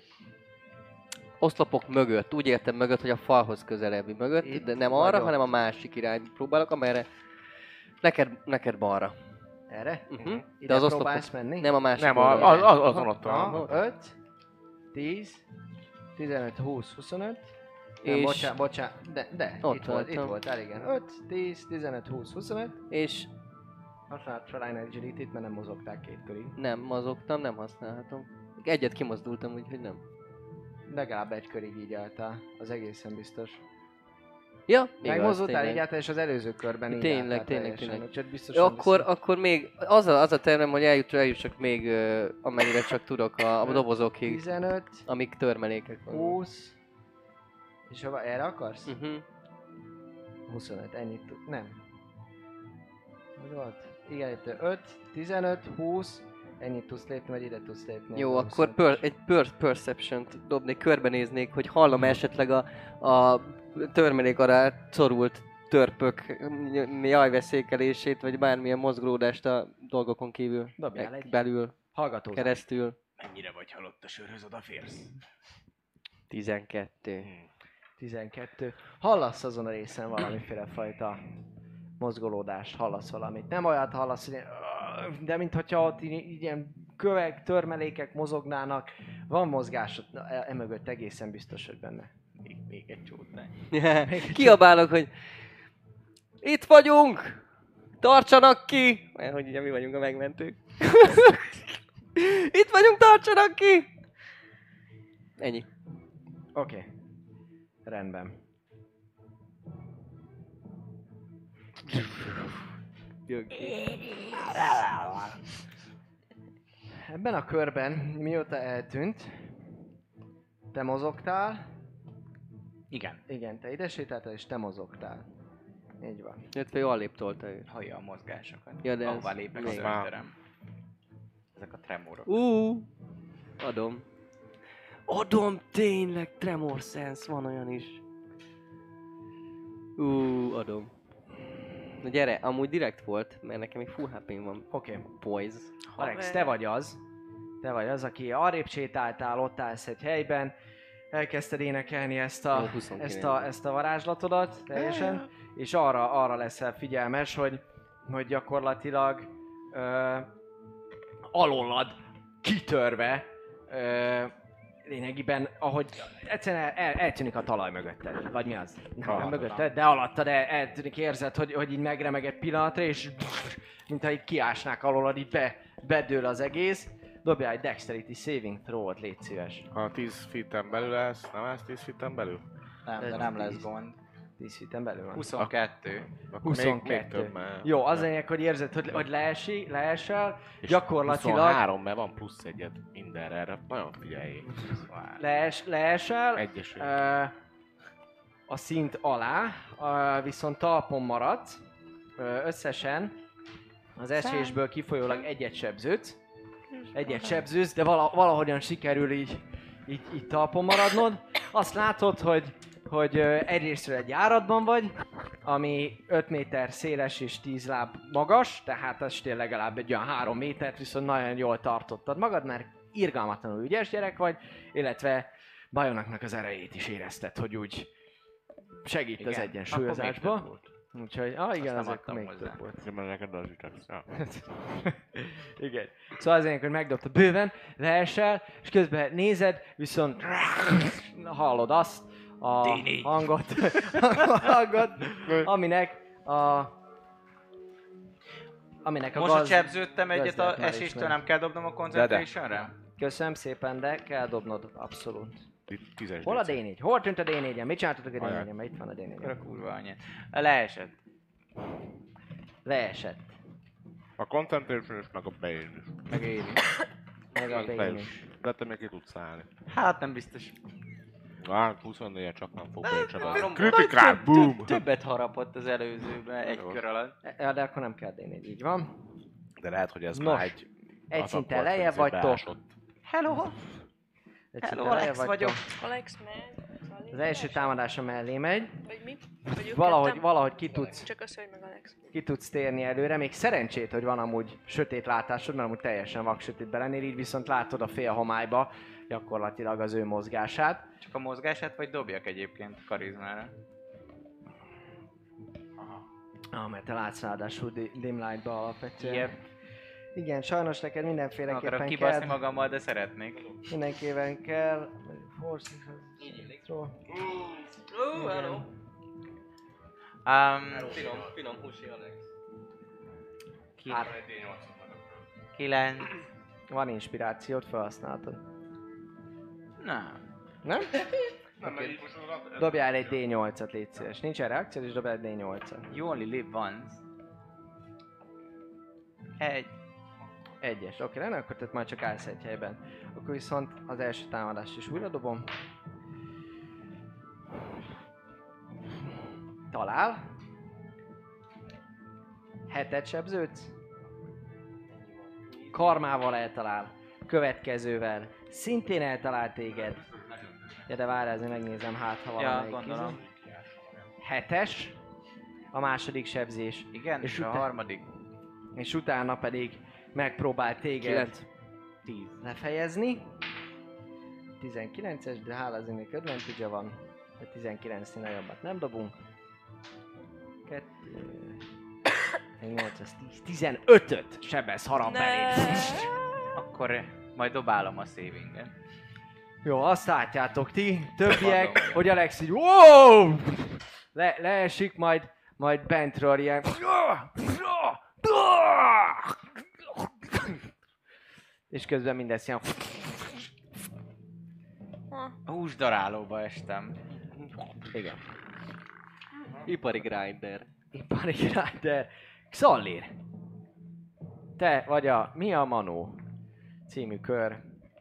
Oszlopok mögött. Úgy értem mögött, hogy a falhoz közelebbi mögött. Itt De nem vagy arra, ott? hanem a másik irányba próbálok, amerre... Neked, neked balra. Erre? Uh-huh. Ide De az próbálsz oszlopok... menni? Nem a másik Nem, oldalra. a- az, azon ott van. Aha, öt, tíz, tizenöt, húsz, huszonöt. Nem, És- bocsánat, bocsánat, de, de, Ott itt volt, itt voltam. volt, igen. öt, tíz, tizenöt, húsz, huszonöt. És Használt fel Line Agility-t, mert nem mozogták két körig. nem mozogtam, nem használhatom. Egyet kimozdultam, úgyhogy nem. Legalább egy körig így álltál, az egészen biztos. Ja, Megmozdultál így álltál, és az előző körben így Tényleg, álltál tényleg, teljesen, tényleg. úgyhogy biztos, Ja, akkor, akkor még az a, az a tervem, hogy eljut, eljussak még ö, amennyire csak tudok a, a dobozokig, tizenöt, amik törmelékek vannak. húsz, és hova, erre akarsz? Uh-huh. huszonöt, ennyit tud, nem. Hogy volt? Igen, itt öt, tizenöt, húsz, ennyit tudsz lépni, vagy ide tudsz lépni. Jó, ez a akkor huszonöt. per, egy per, perception-t dobnék, körbenéznék, hogy hallom esetleg a, a törmelék alá szorult törpök jajveszékelését, vagy bármilyen mozgolódást a dolgokon kívül, Dobjál meg egy. belül, Hallgatózás. keresztül. Mennyire vagy halott a sörhöz, odaférsz? tizenkettő. tizenkettő. Hallasz azon a részen valamiféle fajta mozgolódást, hallasz valamit. Nem olyat hallasz, hogy ilyen, de mintha ott í- ilyen kövek, törmelékek mozognának. Van mozgás, ott, na, e- emögött egészen biztos, hogy benne. Még, még egy csótnány. Kiabálok, hogy itt vagyunk! Tartsanak ki! Mert hogy ugye mi vagyunk a megmentők. Itt vagyunk, tartsanak ki! Ennyi. Oké. Okay. Rendben. Jön ki. Ebben a körben, mióta eltűnt, te mozogtál. Igen. Igen, te ide sétáltál, és te mozogtál. Így van. Illetve jól lép tolta ő. Hallja a mozgásokat. Ja, de ez Ahova lépek, még- az öntörem. Ezek a tremorok. Ú, adom. Adom, tényleg, Tremor Sense, van olyan is. Ú, adom. Na gyere, amúgy direkt volt, mert nekem még full há pé-m van. Oké. Okay. Poise. Alex, te vagy az. Te vagy az, aki arrébb sétáltál, ott állsz egy helyben, elkezdted énekelni ezt a, ezt a, ezt a varázslatodat teljesen, és arra, arra leszel figyelmes, hogy, hogy gyakorlatilag ö, alólad kitörve ö, lényegében, ahogy egyszerűen el, el, eltűnik a talaj mögötted, vagy mi az? Nem, nem mögötted, de alattad el, eltűnik, érzed, hogy, hogy így megremeg egy pillanatra, és mintha így kiásnák alólad, így be, bedől az egész. Dobjál egy Dexterity Saving Throw-ot, légy szíves. Ha tíz feet-en belül lesz, nem ez tíz feet-en belül? Nem, de nem lesz gond. tíz feet-en belül van. huszonkettő. huszonkettő. Még, még több, Jó, az lényeg, hogy érzed, hogy, hogy leesi, leesel, és gyakorlatilag... huszonhárom, mert van plusz egyet mindenre, erre nagyon figyeljék. Lees, leesel, Egyesül. ö, a szint alá, ö, viszont talpon maradsz, ö, összesen az esésből kifolyólag egyet sebződsz, egyet sebződsz, de vala, valahogyan sikerül így, így, így talpon maradnod. Azt látod, hogy, hogy ö, egyrésztről egy járatban vagy, ami öt méter széles és tíz láb magas, tehát az tényleg legalább egy olyan három métert, viszont nagyon jól tartottad magad, mert irgalmatlanul ügyes gyerek vagy, illetve Bajonaknak az erejét is érezted, hogy úgy segít igen, az egyensúlyozásba. Úgyhogy, ah igen, az akkor még több volt. Igen, mert neked az ütesz. Ja. Igen. Szóval azért, hogy megdobta bőven, leesel, és közben nézed, viszont hallod azt a hangot, hangot, aminek a... Aminek a Most, gaz... hogy sebződtem egyet a gazdát már eséstől, ismered. nem kell dobnom a concentration-re? Köszönöm szépen, de kell dobnod, abszolút. Tízes Hol a dé cé. dé négy? Hol tűnt a dé négyen? Mit csináltatok a dé Ajaj. négyen? Mert itt van a dé négy. Akkor a kurva anyja. Leesett. Leesett. A concentration is, meg a pain is. Meg én is. Meg a Meg pain is. is. De te még ki tudsz állni. Hát nem biztos. Hát huszonnégy csak nem fog becsapni. Tom- Kritikál, több- boom! több- Többet harapott az előzőben egy Jó. kör alatt. Ja, de akkor nem kell dé négy, így van. De lehet, hogy ez Nos, már egy... egy az szinten akkor lejjebb az vagytok. beásott. Hello! Egy Hello, szinten lejjebb Alex vagyok. Alex, meg. Az első támadása mellé megy. Vagy mi? Vagy ők Valahogy, ketten? valahogy ki tudsz, Csak az, hogy meg Alex. ki tudsz térni előre. Még szerencsét, hogy van amúgy sötét látásod, mert amúgy teljesen vaksötétben lennél, így viszont látod a fél homályba gyakorlatilag az ő mozgását. Csak a mozgását, vagy dobjak egyébként karizmára? Ah, mert te látsz ráadásul di- dim lightba alapvetően. Yep. Igen, sajnos neked Nem mindenféleképpen akarok kell. kibaszni magammal, de szeretnék. Mindenképpen kell. Force. Throw. Ó, hello. Um, Finom, finom húsi Alex. kilenc. Van inspirációt, felhasználtad. Nem. Nem? Okay. Dobjál egy dé nyolcat, légy szíves. Nincsen reakció, és dobjál egy dé nyolcat. You only live once. Egy. Egyes. Oké, okay, akkor tehát már csak állsz egy helyben. Akkor viszont az első támadást is újra dobom. Talál. Hetet sebződsz. Karmával eltalál. Következővel szintén eltalál téged. Ja, de várj, ezért megnézem, hát ha Ja, valamelyik gondolom. izé. Hetes. A második sebzés. Igen, És és a utána- harmadik. És utána pedig megpróbál téged Kilenc. tíz lefejezni. tizenkilences, de hála az ennek advantage van. A tizenkilencnél nagyobbat nem dobunk. kettő, nyolc, az tíz, tizenötöt sebez harap Ne. belé. Akkor majd dobálom a savinget. Jó, azt látjátok ti, többiek, Mondom. hogy Alex így wow! Le, leesik, majd, majd bentről ilyen és közben mindez ilyen Húsdarálóba estem. igen. Ipari grinder. Ipari Grinder. Xallir. Te vagy a Mi a Manó című kör.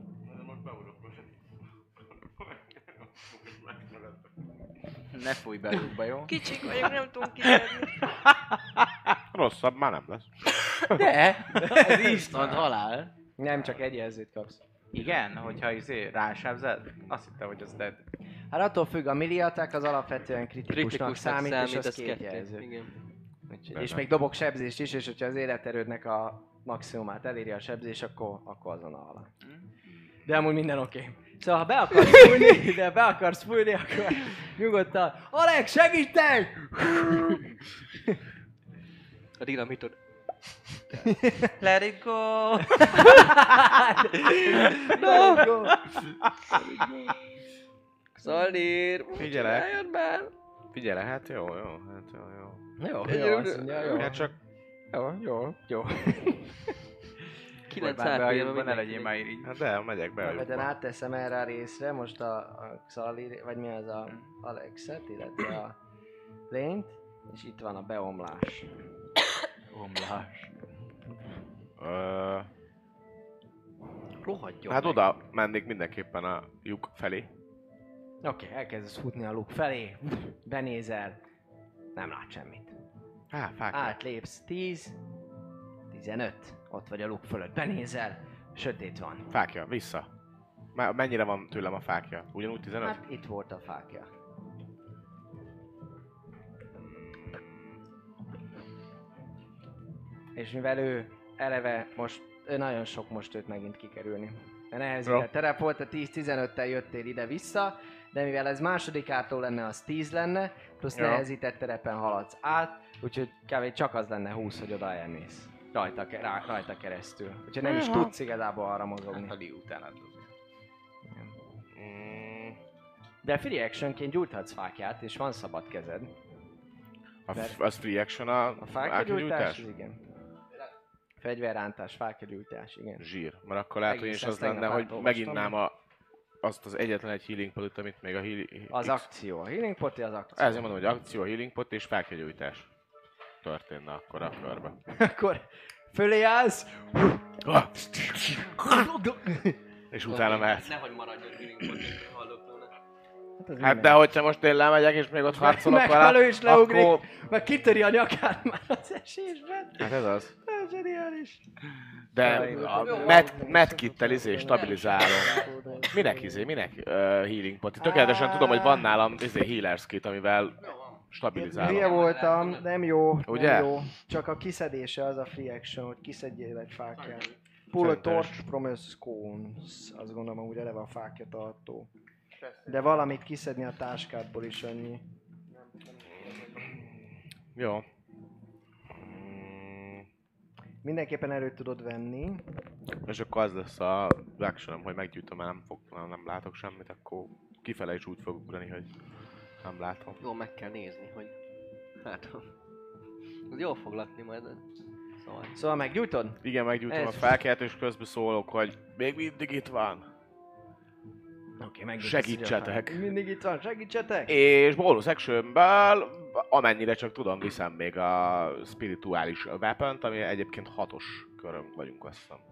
Ne fújj belőle, jó? Kicsik vagyok, nem tudunk kijönni. Rosszabb már nem lesz. De! Ez instant halál. Nem csak egy jelzőt kapsz. Igen? Hogyha izé rásebzed? Azt hittem, hogy az dead. Hát attól függ, a melee attack az alapvetően kritikusnak, Kritikusnak számít, számít, és az az két kettő. jelző. Igen. Úgyhogy- És még dobok sebzést is, és hogyha az életerődnek a maximumát eléri a sebzés, akkor, akkor azon alá. De amúgy minden oké. Okay. Szóval ha be akarsz fújni, de be akarsz fújni, akkor nyugodtan. Alex, segítek! A dinamitod. Let it go! No, go. Szaldír! Figyelek. Eljön már! Figyelj, hát jó, jó, hát jó, jó. Jó, jó, azt mondja, jó. Hát csak Jó, jó, jó. kilenc Be a há pé-ben lyukba, ne mindenki legyél már így. hát de, megyek be a Mert lyukba. átteszem erre a részre most a, a Xalir, vagy mi az a Alexet, illetve a lényt, és itt van a beomlás. Omlás. Ö, Rohadjon hát meg. oda mennék mindenképpen a lyuk felé. Oké, okay, elkezdesz futni a luk felé, benézel, nem lát semmit. Á, fák. Átlépsz tíz, tizenöt, ott vagy a luk fölött, benézel, sötét van. Fákja, vissza. Már mennyire van tőlem a fákja? Ugyanúgy tizenöt? Hát itt volt a fákja. És mivel ő eleve most, ő nagyon sok most őt megint kikerülni. De nehezített terep volt, a tíz-tizenöttel jöttél ide-vissza, de mivel ez másodikától lenne, az tíz lenne, plusz Ja. nehezített terepen haladsz át, úgyhogy kb. Csak az lenne húsz, hogy oda elmész. Rajta, ke- rá, rajta keresztül. Úgyhogy nem is Aha. tudsz igazából arra mozogni. A li után adod. Mm, De free actionként gyújthatsz fákját, és van szabad kezed. a f- az free action a, A fákjagyújtás, igen. Fegyverrántás, fákjagyújtás, igen. Zsír. Mert akkor lehet, hogy én is Egészen az lenne, tegnap hogy átolvastam. meginnám a, azt az egyetlen egy healing potot, amit még a healing... Az akció. A healing poti az akció. Ezért mondom, hogy akció, healing pot és fákjagyújtás történne akkor a körbe. Akkor fölé állsz. És utána mehetsz. Nehogy maradjon healing hallok volna. az Hát de hogyha most én lemegyek és még ott harcolok Meghaló vele, is leugrik, akkor... meg kitöri a nyakát már az esésben. Hát ez az. Ez zseniális. De Jaj, a jó. med, medkittel izé stabilizálom. Minek izé, minek uh, healing pot? Tökéletesen tudom, hogy van nálam izé healers kit, amivel Hülye stabilizálom. voltam, nem jó, Ugye? nem jó. Csak a kiszedése az a free action, hogy kiszedjél egy fákját. Pull a Szerintem is. torch from a scones. Azt gondolom, hogy eleve a fákja tartó. De valamit kiszedni a táskádból is annyi. Jó. Mm, Mindenképpen elő tudod venni. És akkor az lesz a actionom, hogy meggyújtom, mert nem, fog, nem, nem látok semmit, akkor kifele is úgy fog ugrani, hogy nem látom. Jó, meg kell nézni, hogy... Hát... Az jól fog lakni majd. Szóval... Szóval meggyújtod? Igen, meggyújtom Ez- a fákját, és közben szólok, hogy még mindig itt van. Oké, okay, Segítsetek. Mindig itt van, segítsetek! És bonus actionből, amennyire csak tudom, viszem még a spirituális weapont, ami egyébként hatos körön vagyunk, azt hiszem.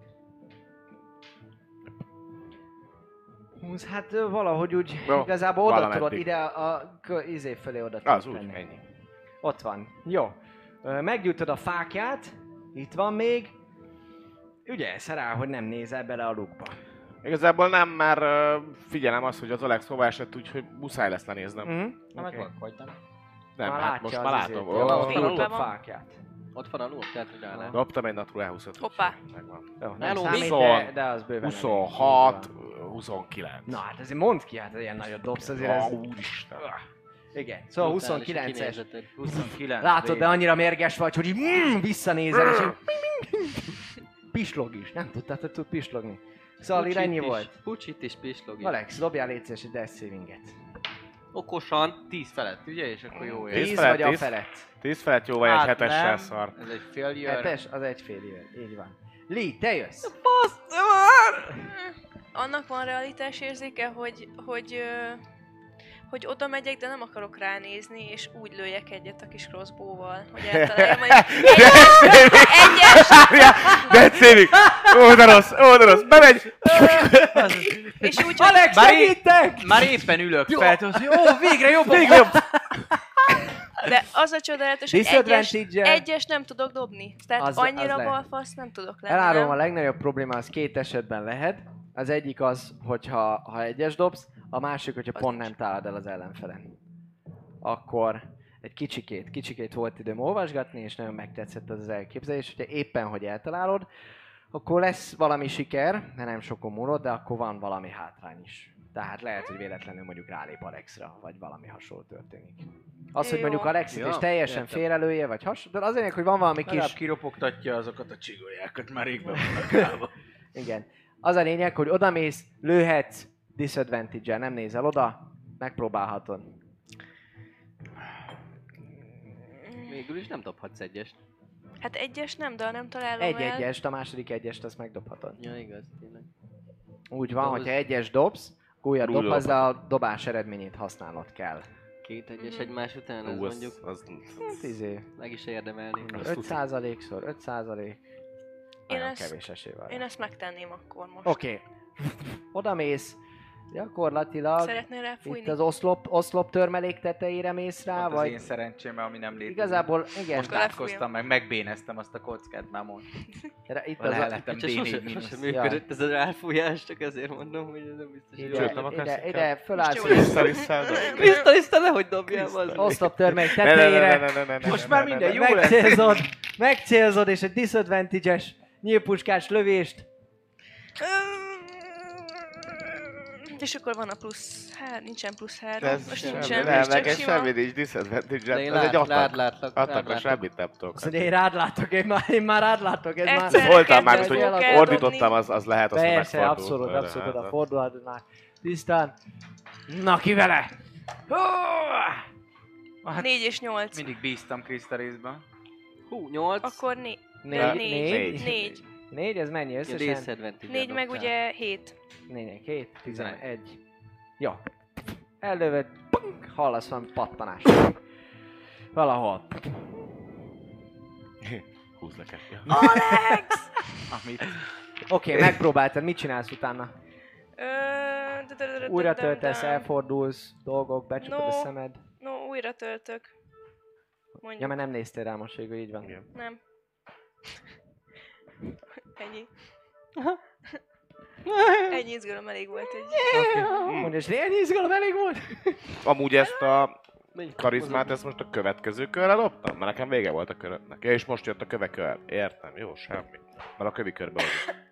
húsz, hát ö, valahogy úgy, Jó, igazából oda valameddig. tudod, ide a kö, izé felé oda Az tudod úgy, tenni. ennyi. Ott van. Jó. Ö, Meggyújtod a fákját, itt van még. Ügyelsz rá, hogy nem nézel bele a lukba. Igazából nem, mert ö, figyelem azt, hogy az Alex hova esett, úgyhogy muszáj lesz lenéznem. Mhm. Na meg Oké. vakkodtam. Nem, Már hát látja most az már izét. látom. Ja, Ó, ott Még gyújtod ott van? fákját. Ott van a ló, tehát hogy állnál. Dobtam egy natural húszat. Hoppá. Megvan. Jó, nem Hello, számít, huszon- de, de az bőven elég. huszonhat, huszonkilenc. Na hát azért mondd ki, hát ilyen nagyot dobsz azért ez... Ó, úristen. Igen, szóval Brutális a huszonkilences. kinézeted. huszonkilenc. Látod, de annyira mérges vagy, hogy így mm, visszanézel, és így pislog is. Nem tudtad, hogy tud pislogni. Szóval így ennyi volt. Pucsit is pislog. Alex, dobjál légy szíves egy death savinget. Okosan. tíz felett, ugye? És akkor jó ér. Tíz tíz felett, vagy a tíz? felett. tíz felett jó vagy egy Hát hetessel nem. szar. Ez egy failure. Hetes, az egy fél éve. Így van. Lee, te jössz. Annak van realitás érzéke, hogy, hogy, ö, hogy oda megyek, de nem akarok ránézni, és úgy lőjek egyet a kis crossbow-val, hogy eltaláljam, hogy egyes, Dead saving! Ó, de rossz, ó, de rossz, bemegy! és úgy, hogy Alex, Már é- segítek! Már éppen ülök fel, tudod, jó, végre jobb! Végre jobb! de az a csodálatos, hogy egyes, Disadvantage-el. egyes nem tudok dobni. Tehát Az- az annyira lehet. balfasz nem tudok lenni, Elárulom, a nem? legnagyobb probléma az két esetben lehet. Az egyik az, hogyha ha egyes dobsz, a másik, hogyha Az pont nincs. nem találod el az ellenfelen. Akkor egy kicsikét, kicsikét volt időm olvasgatni, és nagyon megtetszett az az elképzelés, hogyha éppen, hogy eltalálod, akkor lesz valami siker, mert nem sokon múlott, de akkor van valami hátrány is. Tehát lehet, hogy véletlenül mondjuk rálép Alexra, vagy valami hasonló történik. Az, hogy Jó. mondjuk Alexit Ja, és teljesen értem. félrelője, vagy hasonló, de az lényeg, hogy van valami Legalább kis... kiropogtatja azokat a csigolyákat, már rég be vannak állva. Igen. Az a lényeg, hogy odamész, lőhetsz, disadvantage-el, nem nézel oda, megpróbálhatod. Végül is nem dobhatsz egyest. Hát egyes nem, de ha nem találom Egy el... egyest, a második egyest azt megdobhatod. Ja, igaz, tényleg. Úgy van, Ahhoz- hogyha egyes dobsz, akkor újat Nulla dobhatsz, de a dobás eredményét használnod kell. Két egyes Mhm. egymás után, ez Ú, az, mondjuk az, Hát izé, meg is érdemelni. öt százalékszor öt százalék. Nagyon ezt- kevés esély van. Én ezt megtenném akkor most. Oké. Okay. Odamész, gyakorlatilag Szeretnél elfújni? itt az oszlop, oszlop törmelék tetejére mész rá, Pont az vagy én szerencsém, ami nem létezik. igazából, igen, Most Akkor átkoztam meg, megbéneztem azt a kockát már most. de itt Az az a, lettem Csak D sose, négy sose mínusz. működött ez a ráfújás, csak ezért mondom, hogy ez nem biztos, hogy ide, jó. Sőt, nem akarsz ide, inkább? ide fölállsz, Most jó lesz. Vissza-vissza. Krisztaliszta, nehogy dobjál, az. oszlop törmelék Ne, ne, ne, tetejére, ne, ne, ne, ne, Most ne, már ne, minden ne, jó lesz. megcélzod, megcélzod, és egy disadvantage-es nyílpuskás lövést. És akkor van a plusz... Hát, nincsen plusz három. Ez Most semmi, nincsen, nem, most csak neked sima. semmi nincs disadvantage, De én ez egy lát, lát, atak. látlak, rád Atakra látok. semmit nem tudok. Azt mondja, én rád látok, én már, én már rád látok, ez már... Egyszer Voltam már, kettőt hogy fogok eldobni. ordítottam, az, az lehet, azt Persze, megfordul. abszolút, Erre, abszolút, hát, oda fordulhat már. Tisztán. Na, ki vele? Hát Négy és nyolc. mindig bíztam Krisztaliszban. Hú, nyolc. Akkor né... Négy, de négy, négy. Négy. Négy, ez mennyi Ja, összesen? disadvantage-el Négy meg dobtál. ugye hét. Négy, két, tizenegy. Jó. Ellövöd, punk, hallasz valami pattanást. Valahol. Húzd le kettő. Amit Oké, okay, megpróbáltad, mit csinálsz utána? Ö, d- d- d- d- Újra d- töltesz, d- elfordulsz, dolgok, becsukod a No. szemed. No, újra töltök. Ja, Mondjuk. mert nem néztél rá most végül, így van. Igen. Nem. Ennyi. Ennyi izgalom elég volt egy... Okay. Mondja, és ennyi izgalom elég volt? Amúgy ezt a Menj, karizmát, ezt most a következő körre dobtam? Mert nekem vége volt a köröknek. Ja, és most jött a kövekör. Értem, jó, semmi. Mert a kövi körbe vagyok.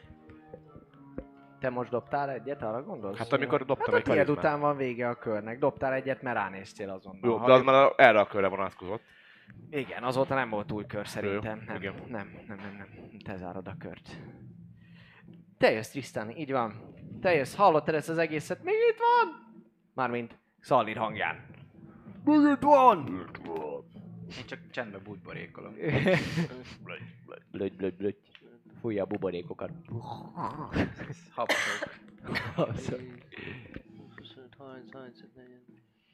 Te most dobtál egyet, arra gondolsz? Hát amikor dobtam hát egy a tiéd karizmát. után van vége a körnek. Dobtál egyet, mert ránéztél azonnal. Jó, Ha de az ő- már a- erre a körre vonatkozott. Igen, azóta nem volt új kör szerintem. Nem, igen. nem, nem, nem, nem. Te zárod a kört. Te jössz, Tristan, így van. Te jössz, hallottad ezt az egészet? Még itt van? Mármint Szallir hangján. Még itt van! én csak csendbe bújborékolom. Blögy, blögy, blögy. Fújja a buborékokat. Habsok. huszonöt, harminc, harmincöt, negyven.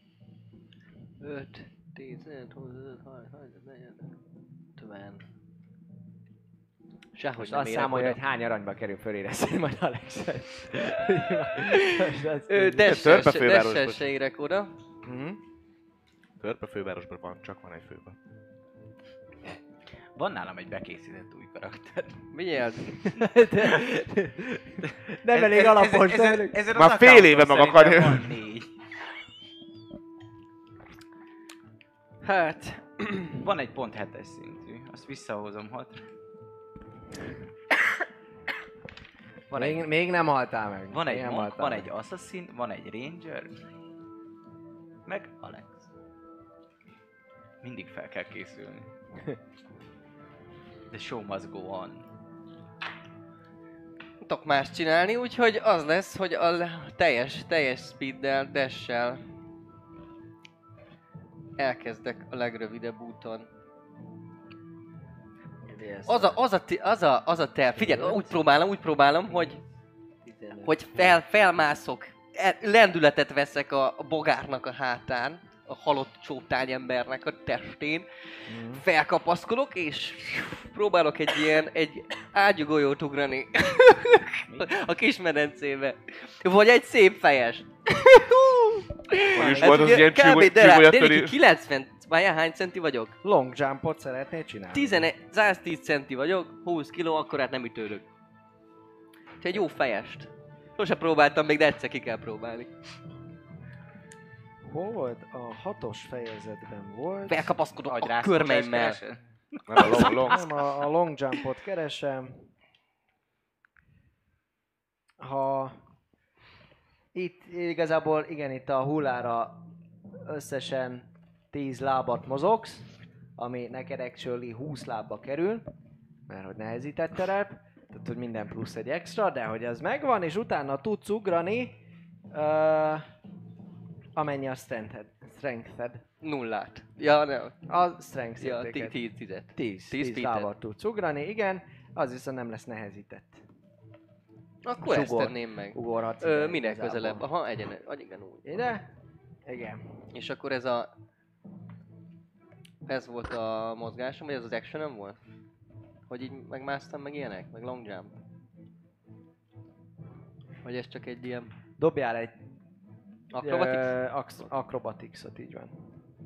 öt, tizenöt, huszonöt, harminc, harmincöt, negyven. ötven. Sehogy Most nem azt érek számolja, oda. hogy hány aranyba kerül föléreszteni majd Alex. Ö, Dessel Törpe se- fővárosban. Dessel se érek oda. Mhm. Törpe fővárosban van, csak van egy főben. Van nálam egy bekészített új karakter. Vigyázz. Nem elég alapos, ez, nem ez, elég. ez, Már fél éve meg akarja. Van négy. Hát, Van egy pont hetes szintű, azt visszahozom hat. Van Még, egy, még nem haltál meg. van Még egy nem monk, haltál van meg. egy assassin, van egy ranger, meg Alex. Mindig fel kell készülni. The show must go on. nem tudok más csinálni, úgyhogy az lesz, hogy a le- teljes, teljes speeddel, dash-sel elkezdek a legrövidebb úton. Az a, az a, ti- az a, az a terv, figyelj, úgy próbálom, úgy próbálom, hogy, hogy fel, felmászok, e- lendületet veszek a, a bogárnak a hátán, a halott csótányembernek a testén, felkapaszkodok, és próbálok egy ilyen, egy ágyugolyót ugrani a kis medencébe. Vagy egy szép fejes. Hogy is Ez volt az ugye ilyen kb. csigoly- de rá- csigolyatöri- de kilencven, várjál, hány centi vagyok? Long jumpot szeretnél csinálni? tizenegy, száztíz centi vagyok, húsz kiló, akkor hát nem ütődök. Te egy jó fejest. Sose próbáltam még, de egyszer ki kell próbálni. Hol volt? A hatos fejezetben volt. Felkapaszkodok a Agyrászkodás körmeimmel. keresel? Nem a long, long. Nem, a, a long jumpot keresem. Ha... Itt igazából, igen, itt a hullára összesen tíz lábat mozogsz, ami neked actually húsz lábba kerül, mert hogy nehezített terep, tehát hogy minden plusz egy extra, de hogy ez megvan, és utána tudsz ugrani, uh, amennyi a strengthed. strengthed. Nullát. Ja, nem. A strength Ja, értéket. tíz, tízet. tíz, tíz tíz feet-et. lábat tudsz ugrani, igen, az viszont nem lesz nehezített. Akkor ezt Ugor. tenném meg. Ugorhatsz Ö, ide minek igazából. közelebb? Aha, egyen, vagy igen, úgy. Ide? Igen. És akkor ez a... Ez volt a mozgásom, vagy ez az actionem volt? Hogy így megmásztam meg ilyenek? Meg long jump? Vagy ez csak egy ilyen... Dobjál egy Acrobatics? Ö, ax- acrobatics-ot, így van.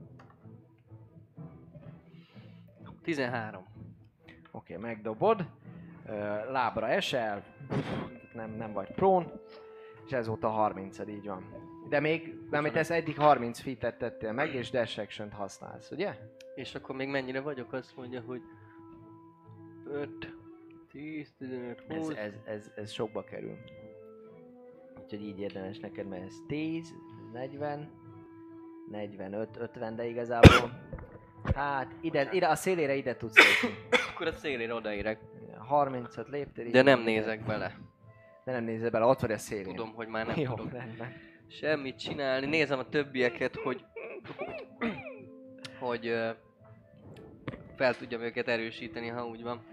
tizenhárom. Oké, okay, megdobod. Ö, lábra esel. Nem, nem vagy prón. És ez volt a harmincad, így van. De még, amit ez eddig harminc feet-et tettél meg, és dash action-t használsz, ugye? És akkor még mennyire vagyok? Azt mondja, hogy... öt, tíz, tizenöt, Ez, húsz... ez, ez, ez sokba kerül. Úgyhogy így érdemes neked, mert ez tíz, negyven, negyvenöt, ötven, de igazából... Hát, ide, ide a szélére ide tudsz lépni. Akkor a szélére odaérek. harmincot léptél. így De nem van, nézek bele. De nem nézzel bele, ott vagy a szélén. Tudom, hogy már nem Jó, tudok rendben. semmit csinálni. Nézem a többieket, hogy... Hogy... ö, fel tudjam őket erősíteni, ha úgy van.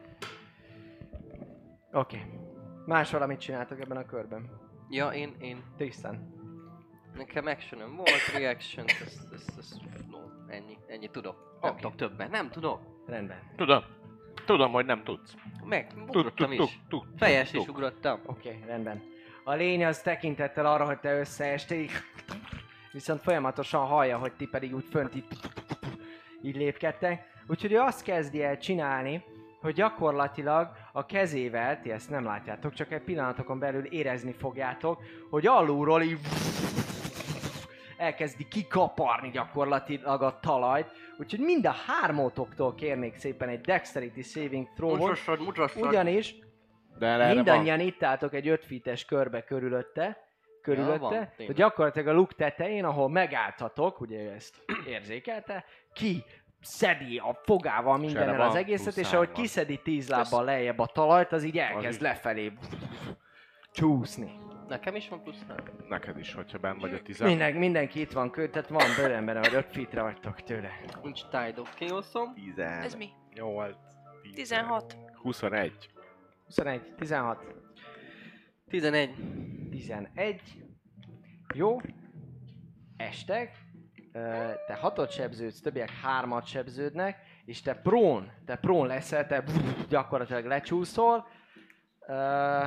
Oké. Okay. Más valamit csináltok ebben a körben? Ja, én... én Tisztán. nekem actionem volt, reaction, ez, ez, ez, no, ennyi, ennyi tudok. Nem Oké. tudok többen, nem tudok. Rendben. Tudom. Tudom, hogy nem tudsz. Meg, Tud, ugrottam tud, is. tud, Fejes tud, is tud. ugrottam. Oké, okay, rendben. A lény az tekintettel arra, hogy te összeestél, viszont folyamatosan hallja, hogy ti pedig úgy fönt így, így lépkedtek. Úgyhogy ő azt kezdi el csinálni, hogy gyakorlatilag a kezével, ti ezt nem látjátok, csak egy pillanatokon belül érezni fogjátok, hogy alulról így elkezdi kikaparni gyakorlatilag a talajt. Úgyhogy mind a hármótoktól kérnék szépen egy Dexterity Saving Throw-ot, Mutassad, mutassad. ugyanis De erre mindannyian itt álltok egy öt feet-es körbe körülötte, körülötte, van, hogy tényleg. gyakorlatilag a luk tetején, ahol megálltatok, ugye ő ezt érzékelte, ki szedi a fogával mindennel erre az van egészet, plusz és ahogy hármas. kiszedi tíz lábbal lejjebb a talajt, az így Az elkezd is. lefelé csúszni. Nekem is van plusz három. Neked is, hogyha benn vagy a tizen. Minden, mindenki itt van kö, tehát van bőremben, hogy öt feetre vagytok tőle. Nincs Tide of Chaos-om. tizen. Ez mi? nyolc. tizenhat. huszonegy. huszonegy, tizenhat, tizenegy. tizenegy. Jó. Estek. Ö, te hatot sebződsz, többiek hármat sebződnek, és te prón, te prón leszel, te gyakorlatilag lecsúszol. Ö,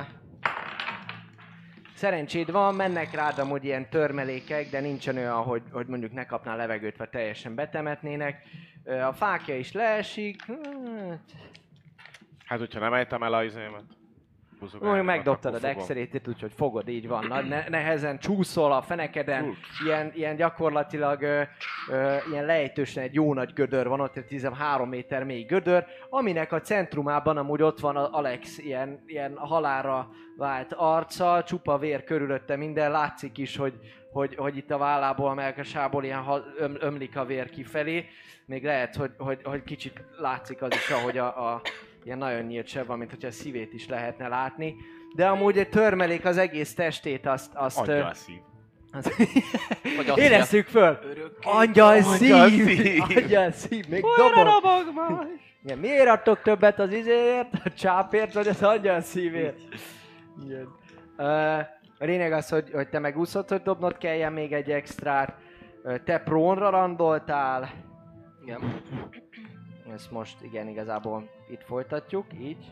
szerencséd van, mennek rád amúgy ilyen törmelékek, de nincsen olyan, hogy, hogy mondjuk ne kapnál levegőt, vagy teljesen betemetnének. Ö, a fákja is leesik. Hát, Hát, hogyha nem ejtem el a izémet. Mondjuk megdobtad a dexterity-t, úgyhogy fogod, így van. Nagy ne- nehezen csúszol a fenekeden, ilyen, ilyen gyakorlatilag ö, ö, ilyen lejtősen egy jó nagy gödör van, ott egy tizenhárom méter mély gödör, aminek a centrumában amúgy ott van a Alex ilyen, ilyen halálra vált arccal, csupa vér körülötte minden, látszik is, hogy, hogy, hogy itt a vállából, a melkasából ilyen ha- öm, ömlik a vér kifelé. Még lehet, hogy, hogy, hogy kicsit látszik az is, ahogy a, a ilyen nagyon nyílt seb van, mint hogyha a szívét is lehetne látni. De amúgy egy törmelék az egész testét, azt... azt Adja ö, a szív. az Vagy azt érezzük föl! Angyal szív! szív! Angyal szív! Még dobod! Igen, miért adtok többet az izéért, a csápért, vagy az angyal szívért? Igen. Ö, a lényeg az, hogy, hogy te megúszod, hogy dobnod kelljen még egy extrát. Ö, Te prónra randoltál. Igen. Ezt most igen, igazából itt folytatjuk, így.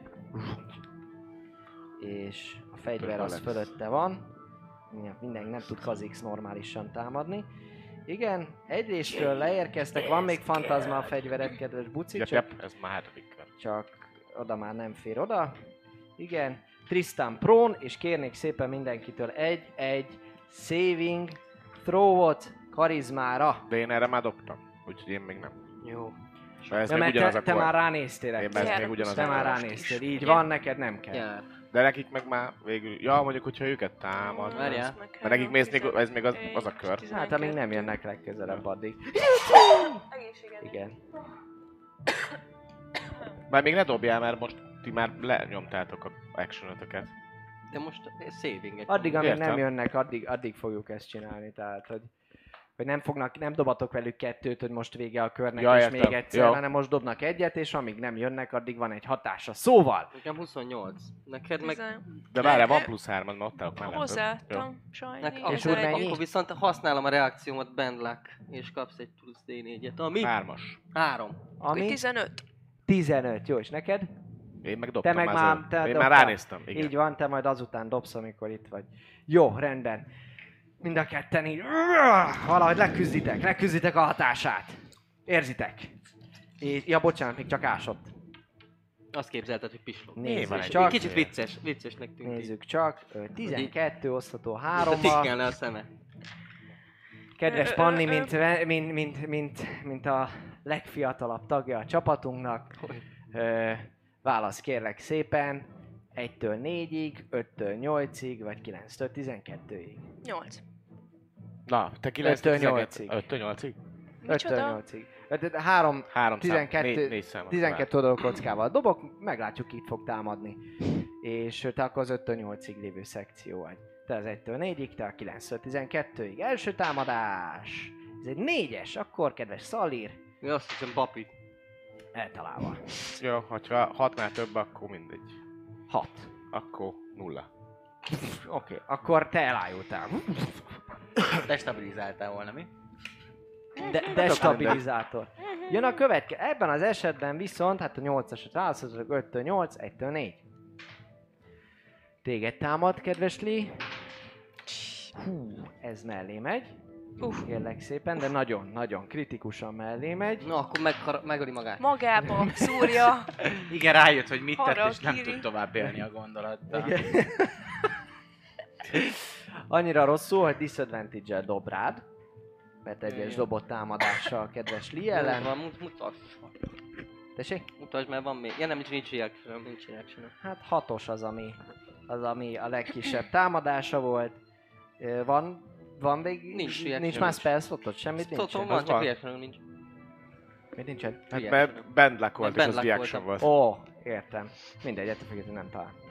És a fegyver az fölötte van. Ja, minden nem tud Kha'Zix normálisan támadni. Igen, egyrésztről leérkeztek, van még fantazma a fegyvered, kedves buci, Jep, csak, jep, ez már hatodik kör. csak oda már nem fér oda. Igen, Tristan prón, és kérnék szépen mindenkitől egy-egy saving throw-ot karizmára. De én erre már dobtam, úgyhogy én még nem. Jó. És ez Ja, még mert ugyanaz te, a te kor. már ránéztél. Én egyszer. ez Jár, még ugyanaz Te a már kor. ránéztél, így Ugye? van, neked nem kell. Jár. De nekik meg már végül... Ja, mondjuk, hogyha őket támad. Várjál. Mert nekik még, még, ez még az, az a kör. Hát amíg nem jönnek legközelebb addig. Egészséget. Igen. Már még ne dobjál, mert most ti már lenyomtátok a action-ötöket. De most saving egy. Addig, amíg Értem. nem jönnek, addig, addig fogjuk ezt csinálni, tehát, hogy, hogy nem fognak, nem dobatok velük kettőt, hogy most vége a körnek, Ja, és értem. még egyszer, Jó. hanem most dobnak egyet, és amíg nem jönnek, addig van egy hatása. Szóval, Nekem huszonnyolc. Neked meg... De várjál, van plusz hárman, mert ott állok mellett. Hozzáadtam, sajnálni. Nek- És akkor, úgy mennyi? akkor viszont használom a reakciómat bend luck, és kapsz egy plusz dé négyet. Ami? Hármas. Három. ami tizenöt. tizenöt, jó, és neked? Én meg dobtam meg már. már- zöld. te Én dobtál. már ránéztem, igen. Így van, te majd azután dobsz, amikor itt vagy. Jó, rendben. Mind a ketten így, valahogy leküzditek, leküzditek a hatását. Érzitek? É, ja, bocsánat, még csak ásott. Azt képzelted, hogy pislog. Nézzük van egy csak, Kicsit vicces, viccesnek tűnt. nézzük csak. Ö, tizenkettő osztható Hárommal. hárommal. Tikkelne a szeme. Kedves Ö, ö, Panni, ö, ö. mint, ve- mint, mint, mint, mint a legfiatalabb tagja a csapatunknak, ö, válasz kérlek szépen, egytől négyig, öttől nyolcig, vagy kilenctől tizenkettőig. nyolc. Na, te Öttől kilenc nyolcig. öttől nyolcig? öttől Micsoda? nyolcig. Öt- három, Három tizenkettő, szám. Négy, négy számot tizenkettő oldalú kockával dobok, meglátjuk, ki fog támadni. És te akkor az öttől nyolcig lévő szekció vagy. Te az egytől négyig, te a kilenctől tizenkettőig. Első támadás! Ez egy négyes, akkor kedves Szalír, Mi azt hiszem papi. eltalálva. Jó, hogyha hatnál több, akkor mindegy. hat. Akkor nulla. Oké, okay, akkor te elájultál. Destabilizáltál volna, mi? De, destabilizátor. Jön a következő. Ebben az esetben viszont, hát a nyolcasat választhatok, öttől nyolc, egytől négy. Téged támad, kedves Lee. Hú, ez mellé megy. Uff. Kérlek szépen, de nagyon-nagyon kritikusan mellé megy. Na, akkor meg, megöli magát. Magába szúrja. Igen, rájött, hogy mit tett, és nem Harakiri. tud tovább élni a gondolattal. Igen. Annyira rosszul, hogy disadvantage-el dob rád. Mert egyes Igen. dobott támadással, kedves Lee ellen. Van, mut- mutass. Tessék? Mutasd, mert van még. Ja nem, nincs, nincs reaction, nincs reaction. Hát hatos az, ami, az, ami a legkisebb támadása volt. Ö, Van, van még... Nincs reaction, nincs már nincs. spell slotot? Semmit Tudom, nincsen? van, az csak van. reaction nincs. Miért nincsen? Hát Reaction. mert bend luck volt, és bend az luck reaction voltam. volt. Ó, értem. Mindegy, ettől függetlenül nem talál.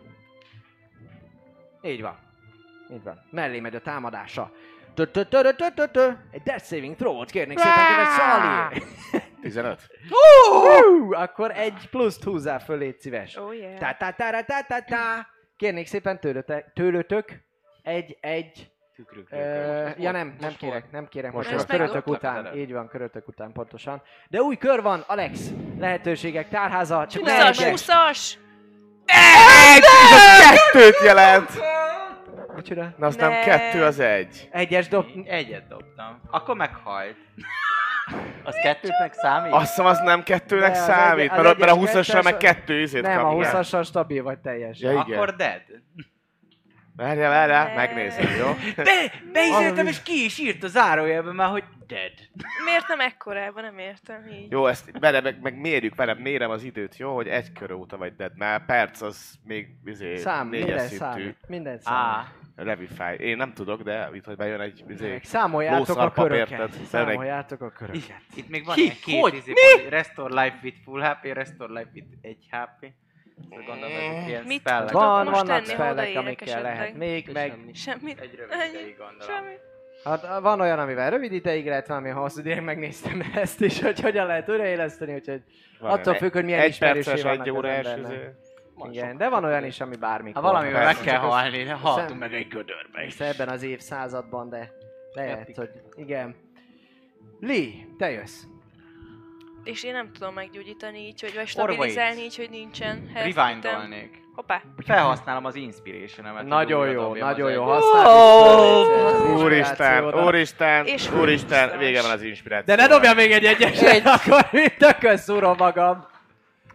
Így van. Így van. Mellé megy a támadása. Tö-tö-tö-tö-tö-tö. Egy death saving throw-ot kérnék szépen, kedves Szali! tizenöt. Hú, akkor egy pluszt húzzál föl, légy szíves. Oh yeah. tá tá tá tá tá tá Kérnék szépen tőlöte, tőlötök egy, egy, Tükrük. ö, most ja volt, nem, nem most kérek, nem kérek, Most most, most volt. körötök Ezt után, megdobtad? így van, körötök után pontosan. De új kör van, Alex, lehetőségek tárháza, csak ne húszas, egyes. húszas! Egy! Ez a kettőt jelent! Micsoda? Na azt nem Ne. kettő, az egy. Egyes dob... Egyet dobtam. Akkor meghalt. Az kettőtnek számít? Azt hiszem, az nem kettőnek De az számít, egy- az mert, mert a egyes húszassal meg kettes- kettő izét Nem, a kap. húszassal stabil vagy teljes. Ja, igen. Akkor dead. Várjál, várjál, Ne. megnézem, jó? Be, beízeltem Valami- és ki is írt a zárójelben már, hogy dead. Miért nem ekkorában? Nem értem így. Jó, ezt vele meg, meg mérjük, vele mérem az időt, jó? Hogy egy kör óta vagy dead, mert perc az még izé, Szám, négyes minden szintű számít. Minden Á, számít. Revify. Én nem tudok, de itt, hogy bejön egy izé, Számoljátok a lószar papír, köröket. tehát bejön egy- Számoljátok a köröket. itt, itt még van Ki? ilyen két Hogy? izé, hogy Restore life with full há pé, Restore life with egy há pé. Szóval gondolom, ezek ilyen Mit spellek. tudok Van, most vannak tenni, ha spellek, odaérek amikkel lehet esetleg? még, meg... Semmi. Semmit. Egy rövid Ennyi. ideig gondolom. Semmit. Hát van olyan, amivel rövid ideig lehet, van, ami hosszú ideig megnéztem ezt is, hogy hogyan lehet újraéleszteni, úgyhogy van attól egy- függ, hogy milyen egy ismerősé perces, vannak egy az órás embernek. izé. Igen, de van olyan is, ami bármikor. Ha valamivel meg Persze, kell csak az- halni, haltunk Szem- meg egy gödörbe is. Persze ebben az évszázadban, de lehet, Epic. hogy igen. Lee, te jössz. És én nem tudom meggyógyítani így, hogy vagy Orvait. stabilizálni így, hogy nincsen. health item. Rewindolnék. Hoppá. Felhasználom az inspiration-emet. hogy Nagyon újra jó, dobjam nagyon az jó. egy- Használj is Úristen, úristen, És úristen, húszas. vége van az inspiráció. De ne dobjál még egy egyesre, akkor mit tökös szúrom magam.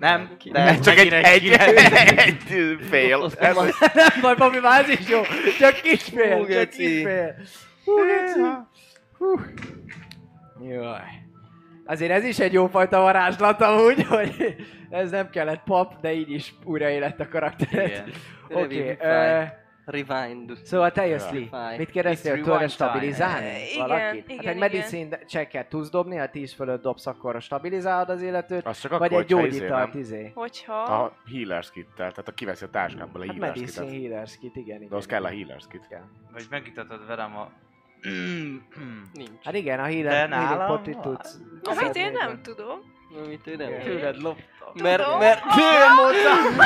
Nem, de Ez csak egy, egy, egy fél. Azt Ez, mondom, Nem baj, Papi, már ez is jó. Csak kisfél, Hú, csak geci. kisfél. Hú, geci. Hú. Jaj. Azért ez is egy jófajta varázslat amúgy, hogy ez nem kellett pap, de így is újra élett a karakteret. Igen. Oké, Revivify. ö, Rewind. szóval te jössz, Lee. Fine. Mit kérdeztél, It's tudod rewind stabilizálni time. Igen, valakit? igen, Hát egy igen. medicine checket tudsz dobni, ha tíz fölött dobsz, akkor stabilizálod az illetőt, az csak vagy akkor, egy hogyha izé, gyógyítalt nem? izé. Hogyha... A healer's kittel, tehát a kiveszi a táskámból a Hát healer's medicine kitet. healers kit, igen, igen. De az kell a healer's kit. Kell. Vagy megitatod velem a... Nincs. Hát igen, a De healer, healing nálam potit van. tudsz. Amit én nem tudom. Amit ő nem Igen. tud. Tőled loptam. Mert, Tudom. mert tőlem mondtam.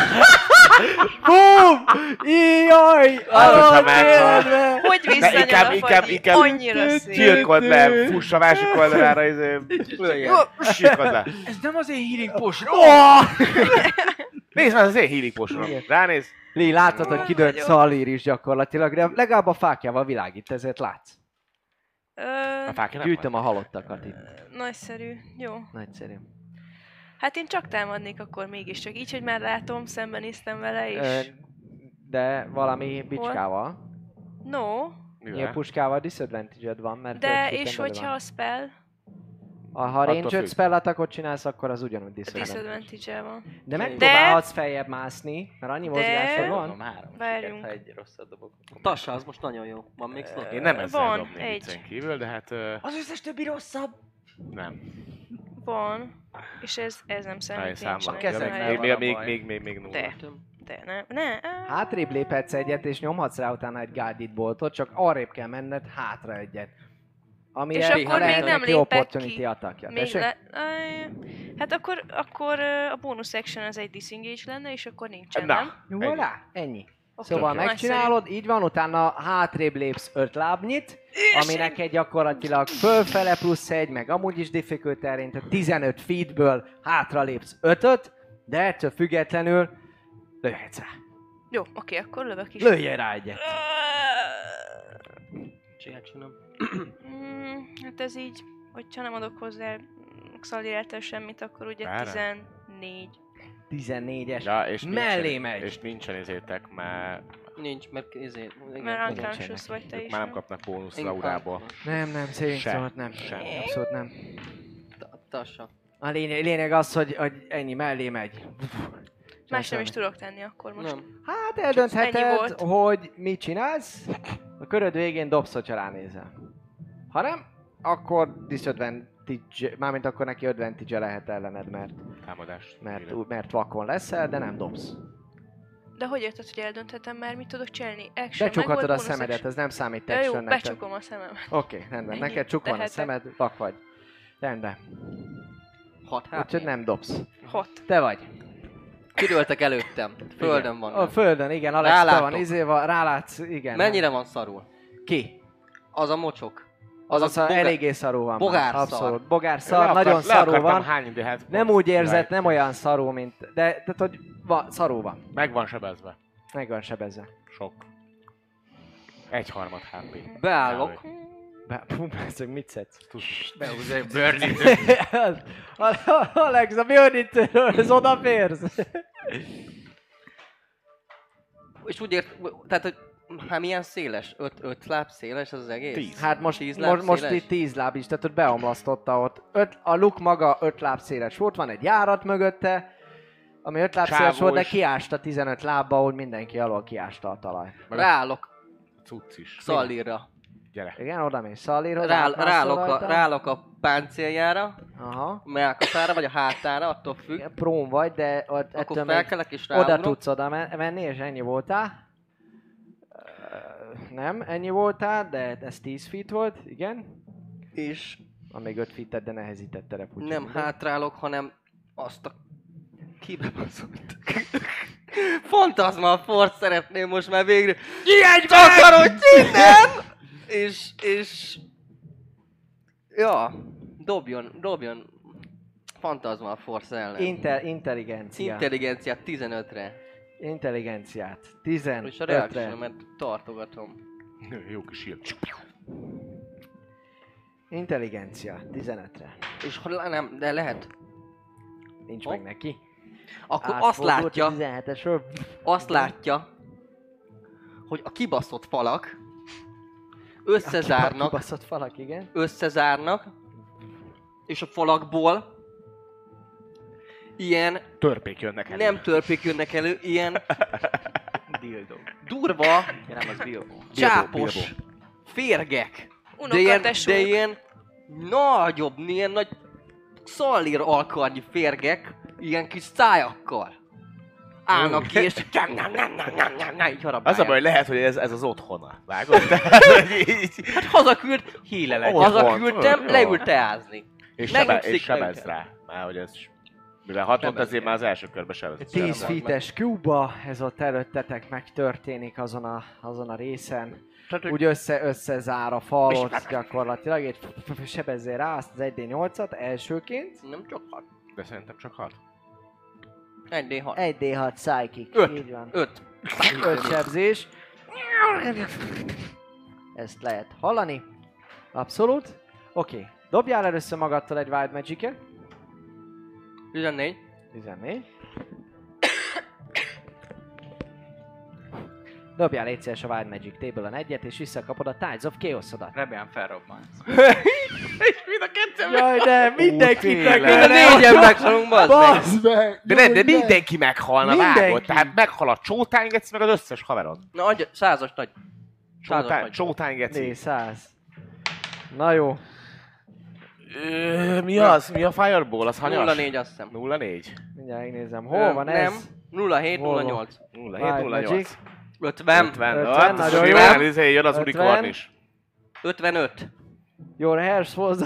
Bum! Jaj! hogyha megvan. Életbe! Hogy De visszanyal inkább, a inkább, fagyi? inkább Annyira szép. gyilkold le, fuss a másik oldalára, izé, Lőjjel. gyilkold le. Ez nem az én healing potion. Oh! Nézd már, az én healing potionom. Ránéz. Lee, látod, hogy Jaj, kidőlt vagyok. Szalír is gyakorlatilag, de legalább a fákjával világít, ezért látsz. Ö, A fákja nem Gyűjtöm a halottakat itt. Nagyszerű. Jó. Nagyszerű. Hát én csak támadnék akkor mégiscsak. Így, hogy már látom, szembenéztem vele, és... Ö, De valami bicskával. No, Nyílpuskával disadvantage-ed van, mert de third és feet-en belül hogyha van. a spell A, ha Attól ranged függ. spell attackot csinálsz, akkor az ugyanúgy disadvantage. disadvantage van. De megpróbálhatsz feljebb mászni, mert annyi mozgásod van. Mondom, három Várjunk. sikert, ha egy rosszat dobok. akkor Tassa, az most nagyon jó. Van még slot? Én nem ezzel Van, dobnék egy. viccen kívül, de hát ö, Az összes többi rosszabb. nem. Van. És ez, ez nem Hány számít számban? nincsen. A kezekben Ez Még, van még, a még, baj. még, még, még nulla. De. De nem. Ne. á. Hátrébb léphetsz egyet, és nyomhatsz rá utána egy guided boltot, csak arrébb kell menned hátra egyet. Ami És el- akkor lehet még nem neki lépek opportunity ki. attackja. Még Tessék? le... Aj, hát akkor, akkor ö, a bonus action az egy disengage lenne, és akkor nincsen, nem? Na, Voilà, ennyi. Oké, Szóval nagyszerű. megcsinálod, így van, utána hátrébb lépsz öt lábnyit, ami neked gyakorlatilag fölfele plusz egy, meg amúgy is difficult terén, tehát tizenöt feetből hátra lépsz ötöt, de ettől függetlenül lőhetsz rá. Jó, oké, akkor lövök is. Lőjél rá egyet. Csinálom. Mm, hát ez így, hogyha nem adok hozzá Xalirától semmit, akkor ugye Várjál. tizennégy. tizennégyes. Ja, és Mellé nincsen, megy. És nincsen izétek, mert Nincs, mert ezért... igen, Mert igen. unconscious vagy te ők is. már nem nem? kapnak bónusz Én- laurából. Nem, nem, saving Se. throw-t nem. Sem. Abszolút nem. Ta- Tassa. A lényeg, lényeg az, hogy, hogy ennyi mellé megy. Más nem is tudok tenni akkor most. Nem. Hát ennyi eldöntheted, volt. hogy mit csinálsz. A köröd végén dobsz, hogyha ránézel. Ha nem, akkor disadvantage, mármint akkor neki advantage lehet ellened, mert, Támadást. mert, úgy- mert vakon leszel, de nem dobsz. De hogy érted, hogy eldönthetem már, mit tudok csinálni? Action, Becsukhatod meg a volt bonus szemedet, action. ez nem számít Ja, jó, action neked. becsukom a szemem. Oké, rendben, Ennyi. neked csuk van a Tehetek. szemed, vak vagy. Rendben, Hat hát. úgyhogy nem dobsz. Hat. Te vagy. Kidőltek előttem. Földön A van. földön, igen, Alex, te Rálátok. van izéva, rálátsz, igen. Mennyire van szarul? Ki? Az a mocsok. Az, Az az a bogár- eléggé szarú van. bogár már. szar. Abszolút. Bogár Le szar, akar- nagyon le szarú akartam van. hányni, de hát Nem úgy érzed, nem olyan szarú, mint... De, tehát, hogy va, szarú van. Meg van sebezve. Meg van sebezve. Sok. Egyharmad há pé. Beállok. Be, pum, ezek mit szedsz? Behúz egy burn Az- a- Alex, a björnítőről, ez odaférsz. És úgy ért, tehát, hogy hát milyen széles? Öt, öt láb széles az, az egész? Tíz. Hát most, Tíz láb most, most széles? itt tíz láb is, tehát ott beomlasztotta ott. Öt, a luk maga öt láb széles volt, van egy járat mögötte, ami öt láb Csávó széles volt, de is. kiásta tizenöt lábba, hogy mindenki alól kiásta a talaj. Ráállok Cucc is. Szallírra. Gyere. Igen, oda mész Szalírhoz, Rá, átmászol rálok, a, rajta. rálok a páncéljára, Aha. a melkasára, vagy a hátára, attól függ. Igen, prón vagy, de ott, ettől Akkor még felkelek és oda ráugrok. tudsz oda men- menni, és ennyi voltál. Ö, Nem, ennyi voltál, de ez tíz feet volt, igen. És Van még öt feet, de nehezített terep. úgyhogy nem mindegy. hátrálok, hanem azt a... Kibe baszott? Fantasma Force szeretném most már végre. Kiegybe akarod innen! És, és... Ja, dobjon, dobjon Fantasma Force ellen. Intel, intelligencia. Intelligenciát tizenötre. Intelligenciát. És a tizenötre. reakciómat tartogatom. Jó kis shield. Intelligencia. tizenötre. És ha le- nem, de lehet. Nincs Hopp. meg neki. akkor azt látja, tizenhetesről. azt látja, hogy a kibaszott falak összezárnak, Kibaszott falak, igen. összezárnak, és a falakból ilyen, Törpék jönnek elő. nem törpék jönnek elő, ilyen Dildo. durva, Ja, nem, az Bilbo. csápos férgek. De ilyen, Unokatesók. de ilyen nagyobb, ilyen nagy szallír alkarnyi férgek, ilyen kis szájakkal állnak ki, és így harabálják. Az a baj, lehet, hogy ez, ez az otthona. Vágod? Tehát, hogy így... Hát hazaküld, Híle lett. Otthon. hazaküldtem, Jó. leült teázni. És, Megnyugszik sebe, és sebez őket. rá. Már hogy ez... Mivel hatott, Sebez ezért már az első körben sebez. tíz feet-es Cuba, ez ott előttetek megtörténik azon a, azon a részen. Úgy össze, összezár a falot gyakorlatilag, és sebezzél rá azt az egy dé nyolcat elsőként. Nem csak hat. De szerintem csak hat. egy dé hat. egy dé hat psychic, Öt. így van. öt. öt sebzés. Ezt lehet hallani. Abszolút. Oké, okay. Dobjál először magadtól egy Wild Magic-et. tizennégy. tizennégy. Dobjál légy szíves a Wild Magic Table-on egyet, és visszakapod a Tides of Chaos-odat. Remélem felrobbansz. Jaj, de mindenkit Úrféle. Mind a megölnek! négyen meghalunk, bazd meg! Bazd meg! De, ne, de Gyújj le! mindenki meghalna, Mindenki. vágod. Tehát meghal a Csótány Geci, meg az összes haverod. Na, adja, százas nagy. Százas Csótány, nagy. Csótány Geci. négy száz. Na jó. Ö, mi az? Mi a Fireball? Az hanyas? nulla négy azt hiszem. nulla négy? Mindjárt megnézem. Hol van nem. ez? nulla hét Hol nulla van? nyolc. nulla Wild hét nulla Magic. nyolc. ötven. ötven. ötven, Hát, nagyon jó. simán, izé, jön az ötven. unikorn is. ötvenöt. Your hairs was...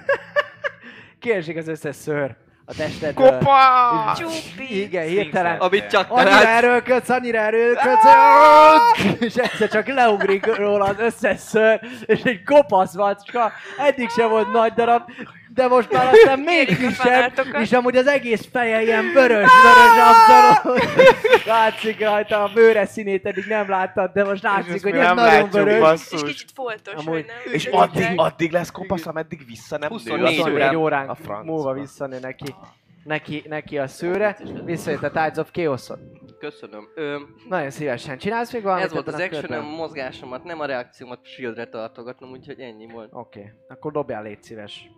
Kiesik az összes szőr a testedből. Kopa! Csupi! Igen, hirtelen. Amit csak te Annyira látsz. erőlködsz, annyira erőlködsz, hogy- és egyszer csak leugrik róla az összes szőr, és egy kopasz macska, eddig sem volt nagy darab, de most már aztán még Kérjük a kisebb, fanártokat. és amúgy az egész feje ilyen vörös, vörös abszolút. Látszik rajta, a bőre színét eddig nem láttad, de most látszik, ezt hogy mi ez nem nagyon látjuk, vörös. És basszus. kicsit foltos, Amúgy- hogy nem? És Úgy addig, tudják. addig lesz kopasz, ameddig vissza nem nő. huszonnégy az- huszonnégy órán. órán A francba. múlva visszanő neki, neki, neki a szőre, visszajött a Tides of Chaos-ot. Köszönöm. Ö, Nagyon szívesen. Csinálsz még valamit ez volt az ebben a action körben? a mozgásomat, nem a reakciómat shieldre tartogatnom, úgyhogy ennyi volt. Oké, okay. akkor dobjál légy szíves.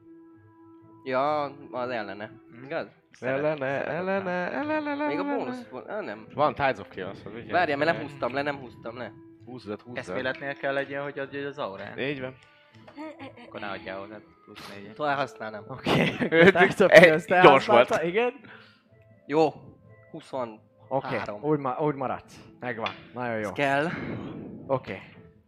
Ja, az ellene. Igaz? Ellene, ellene, ellene, Még a bónusz volt. Ah, nem. Van Tides of Chaos. az ugye? Várjál, mert nem húztam le, nem húztam le. Húzzad, húzzad. Eszméletnél kell legyen, hogy adja az aurán. Így van. Akkor ne adjál hozzá plusz négyet. Talán használnám. Oké, Ö, okay. egy- gyors volt. Igen. Jó. huszonhárom. Oké, okay. úgy, ma, úgy maradsz. Megvan. Nagyon jó. Ez kell. Oké. Okay.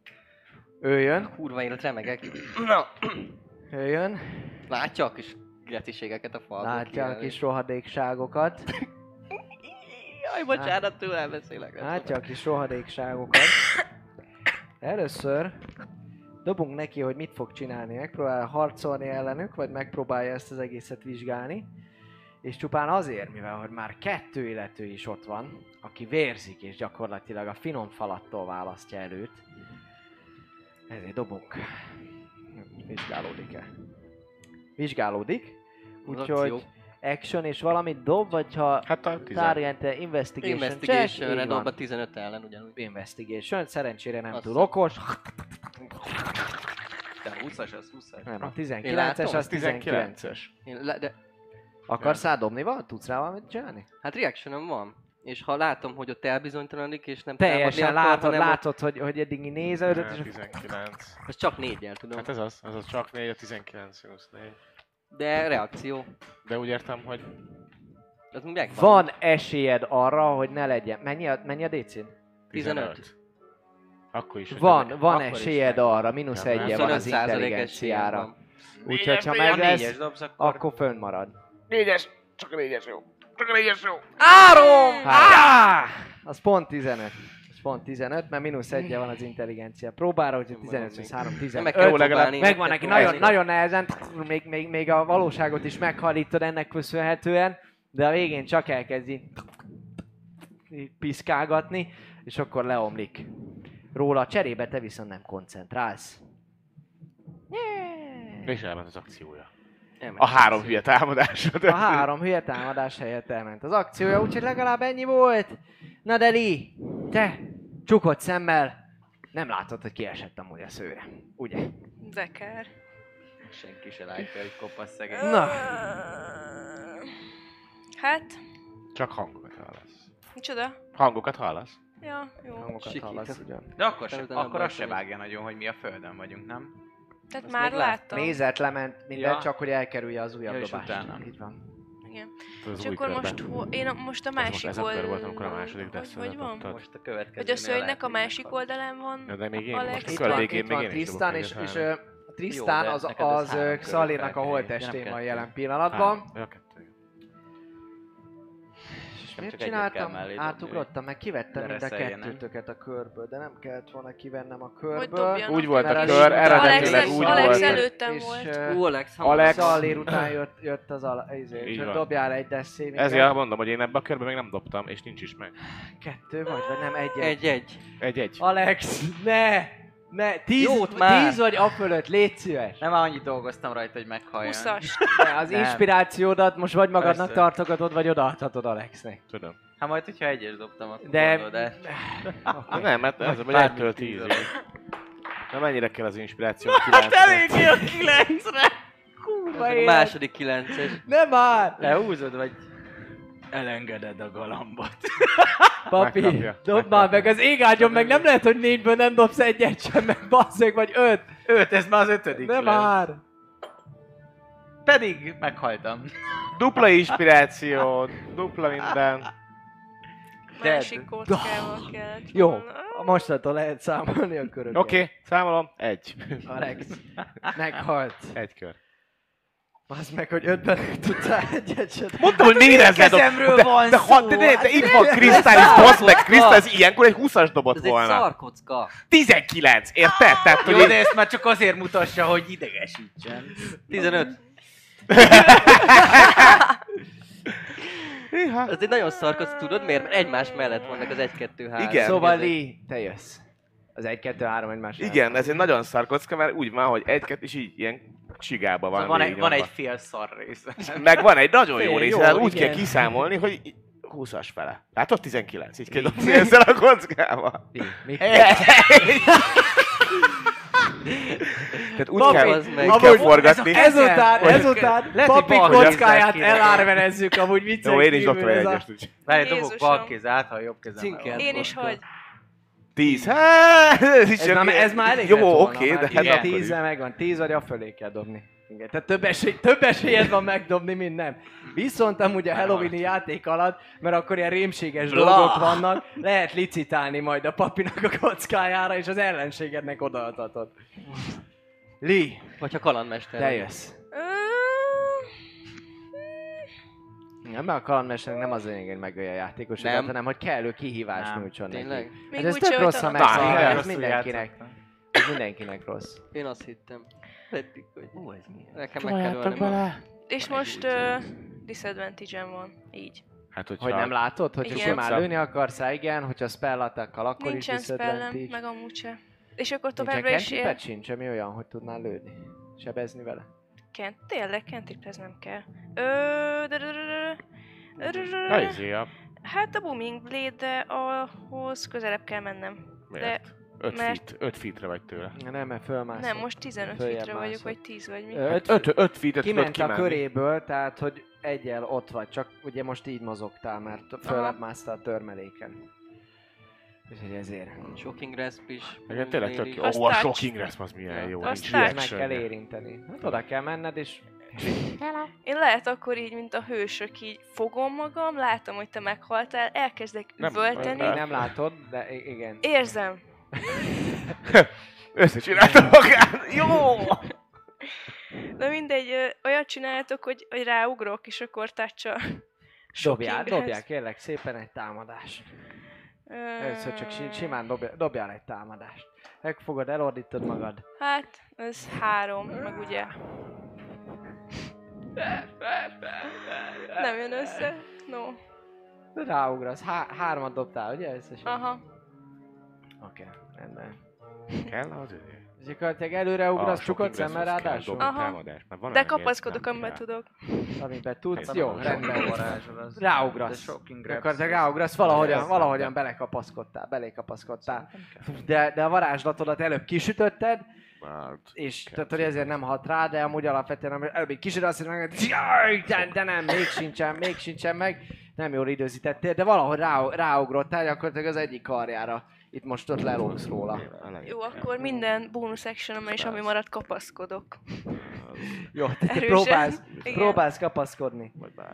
Ő jön, Kurva élet remegek. Na. ő jön. Látja a kis geciségeket a falból. Látja a kijönni. kis rohadékságokat. Jaj, bocsánat, tőlem beszélek. Látja a kis rohadékságokat. Először dobunk neki, hogy mit fog csinálni. Megpróbál harcolni ellenük, vagy megpróbálja ezt az egészet vizsgálni. És csupán azért, mivel hogy már kettő illető is ott van, aki vérzik és gyakorlatilag a finom falattól választja előtt. Ezért dobunk. Vizsgálódik-e? Vizsgálódik. Úgyhogy akció. action és valamit dob, vagy ha Hát a tizen. Target Investigation, Investigation-re check, így dob van. a tizenöt ellen ugyanúgy. Investigation, szerencsére nem Azt túl hiszem. okos. De huszas az huszas. Nem, a Én tizenkilences látom, az tizenkilenc. tizenkilences. Én le, de, Akarsz rádobni van? Tudsz rá valamit csinálni? hát reactionom van. És ha látom, hogy ott elbizonytalanodik és nem Teljesen támadni akar, látod, hanem ott- látod, hogy, hogy eddig nézed, Nem, és tizenkilenc. az csak négyel tudom. Hát ez az, ez az csak négy, a tizenkilenc mínusz négy. De reakció. De úgy értem, hogy Az megvan. van esélyed arra, hogy ne legyen. Mennyi a, mennyi a dé cén? tizenöt. Akkor is. hogy Van, ennek- van akkor is esélyed megvan. arra, mínusz Ja, egye van az huszonöt százalék esélyem intelligenciára. van. Úgyhogy ha Ha meg négyes lesz, dobsz, akkor... akkor fönn marad. Négyes! Csak a négyes jó. Csak a négyes jó. Árom! Hát, az pont tizenöt. Az pont tizenöt, mert mínusz egye van az intelligencia. Próbára, hogy tizenöt az három, Nem meg tizenöt. kell Jó, legalább próbálni. Megvan meg neki kell nagyon, próbálni. nagyon nehezen, még, még, még a valóságot is meghallítod ennek köszönhetően, de a végén csak elkezdi így piszkálgatni, és akkor leomlik róla. Cserébe te viszont nem koncentrálsz. És elment az akciója. A három hülye támadásod. A három hülye támadás helyett elment az akciója, úgyhogy legalább ennyi volt. Na de Lee, te csukott szemmel nem látod, hogy kiesett amúgy a szőre, ugye? De kár. Senki se látja, hogy kopasz szegény. Na. Hát, Csak hangokat hallasz. micsoda? Hangokat hallasz? Ja, jó. Hangokat Sikít. hallasz ugyan. De akkor, se, Te utána akkor az se bajtani. vágja nagyon, hogy mi a földön vagyunk, nem? Tehát Azt már még lát- láttam. Nézett, lement minden, Ja. csak hogy elkerülje az újabb Ja, és dobást. utána. Így van. Igen. Az És új akkor körben. most, ho- én a, most a Ez most másik ez a kör oldalon... volt, amikor a második hogy, desszel hogy van? dobtad. Most a következő. Hogy a szőnynek a másik oldalán van? Ja, de még én Alex, most a Itt kör van, végén itt még van én is Tristan, dobok és, egyet és három. ö, Tristan Jó, de az, neked az az három ö, körbe Xalirnak fel a kell holttestén írni, van nem jelen kettő. pillanatban. Ja, kettő. És Csak miért egyet csináltam? kell mellé dobni, Átugrottam, meg kivettem ne mind a reszeljen, nem? kettőtöket a körből, de nem kellett volna kivennem a Hogy körből. dobjanak Úgy volt a egy kör, kis- eredetileg Alex, úgy Alex volt. előttem És, volt. ö, Ú, Alex, Alex. Szalér után jött, jött az ala, izé, Így úgyhogy van. dobjál egy desszéniket. Ezért mondom, hogy én ebbe a körbe még nem dobtam, és nincs is meg. Kettő vagy, vagy nem, egy, egy. Egy-egy. Egy-egy. Alex, ne! Ne, tíz, Jót már! tíz vagy a fölött, légy szíves! Nem már annyit dolgoztam rajta, hogy meghalljon. Huszas. Ne, az Nem. inspirációdat most vagy magadnak Persze. tartogatod, vagy odaadhatod Alexnek. Tudom. Hát majd, hogyha egyes dobtam, akkor De... gondolod, de... De nem, mert ez vagy bármit egytől tíz tízig. alatt. Na mennyire kell az inspiráció? kilenc. a kilencre! Kurva Ez a élet! második kilences. Nem már! Lehúzod, vagy elengeded a galambot. Papi, Megkapja, dobd megkapja. már meg, az ég áldjon meg, nem lehet, hogy négyből nem dobsz egyet sem, meg basszeg, vagy öt! Öt, ez már az ötödik Nem lesz. már! Pedig meghaltam. Dupla inspiráció, dupla minden. Másik kockával kellett Jó, volna. mostantól lehet számolni a köröket. Oké, okay, számolom. Egy. Alex, meghalt. Egy kör. Az meg, hogy ötben tudtál egyet sem. Mondtam, hogy nérezzed Kezemről de, van de, szó, ha, de, de, de hát itt nem van lesz Krisztális, szar. basz meg, Krisztális ilyenkor egy húszas dobott Ez egy volna. szarkocka. tizenkilenc, érted? Tehát, hogy Jó, de ezt már csak azért mutassa, hogy idegesítsen. tizenöt. Ez egy nagyon szarkocka, tudod miért? Mert egymás mellett vannak az egy kettő három. Igen. Szóval Lee, te jössz. Az egy, kettő, három egymás Igen, ez egy nagyon szar kocka, mert úgy van, hogy egy-kettő, és így ilyen csigába van. Szóval van, egy, végignyomva. van egy fél szar rész. Meg van egy nagyon jó Fél rész, jó, tehát úgy igen. kell kiszámolni, hogy í- húszas fele. Látod? tizenkilenc, így kell dobni ezzel a kockával. Lee, mi? Tehát úgy Papi, kell, az meg. úgy kell Amúgy forgatni. Ezután, Hogy- ezután Lehet, hogy papi bal kockáját kézzel kéne. elárvenezzük amúgy viccen Jó, én is kívül, dobtam egy ez a- egyest, úgyhogy. Várj, dobok Jézusom. bal kéz át, ha jobb kezem. Cinker. Én is kocka. hogy? tíz. Hát, ez, is Ez csak már, ilyen- ez már elég Jó, lett volna oké, már. de hát Igen, akkor is. tízzel megvan, tíz vagy a fölé kell dobni. Igen, tehát több, esély, több esélyed van megdobni, mint nem. Viszont amúgy a Halloweeni játék alatt, mert akkor ilyen rémséges Bla. dolgok vannak, lehet licitálni majd a papinak a kockájára, és az ellenségednek odaadhatod. Lee, Vagy ha kalandmester. te jössz. Ö, Nem, mert a kalandmesternek nem az a lényeg, hogy megölje a játékosokat, Nem. hanem hogy kellő kihívást Nem. nyújtson neki. Tényleg? Még ez úgy tök se rossz a öltem. megszívás, igen, ez rosszul mindenkinek. játszottam. Ez mindenkinek rossz. Én azt hittem. Eddig, hogy Hú, ez milyen? nekem meg kell ölni ma. És most uh, disadvantage-em van. Így. Hát, hogyha... Hogy nem látod, hogyha Igen. simán lőni akarsz rá, igen, hogyha spell attack-kal, akkor Nincsen is spellem, disadvantage. meg amúgy se. És akkor Nincsen továbbra is él... cantriped sincs, ami olyan, hogy tudnál lőni. Sebezni vele. Kent, tényleg, cantriphez nem kell. Ö, de, de, de, de, de, de, de, Na, de. izé, a... Hát a Booming Blade, de ahhoz közelebb kell mennem. Miért? öt mert- feet, öt feetre vagy tőle. Nem, mert fölmászol. Nem, most tizenöt Följebb feetre vagyok, mászol. vagy tíz vagy mi. Ö, öt, öt, öt feet-et tudod Kiment a kimenni. köréből, tehát hogy egyel ott vagy, csak ugye most így mozogtál, mert följebb Aha. másztál a törmeléken. Úgyhogy ezért. Shocking Grasp is. Igen, tényleg tök jó. Azt Ó, a touch. Shocking Grasp az milyen Ja. jó. Azt nincs touch. Meg reaction. kell érinteni. Hát oda kell menned, és Én lehet akkor így, mint a hősök, így fogom magam, látom, hogy te meghaltál, elkezdek Nem, üvölteni, még nem látod, de i- igen. érzem. Összecsinálta magát. Jó! De mindegy, ö, olyat csináltok, hogy, hogy ráugrok, és akkor touch-a Dobjál, Shockinghez. dobjál kérlek szépen egy támadást. Ö, Először csak si- simán dobjál, dobjál egy támadást. Megfogod, elordítod magad. Hát, ez három, meg ugye. Nem jön össze? No. De ráugrasz. Há- hármat dobtál, ugye összesen? Aha. Oké, okay, rendben. Kell az ő? Gyakorlatilag előre ugrasz csukott szemmel ráadásul? Aha. De kapaszkodok, amiben tudok. Amiben tudsz? Hát, Jó, nem rendben. varázsol az. Ráugrasz. De shocking grabs. Gyakorlatilag ráugrasz, valahogyan, Ez valahogyan nem. belekapaszkodtál, belékapaszkodtál. De, de a varázslatodat előbb kisütötted, és tehát hogy ezért nem hat rá, de amúgy alapvetően ami- előbb egy kicsit azt mondja, hogy jaj, de, de nem, még sincsen, még sincsen meg. Nem jól időzítettél, de valahogy rá, ráugrottál gyakorlatilag az egyik karjára. Itt most ott lelógsz róla. Jó, akkor minden bónusz actionom és ami maradt kapaszkodok. Jó, te Erősen. próbálsz, Igen. próbálsz kapaszkodni. Vagy bár.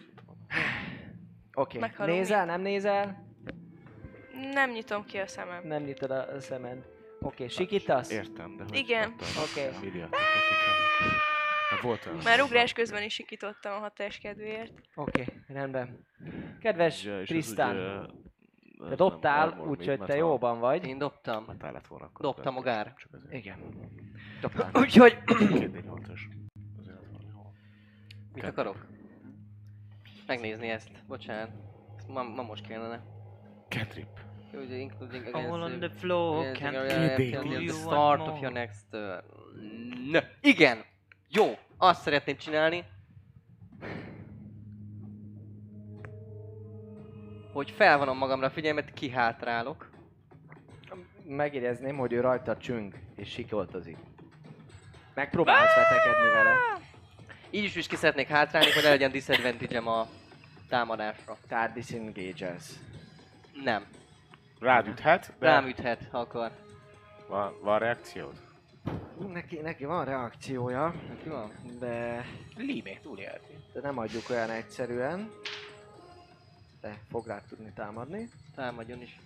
Oké, okay. Meghalunk. Nézel, nem nézel? Nem nyitom ki a szemem. Nem nyitod a szemed. Oké, okay. Sikítasz? Értem, de hogy Igen. Oké. okay. Milliárd, akik a... Volt olyan... Már ugrás közben is sikítottam a hatás kedvéért. Oké, okay, rendben. Kedves Ja, és az Trisztán, ugye, te dobtál, armor úgyhogy még, te mert jóban vagy. Én dobtam. ha te lett volna, akkor Dobtam a gár. Csak azért. Igen. Dobtam. Úgyhogy... két négy nyolcas. Azért lett volna jó. Mit akarok? Megnézni ezt. Bocsánat. Ezt ma, ma most kellene. Cantrip. Ugye, including All on against the floor, against can't the- be until you the want start of more. your next turn. Nö. Igen! Jó! Azt szeretném csinálni, hogy felvonom magamra a figyelmet, kihátrálok. Megjegyezném, hogy ő rajta csüng és sikoltozik. Megpróbálsz vetekedni vele. Így is, is ki szeretnék hátrálni, hogy ne legyen disadvantage-em a támadásra. Tehát disengage-elsz. Nem. Rád üthet, de Rám üthet, ha akar. van, van reakciód? Neki, neki van reakciója, Neki van? de, Límé, túlélti. de nem adjuk olyan egyszerűen. De fog rá tudni támadni. Támadjon is.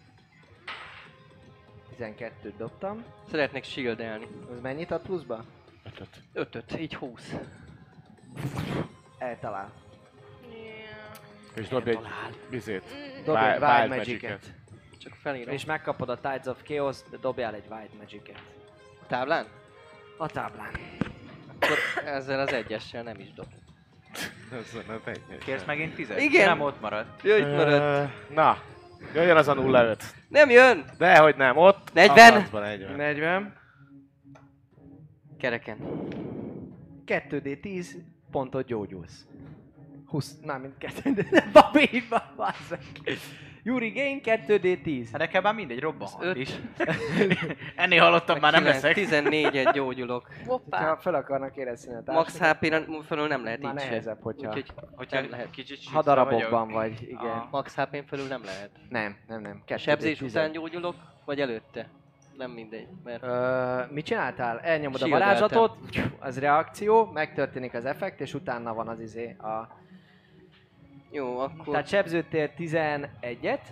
tizenkettőt dobtam. Szeretnék shieldelni. Ez mennyit ad pluszba? Ötöt. Ötöt, így húsz. Eltalál. Yeah. És dobj egy bizét. Dobj egy Wild Wild Magic-et. Magic-et. Csak felírom. És megkapod a Tides of Chaos, de dobjál egy Wild Magic-et. A táblán? A táblán. Akkor ezzel az egyessel nem is dob. Ez ez egy. Kérsz megint tízet? Igen. Nem ott maradt. Jöjj, marad. Ö, Na, jöjjön az a nulla öt. Nem jön! Dehogy nem, ott. negyven. a harcban negyven. negyven. Kereken. kettő dé tíz pontot gyógyulsz. húsz, mármint kettő dé... Nem, babi, így van, bazzak. Yuri Gain kettő dé tíz. Hát nekem már mindegy, robbanhat öt. is. Ennél hallottam, már nem kilenc, leszek. tizennégyet gyógyulok. Ha Hoppá. fel akarnak érezni a Max társakat, há pé-n felül nem lehet már így se. nehezebb, hogyha Úgyhogy Hogyha nem lehet. kicsit sízva hadarabokban vagyok. vagy, igen. Ah. Max há pén felül nem lehet. Nem, nem, nem. A kettő sebzés dé tíz. után gyógyulok, vagy előtte? Nem mindegy, mert... Ö, mit csináltál? Elnyomod a Shieldeltem. varázslatot, az reakció, megtörténik az effekt, és utána van az izé a... Jó, akkor... Tehát sebződtél tizenegyet,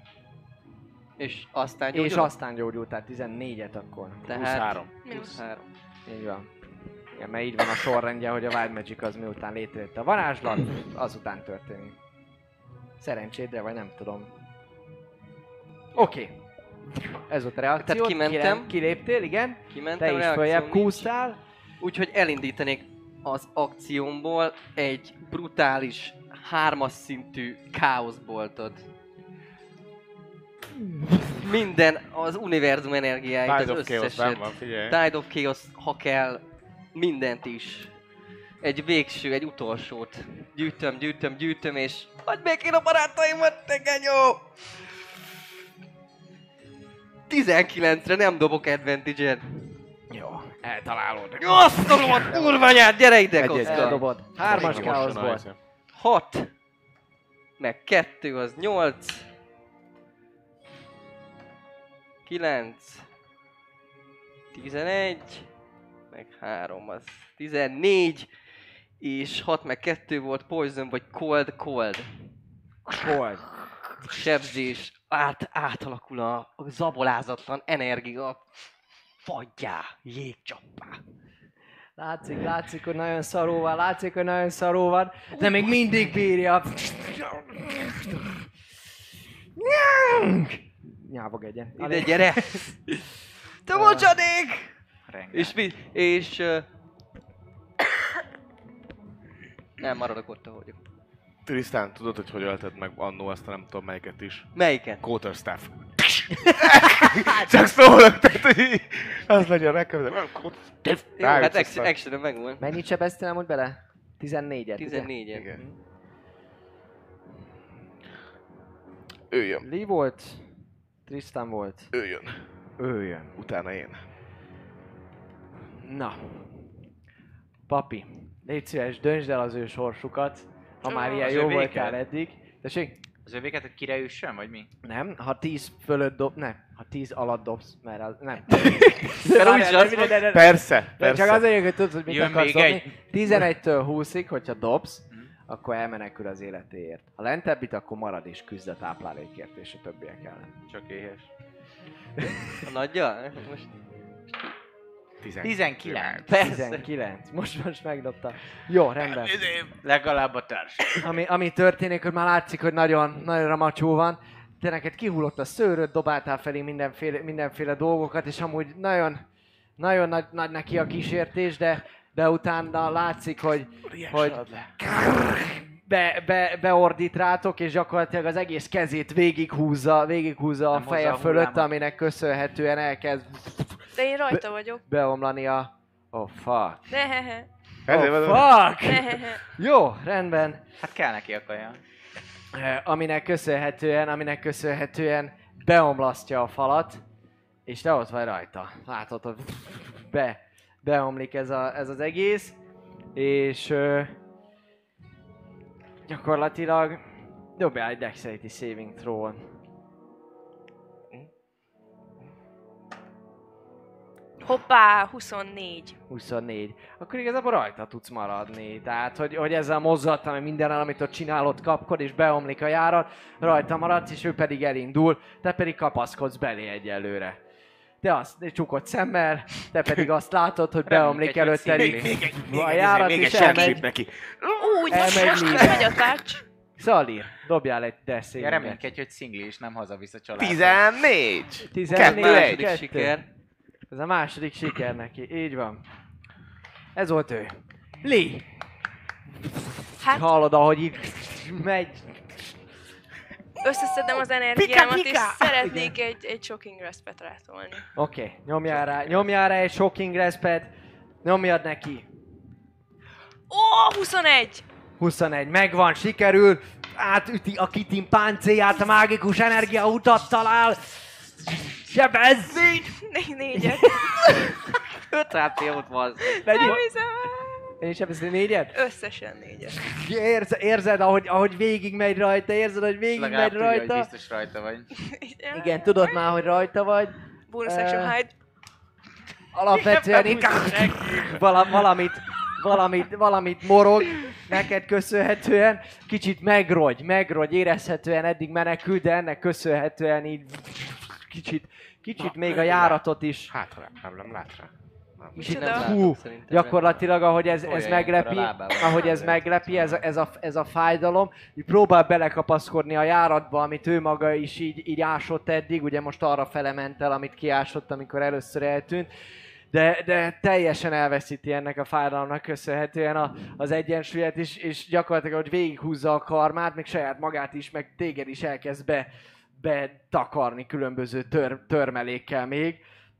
És aztán és gyógyulok? aztán gyógyultál tizennégyet akkor. Tehát... huszonhárom. Mínusz három. Így van. Igen, mert így van a sorrendje, hogy a Wild Magic az miután létrejött a varázslat, azután történik. Szerencsédre, vagy nem tudom. Oké. Okay. Ez volt a reakció. Tehát kimentem. Kiléptél, igen. Kimentem, Te is reakcióm följebb nincs. kúsztál. Úgyhogy elindítanék az akciómból egy brutális, hármas szintű káoszboltot. Minden, az univerzum energiáit, Tide az of Chaos összeset. benn van, figyelj. Tide of Chaos, ha kell, mindent is. Egy végső, egy utolsót. Gyűjtöm, gyűjtöm, gyűjtöm, és hagyd békén a barátaimat, te genyó! tizenkilencre nem dobok advantage-et. Jó, eltalálod. Jó, azt a rohadt kurvanyát, gyere ide, Egy- Koszka! Eldobod. Hármas Most jön a káoszból. izé. hat, meg kettő az nyolc, kilenc, tizenegy, meg három az tizennégy, és hat meg kettő volt poison, vagy cold, cold. Cold. Sebzés át, átalakul a, a zabolázatlan energia fagyjá, jégcsappá. Látszik, látszik, hogy nagyon szaró van, látszik, hogy nagyon szaró van, de még mindig bírja. Nyávog egyen. Ide gyere! Te mocsadék! Rengeteg. És mi? És... Uh... Nem, maradok ott, ahogy vagyok. Trisztán, tudod, hogy hogy ölted meg annó azt a nem tudom melyiket is? Melyiket? Quarterstaff. Csak szólok, tehát hogy így, az legyen nekem. Jó, hát action- action megvan. Mennyit sebeztél amúgy bele? tizennégyet, ugye? tizennégyet. Igen. Ő jön. Lee volt, Tristan volt. Ő jön. Ő jön. Utána én. Na. Papi, légy szíves, döntsd el az ő sorsukat, ha Ó, már ilyen az jó övéket? voltál eddig. Tessék? Az övéket, hogy kire üssön, vagy mi? Nem, ha tíz fölött dob, nem, ha tíz alatt dobsz, mert az, nem. Mert Várjál, úgyis de- az de- van. de- de- Persze, de persze. Csak azért, hogy tudod, hogy mit Jön akarsz még dobni. tizenegytől húszig, hogyha dobsz, akkor elmenekül az életéért. Ha lentebbit, akkor marad és küzd a táplálékért és a többiek ellen. Csak éhes. A nagyja? Most tizenkilenc. tizenkilenc. Most, most megdobta. Jó, rendben. Legalább a társ. Ami, ami történik, hogy már látszik, hogy nagyon, nagyon ramacsó van. Te neked kihullott a szőröd, dobáltál felé mindenféle, mindenféle dolgokat, és amúgy nagyon, nagyon nagy, nagy neki a kísértés, de, de utána látszik, hogy, hogy be, be, beordít rátok, és gyakorlatilag az egész kezét végighúzza, végighúzza a Nem hozza feje a fölött, hullámot. aminek köszönhetően elkezd De én rajta vagyok. beomlani a... Oh fuck. Nehehe. Ezért Oh mondom, fuck! Nehehe. Jó, rendben. Hát kell neki a kaja. Eh, aminek köszönhetően, aminek köszönhetően beomlasztja a falat, és te ott vagy rajta. Látod, hogy be, beomlik ez, a, ez az egész, és ö, gyakorlatilag dobjál egy Dexterity Saving Throw-on. Hoppá, huszonnégy. huszonnégy. Akkor igazából rajta tudsz maradni. Tehát, hogy, hogy ezzel a mozzattal, meg mindennel, amit ott csinálod, kapkod, és beomlik a járat, rajta maradsz, és ő pedig elindul, te pedig kapaszkodsz belé egyelőre. Te azt csukod szemmel, te pedig azt látod, hogy beomlik Reméljük, hogy előtted szingli. így még egy, még a egy, járat, még egy és short elmegy. clip neki. Úgy, Elmegy most Lee-re. megy a touch. Szalir, dobjál egy Ja, teszélyet. reménykedj, hogy szingli és nem hazavisz a család. tizennégy! tizennégy, második kettő. siker. Ez a második siker neki, így van. Ez volt ő. Lee! Hát Hallod, ahogy így megy. összeszedem az energiámat, Pika, és pika! szeretnék egy, egy shocking respet rátolni. Oké, okay, nyomjál rá, nyomjál rá egy shocking respet, nyomjad neki. Ó, huszonegy! huszonegy, megvan, sikerül, átüti a kitin páncélját, a mágikus energia utat talál. Sebezz! Négy, négyet. öt há pé ott van. Legyen. Nem hiszem el. Én is sebeztem négyet? Összesen négyet. Érz, érzed, ahogy, ahogy végig megy rajta, érzed, hogy végig Legalább megy tudja, hogy rajta. biztos rajta vagy. Igen, tudod már, hogy rajta vagy. Bonus Eh, action hide. Alapvetően itt vala, valamit, valamit, valamit morog neked köszönhetően. Kicsit megrogy, megrogy, érezhetően eddig menekül, de ennek köszönhetően így kicsit, kicsit még a járatot is. Hátra, nem, nem lát rá. Kicsit, Micsoda? hú, gyakorlatilag ahogy ez, ez Tolja meglepi, ilyenkor a lábával. ahogy ez meglepi, ez a, ez a, ez a fájdalom, így próbál belekapaszkodni a járatba, amit ő maga is így, így ásott eddig, ugye most arra fele ment el, amit kiásott, amikor először eltűnt, de, de teljesen elveszíti ennek a fájdalomnak köszönhetően a, az egyensúlyát, és, és gyakorlatilag, hogy végighúzza a karmát, még saját magát is, meg téged is elkezd be, betakarni különböző tör, törmelékkel még.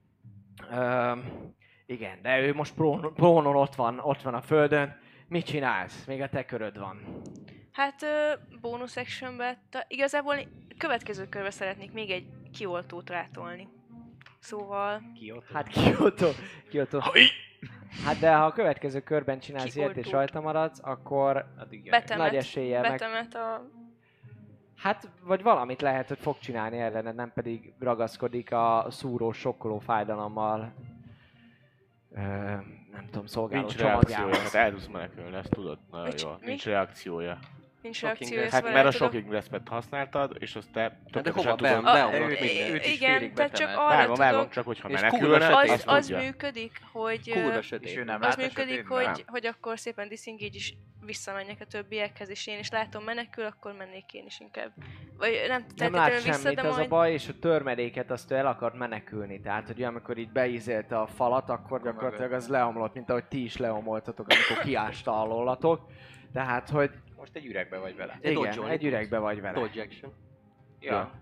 Um, igen, de ő most prón- prónon ott van, ott van a földön. Mit csinálsz? Még a te köröd van. Hát ö, bonus actionbe, ta, igazából következő körbe szeretnék még egy kioltót rátolni. Szóval... Kyoto. Hát Kyoto, Kyoto. Hát de ha a következő körben csinálsz ilyet és Kioltót. rajta maradsz, akkor Addig jön. Betemet, nagy eséllyel meg... betemet a... Hát, vagy valamit lehet, hogy fog csinálni ellened, nem pedig ragaszkodik a szúró, sokkoló fájdalommal. Ö, nem tudom, szolgáló Nincs reakciója, hát csomagjához. el tudsz menekülni, ezt tudod nagyon Nincs- jól. mi? Nincs reakciója. Nincs Shocking reakció, rest. ezt Hát vele mert a tudok- shocking respet használtad, és azt te Hát de tökéletesen hova tudod. be, A- beomlott ö, minden. Őt is igen, félig tehát csak betemelt. arra Vágom, vágom, tudok, csak hogyha És menekülne, kurva az, azt az tudja. működik, hogy... ö, Kurva És sötét. ő nem az lát a működik, sötétben? hogy, hogy akkor szépen disengage is visszamenjek a többiekhez, és én is látom menekül, akkor mennék én is inkább. Vagy nem Nem feltétlenül lát vissza, semmit, de ez a majd... baj, és a törmeléket azt ő el akart menekülni. Tehát, hogy amikor így beízélte a falat, akkor gyakorlatilag az leomlott, mint ahogy ti is leomoltatok, amikor kiásta alólatok. Tehát, hogy Most egy üregbe vagy vele. igen, dodge-olni egy tudsz. üregbe vagy vele. Dodge action. Ja.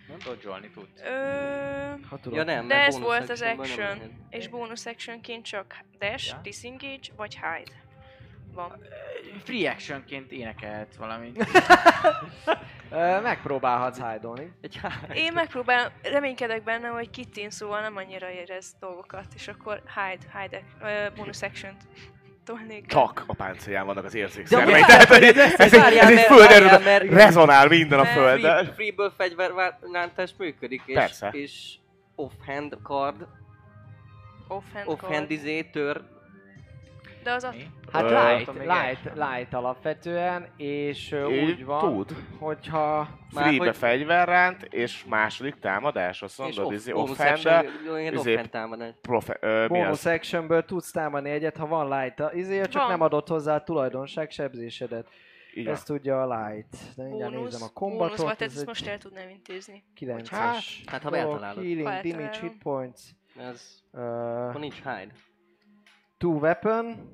Nem dodge-olni tudsz. Ö... Ha tudod. Ja nem, De mert ez bonus volt az actionből nem action, lehet. és bonus actionként csak dash, Ja. disengage vagy hide van. Free actionként énekelhetsz valamit. Ö, Megpróbálhatsz hide-olni. Egy há- Én megpróbálom, reménykedek benne, hogy Kittin szóval nem annyira érez dolgokat, és akkor hide, hide, uh, bonus action-t tolnék. Csak a páncélján vannak az De érzékszervei. ugye- Tehát, hogy ez, ez, egy, Várjál, ez egy mert- földerül, várjál, mert- rezonál minden a Mert- földdel. Free- Freeből fegyverrántás működik, és, Persze. és offhand card, Offhand, offhand izé, tör, De az a... Mi? Hát Ö, light, tudom, még light, action. light alapvetően, és ö, Ő úgy van, tud. hogyha... Már Freebe hogy- fegyverránt, és második támadás, azt és mondod, off, izé, bonus offhand action, ilyen izé- offhand támadás. profe, ö, mi Bonus az? actionből tudsz támadni egyet, ha van light. Izé, csak Van. nem adott hozzá a tulajdonság sebzésedet. Így van. Ezt tudja a light. De mindjárt Bónusz, nézem a bónusz kombatot. volt, tehát ez ezt egy most el tudnám intézni. kilences. Hát, ha dolog, eltalálod. Healing, Ha damage, eltalálom. hit points. Ez, Uh, akkor nincs hide. two weapon.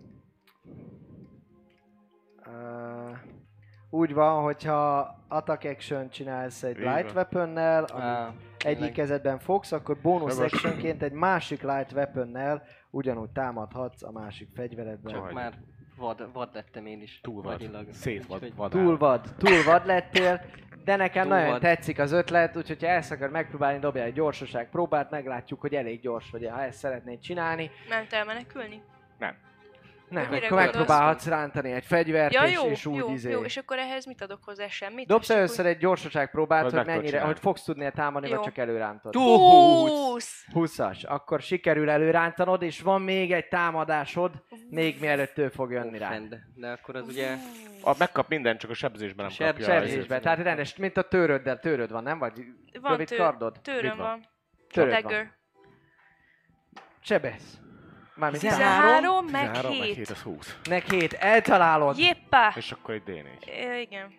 Uh, úgy van, hogyha attack action csinálsz egy Így light van. weaponnel, ami Á, egyik tényleg. kezedben fogsz, akkor bonus Jogos. actionként egy másik light weaponnel ugyanúgy támadhatsz a másik fegyveredben. Csak Vagy. már vad, vad lettem én is. Túl vad. Agyilag. Szét vad. Úgyhogy- vadál. Túl vad, túl vad lettél, de nekem Túl nagyon vad. tetszik az ötlet, úgyhogy ha ezt akar megpróbálni, dobjál egy gyorsaság próbát, meglátjuk, hogy elég gyors vagy, ha ezt szeretnéd csinálni. Nem te elmenekülni? Nem, mire akkor gondolsz? megpróbálhatsz rántani egy fegyvert, Ja, és, jó, és úgy jó, izé. jó, és akkor ehhez mit adok hozzá? Semmit? Dobsz És akkor- először egy gyorsaság próbát, Vagy hogy meg tudod mennyire, csinálni. hogy fogsz tudni támadni, vagy Jó. csak előrántod. húsz! húszas, akkor sikerül előrántanod, és van még egy támadásod, még mielőtt ő fog jönni rá. Offhand. De akkor az ugye... A, megkap minden, csak a sebzésben nem Seb- kapja. Sebzésben, tehát rendes, mint a töröddel, töröd van, nem? Vagy Van rövid tő- kardod? Tőröm Mit van? van. Töröd van. Dagger. Sebesz. Mármint támad. tizenhárom, meg tizenhárom, meg hét, hét. az húsz. Nek hét, eltalálod. Jéppá! És akkor egy dé négy. É, igen.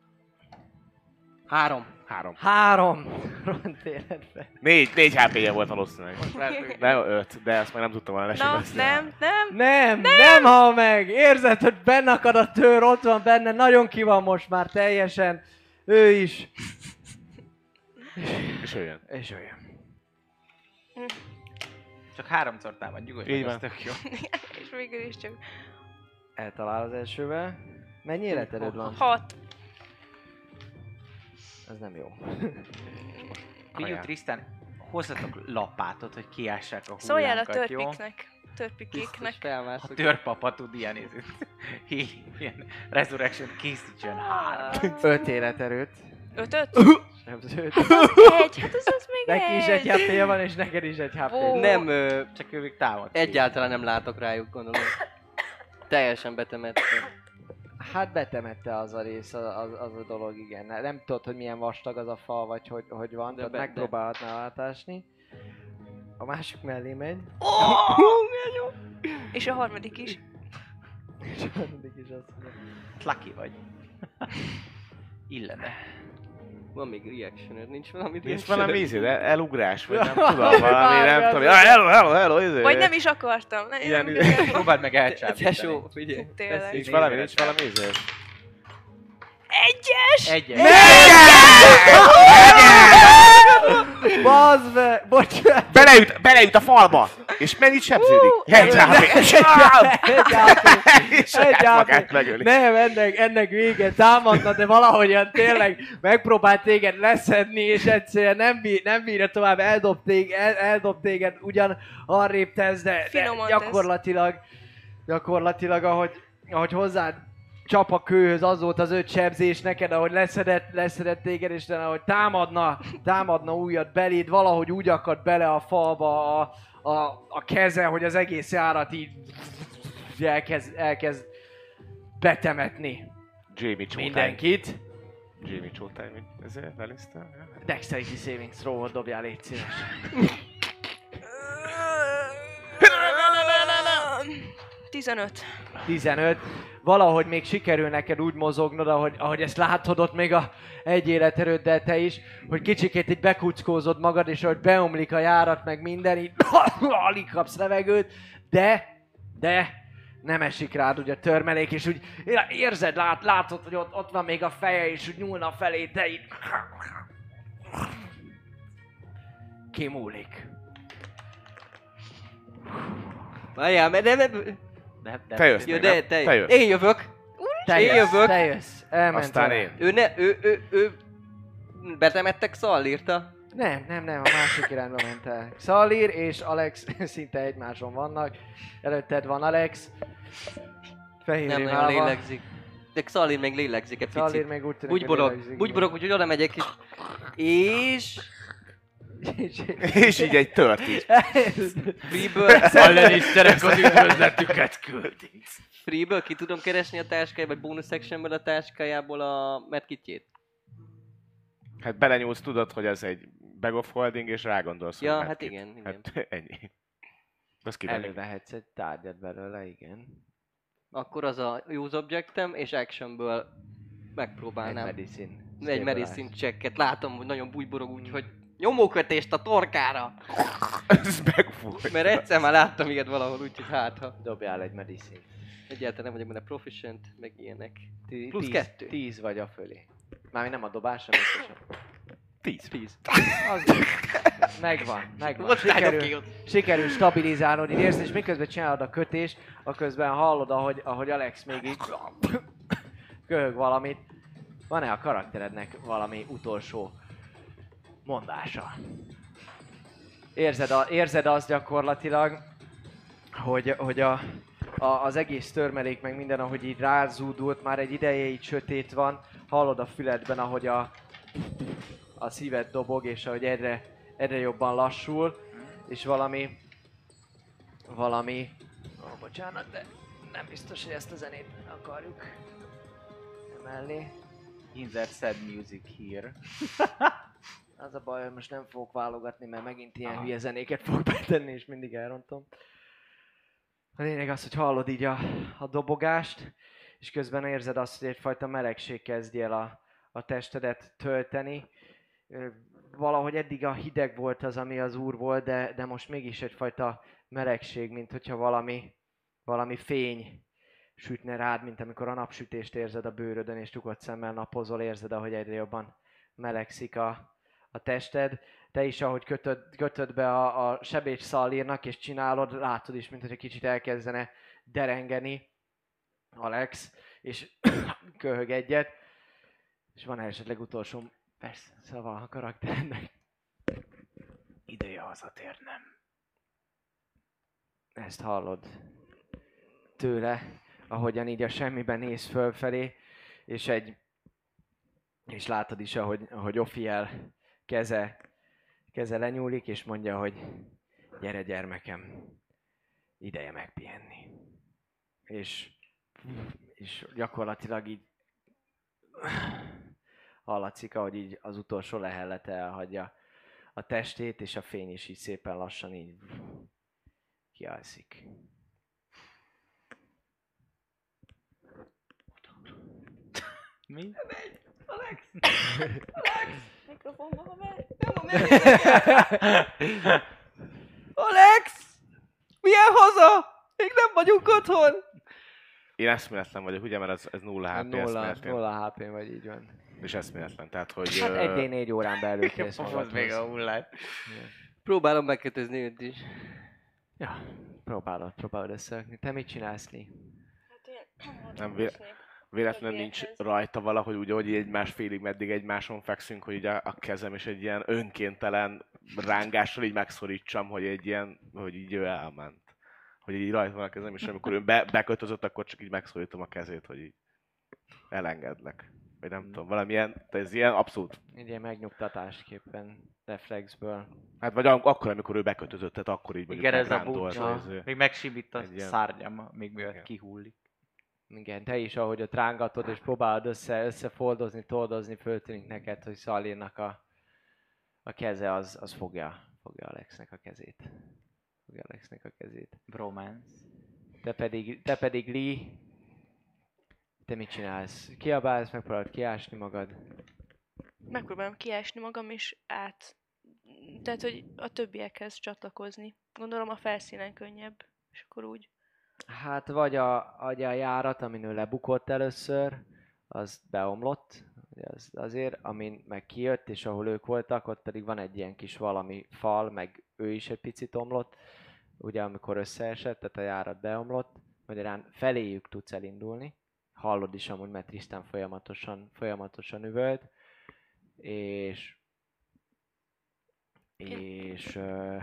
Három. Három. Három. Ront életbe. Négy, négy há pé-je volt valószínűleg. Lehet, De öt, de ezt már nem tudtam volna Na, lesebeszni. nem, nem. Nem, nem, nem hal meg! Érzed, hogy benne akad a tör, ott van benne, nagyon ki van most már teljesen. Ő is. És ő jön. És ő jön. Csak háromszor támad, nyugodj Így meg, az van. tök jó. És végül is csak Eltalál az elsővel. Mennyi életerőd van? hat. Ez nem jó. Figyelj, Kajál. Tristan, hozzatok lapátot, hogy kiássák a Szóljál a hullánkat, jó? törpiknek. Biztos Törpikéknek. A felmászok. törpapa tud ilyen izét. Ilyen resurrection készítsen három. Öt életerőt. Ötöt? Nem, az öt. Egy, hát az az még Neki is egy egy. há pé van, és neked is egy há pé. Ó. Nem, ö, Csak ő még támad. egyáltalán nem látok rájuk, gondolom. Teljesen betemett. Hát betemette az a rész, az, az, az a dolog, igen. Nem tudod, hogy milyen vastag az a fal, vagy hogy, hogy van, De tehát be- de. megpróbálhatnál átásni. A másik mellé megy. És a harmadik is. És a harmadik is azt mondja. Lucky vagy. Illene. Van még reactioned, nincs valami Nincs reactioned? valami ízé, de elugrás, vagy nem Ja, tudom, valami, nem várj, tudom. az- Ja, hello, hello, hello, izé. Vagy nem is akartam. Nem, Ilyen nem, idő. nem, Próbáld meg elcsábítani. Tesó, figyelj. Tényleg. Nincs valami, nincs valami izé. Egyes! Egyes. Bazd be! Bocsánat! Beleüt, beleüt a falba! És mennyit sebződik? Egy há pé. Egy há pé! És saját há magát pé! megöli. Nem, ennek, ennek vége támadna, de valahogyan tényleg megpróbált téged leszedni, és egyszerűen nem, bír, nem bírja tovább, eldob téged, el, eldob téged ugyan arrébb tesz, de, de Finoman tesz. gyakorlatilag, gyakorlatilag ahogy, ahogy hozzád csap a kőhöz, az volt az öt sebzés neked, ahogy leszedett, leszedett téged, és utána, ahogy támadna, támadna újat beléd, valahogy úgy akad bele a falba a, a, a keze, hogy az egész járat így elkezd, elkezd betemetni Jamie Cho mindenkit. Jamie Cho time, ezért Lannister. Dexterity saving throw-ot dobjál, légy szíves. tizenöt. tizenöt. Valahogy még sikerül neked úgy mozognod, ahogy, ahogy ezt látod ott még a egy életerőddel te is, hogy kicsikét így bekuckózod magad, és ahogy beomlik a járat, meg minden, így alig kapsz levegőt, de, de nem esik rád ugye a törmelék, és úgy érzed, lát, látod, hogy ott, ott van még a feje, és úgy nyúlna felé, te így kimúlik. Várjál, mert nem... nem- De, de, Te jössz Jó, még, de nem? te, Te jössz. Én jövök. Te Én jössz, jövök. te jössz. Elment Aztán vele. én. Ő ne... Ő... ő... ő... Betemettek Szallírta. Nem, nem, nem, a másik irányba ment el. Szalír és Alex szinte egymáson vannak. Előtted van Alex. Fehér Nem nagyon imálva. lélegzik. De Szallír még lélegzik egy Szalír picit. még úgy tűnik, hogy Bugyborog, lélegzik, bugyborog, úgyhogy oda megyek is. És... És így egy tört így. Freeből... Szalleniszterek az üdvözletüket küldik. Freeből ki tudom keresni a táskájából, vagy bonus sectionből a táskájából a medkitjét. Hát belenyúlsz, tudod, hogy ez egy bag of holding, és rágondolsz. Ja, hogy hát medkit. igen, igen. Hát ennyi. Azt kivenni. Elővehetsz egy tárgyat belőle, igen. Akkor az a use objectem, és actionből Egy megpróbálnám. medicine. Egy medicine checket. Látom, hogy nagyon bújborog, úgyhogy nyomókötést a torkára! Ez megfújt. Mert egyszer már láttam ilyet valahol, úgyhogy hát ha. Dobjál egy medicine. Egyáltalán nem vagyok benne proficient, meg ilyenek. Tí- Plusz tíz, kettő. Tíz vagy a fölé. Mármint nem a dobás, hanem biztosan. Tíz. Tíz. Az megvan, megvan. Ott Sikerül, ki ott. sikerül stabilizálnod, így érzed, és miközben csinálod a kötést, aközben hallod, ahogy, ahogy Alex még így köhög valamit. Van-e a karakterednek valami utolsó mondása? Érzed, a, érzed azt gyakorlatilag, hogy, hogy a, a, az egész törmelék meg minden, ahogy így rázúdult, már egy ideje így sötét van, hallod a füledben, ahogy a, a szíved dobog, és ahogy egyre, egyre jobban lassul, és valami, valami, ó, oh, bocsánat, de nem biztos, hogy ezt a zenét akarjuk emelni. Insert sad music here. Az a baj, hogy most nem fogok válogatni, mert megint ilyen hülye zenéket fogok betenni, és mindig elrontom. A lényeg az, hogy hallod így a, a dobogást, és közben érzed azt, hogy egyfajta melegség kezdje el a, a testedet tölteni. Ö, Valahogy eddig a hideg volt az, ami az úr volt, de, de most mégis egyfajta melegség, mint hogyha valami, valami fény sütne rád, mint amikor a napsütést érzed a bőrödön, és csukott szemmel napozol, érzed, ahogy egyre jobban melegszik a, a tested. Te is, ahogy kötöd, kötöd be a, a sebécs Szallírnak, és csinálod, látod is, mint hogy egy kicsit elkezdene derengeni Alex, és köhög egyet. És van esetleg utolsó persze, szava a karakternek. Ideje hazatérnem. Ezt hallod tőle, ahogyan így a semmiben néz fölfelé, és egy és látod is, ahogy, ahogy Ophiel keze, keze lenyúlik, és mondja, hogy gyere gyermekem, ideje megpihenni. És, és gyakorlatilag így hallatszik, ahogy így az utolsó lehellete elhagyja a testét, és a fény is így szépen lassan így kialszik. Mi? Mikrofonba, haver. Alex! Milyen haza? Még nem vagyunk otthon! Én eszméletlen vagyok, ugye, mert ez, ez nulla há pé Nulla, eszméletlen. nulla há pé vagy, így van. És eszméletlen, tehát hogy... Hát ö, egy dé négy órán belül kész Pofozd még a magadhoz. hullát. Próbálom megkötözni őt is. Ja, próbálod, próbálod összerakni. Te mit csinálsz, Lee? Hát én Nem vé- Véletlenül nincs rajta valahogy úgy, hogy így egymás félig meddig egymáson fekszünk, hogy így a, a kezem is egy ilyen önkéntelen rángással így megszorítsam, hogy egy ilyen, hogy így ő elment. Hogy így rajta van a kezem, és amikor ő be, bekötözött, akkor csak így megszorítom a kezét, hogy így elengedlek. Vagy nem tudom, valamilyen, ez ilyen abszolút. Egy ilyen megnyugtatásképpen, reflexből. Hát vagy ak- akkor, amikor ő bekötözött, tehát akkor így mondjuk Igen, ez a megrándolt, búcsa. hogy ez- Még megsimít a Egy ilyen- szárnyam, még mielőtt Igen. kihullik. Igen, te is, ahogy ott rángatod, és próbálod össze, összefoldozni, toldozni, föltűnik neked, hogy Szallírnak a, a keze az, az fogja, fogja Alexnek a kezét. Fogja Alexnek a kezét. Bromance. Te pedig, te pedig Lee, te mit csinálsz? Kiabálsz, megpróbálod kiásni magad? Megpróbálom kiásni magam, és át... Tehát, hogy a többiekhez csatlakozni. Gondolom a felszínen könnyebb. És akkor úgy. Hát vagy a, vagy a járat, amin ő lebukott először, az beomlott, Az, azért, amin meg kijött, és ahol ők voltak, ott pedig van egy ilyen kis valami fal, meg ő is egy picit omlott. Ugye amikor összeesett, tehát a járat beomlott, magyarán feléjük tudsz elindulni. Hallod is amúgy, mert Tristan folyamatosan, folyamatosan üvölt. És... És... Uh,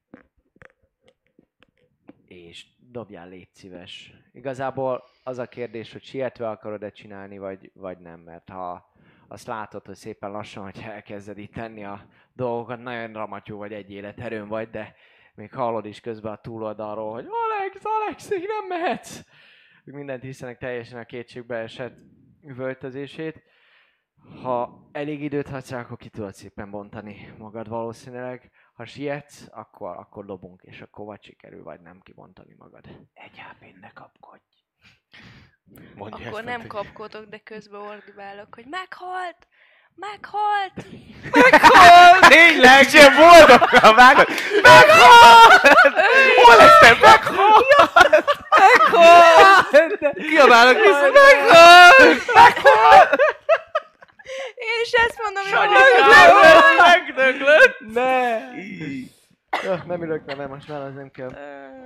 és dobjál, légy szíves. Igazából az a kérdés, hogy sietve akarod-e csinálni, vagy, vagy nem, mert ha azt látod, hogy szépen lassan, hogy elkezded itt tenni a dolgokat, nagyon dramatyú vagy, egy életerőn vagy, de még hallod is közben a túloldalról, hogy Alex, Alex, így nem mehetsz! Mindent hiszenek teljesen a kétségbe esett üvöltözését. Ha elég időt hagysz rá, akkor ki tudod szépen bontani magad valószínűleg. Ha sietsz, akkor, akkor dobunk, és akkor vagy sikerül, vagy nem kibontani magad. Egy há pén ne kapkodj. Mondja Akkor ezt, nem hogy- kapkodok, de közben ordibálok, hogy meghalt! Meghalt! Tényleg, ilyen boldogan vágod! Meghalt! Hol lesz te? Meghalt! Meghalt! Kiabálok vissza, meghalt! Meghalt! Én is ezt mondom, hogy Sanyikám, megdöglött! Ne! Jó, nem ülök nevem, most már az nem kell.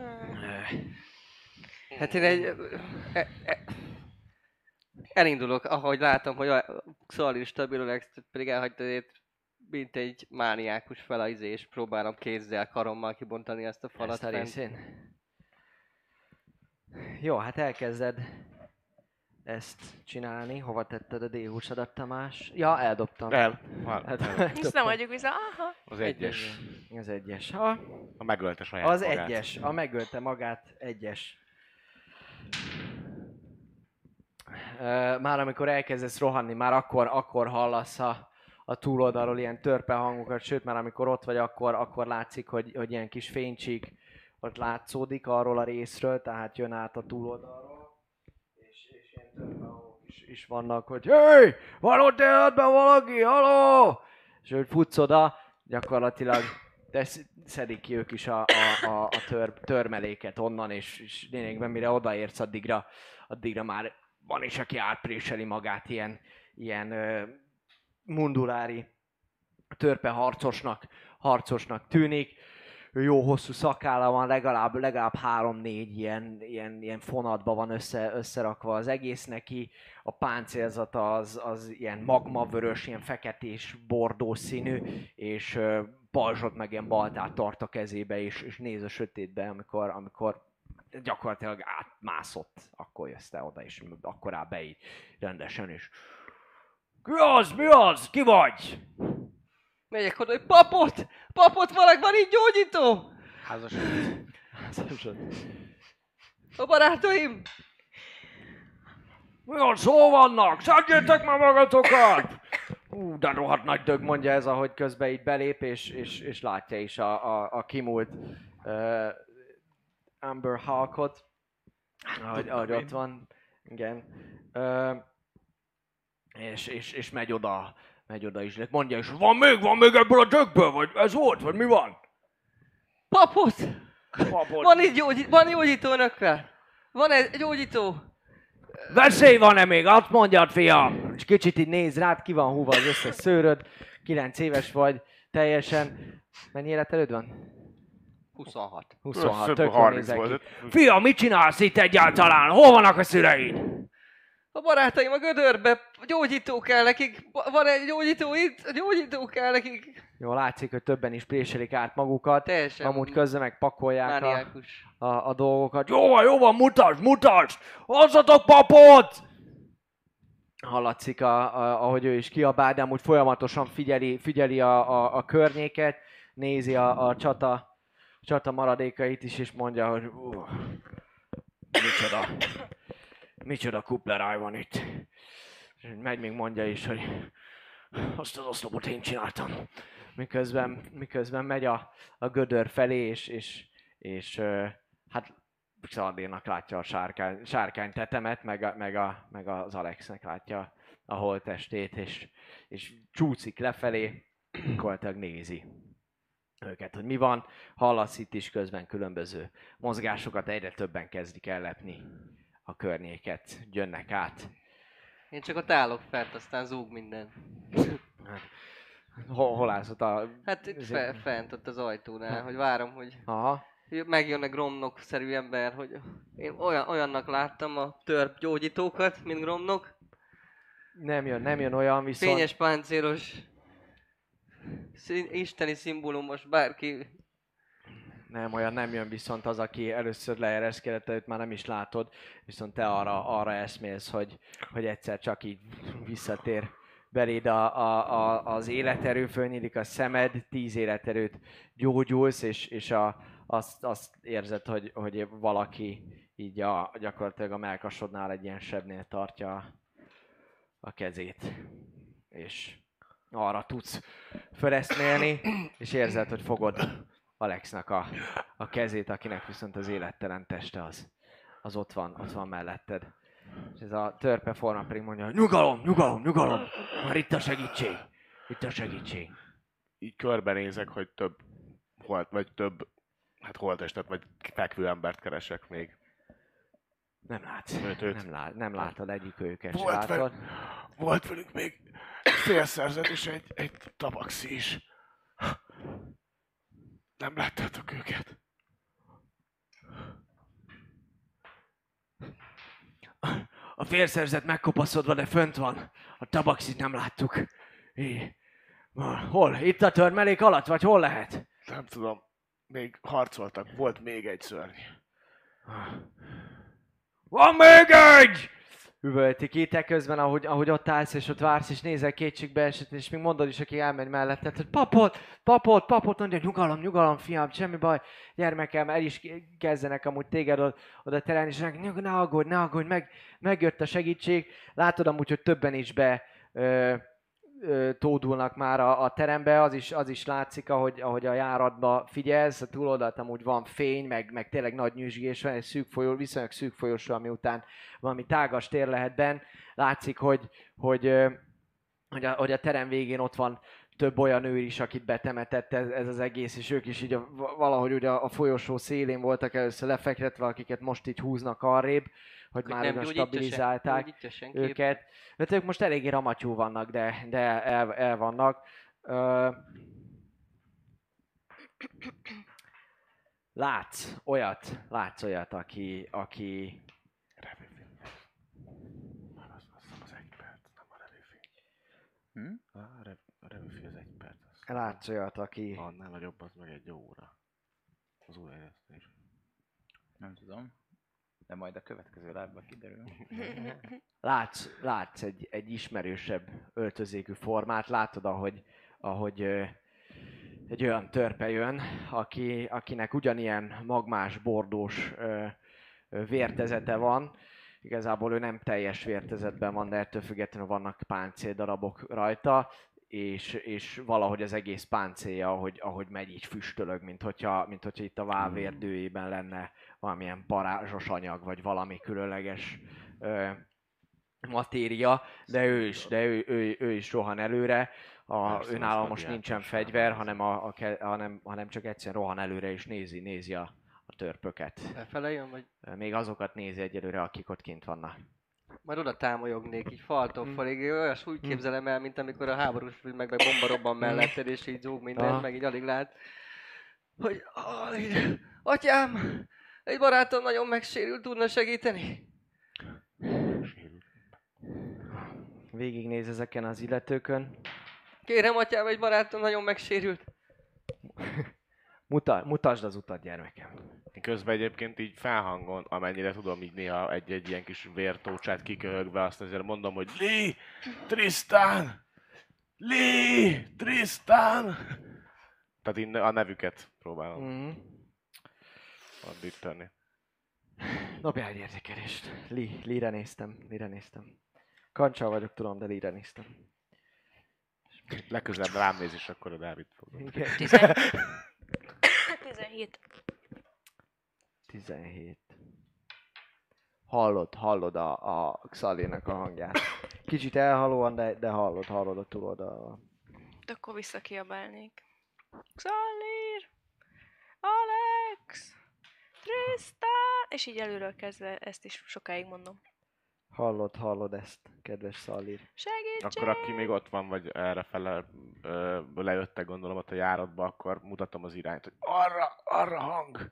Hát én egy... e- e- Elindulok, ahogy látom, hogy a Xali stabil, Alex pedig elhagyta őt, mint egy mániákus felajzé, és próbálom kézzel, karommal kibontani ezt a falat. Ezt a fent. részén. Jó, hát elkezded ezt csinálni. Hova tetted a dé húsz-adat, Tamás? Ja, eldobtam. El. Hát, ezt nem adjuk vissza. Aha. Az egyes. Az egyes. Ha, A megölte saját az magát. egyes. A megölte magát, egyes. Ö, Már amikor elkezdesz rohanni, már akkor, akkor hallasz a, a túloldalról ilyen törpe hangokat, sőt már amikor ott vagy, akkor, akkor látszik, hogy, hogy ilyen kis fénycsík ott látszódik arról a részről, tehát jön át a túloldalról, és, és ilyen törpe hangok is, is vannak, hogy hey, van ott életben valaki, haló! És hogy futsz oda, gyakorlatilag tesz, szedik ki ők is a, a, a, a tör, törmeléket onnan, és, és lényegben mire odaérsz, addigra, addigra már van is, aki átpréseli magát ilyen, ilyen ö, mundulári törpe harcosnak, harcosnak tűnik. Jó hosszú szakálla van, legalább, legalább három-négy ilyen, ilyen, ilyen fonatba van össze, összerakva az egész neki. A páncélzata az, az ilyen magmavörös, ilyen feketés, bordó színű, és ö, pajzsot meg ilyen baltát tart a kezébe, és, és néz a sötétbe, amikor, amikor gyakorlatilag átmászott, akkor jössz te oda, és akkor áll be így rendesen is. Ki az? Mi az? Ki vagy? Megyek oda, hogy papot! Papot, valaki van így gyógyító! Házasod. A barátaim! Mi az? Hol vannak? Szedjétek már magatokat! Ú, de rohadt nagy dög, mondja ez, ahogy közben így belép, és, és, és látja is a, a, a kimúlt uh, Amber Hulkot, ahogy, ahogy ott van, igen. Uh, és, és, és megy oda, megy oda is. Mondja is, van még, van még ebből a dögből, vagy ez volt, vagy mi van? Papot! Papot. Van itt gyógy... van gyógyító önökkel? Van egy gyógyító? Veszély van-e még? Azt mondjad, fiam! És kicsit így néz rád, ki van húva az összes szőröd, kilenc éves vagy, teljesen. Mennyi életerőd van? huszonhat. huszonhat, Szöbb tök jól harminc nézek ki. volt. Fiam, mit csinálsz itt egyáltalán? Hol vannak a szüleid? A barátaim a gödörbe, gyógyító kell nekik. Van egy gyógyító itt, gyógyító kell nekik. Jó, látszik, hogy többen is préselik át magukat. Teljesen Amúgy közben meg pakolják a, mániákus. a, a dolgokat. Jó van, jó van, mutasd, mutasd! Hozzatok papot! Hallatszik, a, a, ahogy ő is kiabál, de amúgy folyamatosan figyeli, figyeli a, a, a környéket, nézi a, a csata, csata maradékait is, és mondja, hogy uh, micsoda, micsoda kupleráj van itt. És megy még mondja is, hogy azt az oszlopot én csináltam. Miközben, miközben megy a, a gödör felé, és, és, és uh, hát Xaldénak látja a sárkány, sárkány tetemet, meg, a, meg, a, meg az Alexnek látja a holttestét, és, és csúszik lefelé, gyakorlatilag nézi őket, hogy mi van. Hallasz itt is közben különböző mozgásokat, egyre többen kezdik ellepni a környéket, jönnek át. Én csak ott állok fent, aztán zúg minden. Hol, hol állsz ott a... Hát itt fe, fent, ott az ajtónál, hogy várom, hogy Aha. megjön a Gromnok-szerű ember, hogy én olyan, olyannak láttam a törp gyógyítókat, mint Gromnok. Nem jön, nem jön olyan, viszont... Fényes páncélos, szín, isteni szimbólumos, bárki. Nem, olyan nem jön, viszont az, aki először leereszkedett, őt már nem is látod, viszont te arra, arra eszmélsz, hogy, hogy egyszer csak így visszatér beléd a, a, a, az életerő, fölnyílik a szemed, tíz életerőt gyógyulsz, és, és a, azt, azt érzed, hogy, hogy valaki így a, gyakorlatilag a mellkasodnál egy ilyen sebnél tartja a, a kezét. És arra tudsz föleszmélni, és érzed, hogy fogod Alexnak a, a kezét, akinek viszont az élettelen teste az, az ott van, ott van melletted. És ez a törpe forma pedig mondja, hogy nyugalom, nyugalom, nyugalom, már itt a segítség, itt a segítség. Így körbenézek, hogy több holt, vagy több, hát holttestet, vagy fekvő embert keresek még. Nem látsz, Őt, őt. nem, lát, nem látod egyik őket se Volt, látod. velük, volt velük még félszerzet és egy, egy tabaxi is. Nem láttátok őket? A félszerzet megkopaszodva, de fönt van. A tabaxit nem láttuk. Így. Hol? Itt a törmelék alatt, vagy hol lehet? Nem tudom. Még harcoltak. Volt még egy szörny. Van még egy! Üvölti ki, te közben, ahogy, ahogy ott állsz, és ott vársz, és nézel kétségbe esett, és még mondod is, aki elmegy melletted, hogy papot, papot, papot, mondja, nyugalom, nyugalom, fiam, semmi baj, gyermekem, el is kezdenek amúgy téged oda, oda terelni, és ne, ne aggódj, ne aggódj, meg, megjött a segítség. Látod amúgy, hogy többen is be ö, ö, tódulnak már a, a terembe, az is, az is látszik, ahogy, ahogy a járatba figyelsz, a túloldalt amúgy van fény, meg, meg tényleg nagy nyüzsgés, van egy szűk folyó, viszonylag szűk folyosó, ami után valami tágas tér lehet benn. Látszik, hogy, hogy, ö, hogy, a, hogy a terem végén ott van több olyan őr is, akit betemetett ez, ez az egész, és ők is így a, valahogy ugye a, a folyosó szélén voltak először lefektetve, akiket most így húznak arrébb, hogy Ők már nem ugyan gyógyítja stabilizálták se- gyógyítja senki őket. Hát ők most eléggé ramatyú vannak, de, de el, el vannak. Ö, látsz olyat, látsz olyat, aki, aki Az, az, az egy perc, nem a revőfény. Hm? A, rev, a revőfény az egy perc. Az látsz olyat, aki annál nagyobb, az meg egy óra. Az újraélesztés. Nem tudom. De majd a következő lábban kiderül. látsz, látsz egy, egy ismerősebb öltözékű formát, látod, ahogy, ahogy ö, egy olyan törpe jön, aki, akinek ugyanilyen magmás, bordós ö, ö, vértezete van. Igazából ő nem teljes vértezetben van, de ettől függetlenül vannak páncéldarabok rajta, és, és valahogy az egész páncélja, ahogy, ahogy megy, így füstölög, mint hogyha, mint hogyha itt a válvérdőjében lenne valamilyen parázsos anyag, vagy valami különleges ö, matéria, de ő is, de ő, ő, ő is rohan előre. A, Persze, őnála azt most nem nincsen játék sem fegyver, az. hanem, a, a, ke- hanem, hanem csak egyszerűen rohan előre és nézi, nézi a, a törpöket. Befele jön, vagy Még azokat nézi egyelőre, akik ott kint vannak. majd oda támolyognék, így faltól Mm. falig, olyas úgy képzelem el, mint amikor a háborús film meg, meg bomba robban melletted, és így zúg mindent, Aha. meg így alig lát. Hogy, ah, így, atyám, egy barátom nagyon megsérült, tudna segíteni? Végignéz ezeken az illetőkön. Kérem, atyám, egy barátom nagyon megsérült. Muta, mutasd az utat, gyermekem. Én közben egyébként így felhangon, amennyire tudom, így néha egy-egy ilyen kis vértócsát kiköhögve, azt azért mondom, hogy Lee! Tristan! Lee! Tristan! Tehát így a nevüket próbálom Mm. addig tenni. Dobjál egy értékelést. Li, Lire néztem, Lire néztem. Kancsal vagyok, tudom, de Lire néztem. Legközelebb rám néz, és akkor a Dávid fog. Igen. tizenhét. tizenhét. Hallod, hallod a, a Xalének a hangját. Kicsit elhalóan, de, de hallod, hallod a túloldalról. De akkor visszakiabálnék. Xalir! Alex! Tristan! És így előről kezdve ezt is sokáig mondom. Hallod, hallod ezt, kedves Szallir. Segítség! Akkor aki még ott van, vagy errefele ö, lejöttek gondolom ott a járatba, akkor mutatom az irányt, hogy arra, arra hang!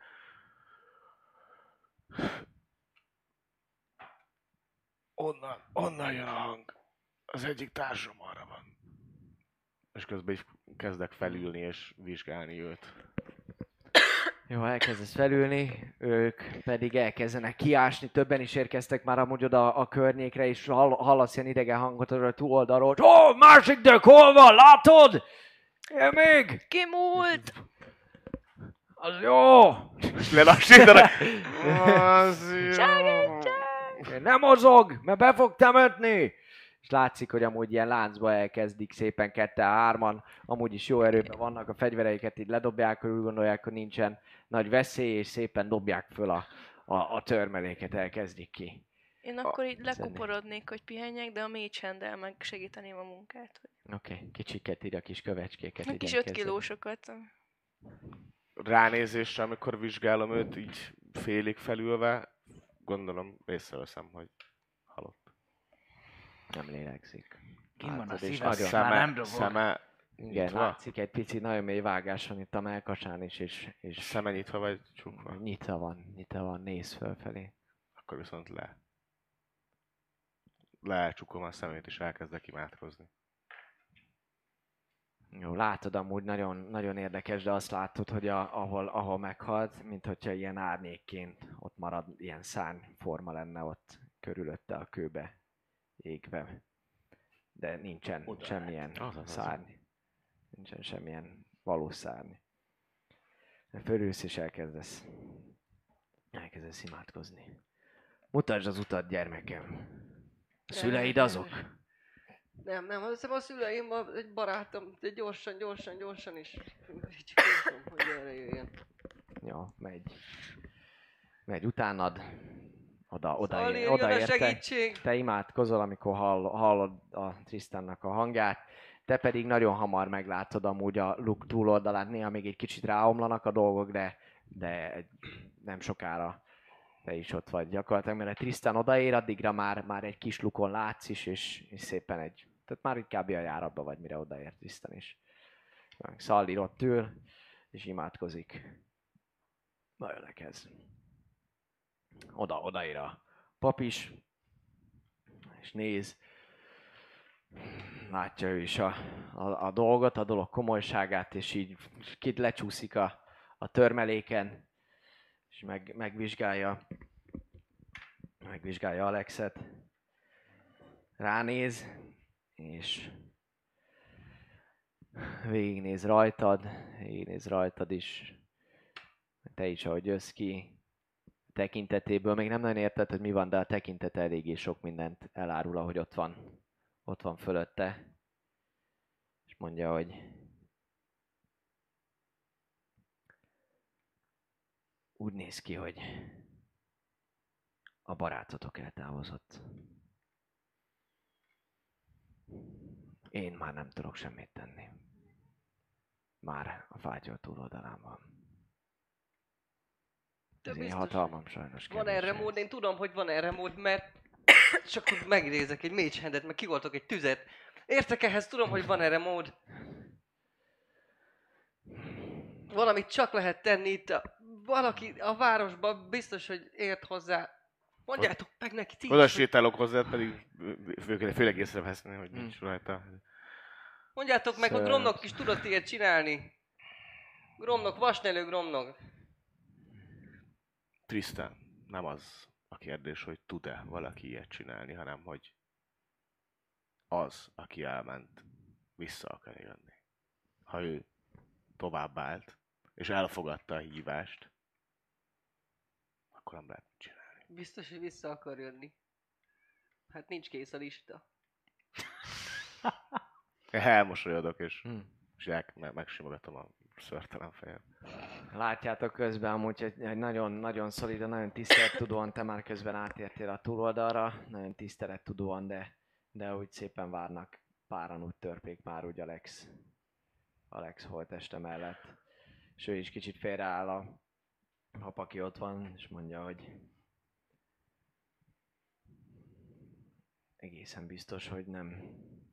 Onnan, onnan jön a hang. Az egyik társam arra van. És közben is kezdek felülni és vizsgálni őt. Jó, elkezdesz felülni, ők pedig elkezdenek kiásni, többen is érkeztek már amúgy oda a környékre, és hall, hallasz ilyen idegen hangot a túloldalról, hogy ó, másik dök, hol van, látod? Ilyen még? Kimúlt! Az jó! És lelassítanak. Az jó. Nem mozog, mert be fog temetni! És látszik, hogy amúgy ilyen láncba elkezdik szépen ketten-hárman, amúgy is jó erőben vannak, a fegyvereiket így ledobják, hogy úgy gondolják, hogy nincsen nagy veszély, és szépen dobják föl a, a, a törmeléket, elkezdik ki. Én akkor így szedni. lekuporodnék, hogy pihenjek, de a mage hand-el meg segíteném a munkát. Hogy Oké, okay. Kicsiket így a kis kövecskéket. a így kis elkezded. öt kilósokat. Ránézésre, amikor vizsgálom őt, így félig felülve, gondolom észreveszem, hogy halott. Nem lélegzik. Kim van a Látod, és szívem, nagyon- már nem Szeme, dobog. szeme Igen, nyitva? látszik egy pici nagyon mély vágás van itt a mellkasán is, és, és Szeme nyitva vagy csukva? nyitva van, nyitva van, néz fölfelé. Akkor viszont le. Lecsukom a szemét és elkezdek imádkozni. Jó, látod amúgy nagyon, nagyon érdekes, de azt látod, hogy a, ahol, ahol meghalt, mint hogyha ilyen árnyékként ott marad, ilyen szárnyforma lenne ott körülötte a kőbe égve. De nincsen Oda semmilyen Az az, az. szárny. Nincsen semmilyen valós szárny. Fölülsz és elkezdesz. Elkezdesz imádkozni. Mutasd az utat, gyermekem. A szüleid azok? Nem, nem, azt hiszem a szüleim, a- egy barátom, de gyorsan, gyorsan, gyorsan is. Így köszönöm, hogy erre jöjjön. Jó, megy. Megy utánad. Oda, oda, Szalír, ér, jön a odaérte. segítség! Te imádkozol, amikor hall, hallod a Tristannak a hangját. Te pedig nagyon hamar meglátod amúgy a luk túloldalát. Néha még egy kicsit ráomlanak a dolgok, de, de egy- nem sokára te is ott vagy gyakorlatilag, mert a Tristan odaér, addigra már, már egy kis lukon látsz is, és, és szépen egy... Tehát már itt kb. A járatba vagy, mire odaér Tristan is. Szalír ott ül, és imádkozik. Nagyon nekezd. Oda, odaér a pap is, és néz. Látja ő is a, a, a dolgot, a dolog komolyságát, és így kit lecsúszik a, a törmeléken, és meg, megvizsgálja, megvizsgálja Alexet. Ránéz, és végignéz rajtad, végignéz rajtad is. Te is, ahogy jössz ki, tekintetéből még nem nagyon érted, hogy mi van, de a tekintete eléggé sok mindent elárul, ahogy ott van, ott van fölötte. És mondja, hogy úgy néz ki, hogy a barátotok eltávozott. Én már nem tudok semmit tenni. Már a fátyol túloldalán van. De Ez én biztos, hatalmam sajnos Van kevés erre ehhez. mód, én tudom, hogy van erre mód, mert csak úgy megnézek egy mage handet, meg kigoltok egy tüzet. Értek ehhez, tudom, hogy van erre mód. Valamit csak lehet tenni itt. A, valaki a városban biztos, hogy ért hozzá. Mondjátok meg neki ti is, Oda hogy- sétálok hozzád, pedig fő- főleg észreveszni, hogy nincs rajta. Mondjátok meg, hogy Szép. Gromnok is tudott ilyet csinálni. Gromnok, vasnelő Gromnok. Tristan, nem az a kérdés, hogy tud-e valaki ilyet csinálni, hanem hogy az, aki elment, vissza akar jönni. Ha ő tovább állt, és elfogadta a hívást, akkor nem lehet mit csinálni. Biztos, hogy vissza akar jönni. Hát nincs kész a lista. Elmosolyodok, és, Hm. és el, meg, megsimogatom a szörtelen fejem. Látjátok közben amúgy, hogy egy nagyon-nagyon szolid, nagyon tisztelettudóan, te már közben átértél a túloldalra, nagyon tisztelettudóan, de, de úgy szépen várnak páran, úgy törpék már úgy Alex, Alex holtteste mellett. És ő is kicsit félreáll a pap, aki ott van, és mondja, hogy egészen biztos, hogy nem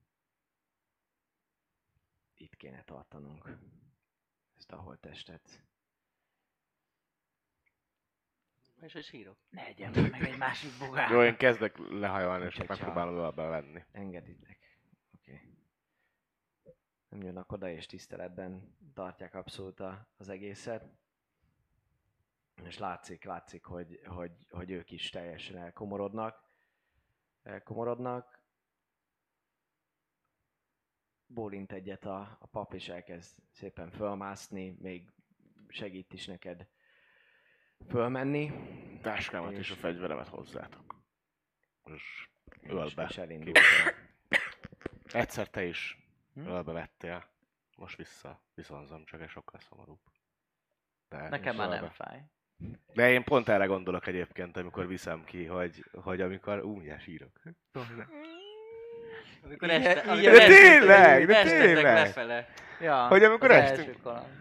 itt kéne tartanunk ezt a holttestet. És hogy sírok. Ne egyen meg egy másik bogát. Jó, én kezdek lehajolni, és Úgyhogy, megpróbálom jól bevenni. Engeditek. Oké. Okay. Nem jönnek oda, és tiszteletben tartják abszolút a, az egészet. És látszik, látszik, hogy, hogy, hogy ők is teljesen elkomorodnak. Elkomorodnak. Bólint egyet a, a pap, és elkezd szépen fölmászni, még segít is neked fölmenni. Táskámat és, És- és a fegyveremet hozzátok. És És, ölbe. és elindult. Egyszer te is Hm? ölbe vettél. Most vissza viszonzom, csak egy sokkal szomorúbb. De Nekem már ölbe. nem fáj. De én pont erre gondolok egyébként, amikor viszem ki, hogy, hogy amikor ú, mindjárt sírok. Amikor Így- este, így amikor a- De estetek- tényleg, de estetek tényleg. lefele. Ja, Hogy amikor az estünk. első kaland.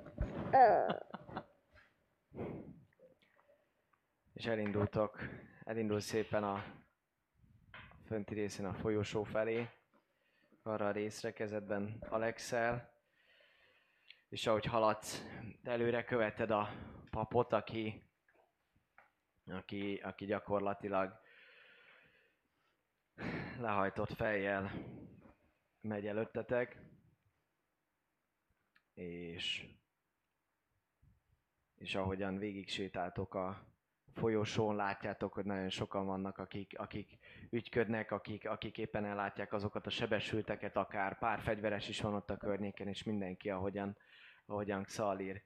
És elindultok, elindul szépen a fönti részén a folyosó felé, arra a részre, kezedben Alexel, és ahogy haladsz előre, követed a papot, aki, aki, aki gyakorlatilag lehajtott fejjel megy előttetek, és, és ahogyan végig sétáltok a folyosón, látjátok, hogy nagyon sokan vannak, akik, akik ügyködnek, akik, akik éppen ellátják azokat a sebesülteket, akár pár fegyveres is van ott a környéken, és mindenki, ahogyan, ahogyan Xalir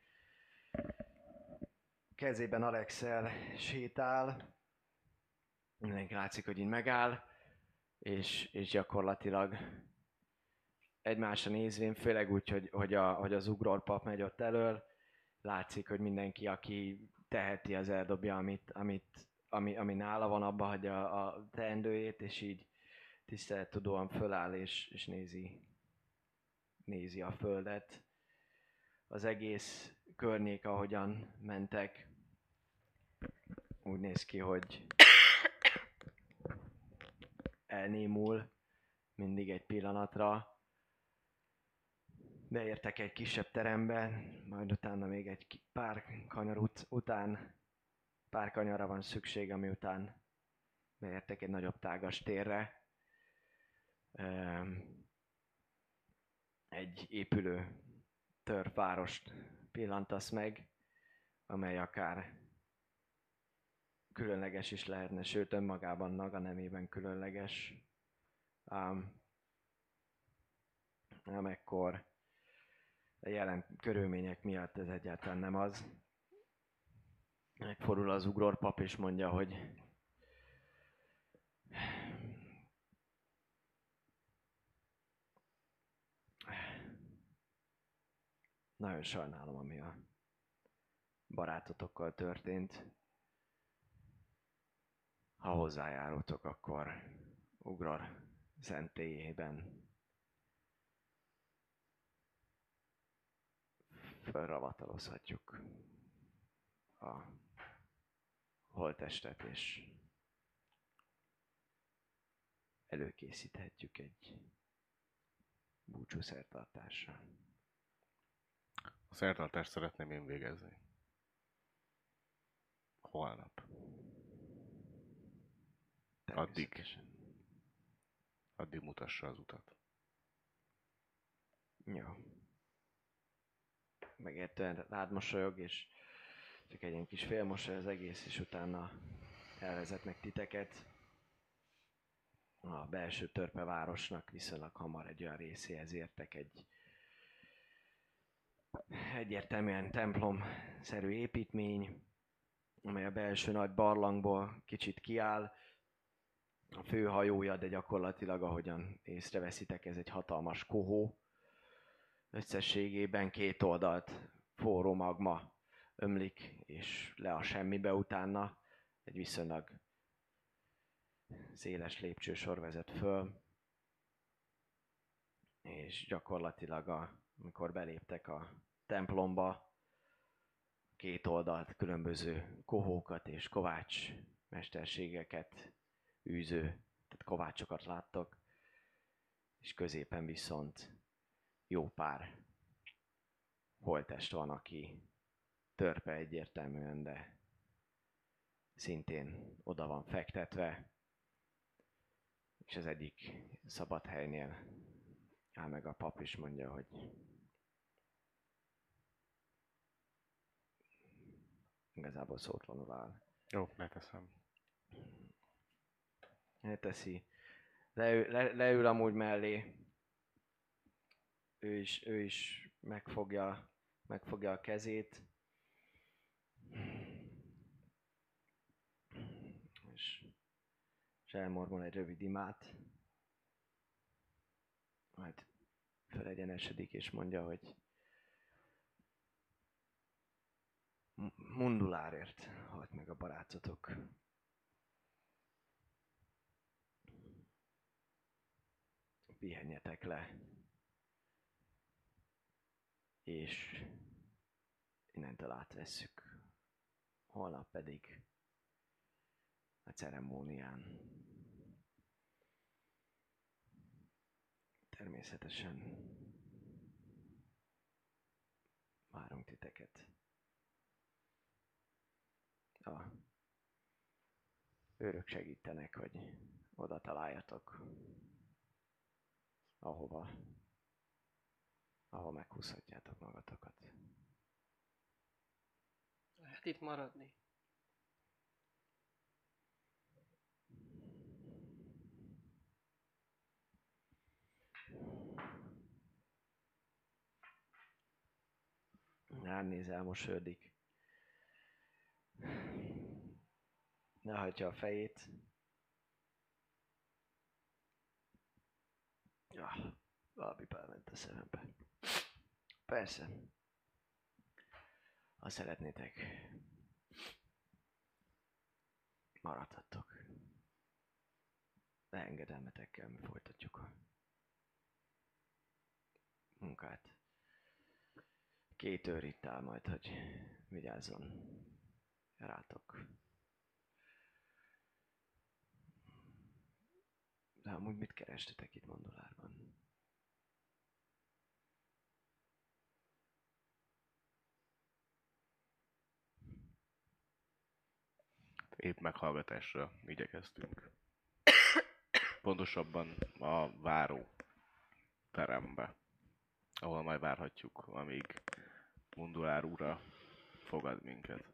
kezében Alexel sétál. Mindenki látszik, hogy így megáll, és, és gyakorlatilag egymásra nézvén, főleg úgy, hogy, hogy, a, hogy az ugrorpap megy ott elől, látszik, hogy mindenki, aki teheti, az eldobja, amit, amit, ami, ami nála van, abba hagyja a teendőjét, és így tisztelettudóan föláll, és, és nézi, nézi a földet. Az egész környék, ahogyan mentek, úgy néz ki, hogy elnémul mindig egy pillanatra. Beértek egy kisebb terembe, majd utána még egy ki- pár kanyar ut- után, pár kanyarra van szükség, ami után beértek egy nagyobb tágas térre. Ehm, Egy épülő törpvárost pillantasz meg, amely akár különleges is lehetne, sőt önmagában maga nemében különleges. Um, amekkor a jelen körülmények miatt ez egyáltalán nem az. Megfordul az ugrorpap és mondja, hogy nagyon sajnálom, ami a barátotokkal történt. Ha hozzájárultok, akkor Ugror szentélyében felravatalozhatjuk a holttestet, és előkészíthetjük egy búcsúszertartásra. A szertartást szeretném én végezni. Holnap. Addig. Természetesen. Addig mutassa az utat. Jó. Megértően rád mosolyog, és csak egy ilyen kis félmosoly az egész, és utána elvezetnek titeket a belső törpevárosnak viszonylag hamar egy olyan részéhez értek, egy egyértelműen templom-szerű építmény, amely a belső nagy barlangból kicsit kiáll. A fő hajója, de gyakorlatilag, ahogyan észreveszitek, ez egy hatalmas kohó. Összességében két oldalt forró magma ömlik, és le a semmibe utána. Egy viszonylag széles lépcsősor vezet föl. És gyakorlatilag, a, amikor beléptek a templomba, két oldalt különböző kohókat és kovács mesterségeket űző tehát kovácsokat láttok, és középen viszont jó pár holttest van, aki törpe egyértelműen, de szintén oda van fektetve, és az egyik szabad helynél áll meg a pap, és mondja, hogy igazából szótlanul áll. Jó, megteszem. Elteszi. Leül, le, leül amúgy mellé. Ő is, ő is megfogja, megfogja a kezét. És, és elmormol egy rövid imát. Majd felegyenesedik és mondja, hogy Mundulárért halt meg a barátotok. Pihenjetek le. És innentől átvesszük. Holnap pedig a ceremónián. Természetesen várunk titeket. A őrök segítenek, hogy oda találjatok, ahova, ahova meghúzhatjátok magatokat. Lehet itt maradni? Ránéz, elmosődik. Lehajtja a fejét. Ja, valami belement a szemembe. Persze. Ha szeretnétek, maradhattok. De engedelmetekkel mi folytatjuk a munkát. Két őr itt áll majd, hogy vigyázzon rátok. De amúgy mit kerestetek itt Mandulárban? Épp meghallgatásra igyekeztünk. Pontosabban a váró terembe, ahol majd várhatjuk, amíg Mundulár ura fogad minket.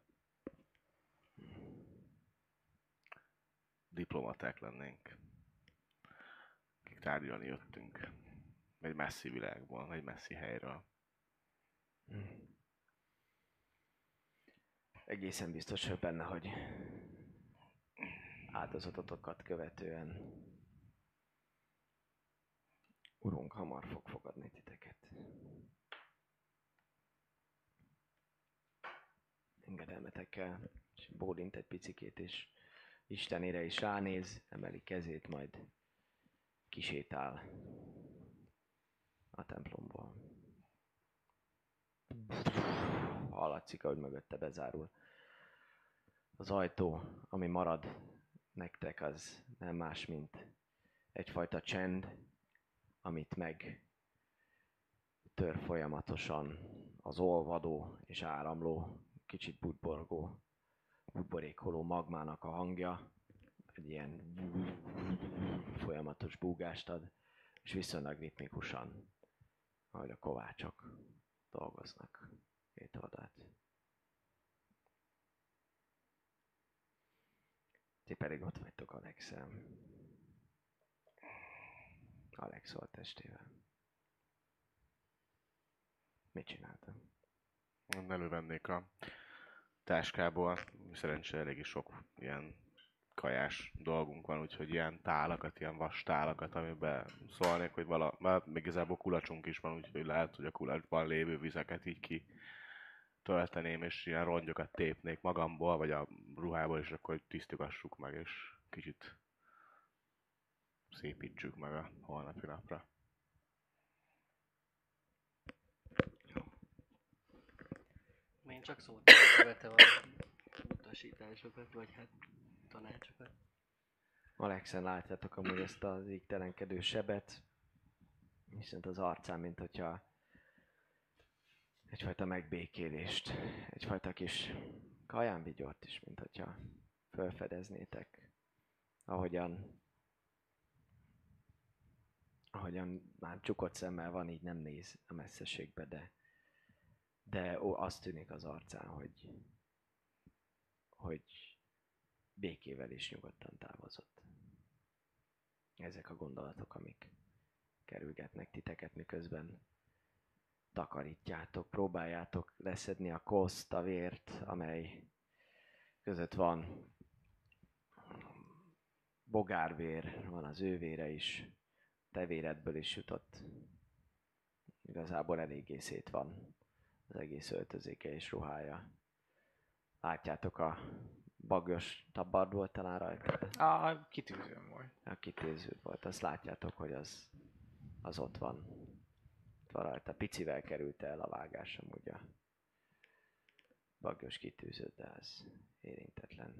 Diplomaták lennénk, akik tárgyalni jöttünk. Egy messzi világból, egy messzi helyről. Egészen biztos vagyok benne, hogy áldozatotokat követően Urunk hamar fog fogadni titeket. Engedelmetekkel, és bólint egy picikét, és Istenére is ránéz, emeli kezét, majd kisétál a templomból. Hallatszik, ahogy mögötte bezárul az ajtó, ami marad nektek, az nem más, mint egyfajta csend, amit meg tör folyamatosan az olvadó és áramló, kicsit butborgó, butborékoló magmának a hangja. Egy ilyen folyamatos búgást ad, és viszonylag ritmikusan, ahogy a kovácsok dolgoznak két oldalt. Ti pedig ott vagytok Alexel. Alex volt testével. Mit csináltam? Elővennék a táskából. Szerencsére eléggé sok ilyen kajás dolgunk van, úgyhogy ilyen tálakat, ilyen vas tálakat, amiben szólnék, hogy vala, már még igazából kulacsunk is van, úgyhogy lehet, hogy a kulacsban lévő vizeket így ki tölteném, és ilyen rongyokat tépnék magamból, vagy a ruhából, és akkor tisztogassuk meg, és kicsit szépítsük meg a holnapi napra. Én csak szóltam, követem a utasításokat, vagy hát tanácsokat. Alexen látjátok amúgy ezt az égtelenkedő sebet, viszont az arcán, mint hogyha egyfajta megbékélést, egyfajta kis kajánvigyort is, mint hogyha felfedeznétek, ahogyan ahogyan már csukott szemmel van, így nem néz a messzeségbe, de de ó, azt tűnik az arcán, hogy hogy békével és nyugodtan távozott. Ezek a gondolatok, amik kerülgetnek titeket, miközben takarítjátok, próbáljátok leszedni a koszt, a vért, amely között van bogárvér, van az ő vére is, te véredből is jutott. Igazából eléggé szét van az egész öltözéke és ruhája. Látjátok, a bagyos tabard volt talán rajta? A kitűzőm volt. A kitűző volt, azt látjátok, hogy az, az ott van. Ott van rajta. Picivel került el a vágás amúgy a bagyos kitűzőt, de ez érintetlen.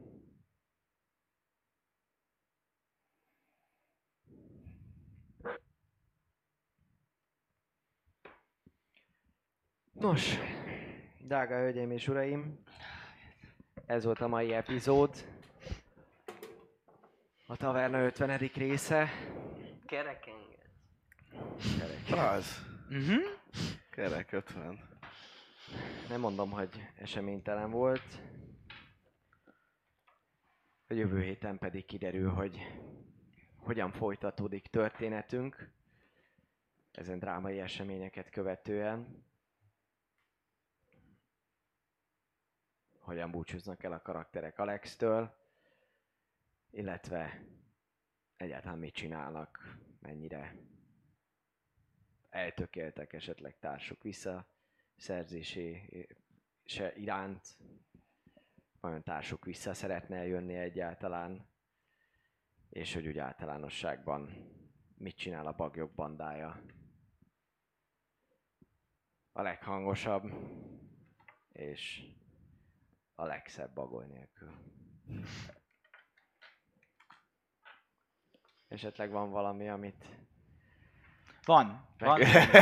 Nos, drága hölgyeim és uraim, ez volt a mai epizód. A Taverna ötvenedik része. Kerek enged. Kerek. Az. Uh-huh. Kerek ötven. Nem mondom, hogy eseménytelen volt. A jövő héten pedig kiderül, hogy hogyan folytatódik történetünk ezen drámai eseményeket követően. Hogyan búcsúznak el a karakterek Alextől, illetve egyáltalán mit csinálnak, mennyire eltökéltek esetleg társuk visszaszerzése iránt, vajon társuk vissza szeretne jönni egyáltalán, és hogy úgy általánosságban mit csinál a bagyok bandája. A leghangosabb és a legszebb bagoly nélkül. Esetleg van valami, amit... Van, van.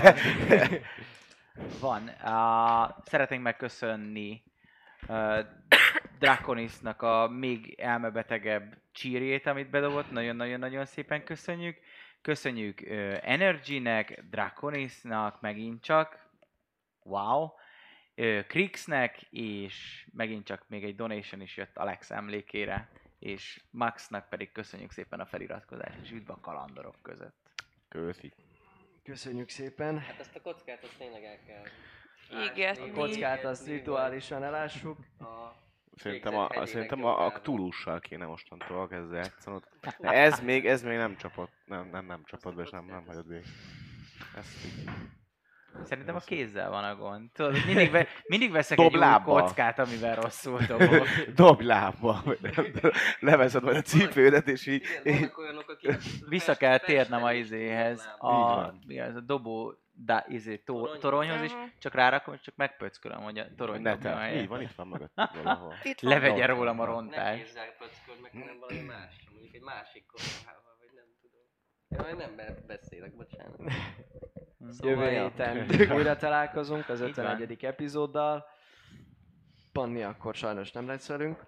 van. Uh, szeretnénk megköszönni uh, Draconisnak a még elmebetegebb csírjét, amit bedobott. Nagyon-nagyon-nagyon szépen köszönjük. Köszönjük uh, Energynek, Draconisnak megint csak. Wow. Uh, Krixnek, és megint csak még egy donation is jött Alex emlékére. És Maxnak pedig köszönjük szépen a feliratkozást, és üdv a kalandorok között. Köszi. Köszönjük szépen. Hát ezt a kockát azt tényleg el kell... Égetni. A kockát azt rituálisan elássuk. A... Szerintem a, szerintem a, a Cthulhussal kéne mostantól kezdve játszanod. Ez még, ez még nem csapott, nem, nem, nem csapott be, és nem, nem hagyod végig. Ezt így. Szerintem a kézzel van a gond. Tudod, mindig, ve, mindig veszek Dob egy lábbal. új kockát, amivel rosszul dobok. Dobj lábba, leveszed majd a cipődet, és így... Vannak olyanok, akik... Vissza kell térnem a festenek izéhez, lábbal. a, mi az, a dobó da, izé, to, Torony. toronyhoz, és Aha. csak rárakom, és csak megpöckölöm, hogy a torony Ne dobja a te, helyet. így van, itt van mögött valahol. Itt van. Levegye rólam a Ne rontást. kézzel pöcköld meg, hanem valami más, mondjuk egy másik konyhával, vagy nem tudom. Ja, majd nem be- beszélek, bocsánat. Jövő ja. héten újra találkozunk az Így ötvenegyedik epizóddal. Panni akkor sajnos nem lesz velünk.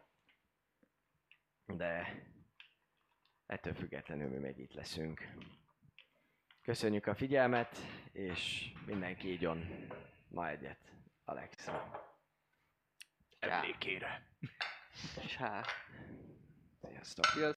De ettől függetlenül mi még itt leszünk. Köszönjük a figyelmet, és mindenki ígyon ma egyet Alexra. Emlékére. Csá. Sziasztok!